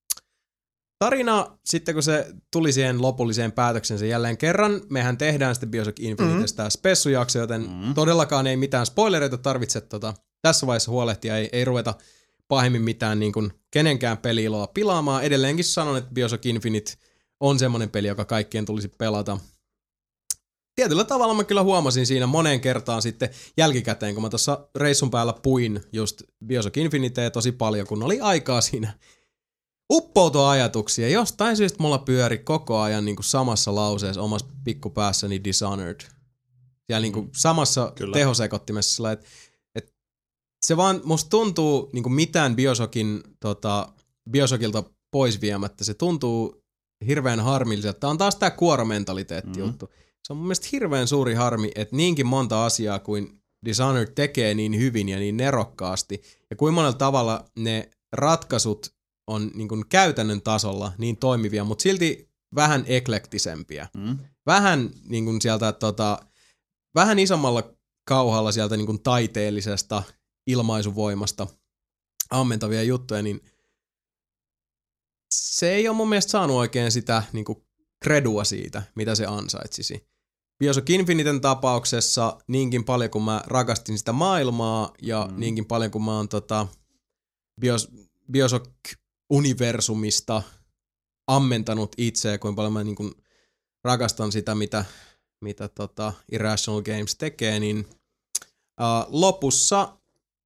tarina, sitten kun se tuli siihen lopulliseen päätöksensä jälleen kerran, mehän tehdään sitten Bioshock Infinitestä mm. spessujakso, joten mm. todellakaan ei mitään spoilereita tarvitse tota, tässä vaiheessa huolehtia, ei, ei ruveta pahemmin mitään niin kuin kenenkään peli-iloa pilaamaan. Edelleenkin sanon, että Bioshock Infinite on semmoinen peli, joka kaikkien tulisi pelata. Tietyllä tavalla mä kyllä huomasin siinä moneen kertaan sitten jälkikäteen, kun mä tuossa reissun päällä puin just Bioshock Infinitea tosi paljon, kun oli aikaa siinä uppoutua ajatuksia. Jostain syystä mulla pyöri koko ajan niin kuin samassa lauseessa omassa pikkupäässäni Dishonored. Ja niin kuin samassa kyllä. tehosekottimessa sillä, että et se vaan musta tuntuu niin kuin mitään Bioshockin, tota, Bioshockilta pois viemättä. Se tuntuu hirveän harmilliselta. Tämä on taas tää kuoromentaliteetti mm-hmm. juttu. Se on mun mielestä hirveän suuri harmi, että niinkin monta asiaa kuin Dishonored tekee niin hyvin ja niin nerokkaasti. Ja kuinka monella tavalla ne ratkaisut on niin kuin käytännön tasolla niin toimivia, mutta silti vähän eklektisempia. Mm. Vähän niin kuin sieltä tota, vähän isommalla kauhalla sieltä niin kuin taiteellisesta ilmaisuvoimasta ammentavia juttuja, niin se ei ole mun mielestä saanut oikein sitä niin kuin kredua siitä, mitä se ansaitsisi. Bioshock Infiniten tapauksessa niinkin paljon, kun mä rakastin sitä maailmaa ja mm. niinkin paljon, kun mä oon tota, Bios, Bioshock-universumista ammentanut itseä, kuinka paljon mä niin kuin rakastan sitä, mitä, mitä tota Irrational Games tekee, niin uh, lopussa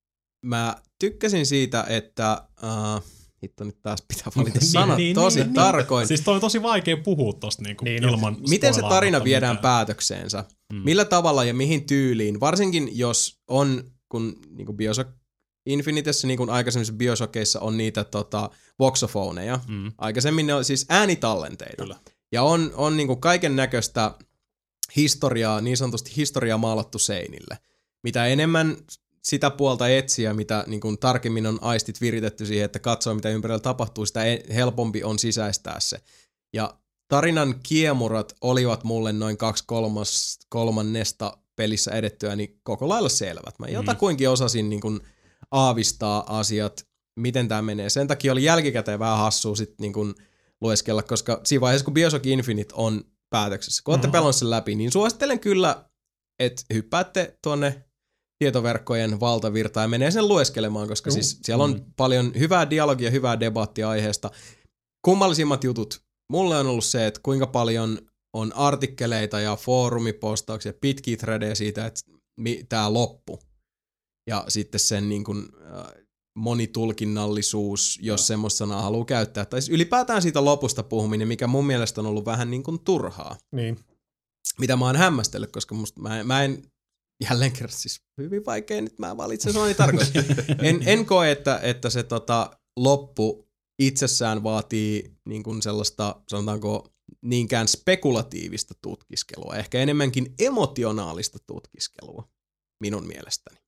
mä tykkäsin siitä, että... Uh, hitto nyt taas pitää valita sanat niin, tosi niin, tarkoin. Niin. Siis toi on tosi vaikea puhua tosta niinku niin, ilman miten se tarina viedään mitään päätökseensä? Mm. Millä tavalla ja mihin tyyliin? Varsinkin jos on, kun niinku Bioshock Infinitessä, niin kuin aikaisemmissa Bioshockissa on niitä tota, voxophoneja. Mm. Aikaisemmin ne on siis äänitallenteita. Kyllä. Ja on, on niinku kaiken näköistä historiaa, niin sanotusti historiaa maalattu seinille. Mitä enemmän sitä puolta etsiä, mitä niin kuin tarkemmin on aistit viritetty siihen, että katsoo mitä ympärillä tapahtuu, sitä helpompi on sisäistää se. Ja tarinan kiemurat olivat mulle noin kaksi kolmas, kolmannesta pelissä edettyä niin koko lailla selvät. Mä jotakuinkin osasin niin kuin aavistaa asiat, miten tämä menee. Sen takia oli jälkikäteen vähän hassua sit niin kuin lueskella, koska siinä vaiheessa, kun Bioshock Infinite on päätöksessä, kun olette pelannut sen läpi, niin suosittelen kyllä, että hyppäätte tuonne tietoverkkojen valtavirtaan ja menee sen lueskelemaan, koska siis siellä on mm. paljon hyvää dialogia, hyvää debattia aiheesta. Kummallisimmat jutut mulle on ollut se, että kuinka paljon on artikkeleita ja foorumipostauksia, pitkiä threadejä siitä, että tämä loppu. Ja sitten sen niin kuin, äh, monitulkinnallisuus, jos semmoista sanaa haluaa käyttää. Tai siis ylipäätään siitä lopusta puhuminen, mikä mun mielestä on ollut vähän niin kuin turhaa. Niin. Mitä mä oon hämmästellyt, koska musta, mä, mä en jälleen kerran siis hyvin vaikea, nyt mä valitsen sanani tarkoitus. En, en koe, että, että se tota, loppu itsessään vaatii niin kuin sellaista, sanotaanko, niinkään spekulatiivista tutkiskelua, ehkä enemmänkin emotionaalista tutkiskelua, minun mielestäni.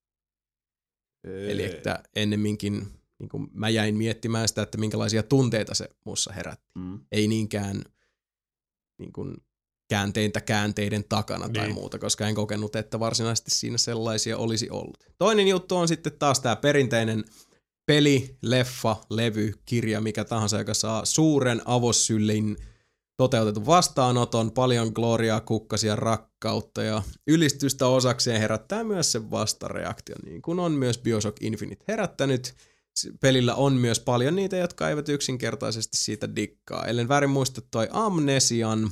Ei. Eli että ennemminkin niin kuin mä jäin miettimään sitä, että minkälaisia tunteita se mussa herätti. Mm. Ei niinkään niin kuin käänteintä käänteiden takana niin. tai muuta, koska en kokenut, että varsinaisesti siinä sellaisia olisi ollut. Toinen juttu on sitten taas tämä perinteinen peli, leffa, levy, kirja, mikä tahansa, joka saa suuren avossyllin toteutetun vastaanoton, paljon gloriaa, kukkasia, rakkautta ja ylistystä osakseen herättää myös sen vastareaktion, niin kuin on myös Bioshock Infinite herättänyt. Pelillä on myös paljon niitä, jotka eivät yksinkertaisesti siitä dikkaa. Ellen väärin muista toi Amnesian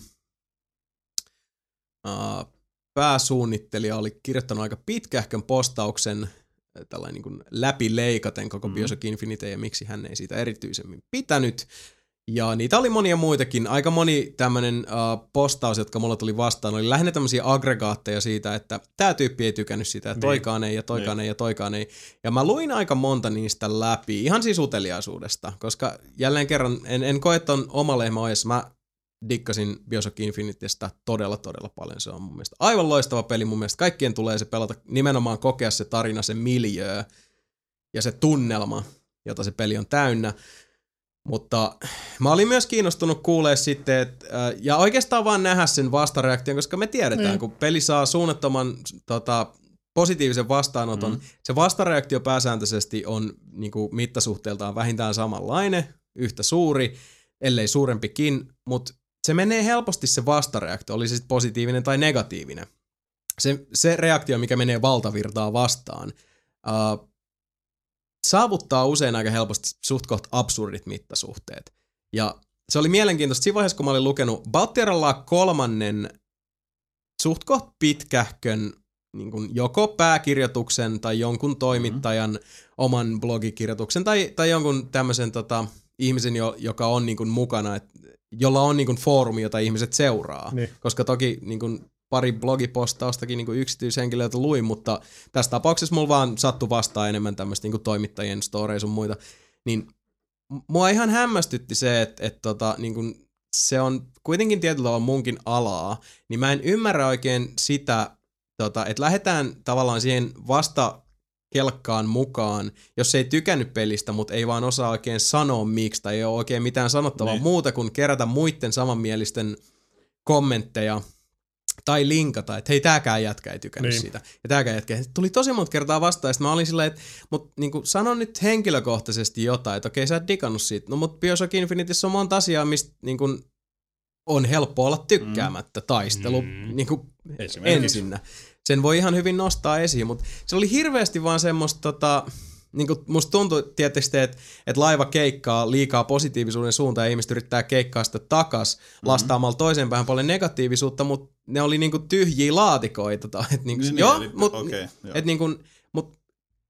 uh, pääsuunnittelija oli kirjoittanut aika pitkähkön postauksen tällainen niin kuin läpileikaten koko mm. Bioshock Infinite ja miksi hän ei siitä erityisemmin pitänyt. Ja niitä oli monia muitakin. Aika moni tämmönen uh, postaus, jotka mulla tuli vastaan, oli lähinnä tämmöisiä aggregaatteja siitä, että tää tyyppi ei tykännyt sitä, ja toikaan ei, ja toikaan ei, ja toikaan ei. Ja mä luin aika monta niistä läpi, ihan siis uteliaisuudesta, koska jälleen kerran en, en koe, että on oma lehmä ojassa. Mä dikkasin Bioshock Infinitestä todella, todella paljon. Se on mun mielestä aivan loistava peli. Mun mielestä kaikkien tulee se pelata, nimenomaan kokea se tarina, se miljöö ja se tunnelma, jota se peli on täynnä. Mutta mä olin myös kiinnostunut kuulee sitten, että, ja oikeastaan vaan nähdä sen vastareaktion, koska me tiedetään, mm. kun peli saa suunnattoman tota, positiivisen vastaanoton, mm. se vastareaktio pääsääntöisesti on niin kuin mittasuhteeltaan vähintään samanlainen, yhtä suuri, ellei suurempikin, mutta se menee helposti se vastareaktio, oli se sitten positiivinen tai negatiivinen. Se, se reaktio, mikä menee valtavirtaa vastaan, uh, saavuttaa usein aika helposti suht koht absurdit mittasuhteet. Ja se oli mielenkiintoista siinä vaiheessa, kun mä olin lukenut Baltieralla kolmannen suht koht pitkähkön niin kuin joko pääkirjoituksen tai jonkun toimittajan mm-hmm. oman blogikirjoituksen tai, tai jonkun tämmöisen tota, ihmisen, jo, joka on niin kuin mukana, et, jolla on niin kuin foorumi, jota ihmiset seuraa. Niin. Koska toki niin kuin pari blogipostaustakin niin kuin yksityishenkilöitä luin, mutta tässä tapauksessa mulla vaan sattui vastaan enemmän tämmöistä niin kuin toimittajien storeja sun muita. Niin mua ihan hämmästytti se, että, että tota, niin kuin se on kuitenkin tietyllä tavalla munkin alaa, niin mä en ymmärrä oikein sitä, tota, että lähdetään tavallaan siihen vasta kelkkaan mukaan, jos ei tykännyt pelistä, mutta ei vaan osaa oikein sanoa miksi, tai ei ole oikein mitään sanottavaa niin. muuta kuin kerätä muiden samanmielisten kommentteja, tai linkata, että hei, tääkään jätkä ei tykännyt niin. siitä. Ja tääkään jätkä. Tuli tosi monta kertaa vastaan, ja sitten mä olin silleen, että mut, niinku, sano nyt henkilökohtaisesti jotain, että okei, sä et digannut siitä. No, mutta Bioshock Infinitessä on monta asiaa, mistä niinku, on helppo olla tykkäämättä. Mm. Taistelu mm. Niinku, ensinnä. Sen voi ihan hyvin nostaa esiin, mutta se oli hirveästi vaan semmoista, tota, niinku, musta tuntui tietysti, että, että laiva keikkaa liikaa positiivisuuden suuntaan, ja ihmiset yrittää keikkaa sitä takas mm-hmm. lastaamalla toiseen päähän paljon negatiivisuutta, mutta ne oli niinku tyhjiä laatikoita. Et niinku, niin, joo, niin, mut, okay, et niinku, mut,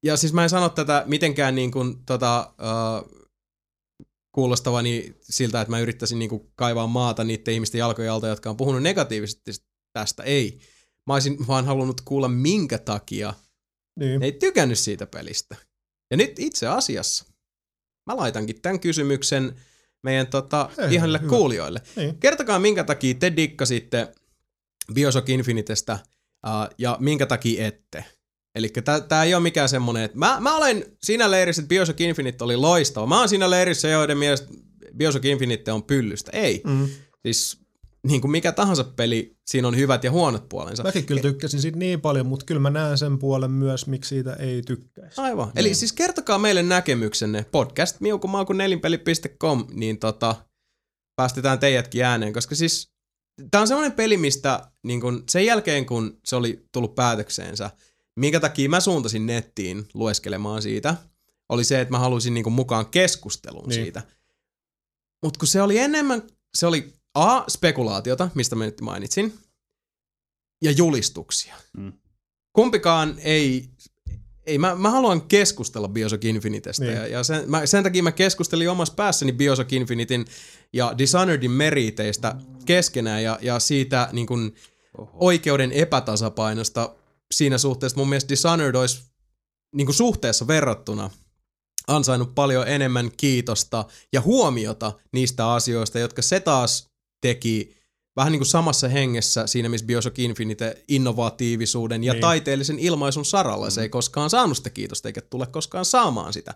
ja siis mä en sano tätä mitenkään niin kuin, tota, uh, kuulostavani siltä, että mä yrittäisin niin kuin kaivaa maata niiden ihmisten jalkojen alta, jotka on puhunut negatiivisesti tästä. Ei. Mä olisin vaan halunnut kuulla, minkä takia niin. ei tykännyt siitä pelistä. Ja nyt itse asiassa mä laitankin tämän kysymyksen meidän tota, ihanille kuulijoille. Niin. Kertokaa, minkä takia te dikkasitte Bioshock Infinitestä uh, ja minkä takia ette. Eli tää ei ole mikään semmonen, että mä, mä olen siinä leirissä, että Bioshock Infinite oli loistava. Mä oon siinä leirissä, joiden mielestä Bioshock Infinite on pyllystä. Ei. Mm. Siis niin kuin mikä tahansa peli, siinä on hyvät ja huonot puolensa. Mäkin kyllä tykkäsin siitä niin paljon, mutta kyllä mä näen sen puolen myös, miksi siitä ei tykkäisi. Aivan. Eli siis kertokaa meille näkemyksenne podcast miukumauku nelinpeli piste com, niin tota, päästetään teidätkin ääneen, koska siis tää on semmoinen peli, mistä niin kun sen jälkeen, kun se oli tullut päätökseensä, minkä takia mä suuntasin nettiin lueskelemaan siitä, oli se, että mä halusin niin kun mukaan keskusteluun niin. siitä. Mutta kun se oli enemmän, se oli A, spekulaatiota, mistä mä nyt mainitsin, ja julistuksia. Mm. Kumpikaan ei, ei mä, mä haluan keskustella Bioshock Infinitestä, niin. ja, ja sen, mä, sen takia mä keskustelin omassa päässäni Bioshock Infinitein ja Dishonoredin meriteistä keskenään, ja, ja siitä niin kun, oikeuden epätasapainosta siinä suhteessa. Mun mielestä Dishonored olisi niin kun suhteessa verrattuna ansainnut paljon enemmän kiitosta ja huomiota niistä asioista, jotka se taas teki vähän niin kuin samassa hengessä siinä, missä Bioshock Infinite innovatiivisuuden ja niin. taiteellisen ilmaisun saralla. Se ei koskaan saanut sitä kiitosta eikä tule koskaan saamaan sitä.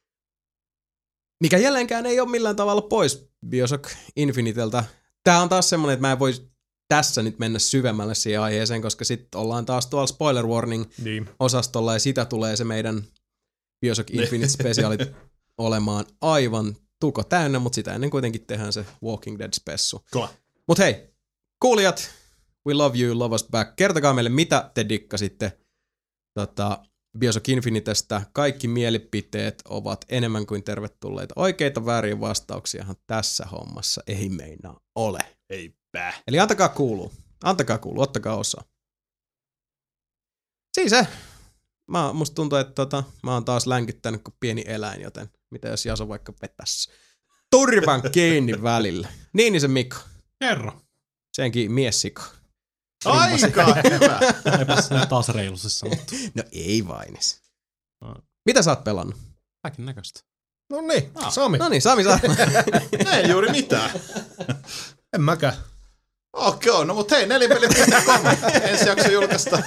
Mikä jälleenkään ei ole millään tavalla pois Bioshock Infiniteltä. Tää on taas semmonen, että mä en voi tässä nyt mennä syvemmälle siihen aiheeseen, koska sitten ollaan taas tuolla spoiler warning-osastolla ja sitä tulee se meidän Bioshock Infinite-spesiaalit olemaan aivan tuko täynnä, mutta sitä ennen kuitenkin tehdään se Walking Dead-spessu. Mut hei, kuulijat, we love you, love us back. Kertokaa meille, mitä te dikkasitte tota, Bioshock Infinitestä. Kaikki mielipiteet ovat enemmän kuin tervetulleita. Oikeita väärin vastauksiahan tässä hommassa ei meinaa ole. Eipä. Eli antakaa kuulua. Antakaa kuulua, ottakaa osaa. Siis se. Mä, musta tuntuu, että tota, mä oon taas länkyttänyt kuin pieni eläin, joten mitä jos Jaso vaikka vetäisi turvan kiinni välillä. Niin, niin se Mikko. Kerro. Senkin miessiko. Aika hyvä. Eipä sinä taas reilusti sanottu. No ei vainis. No. Mitä sä oot pelannut? Kaiken näköistä. No niin, ah. Sami. No niin, Sami saa. Ei juuri mitään. En mäkään. Okei, okay, no mut hei, nelinpeli piste com. Ensi jakso julkaista.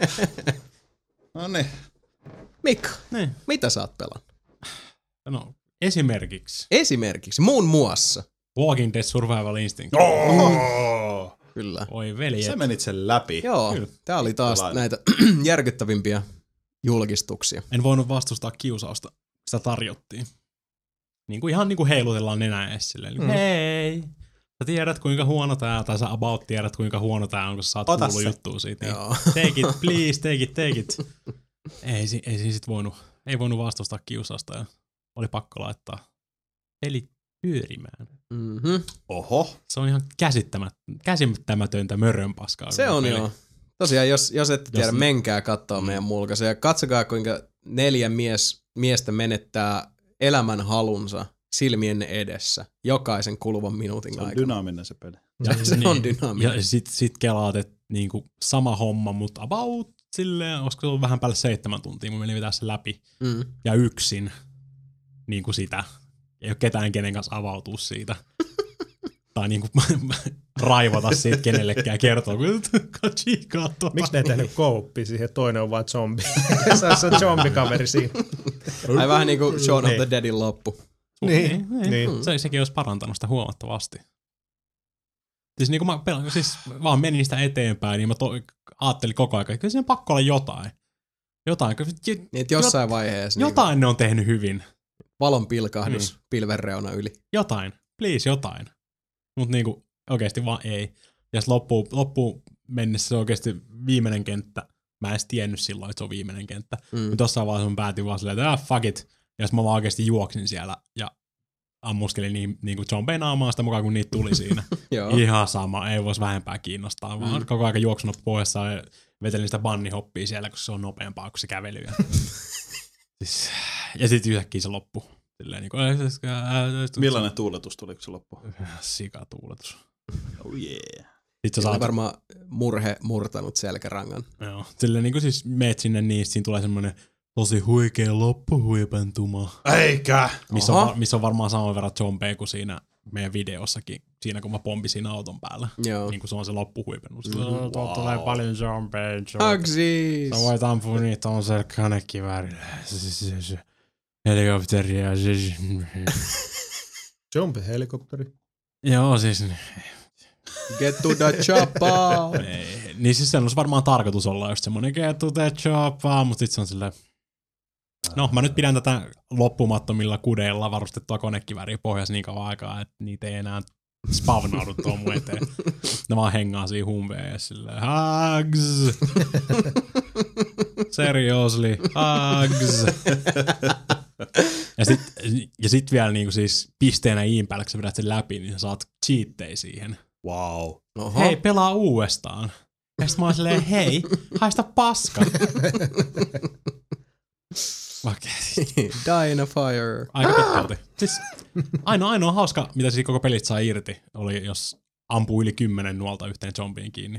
No niin. Mikko, niin. Mitä sä oot pelannut? No, esimerkiksi. Esimerkiksi, muun muassa. Walking Dead Survival Instinct. Oh! Kyllä. Oi veljet. Sä menit sen läpi. Joo, Kyllä. Tää oli taas Tällainen. näitä järkyttävimpiä julkistuksia. En voinut vastustaa kiusausta, sitä tarjottiin. Niin kuin ihan niin kuin heilutellaan nenää edes silleen. Mm. Hei! Sä tiedät kuinka huono tää on, tai sä about tiedät kuinka huono tää on, kun sä oot kuullut juttua siitä. Niin take it, please, take it, take it. Ei, ei siinä sit voinut, ei voinut vastustaa kiusausta ja oli pakko laittaa pelit pyörimään. Mm-hmm. Oho. Se on ihan käsittämätöntä mörönpaskaa. Se on peli. Joo. Tosiaan, jos, jos ette tiedä, jos... menkää katsoa mm. meidän mulkaisen ja katsokaa kuinka neljä mies, miestä menettää elämän halunsa silmienne edessä jokaisen kuluvan minuutin aikana. Se on dynaaminen se peli. Ja se niin. on dynaaminen. Ja sit, sit kelaat, että niinku sama homma, mutta about silleen, olisiko se ollut vähän päälle seitsemän tuntia, mun meni vetää se läpi. Mm. Ja yksin niinku sitä. Ei ole ketään, kenen kanssa avautuu siitä. Tai niinku raivata siitä kenellekään ja kertoa, kun kachikaa tuolla. Miksi ne ei tehnyt kouppia siihen, toinen on vaan zombi. Se on zombikaveri siinä. Ai vähän niin kuin Shaun of the Deadin loppu. Niin, niin. niin. Se, sekin olisi parantanut sitä huomattavasti. Siis niin kuin mä pelan, siis vaan menin sitä eteenpäin, niin mä to, ajattelin koko ajan, että kyllä siinä on pakko olla jotain. Jotain. Niin, että jossain jot, vaiheessa. Jotain niin ne on tehnyt hyvin. Valon pilkahdus niin. Pilven reuna yli. Jotain. Please, jotain. Mut niinku oikeesti vaan ei. Ja sit loppuun, loppuun mennessä se on oikeesti viimeinen kenttä. Mä en edes tiennyt silloin, että se on viimeinen kenttä. Mm. Mutta jossain vaiheessa mä päätin vaan silleen, että ah, fuck it. Ja sit mä vaan oikeesti juoksin siellä ja ammuskelin niin, niin kuin zombeen naamaan sitä mukaan, kun niitä tuli siinä. Ihan sama, ei vois vähempää kiinnostaa. Vaan mm. koko ajan juoksunut pohjassa ja vetelin sitä bunnyhoppia siellä, kun se on nopeampaa kuin se kävely. Siis, ja sitten yhtäkkiä se loppui. Silleen niin kuin, millainen tuuletus tuli, kun se loppui? Sikatuuletus. Oh yeah. Sitten saat... varmaan murhe murtanut selkärangan. Joo. Silleen niin kuin siis meet sinne, niin siinä tulee semmoinen tosi huikea loppuhuipentuma. Eikä! Missä on, missä on varmaan saman verran zombeja kuin siinä meidän videossakin. Siinä kun mä pompisin auton päällä. Joo. Niin kuin se on se loppuhuipennus. Mm, wow. Tulee paljon zombeja. Agsis! Sä voit ampua niitä on se kanekiväärillä. Helikopteria. Zombie-helikopteri. Joo, siis... Get to the chopper! Niin siis sen olisi varmaan tarkoitus olla just semmonen get to the chopper, mutta sit se on silleen... No, mä nyt pidän tätä loppumattomilla kudeilla varustettua konekivääriä pohjassa niin kauan aikaa, että niitä ei enää spavnaudu tuon mun eteen. Ne vaan hengaa siinä humpeen ja silleen hugs! Seriously, hugs! Ja sit, ja sit vielä niinku siis pisteenä iin päälle, kun sä vedät sen läpi, niin sä saat cheattejä siihen. Wow. Oho. Hei, pelaa uudestaan. Ja sit mä oon silleen, hei, haista paska. Okei. Dynafire. Aika pitkälti. Siis ainoa, ainoa hauska, mitä siis koko pelit saa irti, oli jos ampuu yli kymmenen nuolta yhteen zombiin kiinni.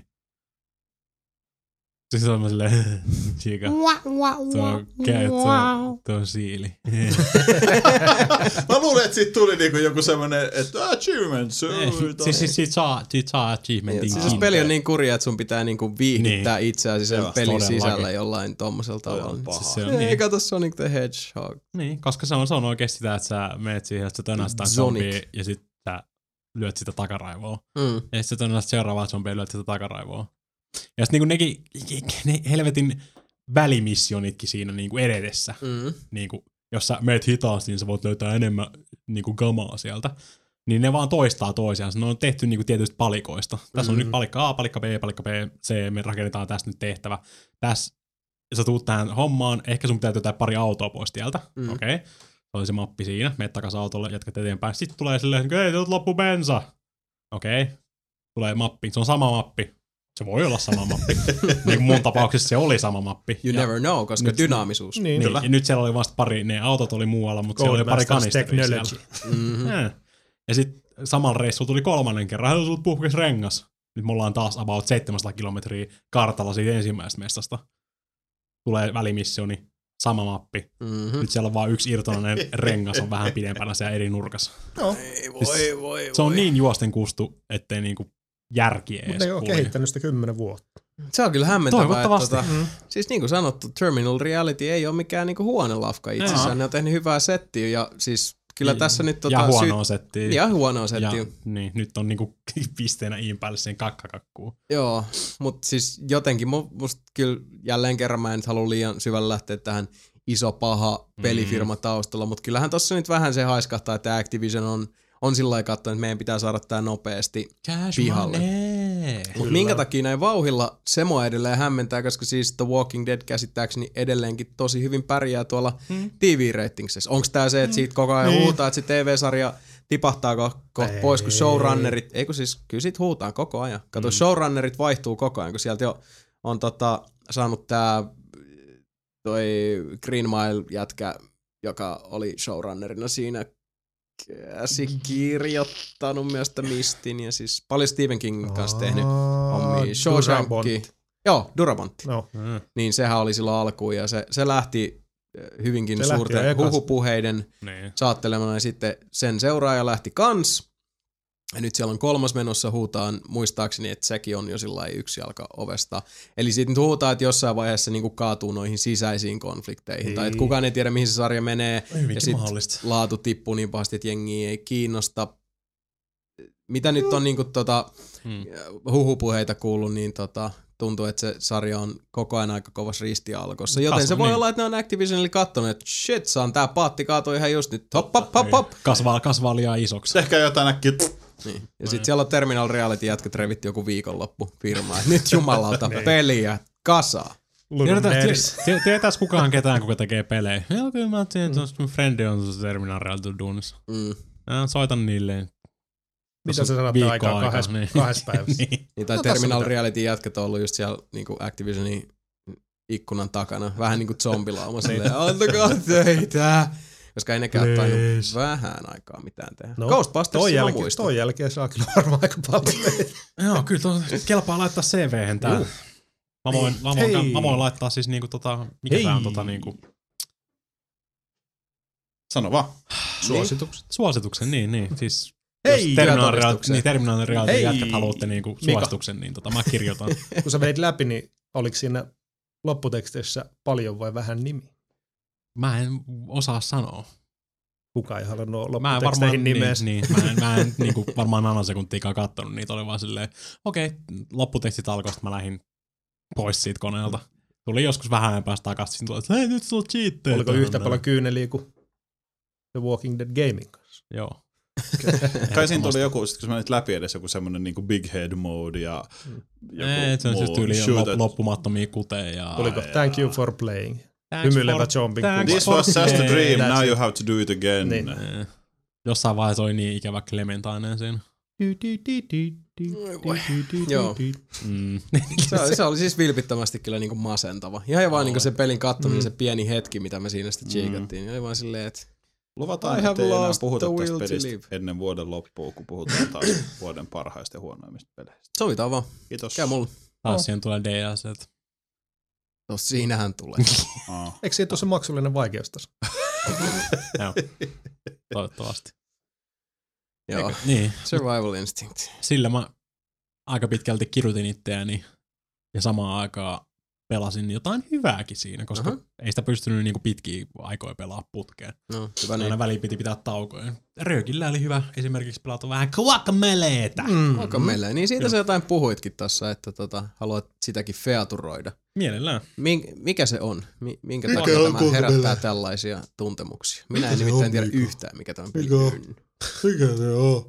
Siis se on silleen, chiika. Tuo on, tuo, tuo on siili. Mä luulen, että siitä tuli niinku joku semmonen, että achievement. Siis, siis siitä saa, siitä saa achievementin kiinni. Siis peli on niin kurja, että sun pitää niinku viihdyttää niin. itseäsi sen Joo, pelin sisällä jollain tommosella tavalla. Siis se on Ei niin. kato Sonic the Hedgehog. Niin, koska se on, se on oikeesti sitä, että sä meet siihen, että sä tönäs sitä zombia ja sit sä lyöt sitä takaraivoa. Mm. Ja sit sä tönäs seuraavaa zombia ja lyöt sitä takaraivoa. Ja sit niinku nekin, ne helvetin välimissionitkin siinä niinku edetessä. Mm. Niinku, jos sä meet hitaasti, niin sä voit löytää enemmän niinku gamaa sieltä. Niin ne vaan toistaa toisiaan. Ne on tehty niinku tietyistä palikoista. Mm. Tässä on nyt palikka A, palikka B, palikka B, C. Me rakennetaan tästä nyt tehtävä. Tässä sä tuut tähän hommaan. Ehkä sun pitää löytää pari autoa pois tieltä. Mm. Okei. Okay. Se oli se mappi siinä. Meet takas autolle, jatkat eteenpäin. Sitten tulee silleen, että hei, tuot loppu bensa. Okei. Okay. Tulee mappi. Se on sama mappi. Se voi olla sama mappi. Niin mun tapauksessa se oli sama mappi. You ja never know, koska nyt, dynaamisuus. Niin, niin, ja nyt siellä oli vasta pari, ne autot oli muualla, mutta siellä oli pari kanisteria siellä. Mm-hmm. Ja, ja sitten samalla reissulla tuli kolmannen kerran, hän sulta puhkes rengas. Nyt me ollaan taas about seitsemänsataa kilometriä kartalla siitä ensimmäisestä mestasta. Tulee välimissioni, sama mappi. Mm-hmm. Nyt siellä on vaan yksi irtonainen rengas, on vähän pidempänä siellä eri nurkassa. No. Ei voi, siis, voi, se on voi. niin juosten kustu, ettei niinku järkiä edes. Mutta ne on kehittänyt sitä kymmenen vuotta. Se on kyllä hämmentävää. Toivottavasti. Että, mm. Siis niin kuin sanottu, Terminal Reality ei ole mikään niinku huono lafka itsessään. Aa. Ne on tehnyt hyvää settiä ja siis kyllä ja, tässä nyt... Tota, ja huonoa sy- settiä. Ja huonoa settiä. Ja, niin, nyt on niinku pisteenä iin päälle sen kakkakakkuun. Joo, mutta siis jotenkin musta kyllä jälleen kerran mä en nyt halua liian syvällä lähteä tähän iso paha pelifirma mm. taustalla, mutta kyllähän tossa nyt vähän se haiskahtaa, että Activision on on sillä lailla katsonut, että meidän pitää saada tää nopeasti Cash pihalle. Mutta minkä takia näin vauhilla se mua edelleen hämmentää, koska siis The Walking Dead käsittääkseni edelleenkin tosi hyvin pärjää tuolla hmm. T V-ratingissa. Onko tää se, että siitä koko ajan hmm. huutaa, että se T V-sarja tipahtaa ko- ko- pois, kun showrunnerit, eikö siis, kyllä sit huutaa koko ajan. Kato, hmm. showrunnerit vaihtuu koko ajan, kun sieltä jo on tota, saanut tää toi Green Mile-jätkä, joka oli showrunnerina siinä, käsikirjoittanut myös sitä Mistin ja siis paljon Stephen Kingin kanssa tehnyt hommia. Shawshanki. Joo, Durabantti. No. Mm. Niin sehän oli silloin alkuun ja se, se lähti hyvinkin se suurten lähti huhupuheiden niin. saattelemana ja sitten sen seuraaja lähti kans. Ja nyt siellä on kolmas menossa, huutaan muistaakseni, että sekin on jo sillä yksi jalka ovesta. Eli siitä nyt huutaan, että jossain vaiheessa niinku kaatuu noihin sisäisiin konflikteihin. Ei. Tai että kukaan ei tiedä, mihin se sarja menee. Ja sitten laatu tippuu niin pahasti, että jengiä ei kiinnosta. Mitä nyt on niinku tota, hmm. huhupuheita kuullut, niin tota, tuntuu, että se sarja on koko ajan aika kovassa ristialkossa. Joten Kasva, se voi niin. olla, että ne on Activisionille kattonut, että shit, saan tää paatti kaatuu ihan just nyt. Hop, hop, hop, hop. Kasvaa, kasvaa liian isoksi. Ehkä jotain äkkiä. Niin. Ja no sitten siellä on Terminal Reality jätkät revitti joku viikonloppu firmaa. Nyt jumalauta peliä kasaa. Tietääs kukaan ketään, kuka tekee pelejä? Joo, kyllä mä tiedän, että mun frendi on Terminal Reality duunissa. Mm. Soitan niille. Mitä sä sanot aikaa kahdessa niin. kahdessa päivässä? niin. niin, tai no, Terminal Reality jätkät on ollut just siellä niin Activisionin ikkunan takana. Vähän niinku zombilauma silleen, antakaa teitä. Koska ei nekään tainnut vähän aikaa mitään tehdä. No, Ghostbusters mä muistan. Toi jälkeen saa kyllä varmaan aika paljon teitä. Joo, kyllä tuo kelpaa laittaa C V:hen tää. Uh. Mä voin, mä, voin, mä voin laittaa siis niinku tota, mikä Hei. tää on tota niinku... Sano vaan. Suositukset. Niin. Suosituksen, niin, niin. Siis Hei, jos Terminaali Reality jätkät haluatte niinku suosituksen, niin tota mä kirjoitan. Kun sä veit läpi, niin oliko siinä lopputeksteissä paljon vai vähän nimi? Mä en osaa sanoa. Kuka ei halunnut lopputeksteihin nimeä. Niin, niin, mä en, mä en niinku, varmaan nanosekuntiikaan kattonut niitä, oli vaan silleen, okei, okay, lopputekstit alkoi, mä lähdin pois siitä koneelta. Tuli joskus vähän ajan päästä takaisin, tuli, että hei, nyt sulla on cheatteja. Oliko yhtä paljon kyyneliä kuin The Walking Dead Gaming kanssa? Joo. Kai siinä tuli joku, sit kun sä menit läpi edes joku semmonen niinku big head mode ja mm. joku Ei, se on siis tyyli lop, loppumattomia kuteja. Ja, tuliko ja, thank you for playing? Hymyilevä zombin kuva. This was just a dream, now you have to do it again. Niin. Jossain vaiheessa oli niin ikävä Clementine siinä. Joo. Mm. se, se oli siis vilpittömästi kyllä niinku masentava. Ihan vaan niinku se pelin kattominen, mm. se pieni hetki, mitä me siinä sitten chiikattiin. Mm. Oli vaan silleen, että luvataan, että ei enää puhuta tästä pelistä ennen vuoden loppua, kun puhutaan taas vuoden parhaista ja huonoimmista peleistä. Sovitaan vaan. Kiitos. Käy mulle. Taas siihen tulee D L C. No siinähän tulee. Eikö siitä ole se maksullinen vaikeustaso? Joo. Toivottavasti. Joo. Niin. Survival Instinct. Sillä mä aika pitkälti kirjoitin itseäni ja samaan aikaan pelasin jotain hyvääkin siinä, koska uh-huh. ei sitä pystynyt niinku pitkiä aikoja pelaa putkeen. No, hyvä niin. Aina väliin piti pitää taukoja. Röökillä oli hyvä esimerkiksi pelata vähän guacameleetä. Mm. Guacamele, niin siitä sä jotain puhuitkin tossa, että tota, haluat sitäkin featuroida. Mielellään. Mink, mikä se on? Minkä takia tämä herättää tällaisia tuntemuksia? Minä en nimittäin tiedä yhtään, mikä tämä peli on. Mikä se on?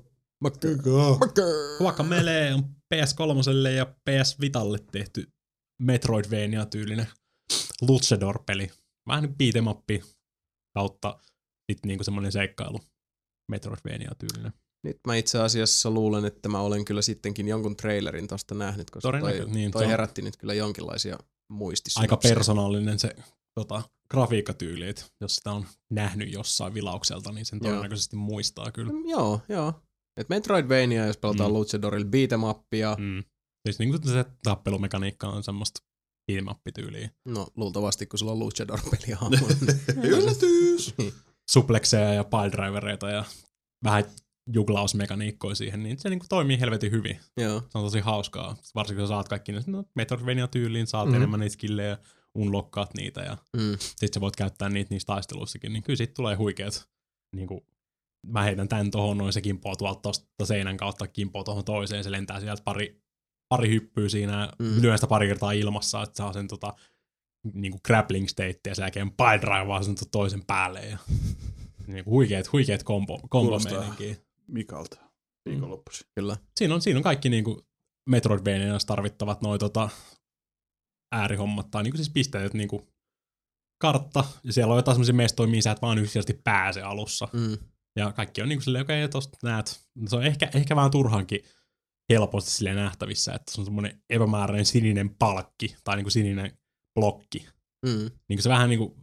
Guacamele on P S kolme ja P S Vitalle tehty Metroidvania-tyylinen Luchador-peli. Vähän nyt beat em up kautta sitten niinku semmoinen seikkailu Metroidvania-tyylinen. Nyt mä itse asiassa luulen, että mä olen kyllä sittenkin jonkun trailerin tosta nähnyt, koska toi, niin, toi herätti nyt kyllä jonkinlaisia muistisynapseja. Aika persoonallinen se tota, grafiikkatyyli, että jos sitä on nähnyt jossain vilaukselta, niin sen todennäköisesti joo. muistaa kyllä. Mm, joo, joo. Et Metroidvania, jos pelataan mm. Luchadorilla beat em upia. Mm. Siis niin kuin se tappelumekaniikka on semmoista beat em up-tyyliä. No luultavasti, kun sulla on Luchador-peli hahmo. Yllätys! Suplexeja ja piledrivereita ja vähän juglausmekaniikkoja siihen, niin se niinku toimii helvetin hyvin. Joo. Se on tosi hauskaa. Varsinkin kun sä saat kaikki no, Metroidvania-tyyliin, saat mm. enemmän niitä skillejä, unlockkaat niitä ja mm. sit sä voit käyttää niitä niissä taisteluissakin, niin kyllä siitä tulee huikeet. Niinku, mä heitän tän tohon noin, se kimpoo tuolta tosta seinän kautta, kimpoo tohon toiseen, se lentää sieltä pari, pari hyppyä siinä, mm. lyön sitä pari kertaa ilmassa, että saa sen tota, niinku grappling state ja sen jälkeen piledrivaa sen toisen päälle ja niinku huikeet, huikeet kombo, kombo-meininkiä. Mikalta viikonloppuisin. Mm. Kyllä. Siinä on, siinä on kaikki niinku Metroidvaniassa tarvittavat noi tota äärihommat, tai niinku siis pisteet, niinku kartta, ja siellä on jotain semmosia mestoja, mihin sä et vaan yksinkertaisesti pääse alussa. Mm. Ja kaikki on niinku silleen, okei, okay, tosta näet. Se on ehkä, ehkä vähän turhankin helposti silleen nähtävissä, että se on semmoinen epämääräinen sininen palkki, tai niinku sininen blokki. Mm. Niinku se vähän niinku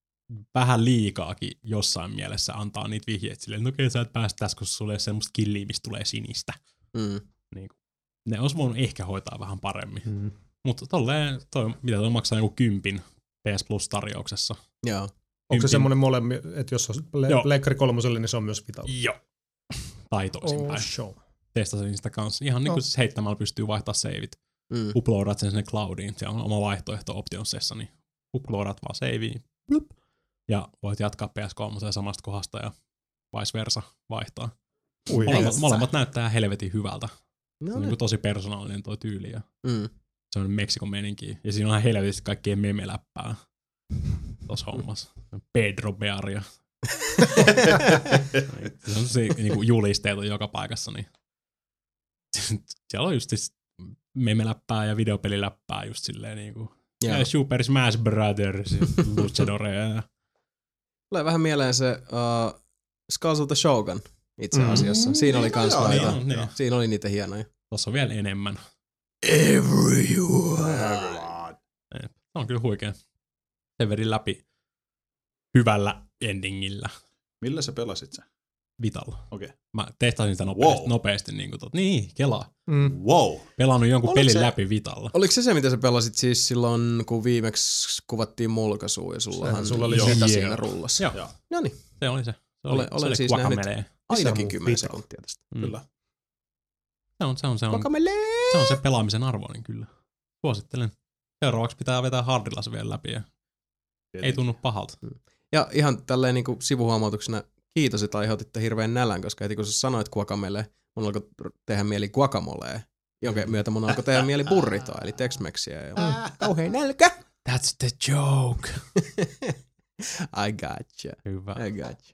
vähän liikaakin jossain mielessä antaa niitä vihjeitä silleen, että okei, okay, sä et päästä tässä, koska sulla ei ole semmoista killiä, mistä tulee sinistä. Mm. Niin, ne olisi voinut ehkä hoitaa vähän paremmin. Mm. Mutta tolleen, toi, mitä toi maksaa joku kympin P S Plus-tarjouksessa. Joo. Onko se semmoinen molemmi, että jos on Pleikkari kolmoselle, niin se on myös Vitalla? Joo. Tai toisinpäin. Oh, testasin sitä kanssa. Ihan no. niin kuin siis heittämällä pystyy vaihtaa saveit. Mm. Uploadat sen sinne cloudiin. Se on oma vaihtoehto optionsessa, niin uploadat vaan saveen. Blup. Ja voit jatkaa P S kolme samasta kohdasta ja vice versa vaihtaa. Ui, molemmat, molemmat näyttää helvetin hyvältä. No, se on niin tosi persoonallinen tuo tyyli. Ja mm. se on Meksikon meininki. Ja siinä on ihan helvetisti kaikkien memeläppää tuossa hommassa. Pedro Bearia. Se on se niin julisteet joka paikassa. Niin. Siellä on just siis memeläppää ja videopeliläppää just silleen niin kuin yeah. Super Smash Brothers, Luchadoreja. Tulee vähän mieleen se uh, Skulls of the Shogun itse asiassa. Mm, Siinä oli kans no, noita. Niin, niin. Siinä oli niitä hienoja. Tuossa on vielä enemmän. Everyone. On on kyllä huikea. Se veri läpi hyvällä endingillä. Millä sä pelasit sen? Vitalla. Okei. Okay. Mä tehtasin sitä nopeasti. Wow. nopeasti niin, kuin tot, niin, kelaa. Mm. Wow. Pelannut jonkun Oliko pelin se- läpi Vitalla. Oliko se se, mitä sä pelasit siis silloin, kun viimeksi kuvattiin mulkaisua ja sullahan sulla oli Vita joo. siinä rullassa? Joo. Joo. No niin, Se oli se. Se oli, Olen- se olen oli siis nähnyt- Guacamelee. ainakin mun kymmenen Vita? sekuntia tästä. Mm. Kyllä. Se on, se on, se on, Guacamelee! se on se pelaamisen arvoinen kyllä. Suosittelen. Seuraavaksi pitää vetää hardilla se vielä läpi ja ei tunnu pahalta. Ja ihan tälleen niin kuin sivuhuomautuksena kiitos, että aiheutitte hirveän nälän, koska heti kun sä sanoit guacamele, mun alkoi tehdä mieli guacamolee, jonka myötä mun alkoi tehdä mieli burritoa, eli Tex-Mexiä. Ja kauhean nälkä. That's the joke. I gotcha. Hyvä. I gotcha.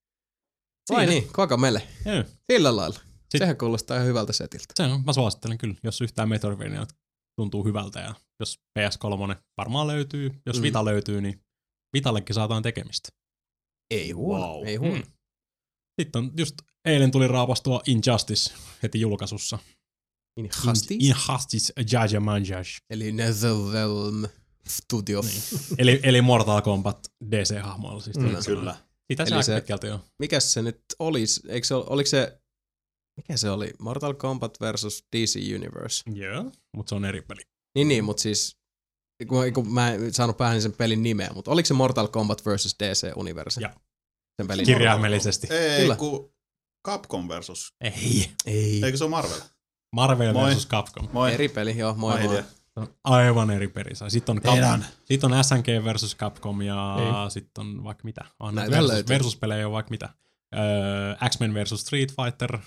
Vai niin, guacamele. Joo. Sillä lailla. Sit- Sehän kuulostaa ihan hyvältä setiltä. Se on, mä suosittelen kyllä, jos yhtään Metroidvania tuntuu hyvältä ja jos P S kolme varmaan löytyy, jos Mm. Vita löytyy, niin Vitallekin saataan tekemistä. Ei huono, Wow. ei huono. Mm. Sitten on just eilen tuli raapastua Injustice heti julkaisussa. Injustice? Injustice Judgment. Eli NetherRealm Studio. Niin. eli, eli Mortal Kombat D C-hahmoilla. Siis Mm. Kyllä. Sitä se Eli aika se- pitkälti on. Mikäs se nyt olisi? Eikö se, ol- oliko se, mikä se oli? Mortal Kombat versus D C Universe. Joo, mutta se on eri peli. Niin, niin, mutta siis, kun, kun mä en saanut päähän sen pelin nimeä, mutta oliko se Mortal Kombat versus D C Universe? Joo. Sen pelin Kirjaimellisesti. Ei, Kyllä. kun Capcom versus. Ei. Ei. Eikö se ole Marvel? Marvel Moi. versus Capcom. Moi. Eri peli, joo, moi Moi, moi. Hilja. Se on aivan eri pelisä. Sitten on, Tiedän. Capcom, sitten on S N K versus Capcom ja Ei. sitten on vaikka mitä. On Näitä versus, löytyy. versus-pelejä on vaikka mitä. Öö, X-Men versus Street Fighter.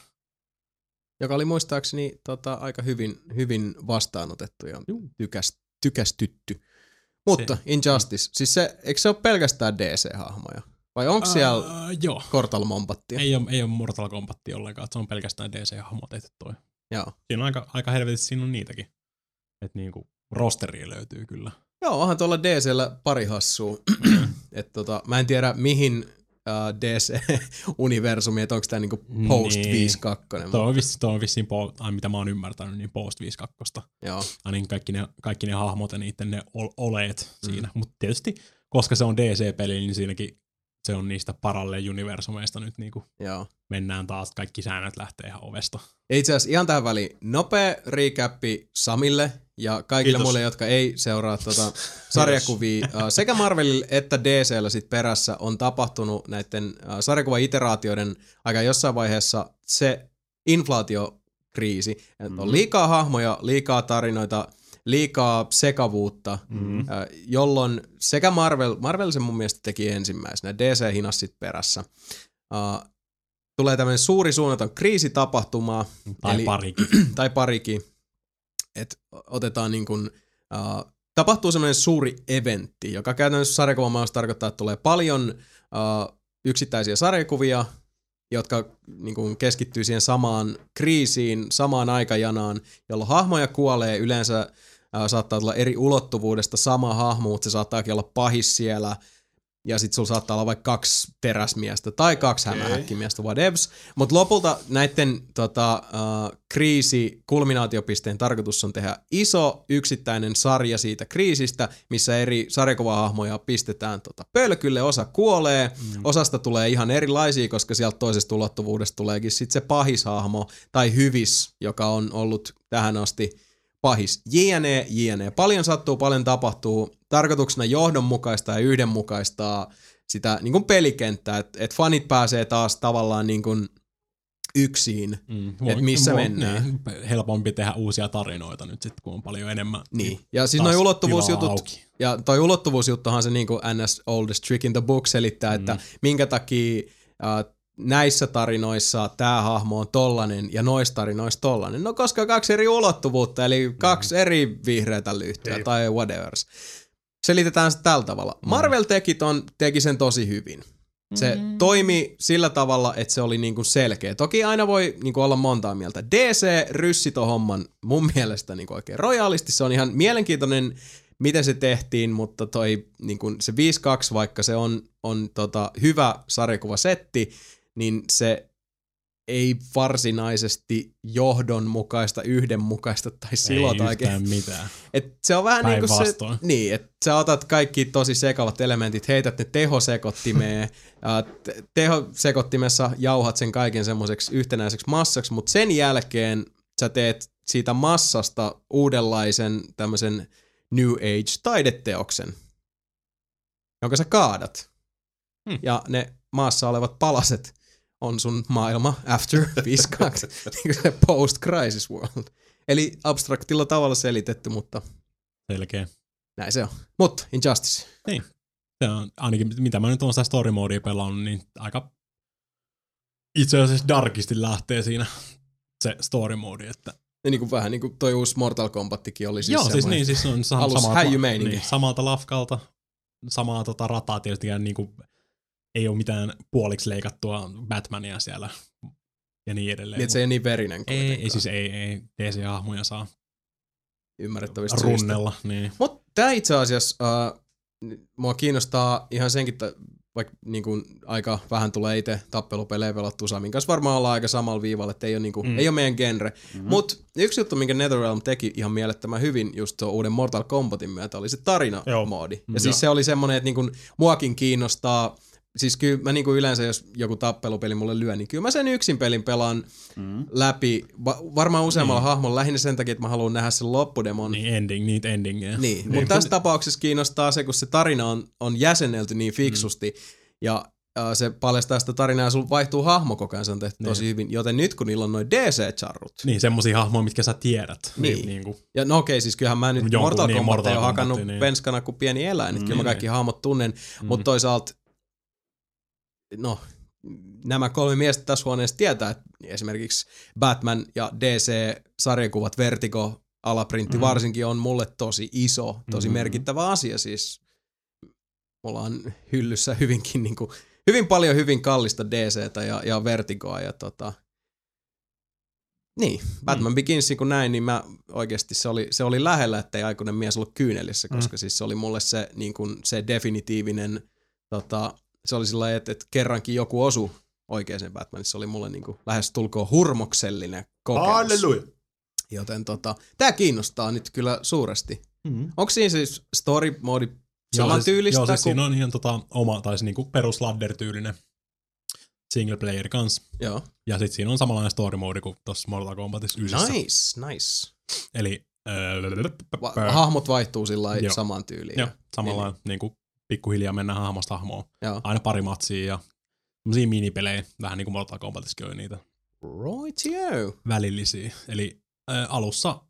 Joka oli muistaakseni tota, aika hyvin, hyvin vastaanotettu ja tykäs, tykästytty. Mutta Se- Injustice, siis se, eikö se ole pelkästään D C-hahmoja? Vai onko siellä Öö, joo. Mortal Kombattia? Ei ole, ei ole Mortal Kombatia ollenkaan, että se on pelkästään D C-hahmo tehty toi. Joo. Siinä on aika, aika helvetisti, siinä on niitäkin. Että niinku rosteria löytyy kyllä. Joo, onhan tuolla D C:llä pari hassua. Et tota, mä en tiedä mihin uh, D C-universumi, että onko tää niinku post Niin. viisikymmentäkaksi. Tuo on, vissi, tuo on vissiin, po, ai, mitä mä oon ymmärtänyt, niin post viisikymmentäkaksi. Joo. Ainakin kaikki ne, kaikki ne hahmot ja niiden ne ol, oleet mm. siinä. Mutta tietysti, koska se on D C-peli, niin siinäkin se on niistä paralleen universumeista nyt niinku Joo. mennään taas, kaikki säännöt lähtee ihan ovesta. Ja itse asiassa ihan tähän väliin nopea recappi Samille ja kaikille Kiitos. muille, jotka ei seuraa tuota sarjakuvia. Uh, sekä Marvelilla että D C:llä sit perässä on tapahtunut näiden uh, sarjakuva-iteraatioiden aika jossain vaiheessa se inflaatiokriisi. Mm-hmm. On liikaa hahmoja, liikaa tarinoita, liikaa sekavuutta, mm-hmm. uh, jolloin sekä Marvel, Marvel sen mun mielestä teki ensimmäisenä, D C hinas sit perässä. Uh, tulee tämmöinen suuri suunnaton kriisitapahtuma. Tai eli, parikin. tai parikin. Että otetaan niin kuin, uh, tapahtuu semmoinen suuri eventti, joka käytännössä sarjakuvamaassa tarkoittaa, että tulee paljon uh, yksittäisiä sarjakuvia, jotka niin kuin keskittyy siihen samaan kriisiin, samaan aikajanaan, jolloin hahmoja kuolee. Yleensä uh, saattaa tulla eri ulottuvuudesta sama hahmo, mutta se saattaakin olla pahis siellä. Ja sit sulla saattaa olla vaikka kaksi teräsmiestä tai kaksi okay. hämähäkkimiestä, whatevs. Mutta lopulta näiden tota, uh, kriisi-kulminaatiopisteen tarkoitus on tehdä iso yksittäinen sarja siitä kriisistä, missä eri sarjakuvahahmoja pistetään tota, pölkylle, osa kuolee, mm. osasta tulee ihan erilaisia, koska sieltä toisesta ulottuvuudesta tuleekin sit se pahishahmo tai hyvis, joka on ollut tähän asti pahis. Jne, jne. Paljon sattuu, paljon tapahtuu. Tarkoituksena johdonmukaista ja yhdenmukaistaa sitä niin kuin pelikenttää, että et fanit pääsee taas tavallaan niin kuin yksin, mm, että missä voi, mennään. Niin, helpompi tehdä uusia tarinoita nyt sitten, kun on paljon enemmän. Niin. Ja siis noi ulottuvuusjutut, ja toi ulottuvuusjuttuhan se niin kuin N S oldest trick in the book selittää, mm. että minkä takia uh, näissä tarinoissa tämä hahmo on tollanen ja noissa tarinoissa tollanen. No koska kaksi eri ulottuvuutta, eli kaksi mm. eri vihreätä lyhtyä Ei. tai whatever. Selitetään se tällä tavalla. Mm. Marvel teki, ton, teki sen tosi hyvin. Se mm. toimi sillä tavalla, että se oli niinku selkeä. Toki aina voi niinku olla montaa mieltä. D C ryssi ton homman mun mielestä niinku oikein rojaalisti. Se on ihan mielenkiintoinen, miten se tehtiin, mutta toi niinku se viisi kaksi, vaikka se on, on tota hyvä sarjakuvasetti, niin se ei varsinaisesti johdonmukaista, yhdenmukaista tai silota ei oikein. Ei yhtään mitään. Et se on vähän niin kuin se, vastoin. niin, että sä otat kaikki tosi sekavat elementit, heität ne tehosekottimeen, te- tehosekottimessa jauhat sen kaiken semmoiseksi yhtenäiseksi massaksi, mutta sen jälkeen sä teet siitä massasta uudenlaisen tämmöisen New Age-taideteoksen, jonka sä kaadat. Hmm. Ja ne maassa olevat palaset on sun maailma after viisikymmentäkaksi, niin se post-crisis world. Eli abstraktilla tavalla selitetty, mutta selkeä. Näin se on. Mutta Injustice. Niin. Se on ainakin, mitä mä nyt oon sitä story modea pelannut, niin aika itse asiassa darkisti lähtee siinä se story mode, että ja niin kuin vähän niin kuin toi uusi Mortal Kombattikin oli siis joo, siis niin, siis on sam- alus samalta, häijymeininki. Niin, samalta lafkalta, samaa tota rataa tietystikään niin kuin, ei ole mitään puoliksi leikattua Batmania siellä ja niin edelleen. Niin, että se ei niin verinen ei, ei, siis ei, ei D C-hahmoja saa ymmärrettävistä runnella. Niin. Mutta tämä itse asiassa, uh, mua kiinnostaa ihan senkin, että vaikka niin kuin aika vähän tulee itse tappelupelejä pelattua Samin kanssa, varmaan ollaan aika samalla viivalla, että ei ole, niin kuin, mm. ei ole meidän genre. Mm-hmm. Mutta yksi juttu, minkä NetherRealm teki ihan mielettömän hyvin just tuon uuden Mortal Kombatin myötä, oli se tarina-moodi. Ja mm. siis se oli semmoinen, että niin kuin muakin kiinnostaa. Siis kyllä mä niinku yleensä, jos joku tappelupeli mulle lyö, niin kyllä mä sen yksin pelin pelaan mm. läpi, va- varmaan useammalla niin. hahmolla, lähinnä sen takia, että mä haluan nähdä sen loppudemon. Niin, ending, niitä endingeja. Niin, niin. Mutta tässä tapauksessa kiinnostaa se, kun se tarina on, on jäsennelty niin fiksusti, mm. ja äh, se paljastaa sitä tarinaa, ja sulla vaihtuu hahmo koko ajan, se on tehty niin. tosi hyvin, joten nyt kun niillä on noin D C-charrut. Niin, semmosia hahmoja, mitkä sä tiedät. Niin. niin kuin. Ja no okei, siis kyllähän mä nyt Jonkun, Mortal niin, Kombatia Mortal on hakannut niin. penskana kuin pieni eläin, mm. kyllä mä kaikki niin. hahmot tunnen, mm. mutta toisaalta no, nämä kolme miestä tässä huoneessa tietää, että esimerkiksi Batman ja D C-sarjakuvat, Vertigo, alaprintti mm-hmm. varsinkin on mulle tosi iso, tosi mm-hmm. merkittävä asia. Siis mulla on hyllyssä hyvinkin niin kuin, hyvin paljon hyvin kallista D C:tä ja, ja Vertigoa ja tota, niin, Batman mm. Beginsin kun näin, niin mä oikeasti se oli, se oli lähellä, ettei aikuinen mies ollut kyynelissä, koska mm. siis se oli mulle se, niin kuin, se definitiivinen tota, se oli sillä että, että kerrankin joku osui oikeaan Batmanissa. Se oli mulle niin kuin lähes tulkoon hurmoksellinen kokemus. Halleluja! Joten tota, tää kiinnostaa nyt kyllä suuresti. Mm-hmm. Onko siinä siis story mode samantyylistä? Joo, siis kun... siinä on ihan tota oma, tai siis niinku perus ladder-tyylinen single player kanssa. Joo. Ja sit siinä on samanlainen story mode kuin tossa Mortal Kombatissa yhdessä. Nice, nice. Eli äh, Va- hahmot vaihtuu sillä lailla samaan tyyliin. Joo, samanlainen niin. niinku pikkuhiljaa mennään hahmosta hahmoon. Joo. Aina pari matsia ja semmosia minipelejä, vähän niin kuin Mortal Kombatissakin oli niitä. Rightio. Välillisiä. Eli äh, alussa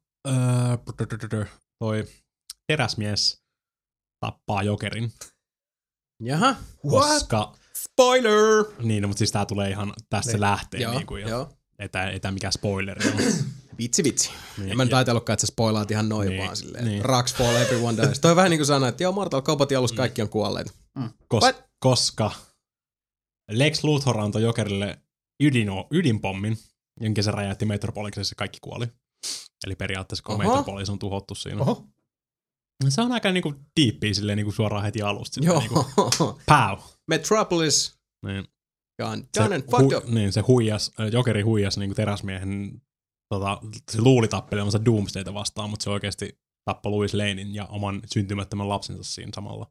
äh, toi teräsmies tappaa Jokerin. Jaha. Koska... What? Spoiler! Niin, no, mutta siis tää tulee ihan, tästä se lähtee. Joo, niin kuin, ja joo. Ei tää, ei tää mikään spoileri ole. Vitsi, vitsi. Niin, en mä nyt ja... ajatellutkaan, että sä spoilaat ihan noin niin, vaan silleen. Niin. Rocks fall, everyone dies. Toi vähän niin kuin sanoa, että joo, Mortal Kombatin alussa kaikki on kuolleet. Mm. Kos- koska Lex Luthor antoi Jokerille ydino, ydinpommin, jonka se räjäytti Metropoliksessa ja kaikki kuoli. Eli periaatteessa kun Metropolis on tuhottu siinä. Oho. Se on aika niinku diippiä silleen niinku suoraan heti alusta. Joo. Niinku, pow! Metropolis. Niin. Gone, done and fucked up. Niin, se huijas, Jokeri huijas niinku teräsmiehen, tota, se luuli tappelemansa Doomsdayta vastaan, mutta se oikeasti tappoi Louis Lanein ja oman syntymättömän lapsensa siinä samalla.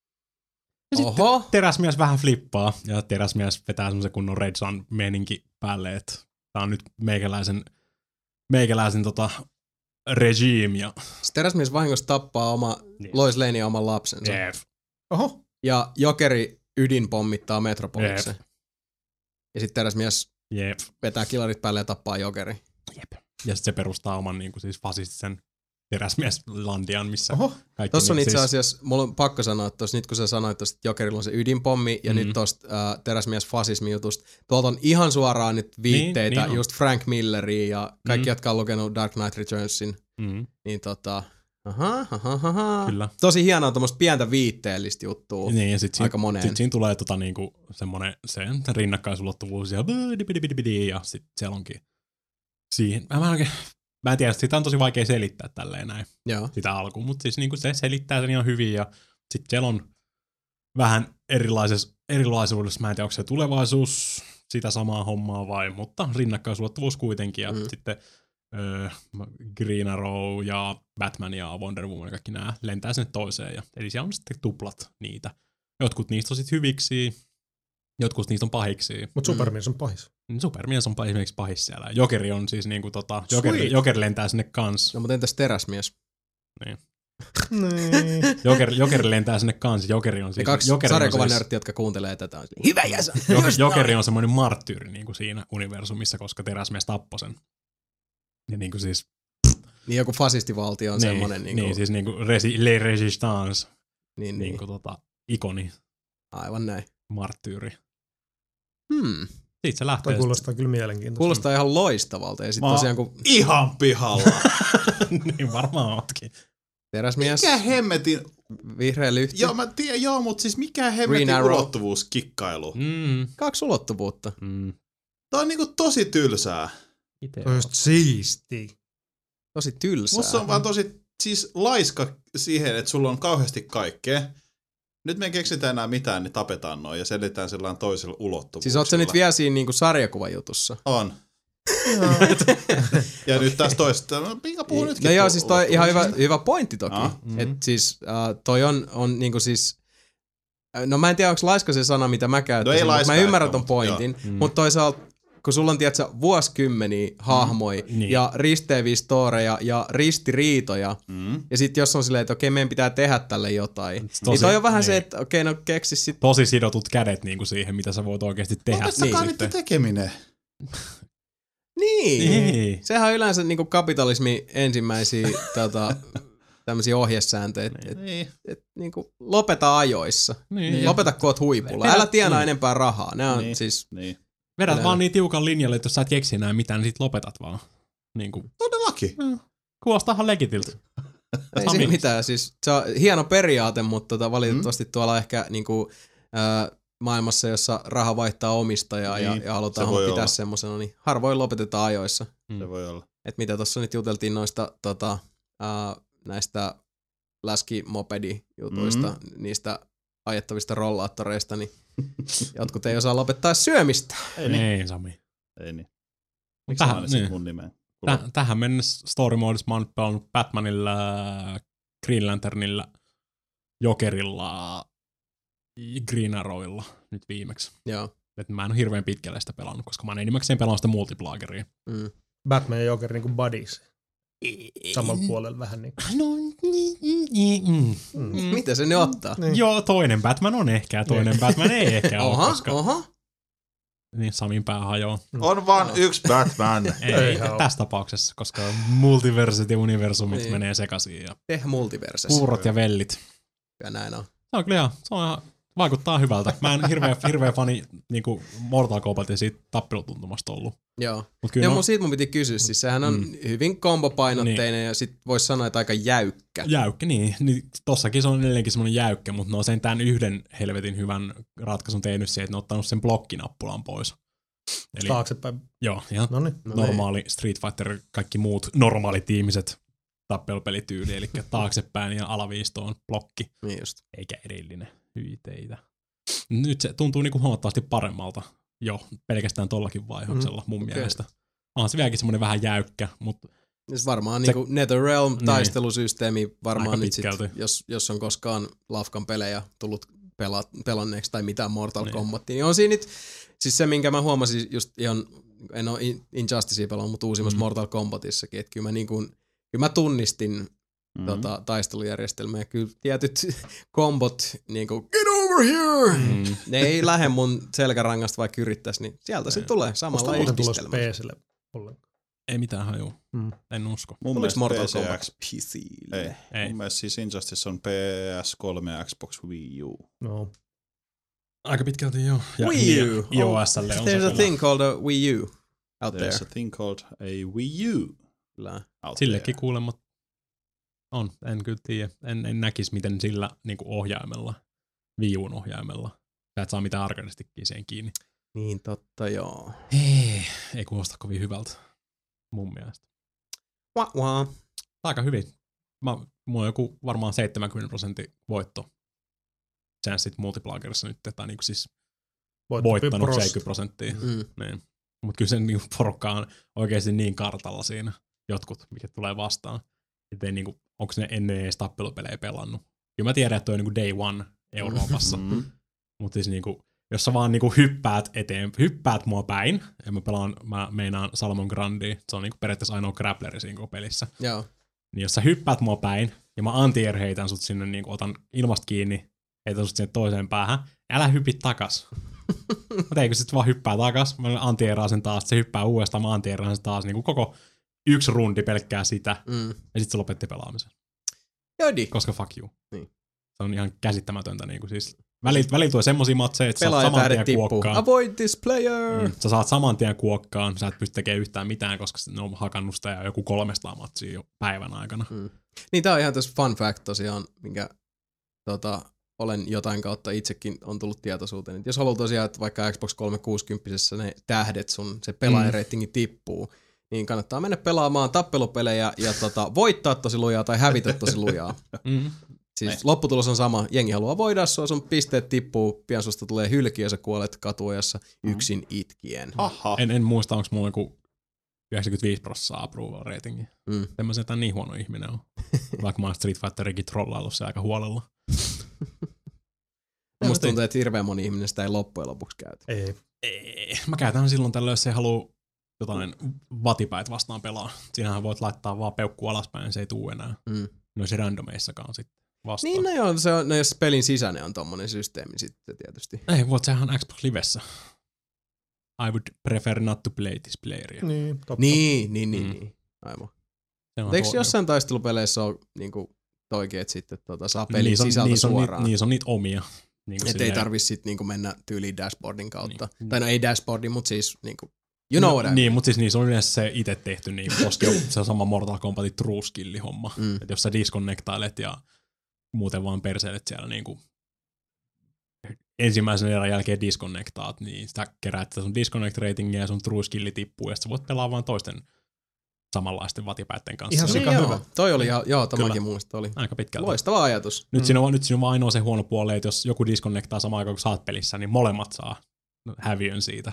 Ja Oho. sitten teräsmies vähän flippaa, ja teräsmies vetää semmoisen kunnon Red Sun meininki päälle, että tää on nyt meikäläisen, meikäläisen tota, regime. Ja... Sitten teräsmies vahingossa tappaa oma yeah. Lois Lane ja oman lapsensa. Yeah. Oho. Ja Jokeri ydinpommittaa Metropoliksen. Yeah. Ja sitten teräsmies yep. vetää kilarit päälle ja tappaa Jokeri. Jep. Ja sitten se perustaa oman niin kuin, siis fasistisen teräsmieslandian, missä Oho. kaikki... Tuossa on niin, itse siis... asiassa, mulla on pakko sanoa, että tossa, nyt kun sä sanoit tuosta, että Jokerilla on se ydinpommi, ja mm-hmm. nyt tuosta äh, teräsmies-fasismi jutusta, tuolta on ihan suoraan nyt viitteitä, niin, niin just Frank Milleria ja kaikki, mm-hmm. jotka on lukenut Dark Knight Returnsin, mm-hmm. niin tota... Aha, aha, aha. Kyllä. Tosi hienoa tuommoista pientä viitteellistä juttua. Niin, ja sit aika siinä, moneen. Sit siinä tulee tota niinku semmonen se rinnakkaisulottuvuus ja ja sit siellä onkin siihen. Mä, mä, oikein, mä en tiedä, sitä on tosi vaikea selittää tälleen näin. Joo. Sitä alkuun, mutta siis niinku se selittää sen ihan hyvin ja sit siellä on vähän erilaisessa, erilaisuudessa, mä en tiedä, onko se tulevaisuus sitä samaa hommaa vai, mutta rinnakkaisulottuvuus kuitenkin. Ja mm. sitten öö, Green Arrow ja Batman ja Wonder Woman ja kaikki nämä lentää sinne toiseen. Ja, eli siellä on sitten tuplat niitä. Jotkut niistä on sitten hyviksi, jotkut niistä on pahiksi. Mutta Supermies on pahis. Supermies on esimerkiksi pahis siellä. Jokeri on siis niinku tota, Jokeri, Jokeri lentää sinne kans. No mutta entäs Teräsmies? Niin. Jokeri, Jokeri lentää sinne kans. Jokeri on siis... Ja kaksi sarjakuvanörttiä, jotka kuuntelee tätä. Hyvä jäsä! Jokeri on semmoinen marttyyri niinku siinä universumissa, koska Teräsmies tappoi sen. Ja niinku siis... Niin joku fasistivaltio on niin, semmoinen niinku... Niin, siis niinku resi, Le Resistance. Niin, niinku niin. tota, ikoni. Aivan näin. Marttyyri. Hmm. Siitä se lähtee. Toi kuulostaa kyllä mielenkiintoista. Kuulostaa ihan loistavalta. Ja sit Mä tosiaan kun... ihan pihalla. Niin varmaan ootkin. Teräsmies. Mikä hemmetin... Vihreä lyhty. Joo, mä tiedän, joo, mutta siis mikä hemmetin ulottuvuuskikkailu. Mm. Kaksi ulottuvuutta. Mm. Tää on niinku tosi tylsää. Ite Toi on just siisti. Tosi tylsää. Musta on vaan tosi siis laiska siihen, että sulla on kauheasti kaikkea. Nyt me ei keksitä enää mitään, niin tapetaan noin ja selitään sellainen toisella ulottuvuuksella. Siis oot sä nyt vielä siinä niinku sarjakuvajutussa? On. Ja nyt taas toista. No, Pika puhuu nytkin. No joo, siis toi ihan hyvä, hyvä pointti toki. Ah. Mm-hmm. Et siis uh, toi on, on niinku siis... No mä en tiedä, onko laiska se sana, mitä mä käyttäisin, no mutta mä ymmärrän ton mutta, pointin. Mm. Mutta toisaalta, kun sulla on tiedätkö, vuosikymmeniä hahmoja Mm. Niin. ja risteäviä storeja ja ristiriitoja, Mm. ja sit jos on silleen, että okei, meidän pitää tehdä tälle jotain, Tosi, niin toi on vähän niin. se, että okei, no keksi sit. Tosi sidotut kädet niinku siihen, mitä sä voit oikeasti tehdä. Lopettakaa Niin. nyt tekeminen. Niin. Niin. Sehän on yleensä niinku kapitalismin ensimmäisiä tota, tämmöisiä ohjesääntöjä, että et, Niin. et, niinku, lopeta ajoissa. Niin. Lopeta, kun oot huipulla. Vedät- Älä tienaa niin. enempää rahaa. Ne on Niin. siis... Niin. Vedät Älä- vaan niin tiukan linjalle, että jos sä et keksi enää mitään, niin sit lopetat vaan. Niinku. Todellakin. Kuulostaahan legitiltä. Ei Sami. siinä mitään. Siis, se on hieno periaate, mutta tota, valitettavasti mm. tuolla ehkä niinku, äh, maailmassa, jossa raha vaihtaa omistajaa Niin, ja, ja halutaan se voi pitää olla. semmosena, niin harvoin lopetetaan ajoissa. Se voi olla. Et mitä tuossa nyt juteltiin noista tota, äh, näistä läskimopedi-jutuista, mm-hmm. niistä ajettavista rollaattoreista, niin jotkut ei osaa lopettaa syömistä. Ei, niin. Sami. Ei niin. Miksi Tähän- sä mainitsit niin. mun nimeä? Täh, tähän mennessä story modissa mä oon nyt pelannut Batmanilla, Green Lanternilla, Jokerilla, Green Arrowilla nyt viimeksi. Joo. Et mä en ole hirveän pitkälle sitä pelannut, koska mä oon enimmäkseen pelannut sitä multiplageria. Mm. Batman ja Joker niinku buddies. Samalla puolella vähän niin. No, mm. Mm. Mitä se nyt ottaa? Niin. Joo, toinen Batman on ehkä ja toinen Batman ei ehkä ole, Oha, koska oha. niin Samin pää hajoaa. On vaan yksi Batman. Ei, Ei ei tässä tapauksessa, koska multiversit ja universumit Niin. menee sekaisin ja Teh multiverses. puurot ja vellit. Ja näin on. Se on kyllä ihan, se on ihan, vaikuttaa hyvältä. Mä en hirveä, hirveä fani niinku Mortal Kombatin siitä tappelutuntumasta ollut. Joo. Mut kyllä Joo, no, mun siitä mun piti kysyä. Siis sehän on Mm. hyvin kombopainotteinen niin. Ja sit vois sanoa, että aika jäykkä. jäykkä, niin. niin. Tossakin se on edelleenkin semmoinen jäykkä, mutta ne on sen tämän yhden helvetin hyvän ratkaisun tehnyt siihen, että ne on ottanut sen blokkinappulan pois. Eli, Taaksepäin. joo, ihan No niin. No normaali Street Fighter, kaikki muut normaalit ihmiset tappelupelityyli, eli taaksepäin ja alaviistoon blokki, Niin just. eikä erillinen hyyteitä. Nyt se tuntuu niinku huomattavasti paremmalta jo pelkästään tollakin vaihoksella mun okei. mielestä. Onhan se vieläkin semmoinen vähän jäykkä, mutta Siis varmaan Se- niinku NetherRealm-taistelusysteemi varmaan Aika nyt sit, pitkälti. jos, jos on koskaan Lafkan pelejä tullut pela, pelanneeksi tai mitään Mortal Niin. Kombatia, niin on siinä nyt, siis se minkä mä huomasin just ihan, en ole Injusticea pelannut, mutta uusimmassa Mm. Mortal Kombatissakin, että kyllä mä, niinku, kyllä mä tunnistin Mm. tota, taistelujärjestelmää, kyllä tietyt kombot, niinku get over here, mm, ne ei lähde mun selkärangasta vaikka yrittäisi, niin sieltä se tulee samalla Muuten tulos yhdistelmällä. P C:lle ollenkaan. ei mitään hajua. Mm. En usko. Mun Tuliko mielestä Mortal P C Kombat X- P C:lle? Ei. Ei. Mun mielestä siis Injustice on P S kolme ja Xbox Wii U. No. Aika pitkälti joo. Ja Wii U. I- iOSlle on se There's a pela. thing called a Wii U out there. There's a thing called a Wii U. Kyllä. Out Sillekin there. kuulemma on. En kyllä tiedä. En, en näkisi, miten sillä niinku ohjaimella, Wii U:n ohjaimella, sä et saa mitään arcade-stickia siihen kiinni. Niin totta, joo. Ei, ei kuulosta kovin hyvältä, mun mielestä. Wah, wah. Aika hyvin. Mä, mulla on joku varmaan seitsemänkymmentä prosentin voitto chanssit multiplagerissa nyt, tai niinku siis voittanut prost. seitsemänkymmentä prosenttia. Mm. Niin. Mutta kyllä se niinku porukka on oikeasti niin kartalla siinä, jotkut, mikä tulee vastaan. Että niinku, onko ne ennen edes tappelupelejä pelannut. Kyllä mä tiedän, että toi on niinku day one Euroopassa. Mm-hmm. Mutta siis niinku, jos sä vaan niinku hyppäät eteen, hyppäät mua päin, ja mä pelaan, mä meinaan Salomon Grandia, se on niinku periaatteessa ainoa grappleri siinä pelissä. Joo. Niin jos sä hyppäät mua päin, ja mä anti-air heitän sut sinne, niinku otan ilmasta kiinni, heitän sut sinne toiseen päähän, älä hypi takas. Mutta eikö sit vaan hyppää takas, mä anti-airaan sen taas, se hyppää uudestaan, mä anti-airaan sen taas, niinku koko yksi rundi pelkkää sitä, Mm. ja sit se lopetti pelaamisen. Jodi. Koska fuck you. Niin. Se on ihan käsittämätöntä. Niinku siis välillä, välillä tulee semmosia matseja, että sä saat saman Pelaajatähdet tien tippuu. kuokkaan. Avoid this player! Mm, sä saat saman tien kuokkaan, sä et pysty tekemään yhtään mitään, koska ne on hakannut sitä ja joku kolmesataa matsia jo päivän aikana. Mm. Niin tää on ihan tässä fun fact tosiaan, minkä tota, olen jotain kautta itsekin on tullut tietoisuuteen. Et jos haluaa tosiaan, että vaikka Xbox kolmesataakuusikymmentä ne tähdet sun, se pelaajareitingi tippuu, niin kannattaa mennä pelaamaan tappelupelejä ja tota, voittaa tosi lujaa tai hävitä tosi lujaa. Mm. Siis Näin. Lopputulos on sama. Jengi haluaa voida sua, sun pisteet tippuu, pian susta tulee hylkiö ja sä kuolet katuajassa yksin itkien. Aha. En, en muista, onko mulla joku yhdeksänkymmentäviisi prosenttia approval ratingi. Mm. En mä sen niin huono ihminen on. Vaikka mä oon Street Fighterikin trollaillut se aika huolella. Musta tuntuu, että hirveän moni ihminen sitä ei loppujen lopuksi käytä. Ei. Ei. Mä käytän silloin tällöin, jos ei halua jotain vatipäät vastaan pelaa. Siinähän voit laittaa vaan peukku alaspäin, niin se ei tuu enää. Mm. Noissa randomeissakaan sitten vastaan. Niin, no joo, se on, no jos pelin sisäinen on tommonen systeemi sitten tietysti. Ei, voit sehän Xbox Livessä. I would prefer not to play this playeria. Niin, totta. Niin, niin, niin, Mm. niin. Aivan. Se on Eikö tuo- jossain taistelupeleissä ole niinku toikin, että sitten tota, saa pelin niissä on- sisältä niissä on suoraan? Niitä, niissä on niitä omia. Niin Että ei tarvi sit niinku mennä tyyliin dashboardin kautta. Niin. Tai no ei dashboardin, mutta siis niinku, you know what I mean. Niin, mutta siis niissä on yleensä se itse tehty, niin koska se on sama Mortal Kombatin true skill homma. Mm. Että jos sä disconnectailet ja muuten vaan perseilet siellä niinku ensimmäisen erän jälkeen disconnectaat, niin sitä keräät sitä sun disconnect ratingia ja sun true skill tippuu, ja sä voit pelaa vaan toisten samanlaisten vatipäitten kanssa. Ihan Se on sika Niin hyvä. joo, toi oli ihan, joo, tämäkin Kyllä. mun mielestä oli aika pitkältä. loistava ajatus. Nyt, mm. siinä on, nyt siinä on vaan ainoa se huono puoli, että jos joku disconnectaa samaan aikaan kuin sä oot pelissä, niin molemmat saa häviön siitä.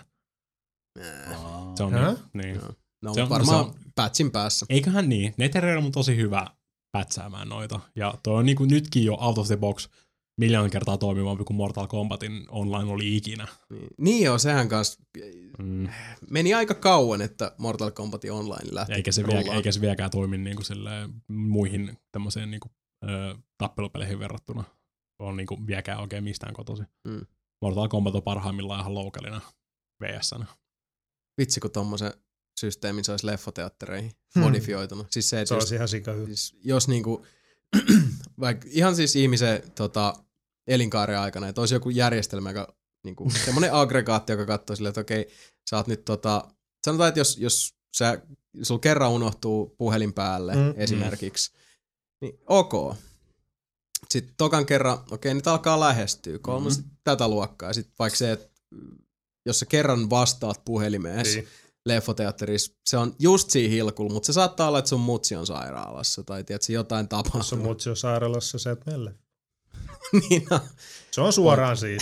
Se on Hä? niin. niin. Joo. No Se on- varmaan se on- patchin päässä. Eiköhän niin. Netherrealm on tosi hyvä pätsäämään noita. Ja toi on niinku nytkin jo out of the box miljoona kertaa toimivampi kuin Mortal Kombatin online oli ikinä. Niin, niin joo, sehän kanssa Mm. meni aika kauan, että Mortal Kombat Online lähti Eikä, se vie, rullaan. eikä se vieläkään toimi niinku muihin tämmöiseen niinku, ö, tappelupeleihin verrattuna. On niinku vieläkään oikein mistään kotosi. Mm. Mortal Kombat on parhaimmillaan ihan localina V S-nä. Vitsi, kun tommosen systeemin saisi leffoteattereihin Hmm. modifioituna. Siis se, että Se just, olisi ihan sika hyvä. siis, jos niinku, vaikka ihan siis ihmisen tota, elinkaaren aikana, että olisi joku järjestelmä, joka niinku, semmoinen aggregaatti, joka katsoo silleen, että okei, sä oot nyt tota, sanotaan, että jos, jos sä, sulla kerran unohtuu puhelin päälle Mm. esimerkiksi, niin ok. Sitten tokan kerran, okei, nyt alkaa lähestyä, kolmas mm-hmm. tätä luokkaa. Sitten vaikka se, että jos sä kerran vastaat puhelimeen Niin. leffoteatterissa, se on just siinä hilkulla, mutta se saattaa olla, että sun mutsi on sairaalassa tai tiedätkö, jotain Jos on tapahtuu. mutsi on sairaalassa, sä et melle. niin no. Se on suoraan siitä.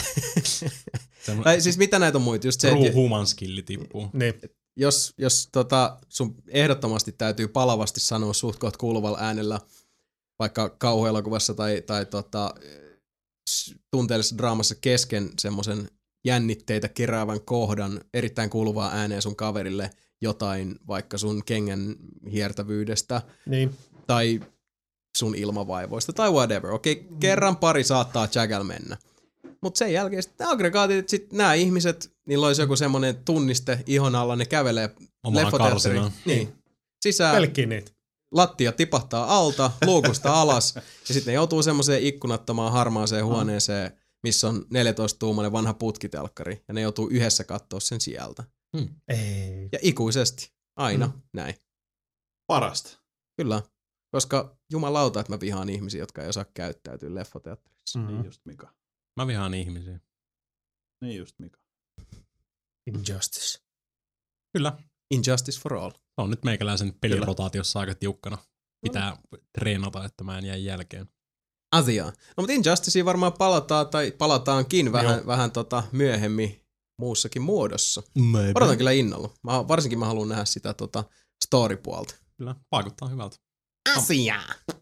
Tai siis mitä näitä on muita? Just se, True että human skilli tippuu. Niin. jos, jos tota, sun ehdottomasti täytyy palavasti sanoa suht koht kuuluvalla äänellä, vaikka kauhuelokuvassa tai, tai tota, s- tunteellisessa draamassa kesken semmoisen jännitteitä keräävän kohdan erittäin kuuluvaa ääneen sun kaverille jotain vaikka sun kengän hiertävyydestä Niin. tai sun ilmavaivoista tai whatever. Okei, kerran pari saattaa jägäl mennä. Mutta sen jälkeen sitten aggregaatit, sitten nämä ihmiset, niillä olisi joku semmoinen tunniste ihon alla, ne kävelee Omaan leffoteatteriin. karsinaan. Niin. Sisään, Pelkkiä niitä. lattia tipahtaa alta, luukusta alas, ja sitten ne joutuu semmoiseen ikkunattomaan harmaaseen huoneeseen, missä on neljätoista-tuumainen vanha putkitelkkari, ja ne joutuu yhdessä katsoa sen sieltä. Ei. Ja ikuisesti. Aina. Mm. Näin. Parasta. Kyllä. Koska jumalauta, että mä vihaan ihmisiä, jotka ei osaa käyttäytyä leffoteatterissa. Mm. Niin just Mika. Mä vihaan ihmisiä. Niin just Mika. Injustice. Kyllä. Injustice for all. Se on nyt meikäläisen pelirotaatiossa aika tiukkana. Pitää treenata, että mä en jää jälkeen. Asiaan. No mutta Injusticeen varmaan palataan, tai palataankin vähän, vähän tota myöhemmin. muussakin muodossa. Maybe. Odotan kyllä innolla. Mä, varsinkin mä haluan nähdä sitä tota, story-puolta. Kyllä, vaikuttaa hyvältä. Asia!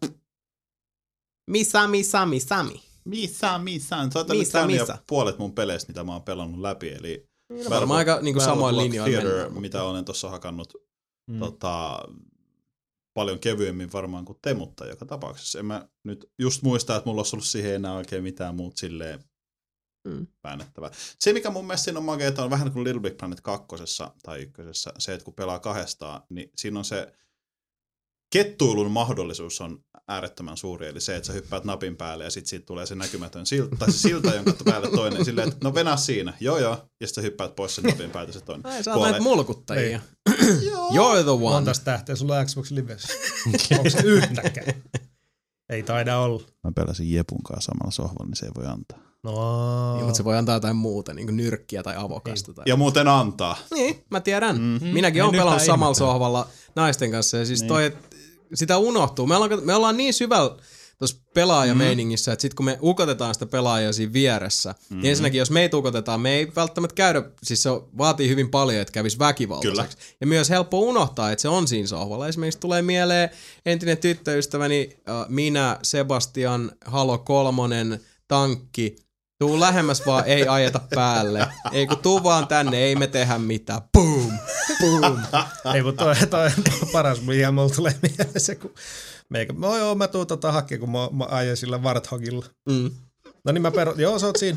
Misami, Sami, Sami. Missä, missä? Sä oot Missä, käynyt jo missä? puolet mun peleistä, mitä mä oon pelannut läpi. Eli No, varmaan aika niinku samoin linjoin Theater, mennään. mitä olen tuossa hakannut Mm. tota, paljon kevyemmin varmaan kuin te, mutta joka tapauksessa. En mä nyt just muista, että mulla olisi ollut siihen enää oikein mitään muut silleen Mm. päännettävää. Se, mikä mun mielestä siinä on makeeta, on vähän kuin Little Big Planet kakkosessa tai ykkösessä, se, että kun pelaa kahdestaan, niin siinä on se kettuilun mahdollisuus on äärettömän suuri, eli se, että sä hyppäät napin päälle ja sit siitä tulee se näkymätön silta, tai se silta, jonka päälle toinen, silleen, että no venä siinä, joo joo, ja sitten sä hyppäät pois sen napin päältä se toinen. Ai, sä oot näitä mulkuttajia. Joo. You're the one. Montas tähteä sulla on Xbox Livessä? Onko se yhtäkään? Ei taida olla. Mä pelasin Jepun kanssa samalla sohvalla, niin se ei voi antaa. No. Niin, mutta se voi antaa jotain muuta, niin kuin nyrkkiä tai avokasta. Tai... Ja muuten antaa. Niin, mä tiedän. Mm. Minäkin En olen pelannut yhtään samalla ihmettele. sohvalla naisten kanssa. Ja siis Niin. toi, et sitä unohtuu. Me ollaan, me ollaan niin syvällä tuossa pelaajameiningissä, että sit kun me ukotetaan sitä pelaajaa siinä vieressä, mm. niin ensinnäkin jos meitä ukotetaan, me ei välttämättä käydä, siis se vaatii hyvin paljon, että kävisi väkivaltaiseksi. Kyllä. Ja myös helppo unohtaa, että se on siinä sohvalla. Esimerkiksi tulee mieleen entinen tyttöystäväni, äh, minä, Sebastian, Halo kolmonen, tankki, tuu lähemmäs vaan, ei ajeta päälle. Ei kun tuu vaan tänne, ei me tehdä mitään. Boom! Boom! Ei, mutta toi, toi on paras, mikä mulla tulee mieleen se, kun meikä, no joo, mä tuun tota hakemaan, kun mä, mä ajan sillä Warthogilla. Mm. No niin mä perun, joo sä oot siinä.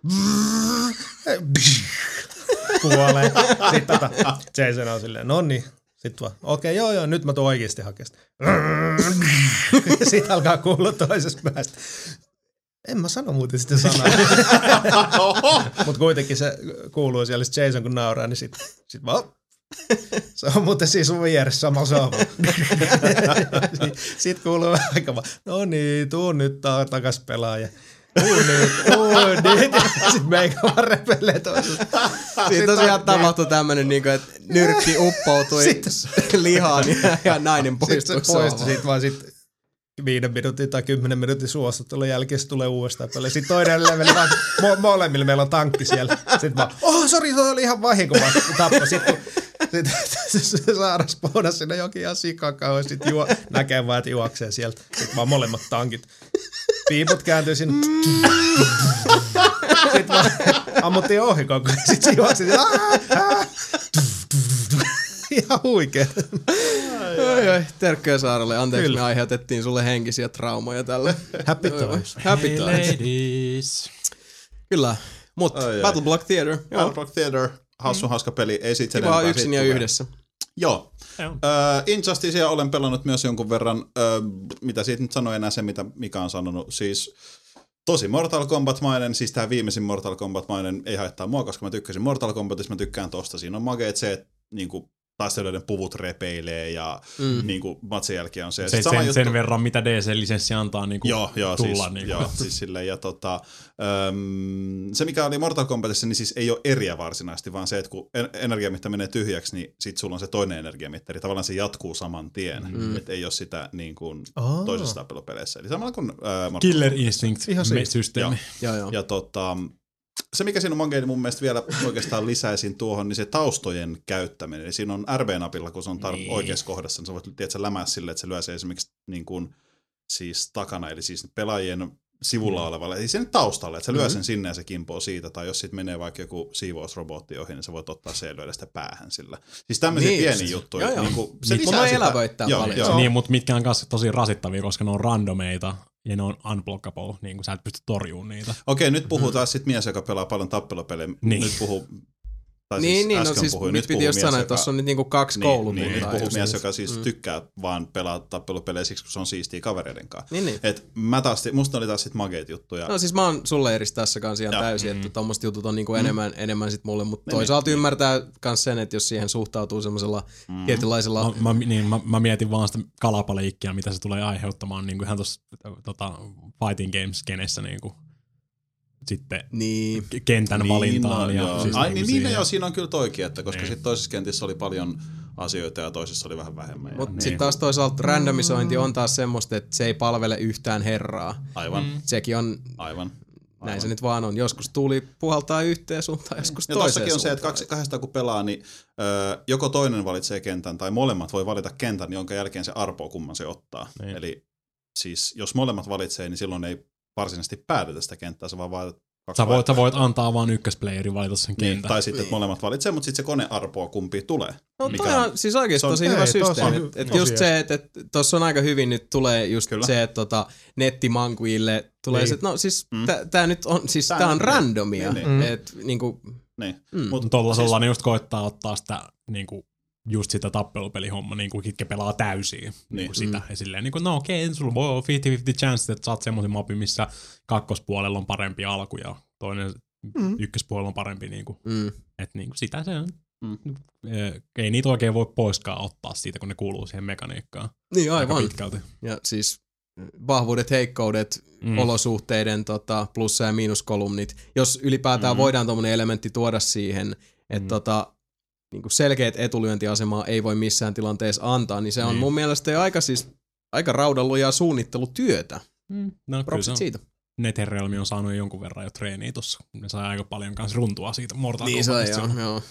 Kuolee. Sitten tota, Jason on silleen, no niin. Sitten vaan, okei, okay, joo joo, nyt mä tuun oikeesti hakemaan sitä. Sitten alkaa kuulua toisesta päästä. En mä sano muuten sitä sanaa. Mut kuitenkin se kuuluu siellä, sit Jason kun nauraa, niin sit, sit vaan, se on muuten siis sun vieressä samalla sohvalla. Sitten kuuluu aika vaan, no niin, tuu nyt ta- takas pelaaja. Tuu nyt, tuu nyt. Sitten meikä vaan repelee toisesta. Siinä tosiaan tapahtui tämmönen, niin että nyrkki uppoutui lihaan ja, ja nainen Sitten poistui se poistui sohvalta. siitä vaan sit viiden minuutin tai kymmenen minuutin suostuttelun jälkeen se tulee uudestaan paljon. Sitten toinen leveli vaan, mo- molemmilla meillä on tankki siellä. Sitten vaan, oh sori, toi oli ihan vahinko vaan tappo. Sitten sit, se saaras spawnas sinne jokin ihan sikakauan. Sitten juo, näkee vaan, että juoksee sieltä. Sitten vaan molemmat tankit. Piiput kääntyy sinne. Sitten vaan ammuttiin ohi koko ajan. Sitten se juoksi. Ihan huikea. Oi, oi, terkkoja Saaralle. Anteeksi, Kyllä. me aiheutettiin sulle henkisiä traumoja tälle. Happy Oi, oi. times. Happy Hey times. ladies. Kyllä. Mut Ai, ai. Battle Block Theater. Joo. Battlefront Theater, hassu hauska peli, ei sit sen Kiva enempää. yksin Siitä ja tulee. yhdessä. Joo. Joo. Uh, Injusticea olen pelannut myös jonkun verran, uh, mitä siitä nyt sanoi enää se, mitä Mika on sanonut, siis tosi Mortal Kombat-mainen, siis tää viimeisin Mortal Kombat-mainen ei haittaa mua, koska mä tykkäsin Mortal Kombatista, mä tykkään tosta. Siinä on mageet se, että niinku, taistelijoiden puvut repeilee ja Mm. niinku, matsin jälkeen on se. Ja Se, sit sama sen, juttu- sen verran, mitä D C-lisenssi antaa niin kuin Joo, joo, tulla. siis, niin joo, siis silleen, ja tota, äm, se mikä oli Mortal Kombatissa, niin siis ei ole eriä varsinaisesti, vaan se, että kun en- energiamitta menee tyhjäksi, niin sit sulla on se toinen energiamittari, tavallaan se jatkuu saman tien, mm. että ei ole sitä niin kuin Oh. toisessa tappelupeleissä, eli samalla kuin äh, Mortal Killer Kombat. Instinct Ihan siis. systeemi. Joo, joo. Ja tota, se mikä siinä on mankein mun mielestä vielä oikeastaan lisäisin tuohon, niin se taustojen käyttäminen. Eli siinä on R B-napilla, kun se on tar- niin. oikeassa kohdassa, niin sä voit tiedätkö, lämää silleen, että se lyö se esimerkiksi niin kuin, siis takana, eli siis pelaajien sivulla mm. olevalle, eli sen taustalle, että se lyö Mm-hmm. sen sinne ja se kimpoo siitä, tai jos sitten menee vaikka joku siivousrobotti ohi, niin sä voit ottaa se ja lyödä sitä päähän sillä. Siis tämmöisiä Niin pieniä just. juttuja. Joo, joo. Niin kuin, se Niitä lisää voi sitä. elävöittää Joo, paljon. joo. Niin, mutta mitkä on myös tosi rasittavia, koska ne on randomeita ja ne on unblockable, niin kuin sä et pysty torjumaan niitä. Okei, nyt puhuu taas sit mies, joka pelaa paljon tappelupelejä. Niin. Nyt puhuu, tai Niin, siis niin, no äsken siis puhui, nyt nyt piti puhuu just mies, sanoa, että joka- tossa on nyt niinku kaksi Niin, koulukuntaa. niin, nyt puhuu just mies, nyt. joka siis Mm. tykkää vaan pelaa tappelupelejä siksi, kun se on siistiä kavereiden kanssa. Niin, niin. Et mä taas, musta oli taas sit mageet juttuja. No siis mä oon sulle eri tässä kanssa ihan Joo. täysin, että tommoset jutut on niinku mm. enemmän, enemmän sit mulle, mutta Niin, toisaalta niin. ymmärtää kans sen, että jos siihen suhtautuu semmosella mm. tietynlaisella... Mä, mä, niin, mä, mä mietin vaan sitä kalapaliikkia, mitä se tulee aiheuttamaan niin kuin ihan tuossa tota, Fighting Games-kenessä niin kuin, sitten Niin. k- kentän Niin, valintaan. no, ja joo. siis Ai niin niin, kuin niin no siihen. joo, siinä on kyllä toikin, että koska Niin. sit toisessa kentissä oli paljon asioita ja toisessa oli vähän vähemmän. ja Mutta niin. sitten taas toisaalta randomisointi on taas semmoista, että se ei palvele yhtään herraa. Aivan, Sekin on aivan. Näin se nyt vaan on. Joskus tuuli puhaltaa yhteen suuntaan, joskus ja toiseen tossakin on suuntaan. se, että kaksi, kahdesta kun pelaa, niin ö, joko toinen valitsee kentän tai molemmat voi valita kentän, jonka jälkeen se arpoo, kumman se ottaa. Niin. Eli siis jos molemmat valitsee, niin silloin ei varsinaisesti päätetä sitä kenttää, se vaan valitat kaksi sä voit, sä voit antaa vaan ykkösplayerin valita sen niin, kentän. tai sitten niin. molemmat valitsee, mutta sitten se kone arpoo, kumpi tulee. No toi on, on siis oikeasti tosi hyvä systeemi. Et, et just se, että et, tuossa on aika hyvin nyt tulee just Kyllä. se, että tota, nettimankuille tulee niin. se, että no siis mm. tää nyt on, siis tää, tää on randomia. Niin, niin. Et, niinku, niin. Mm. Mutta tollasella siis, just koittaa ottaa sitä niinku, just sitä tappelupelihomma, niin kuin kitke pelaa täysiin niin. Niin kuin sitä. Mm. Ja silleen, niin kuin, no okei, okay, sulla voi olla viisikymmentä viisikymmentä chance, että saat semmoisen mapin, missä kakkospuolella on parempi alku ja toinen mm. ykköspuolella on parempi. Niin kuin, mm. Että niin kuin sitä se on. Mm. Ei niitä oikein voi poiskaan ottaa siitä, kun ne kuuluu siihen mekaniikkaan. Niin aivan. Ja siis vahvuudet, heikkoudet, mm. olosuhteiden tota, plussa- ja miinuskolumnit. Jos ylipäätään mm. voidaan tommonen elementti tuoda siihen, että mm. tota, niinku selkeät etulyöntiasemaa ei voi missään tilanteessa antaa, niin se on niin. mun mielestä jo aika, siis, aika raudallujaa suunnittelutyötä. Mm. No, Propsit siitä. NetherRealm on saanut jonkun verran jo treeniä tossa. Ne sai aika paljon kanssa runtua siitä Mortal niin Kombatista. Niin joo.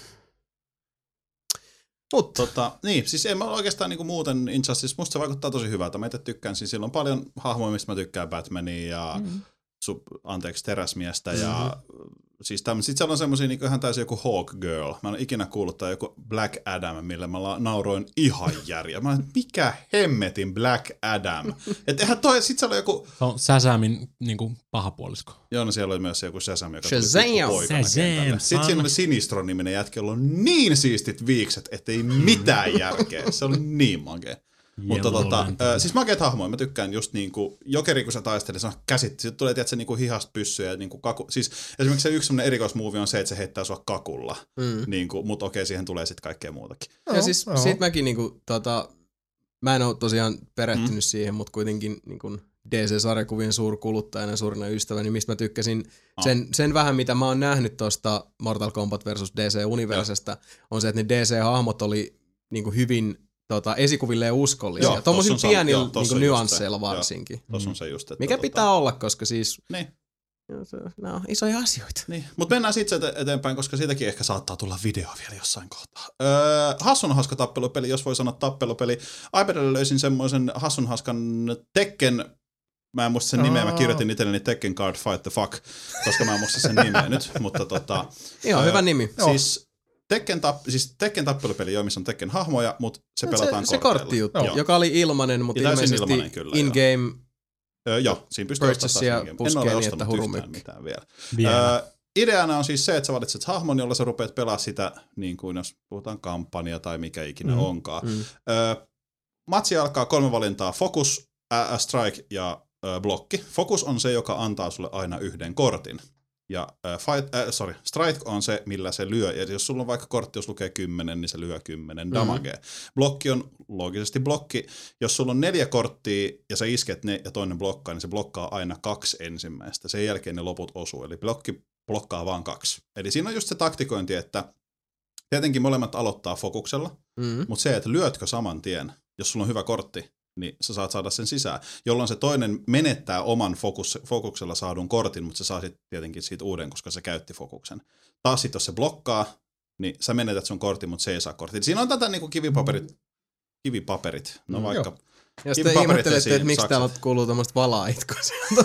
Mutta tota, niin, siis en mä oikeastaan niinku muuten Injustice, musta se vaikuttaa tosi hyvältä. Mä itse tykkään, siis sillä on paljon hahmoja, mistä mä tykkään, Batmania ja mm-hmm. sub, anteeksi, Teräsmiestä mm-hmm. ja siis tämmöisiä. Sitten siellä on semmosia niinku ihan täysin joku Hawk Girl. Mä en ole ikinä kuullut tai joku Black Adam, millä mä la- nauroin ihan järjää. Mä olin, mikä hemmetin Black Adam? Et eihän toi, sit siellä on joku... Se on Shazamin niinku pahapuolisko. Joo, no siellä oli myös joku Shazam, joka Shazam. tuli poikana kentälle. Sitten siinä oli Sinistron-niminen jätkä, jolla on niin siistit viikset, ettei mitään järkeä. Se oli niin makea. Mutta tota, äh, siis makeat hahmoja, mä tykkään just niinku, jokeri kun sä taistelet, se on käsit, sitten tulee tietysti niinku hihasta pyssyä ja niinku kaku, siis esimerkiksi se yksi semmoinen erikoismuovi on se, että se heittää sua kakulla, mm. niinku, mutta okei, siihen tulee sitten kaikkea muutakin. Ja oh, siis oh. sit mäkin niinku, tota, mä en oo tosiaan perehtynyt mm. siihen, mutta kuitenkin niinku D C-sarjakuvien suurkuluttajana ja suurina ystäväni, mistä mä tykkäsin oh. sen, sen vähän, mitä mä oon nähnyt tosta Mortal Kombat versus D C-universesta, on se, että ne D C-hahmot oli niinku hyvin Tota, esikuvilleen uskollisia. Joo, tuommoisilla pienillä niinku nyansseilla varsinkin. Tossa on se just, että mikä tota... pitää olla, koska siis niin. nämä on isoja asioita. Niin. Mutta mennään sitten eteenpäin, koska siitäkin ehkä saattaa tulla video vielä jossain kohtaa. Öö, hassun hauska tappelupeli, jos voi sanoa tappelupeli. iPadilla löysin semmoisen hassun hauskan Tekken, mä en muista sen nimeä, mä kirjoitin itselleni Tekken Card Fight the Fuck, koska mä en muista sen nimeä nyt, mutta tota... Joo, öö, hyvä nimi. Siis... Tekken, tapp, siis Tekken tappelupeli, joo, missä on Tekken hahmoja, mutta se pelataan se, se korttijuttu, joo. joka oli ilmanen, mutta ilmeisesti ilmanen, kyllä, in-game öö, joo, siinä pystyy ostamaan in-game. En ole ostanut yhtään mitään vielä. vielä. Öö, ideana on siis se, että sä valitset hahmon, jolla sä rupeat pelaa sitä, niin kuin jos puhutaan kampanja tai mikä ikinä mm. onkaan. Mm. Öö, matsi alkaa kolme valintaa, focus, ä, strike ja ö, blokki. Focus on se, joka antaa sulle aina yhden kortin. Ja äh, fight, äh, sorry, strike on se, millä se lyö. Ja jos sulla on vaikka kortti, jos lukee kymmenen, niin se lyö kymmenen damagea. Mm-hmm. Blokki on loogisesti blokki. Jos sulla on neljä korttia ja sä isket ne ja toinen blokkaa, niin se blokkaa aina kaksi ensimmäistä. Sen jälkeen ne loput osuu. Eli blokki blokkaa vaan kaksi. Eli siinä on just se taktikointi, että tietenkin molemmat aloittaa fokuksella, mm-hmm. mutta se, että lyötkö saman tien, jos sulla on hyvä kortti, niin sä saat saada sen sisään, jolloin se toinen menettää oman fokus, fokuksella saadun kortin, mutta se saa sitten tietenkin siitä uuden, koska se käytti fokuksen. Taas sitten jos se blokkaa, niin sä menetät sun kortin, mutta se ei saa kortin. Siinä on tätä niinku kivipaperit, kivipaperit, no mm, vaikka... Jos te ihmettelette, että miksi täällä kuuluu tämmöistä valaitkoa,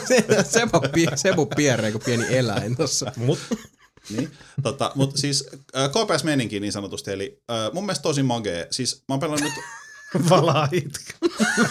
se on Sebu pierre kuin pieni eläin tossa. Mut. Niin, tota, mutta siis äh, K P S-meininki niin sanotusti, eli äh, mun mielestä tosi magee. Siis mä oon pelannut nyt... Valaitka.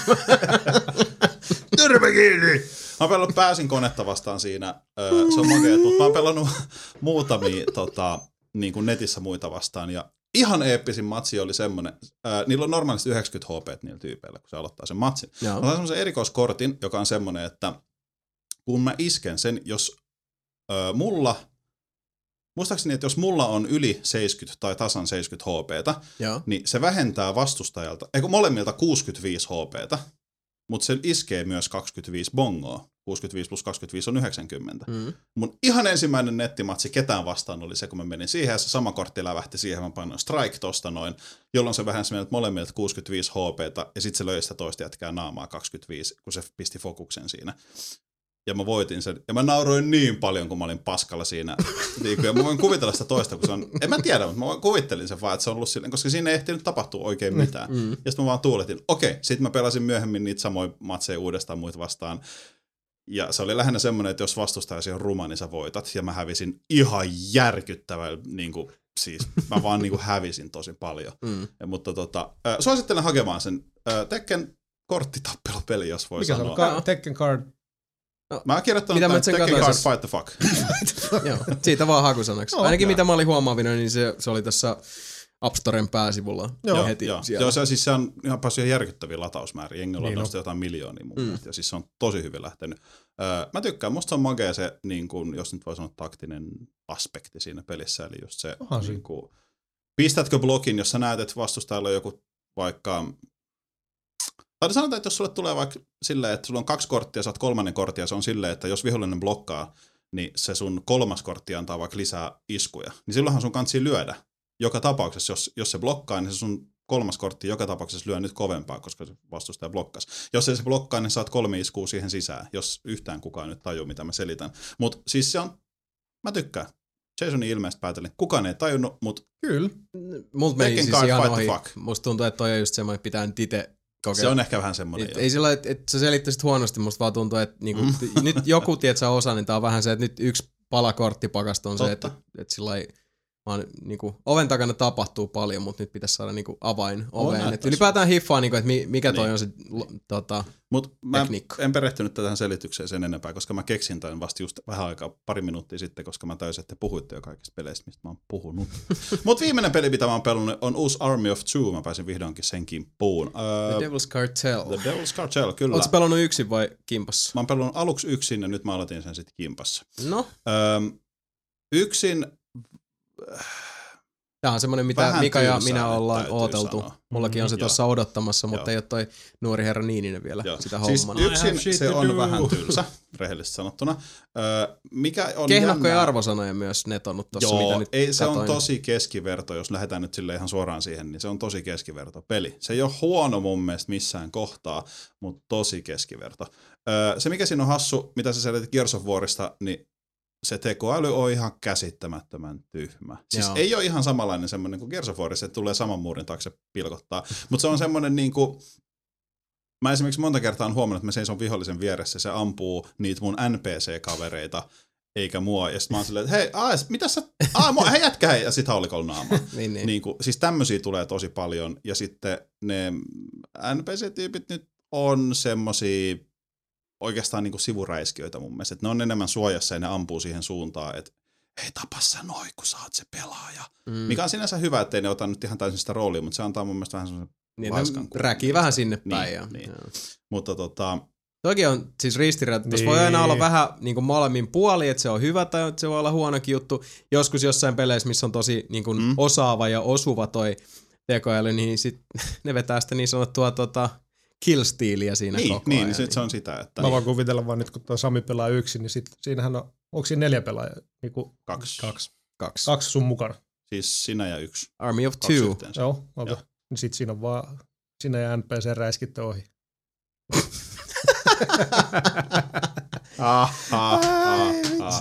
Tyrmä kiinni! Mä oon pelannut pääsin konetta vastaan siinä. Öö, se on makeet, mutta mä oon pelannut muutamia tota, niin kuin netissä muita vastaan. Ja ihan eeppisin matsi oli semmonen. Öö, niillä on normaalisti yhdeksänkymmentä H P niillä tyypeillä, kun se aloittaa sen matsin. Mä oon semmoisen erikoiskortin, joka on semmonen, että kun mä isken sen, jos öö, mulla... Muistaakseni, että jos mulla on yli seitsemänkymmentä tai tasan seitsemänkymmentä H P:tä, Joo. niin se vähentää vastustajalta, eikö molemmilta kuusikymmentäviisi H P:tä, mutta se iskee myös kaksikymmentäviisi bongoa. kuusikymmentäviisi plus kaksikymmentäviisi on yhdeksänkymmentä. Mm. Mun ihan ensimmäinen nettimatsi ketään vastaan oli se, kun mä menin siihen, ja se sama kortti lävähti siihen, mä painoin strike tosta noin, jolloin se vähensi meiltä molemmilta kuusikymmentäviisi H P:tä, ja sitten se löi sitä toista jätkää naamaa kaksikymmentäviisi, kun se pisti fokuksen siinä. ja mä voitin sen. Ja mä nauroin niin paljon, kun mä olin paskalla siinä. Ja mä voin kuvitella sitä toista, kun se on, en mä tiedä, mutta mä kuvittelin sen vaan, että se on ollut silleen, koska siinä ei ehtinyt tapahtua oikein mitään. Mm. Ja sitten mä vaan tuuletin, okei, sitten mä pelasin myöhemmin niitä samoja matseja uudestaan muita vastaan. Ja se oli lähinnä semmoinen, että jos vastustaisi on ruma, niin sä voitat. Ja mä hävisin ihan järkyttävällä, niin kuin, siis mä vaan niin kuin hävisin tosi paljon. Mm. Ja, mutta tota, äh, suosittelen hakemaan sen äh, Tekken korttitappelupeli, jos voi Mikä sanoa. Mikä se on? Tekken Card? No, mä oon kirjoittanut tämän Tekken Card Fight the Fuck. Joo, siitä vaan hakusanaksi. No, ainakin ja. mitä mä olin huomaavina, niin se, se oli tässä App Storen pääsivulla joo, heti joo. siellä. Joo, se, siis se on ihan päässyt ihan järkyttäviä latausmääriä. Jengillä on niin no. jotain miljoonia mun mm. mielestä, ja siis se on tosi hyvin lähtenyt. Öö, mä tykkään, musta se on magea se, niin kun, jos nyt voi sanoa taktinen aspekti siinä pelissä, eli just se, niin kun, pistätkö blokin, jos sä näet, että vastustajalla on joku vaikka, tai sanotaan, että jos sulle tulee vaikka silleen, että sulla on kaksi korttia, sä oot kolmannen korttia, se on silleen, että jos vihollinen blokkaa, niin se sun kolmas kortti antaa vaikka lisää iskuja, niin silloinhan sun kansi lyödä. Joka tapauksessa, jos, jos se blokkaa, niin se sun kolmas kortti joka tapauksessa lyö nyt kovempaa, koska se vastustaja blokkasi. Jos ei se blokkaa, niin saat kolme iskua siihen sisään, jos yhtään kukaan nyt tajuu, mitä mä selitän. Mutta siis se on, mä tykkään. Jasonin ilmeistä päätellen. Kukaan ei tajunnut, mutta kyllä. Multa meni siis ihan ohi. Musta tuntuu, että toi on just semmoinen, että pitää nyt itse kokeilla. Se on ehkä vähän semmoinen. Ei sillä että et sä selittäisit huonosti, musta vaan tuntuu, että niinku, mm. nyt joku tietsä osa, niin tää on vähän se, että nyt yksi pala korttipakasta on Totta. se, että, että sillä ei vaan niinku, oven takana tapahtuu paljon, mutta nyt pitäisi saada niinku, avain oveen. Et ylipäätään hiffaa, niinku, että mikä toi niin. on se tota, Mut mä en perehtynyt tähän selitykseen sen enempää, koska mä keksin tämän vasta just vähän aikaa, pari minuuttia sitten, koska mä täysin, että te puhuitte jo kaikista peleistä, mistä mä oon puhunut. Mutta viimeinen peli, mitä mä oon pelannut, on uusi Army of Two. Mä pääsin vihdoinkin sen kimppuun. Uh, The Devil's Cartel. The Devil's Cartel, kyllä. Oletko pelannut yksin vai kimpassa? Mä oon pelannut aluksi yksin ja nyt mä aloitin sen sitten kimpassa. No? Uh, yksin... Tämä on semmoinen, mitä vähän Mika ja minä ollaan ooteltu. Sanoa. Mullakin on se tuossa odottamassa, mutta Joo. ei ole toi nuori herra Niininen vielä Joo. sitä siis hommaa. Yksin se on vähän tylsä, rehellisesti sanottuna. Öö, mikä on Kehnohkoja jännä... arvosanoja myös netonnut tuossa, mitä nyt ei, se katoin. on tosi keskiverto, jos lähdetään nyt sille ihan suoraan siihen, niin se on tosi keskiverto peli. Se ei ole huono mun mielestä missään kohtaa, mutta tosi keskiverto. Öö, se mikä siinä on hassu, mitä sä selitit Gears of Warista, niin se tekoäly on ihan käsittämättömän tyhmä. Siis Joo. ei ole ihan samanlainen semmoinen kuin Gears of War, että tulee saman muurin taakse pilkottaa. Mutta se on semmoinen niin kuin, mä esimerkiksi monta kertaa on huomannut, että mä seison vihollisen vieressä, se ampuu niitä mun N P C-kavereita, eikä mua. Ja sit mä oon silleen, että hei, aah, mitä sä, aah, mua, hei jätkä, hei, ja sit haulikolla naamaa. niin, niin. Niin kuin, siis tämmösiä tulee tosi paljon, ja sitten ne N P C-tyypit nyt on semmosia oikeastaan niin kuin sivuräiskiöitä mun mielestä. Et ne on enemmän suojassa ja ne ampuu siihen suuntaan, että hei tapa sä noi, kun sä oot se pelaaja. Mm. Mikä on sinänsä hyvä, ettei ne ota nyt ihan täysin sitä roolia, mutta se antaa mun mielestä vähän semmoisen niin, laiskan. Räkii vähän sinne päin. Niin, ja, niin. Mutta tota... Toki on siis ristiriita. Niin. Tuossa voi aina olla vähän niin kuin molemmin puoli, että se on hyvä tai että se voi olla huonokin juttu. Joskus jossain peleissä, missä on tosi niin kuin mm. osaava ja osuva toi tekoäly, niin sit ne vetää sitä niin sanottua tota... kill-stiiliä siinä niin, koko niin, ajan. Niin, niin se on sitä. Että mä niin. vaan kuvitella vaan nyt, kun tuo Sami pelaa yksin, niin sit, siinähän on, onko siinä neljä pelaajaa? Niin kaksi. Kaksi. Kaksi. Kaksi sun mukana. Siis sinä ja yksi. Army of Two. Joo, okay. Joo. Niin sit siinä on vaan sinä ja N P C räiskitte ohi. ah, ah, ah, ah.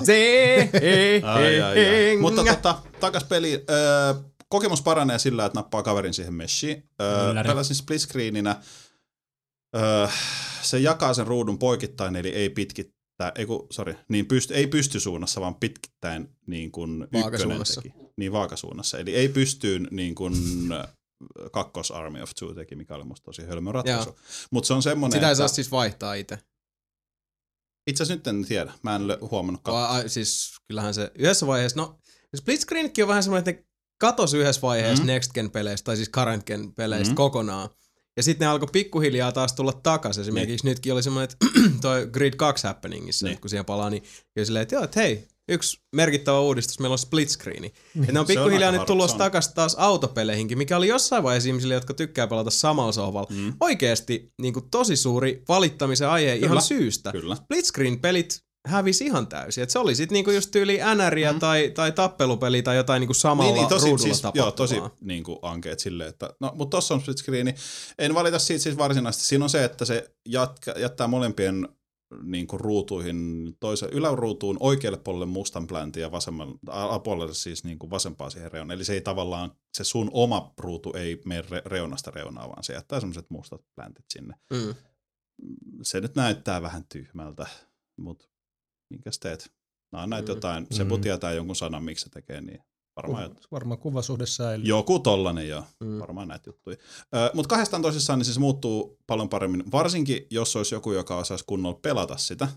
Mutta tota, takas peliin. Öö, kokemus paranee sillä, että nappaa kaverin siihen meshiin. Öö, pelasin split-screeninä. Öö, se jakaa sen ruudun poikittain, eli ei pitkittää, ei, kun, sorry, niin pyst, ei pystysuunnassa, vaan pitkittäin niin kuin ykkönen teki. Niin vaakasuunnassa. Eli ei pystyyn niin kuin kakkos Army of Two teki, mikä oli musta tosi hölmö ratkaisu. Mutta se on semmoinen, sitä ei että... saa siis vaihtaa itse. Itse asiassa nyt en tiedä. Mä en ole huomannut katsoa. Siis kyllähän se yhdessä vaiheessa, no split screenkin on vähän semmoinen, että ne katos yhdessä vaiheessa mm. Next Gen peleistä, tai siis Current Gen peleistä mm. kokonaan. Ja sitten ne alkoi pikkuhiljaa taas tulla takaisin. Esimerkiksi niin. Nytkin oli semmoinen, että toi Grid kaksi happeningissa, niin. kun siihen palaa, niin kyllä silleen, että joo, että hei, yksi merkittävä uudistus, meillä on split screeni. Niin. Että ne on pikkuhiljaa nyt tullut takaisin taas autopeleihinkin, mikä oli jossain vaiheessa ihmisille, jotka tykkää pelata samalla sohvalla. Mm. Oikeesti niin kuin tosi suuri valittamisen aihe kyllä. ihan syystä. Kyllä. Split screen pelit hävisi ihan täysin. Et se oli sitten niinku just tyyli änäriä mm. tai, tai tappelupeli tai jotain niinku samalla niin, niin, tosi, ruudulla siis, tapahtuvaa. Joo, tosi niinku ankeet silleen, että no, mutta tossa on split screeni. En valita siitä siis varsinaisesti. Siinä on se, että se jatka, jättää molempien niinku ruutuihin, toisen yläruutuun oikealle puolelle mustan pläntin ja vasemmalle, alapuolelle siis niinku vasempaa siihen reunaan. Eli se ei tavallaan, se sun oma ruutu ei mene re- reunasta reunaan, vaan se jättää semmoiset mustat pläntit sinne. Mm. Se nyt näyttää vähän tyhmältä, mutta minkäs teet? No näitä mm. jotain, Sebu mm. tietää jonkun sanan, miksi se tekee niin. Varmaan, Kuva, varmaan kuvasuhde säilyy. Joku tollanen joo, mm. varmaan näitä juttuja. Mutta kahdestaan tosissaan niin siis muuttuu paljon paremmin, varsinkin jos olisi joku, joka osaisi kunnolla pelata sitä.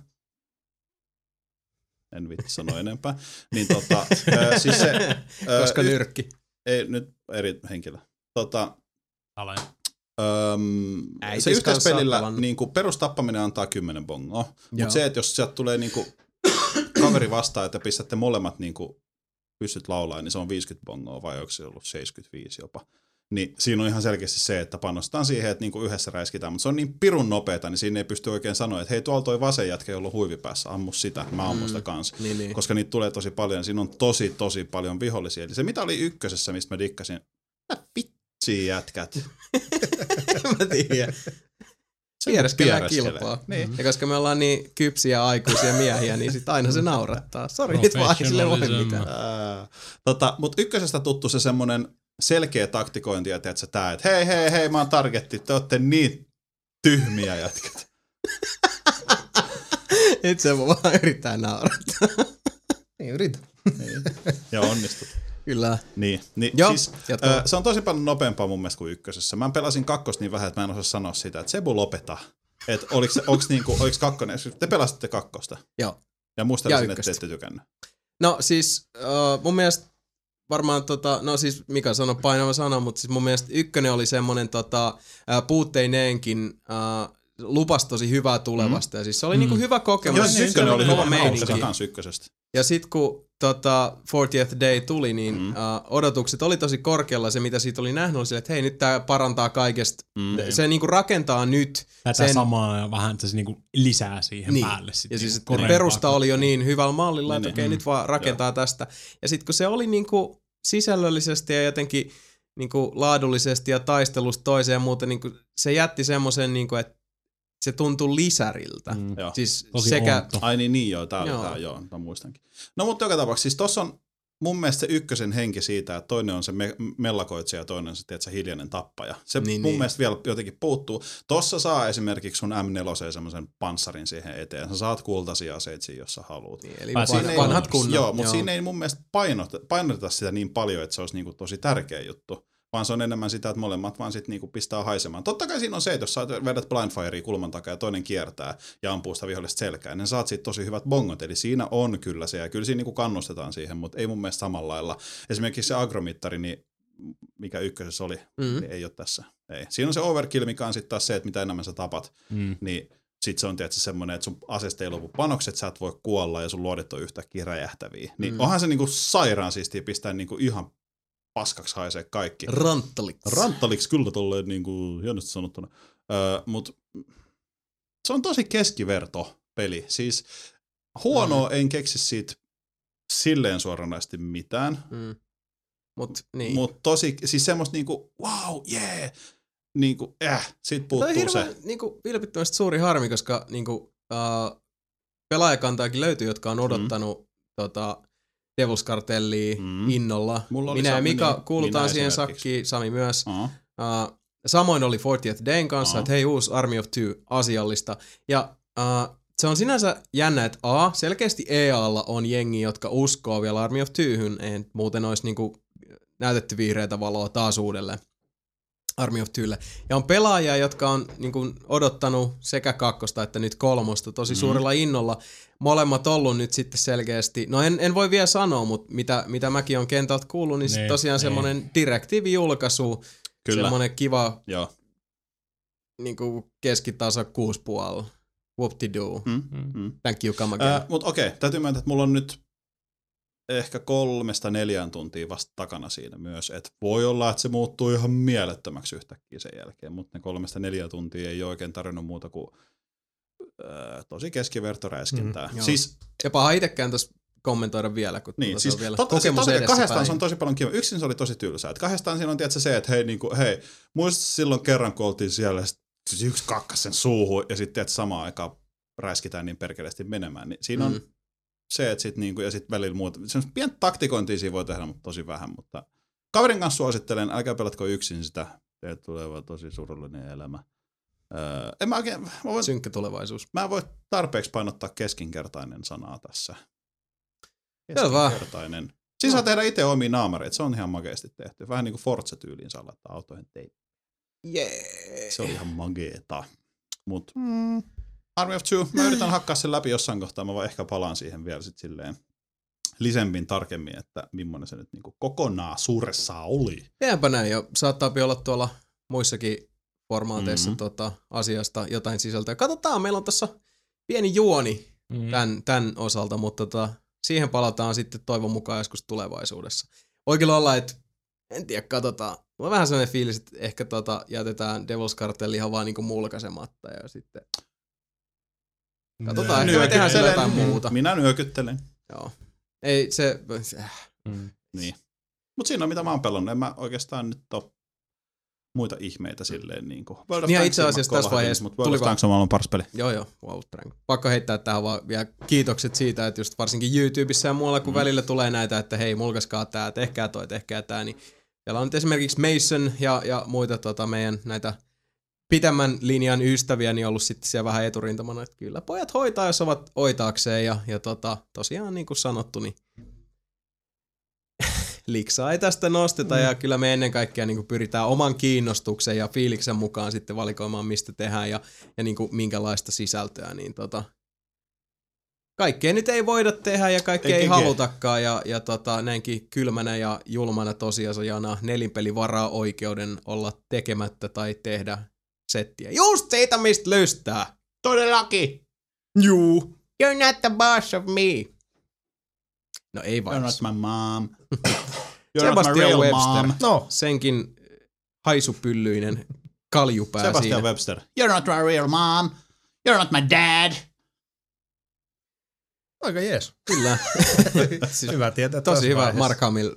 En viitti sanoa enempää. Niin tota, ö, siis se, ö, Koska nyrkki. Ei, nyt eri henkilö. Tota, Alain. Öm, se yhteispelillä niin kuin perustappaminen antaa kymmenen bongoa, mutta se, että jos sieltä tulee niin kuin kaveri vastaan, että pistätte molemmat niin kuin pystyt laulaa, niin se on viisikymmentä bongoa, vai onko se ollut seitsemänkymmentäviisi jopa. Niin siinä on ihan selkeästi se, että panostetaan siihen, että niinku yhdessä räiskitään, mutta se on niin pirun nopeeta, niin siinä ei pysty oikein sanoa, että hei, tuolla toi vasen jätkä, jolla on huivi päässä, ammu sitä, mä ammun sitä kanssa. Mm, niin, niin. Koska niitä tulee tosi paljon, siinä on tosi, tosi paljon vihollisia. Eli se, mitä oli ykkösessä, mistä mä dikkasin, mitä vitsiä jätkät. Mä tiedän. Piereskellään kilpaa. Niin. Ja koska me ollaan niin kypsiä aikuisia miehiä, niin sit aina se naurattaa. Sori, nyt vaan ei sille voi mitään. Tota, mutta ykkösestä tuttu se semmonen selkeä taktikointi, että sä tää, että hei, hei, hei, mä oon targetti, te ootte niin tyhmiä jätkät. Nyt se vaan yrittää naurattaa. Ei yritä. Niin. Ja onnistut. Kyllä. Niin, niin Joo, siis, ö, se on tosi paljon nopeampaa mun mielestä kuin ykkösessä. Mä pelasin kakkosta niin vähän, että mä en osaa sanoa sitä, että Sebu lopeta. Että oliks, oliks, niinku, oliks kakkonen, te pelasitte kakkosta. Joo. Ja muistelisin, että te ette tykännyt. No siis uh, mun mielestä varmaan, tota, no siis Mika sanoi painava sana, mutta siis mun mielestä ykkönen oli semmonen tota, uh, puutteineenkin uh, lupas tosi hyvää tulevasta. Ja siis se oli mm. niinku hyvä kokemus. Joo, siis ykkönen oli hyvä meininki. Kans ykkösestä. Ja sit kun tota, fortieth Day tuli, niin mm. uh, odotukset oli tosi korkealla. Se, mitä siitä oli nähnyt, oli sille, että hei, nyt tää parantaa kaikesta. Mm. Se niinku rakentaa nyt. Tätä sen samaa ja vähän se niinku lisää siihen niin. päälle. Ja siis perusta oli jo niin hyvällä mallilla, että okei, okay, mm. nyt vaan rakentaa Joo. tästä. Ja sit kun se oli niinku sisällöllisesti ja jotenkin niinku laadullisesti ja taistelusta toiseen ja muuten, niinku, se jätti semmoisen, niinku, että se tuntui lisäriltä. Mm. Siis sekä... Ai niin, niin joo, tää oli joo. tää, joo, mä muistankin. No mutta joka tapauksessa, siis tossa on mun mielestä se ykkösen henki siitä, että toinen on se me- mellakoitsija ja toinen on se, tiedätkö, hiljainen tappaja. Se niin, mun niin. mielestä vielä jotenkin puuttuu. Tossa saa esimerkiksi sun M neljä semmoisen panssarin siihen eteen. Sä saat kultaisia aseita siinä, jos sä haluut. Niin, eli vanhat, vanhat kunnat. Joo, mutta siinä ei mun mielestä painota, painoteta sitä niin paljon, että se olisi niinku tosi tärkeä juttu. Vaan se on enemmän sitä, että molemmat vaan sit niinku pistää haisemaan. Totta kai siinä on se, että jos sä vedät blindfirea kulman takaa ja toinen kiertää ja ampuu sitä vihollista selkään, niin saat siitä tosi hyvät bongot. Eli siinä on kyllä se, ja kyllä siinä niinku kannustetaan siihen, mutta ei mun mielestä samalla lailla. Esimerkiksi se agromittari, niin mikä ykkösessä oli, mm-hmm. niin ei ole tässä. Ei. Siinä on se overkill, mikä on sitten taas se, että mitä enemmän sä tapat, mm. niin sitten se on tietysti semmoinen, että sun aseesta ei lopu panokset, sä et voi kuolla ja sun luodit on yhtäkkiä räjähtäviä. Niin mm. onhan se niinku sairaan siistiä pistää niinku ihan paskaksi haisee kaikki. Ranttaliksi. Ranttaliksi kyllä tolleen niinku hienosti sanottuna. Öö, mut se on tosi keskiverto peli. Siis huonoa mm. en keksi siitä silleen suoranaisesti mitään. Mm. Mut, niin. Mut tosi, siis semmoista niinku wow, yeah, niinku äh, sit puuttuu se. Tämä on hirveän niinku vilpittömästi suuri harmi, koska niinku uh, pelaajakantaakin löytyy, jotka on odottanut mm. tota Devil's Cartellia mm. innolla. Minä ja Mika niin, kuulutaan siihen sakkiin, Sami myös. Uh-huh. Uh, samoin oli fortieth Dayn kanssa, uh-huh. että hei, uusi Army of Two, asiallista. Ja uh, se on sinänsä jännä, että A, selkeästi E A:lla on jengi, jotka uskoo vielä Army of Twohyn, ei muuten olisi niinku näytetty vihreätä valoa taas uudelleen Army of Twolle. Ja on pelaajia, jotka on niinku odottanut sekä kakkosta että nyt kolmosta tosi mm. suurella innolla. Molemmat ollut nyt sitten selkeästi, no en, en voi vielä sanoa, mutta mitä, mitä mäkin on kentältä kuullut, niin ne, tosiaan ne. semmoinen direktiivijulkaisu, semmoinen kiva niinku keskitaso kuusi puoli. Whoop-de-doo. Mm, mm. Thank you, come again. Äh, mutta okei, okay, täytyy myöntää, että mulla on nyt ehkä kolmesta neljään tuntia vasta takana siinä myös. Et voi olla, että se muuttuu ihan mielettömäksi yhtäkkiä sen jälkeen, mutta ne kolmesta neljään tuntia ei ole oikein tarjonnut muuta kuin äh, tosi keskivertoräiskintää. Mm, siis, ja paha itsekään tuossa kommentoida vielä, kun niin, siis, on vielä totta, kokemus totta, edessä kahdestaan päin. Se on tosi paljon kiva. Yksin se oli tosi tylsää. Et kahdestaan siinä on tietysti se, että hei, niinku, hei muistat silloin kerran, kun oltiin siellä, siis yksi kakkas sen suuhun ja sitten samaan aikaan räiskitään niin perkeleesti menemään. Niin siinä Mm. on se, että sit niinku, ja sitten välillä muuta. Se on pientä taktikointia siinä voi tehdä, mutta tosi vähän. Mutta kaverin kanssa suosittelen, älkää pelatko yksin sitä. Teille tulee vaan tosi surullinen elämä. Öö, en mä oikein, mä voin, Synkkä tulevaisuus. mä en voi tarpeeksi painottaa keskinkertainen sanaa tässä. Selvä. Keskinkertainen. Siinä saa tehdä itse omia naamareita, se on ihan makeasti tehty. Vähän niin kuin Forza-tyyliin saa laittaa autoihin teippiä. Jee. Se oli ihan mageeta. Mut mm. Army of Two, mä yritän hakkaa sen läpi jossain kohtaa, mä vaan ehkä palaan siihen vielä sit silleen lisempin tarkemmin, että millainen se nyt niinku kokonaan suuressaan oli. Tehdäänpä näin, ja saattaa olla tuolla muissakin formaateissa Mm-hmm. tota, asiasta jotain sisältöä. Katsotaan, meillä on tuossa pieni juoni Mm. tämän, tämän osalta, mutta tota, siihen palataan sitten toivon mukaan joskus tulevaisuudessa. Voi kyllä olla, että en tiedä, katsotaan. Mulla on vähän sellainen fiilis, että ehkä tota, jätetään Devil's Cartel ihan vaan niinku mulkaisematta ja sitten katsotaan, ehkä me tehdään siellä jotain muuta. Minä nyökyttelen. Joo. Ei se... Äh. Mm. Niin. Mut siinä on mitä mä oon pelannut. En mä oikeastaan nyt oo muita ihmeitä silleen niinku. World of Niin ja Tanksia itse asiassa mä tässä vaiheessa mutta World of tuli Tanks on maailman paras peli. Joo, joo, wow, prank. Pakko heittää tähän vaan vielä kiitokset siitä, että just varsinkin YouTubessa ja muualla, kun mm. välillä tulee näitä, että hei, mulkaiskaa tää, tehkää toi, tehkää tää, niin siellä on nyt esimerkiksi Mason ja, ja muita tota, meidän näitä pitemmän linjan ystäviä, niin ollut sitten siellä vähän eturintamana, että kyllä pojat hoitaa, jos ovat oitaakseen, ja, ja tota, tosiaan niin kuin sanottu, niin liksaa ei tästä nosteta, mm. ja kyllä me ennen kaikkea niin kuin pyritään oman kiinnostuksen ja fiiliksen mukaan sitten valikoimaan, mistä tehdään, ja, ja niin kuin minkälaista sisältöä, niin tota, kaikkea nyt ei voida tehdä, ja kaikkea ei, ei halutakaan, ja, ja tota, näinkin kylmänä ja julmana tosiasiana nelinpeli varaa oikeuden olla tekemättä tai tehdä settiä. Just siitä, mistä lystää. Todellakin. Juu. You're not the boss of me. No ei vaan. You're not my mom. You're Sebastian not my real Webster. mom. No. Senkin haisupyllyinen kaljupää Sebastian siinä. Webster. You're not my real mom. You're not my dad. Aika jees. Kyllä. siis Hyvä tietää. tosi hyvä vaiheessa. Mark Hamill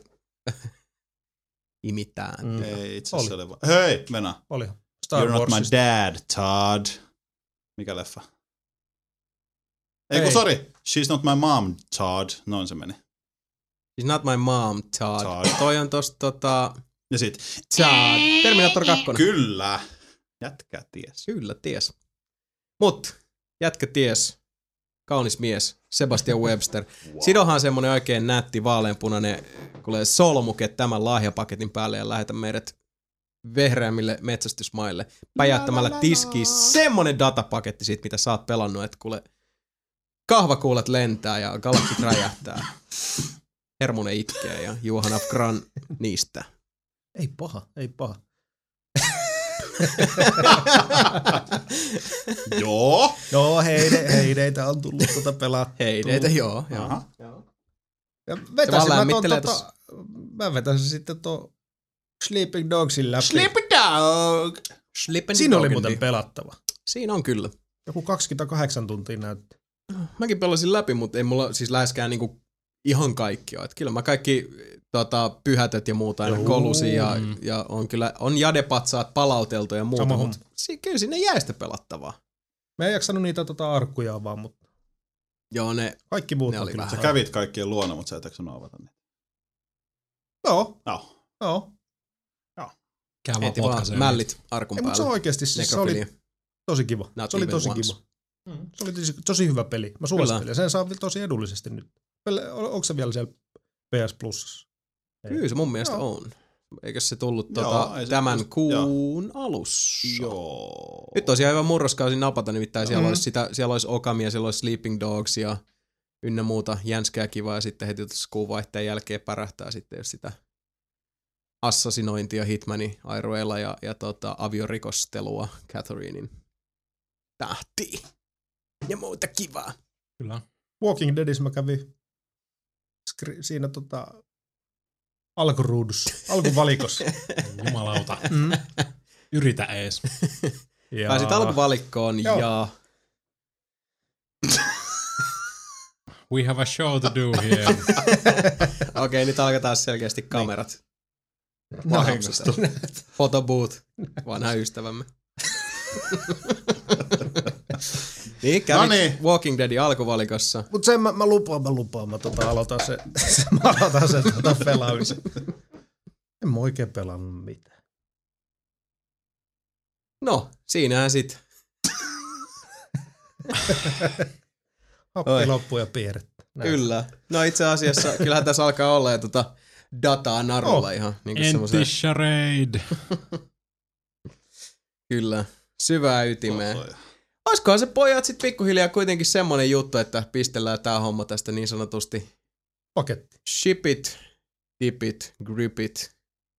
imitään. Mm. Ei, itse asiassa oli vaan. Hei, Venä. Oli. Star You're not my Warsista. dad, Todd. Mikä leffa? Ei kun Ei. sori. She's not my mom, Todd. Noin se meni. She's not my mom, Todd. Todd. Toi on tosta tota... Ja sit. Todd. Terminator kaksi. Kyllä. Jätkä ties. Kyllä, ties. Mut, jätkä ties. Kaunis mies. Sebastian Webster. Wow. Sidohan semmonen oikein nätti vaaleanpunainen kuulee solmuke tämän lahjapaketin päälle ja lähetä meidät vehreämmille metsästysmaille päjättämällä tiskiin semmonen datapaketti siitä, mitä sä oot pelannut, että kuule kahvakuulet lentää ja galaksit räjähtää. Hermone itkee ja Johan af Gran niistä. Ei paha, ei paha. Joo. Joo, heide, heideitä on tullut tuota pelattua. Heideitä, joo. joo. Aha. Ja Se vetäisin vaan mä, ton, lämmittelee tota, mä vetäisin sitten tuon Sleeping Dogsin läpi. Sleepy dog. Slip Siinä oli muuten pelattava. Siinä on kyllä. Joku kaksikymmentäkahdeksan tuntia näytti. Mäkin pelasin läpi, mutta ei mulla siis läheskään niinku ihan kaikki ole. Et kyllä mä kaikki tota, pyhätöt ja muuta aina kolusin ja, ja on kyllä on jadepatsaat palauteltu ja muuta, mutta si- kyllä sinne jäi sitä pelattavaa. Mä en jaksanut niitä tota arkkuja vaan, mutta Joo, ne, kaikki muut ne on oli kyllä. vähän. Sä kävit kaikkien luona, mutta sä et eksä avata niitä. Joo, Joo. joo. Käy vaan heti vaan potkaisee. mällit arkun Ei, mutta se päälle. oikeesti siis se oli Nekrofilia. tosi kiva. Not Se oli even tosi once. kiva. Se oli tosi, tosi hyvä peli. Mä suosittelen. Sen saa tosi edullisesti nyt. Onko se vielä siellä P S Plusassa? Kyllä se mun mielestä Joo. on. Eikö se tullut Joo, tota, ei se tämän just- kuun alussa? Joo. Nyt tosiaan hyvä murroskausi napata, nimittäin siellä, Mm. olisi sitä, siellä olisi Okamia, siellä olisi Sleeping Dogs ja ynnä muuta jänskää kivaa, ja sitten heti tuossa kuun vaihteen jälkeen pärähtää sitten jos sitä assassinointia Hitmanin airoilla ja, ja tota, aviorikostelua Catherinein tahtiin ja muuta kivaa. Kyllä. Walking Deadissä mä kävin skri- siinä tota alkuruudussa, alkuvalikossa. Jumalauta. mm. Yritä ees. Ja... Pääsit alkuvalikkoon Joo. ja We have a show to do here. okei, okay, nyt alkaa taas selkeästi kamerat. Vahingosta. Photobooth, vanha ystävämme. Niin, kävit no niin. Walking Deadin alkuvalikossa. Mut sen mä, mä lupaan, mä lupaan, mä tota aloitan se, mä aloitan sen tota pelaamisen. En mä oikein pelannut mitään. No, siinähän sit. Happi loppu ja piirrettä. Kyllä. No itse asiassa, kyllähän tässä alkaa olla ja tota dataa narulla oh. ihan. Niin Enti charade. Kyllä. Syvää ytimeen. Oh, olisikohan se pojat sit pikkuhiljaa kuitenkin semmonen juttu, että pistellään tää homma tästä niin sanotusti. Paketti. Ship it, dip it, grip it.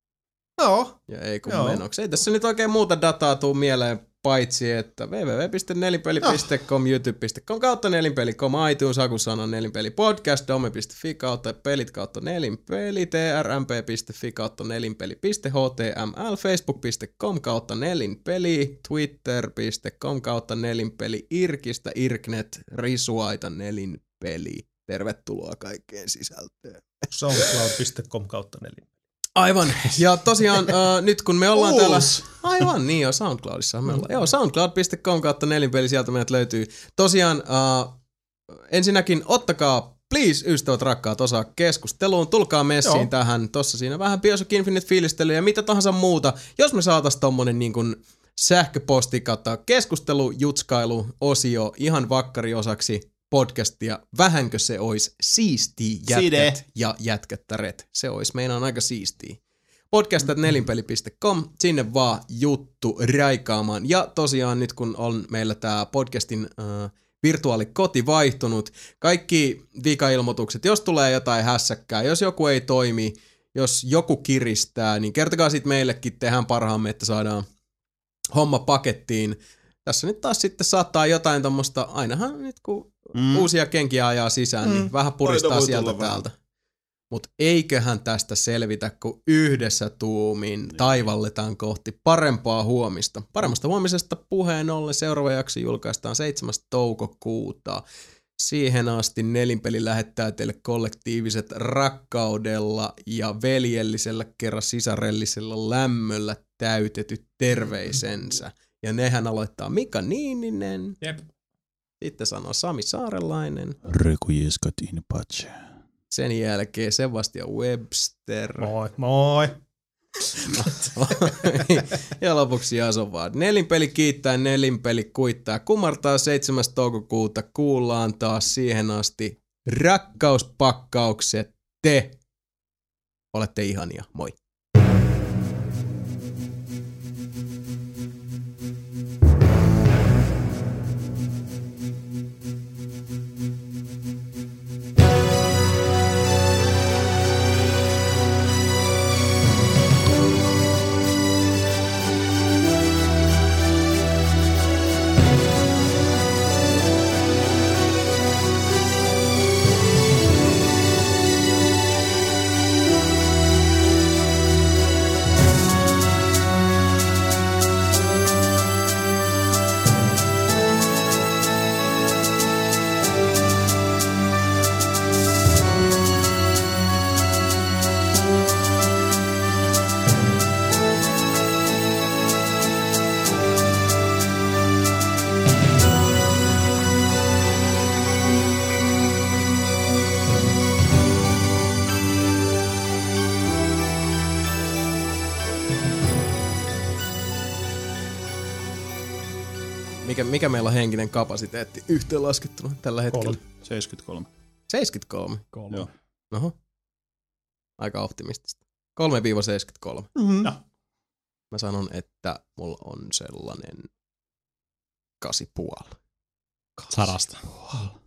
Joo. Ja ei kun menoksi. Ei tässä nyt oikein muuta dataa tuu mieleen, paitsi että www piste nelinpeli piste com, youtube piste com kautta nelinpeli piste com, iTunes, Akusana nelinpeli podcast, dome piste fi kautta pelit kautta nelinpeli, trmp piste fi kautta nelinpeli piste html, facebook piste com kautta nelinpeli, twitter piste com kautta nelinpeli, irkistä irknet, risuaita nelinpeli. Tervetuloa kaikkeen sisältöön. soundcloud piste com kautta nelinpeli. Aivan. Ja tosiaan äh, nyt kun me ollaan täällä... Aivan, niin jo, SoundCloudissa me ollaan. Joo, soundcloud piste com kautta nelinpeli, sieltä meidät löytyy. Tosiaan äh, ensinnäkin ottakaa, please, ystävät rakkaat, osaa keskusteluun. Tulkaa messiin Joo. tähän. Tossa siinä vähän Bioshock Infinite-fiilistelyä ja mitä tahansa muuta. Jos me saatais tommonen niin kuin sähköposti kautta keskustelu, jutskailu, osio ihan vakkariosaksi podcastia, vähänkö se ois siistiä jätkät Side. ja jätkättäret. Se ois meinaan aika siistiä. podcast at nelinpeli piste com, sinne vaan juttu raikaamaan. Ja tosiaan nyt kun on meillä tää podcastin äh, virtuaalikoti vaihtunut, kaikki vikailmoitukset, jos tulee jotain hässäkkää, jos joku ei toimi, jos joku kiristää, niin kertokaa sit meillekin, tehdään parhaamme, että saadaan homma pakettiin. Tässä nyt taas sitten saattaa jotain tommoista, ainahan nyt kun mm. uusia kenkiä ajaa sisään, mm. niin vähän puristaa sieltä täältä. Mutta eiköhän tästä selvitä, kun yhdessä tuumin niin. taivalletaan kohti parempaa huomista. Paremmasta huomisesta puheen ollen seuraava jakso julkaistaan seitsemäs toukokuuta. Siihen asti Nelinpeli lähettää teille kollektiiviset rakkaudella ja veljellisellä kerran sisarellisella lämmöllä täytetyt terveisensä. Ja nehän aloittaa Mika Niininen. Jep. Sitten sanoo Sami Saarelainen. Requiescat in pace. Sen jälkeen Sebastian Webster. Moi, moi. Ja lopuksi Jason vaan. Nelinpeli kiittää, nelinpeli kuittaa. Kumartaa seitsemäs toukokuuta. Kuullaan taas siihen asti. Rakkauspakkaukset, te olette ihania. Moi. Mikä, mikä meillä on henkinen kapasiteetti yhteenlaskettuna tällä hetkellä? seitsemänkymmentäkolme. seitsemänkymmentäkolme? Kolme. Joo. Oho. Aika optimistista. kolme seitsemänkymmentäkolme. Mm-hmm. No. Mä sanon, että mulla on sellainen kasi puoli. Sarasta. Puoli.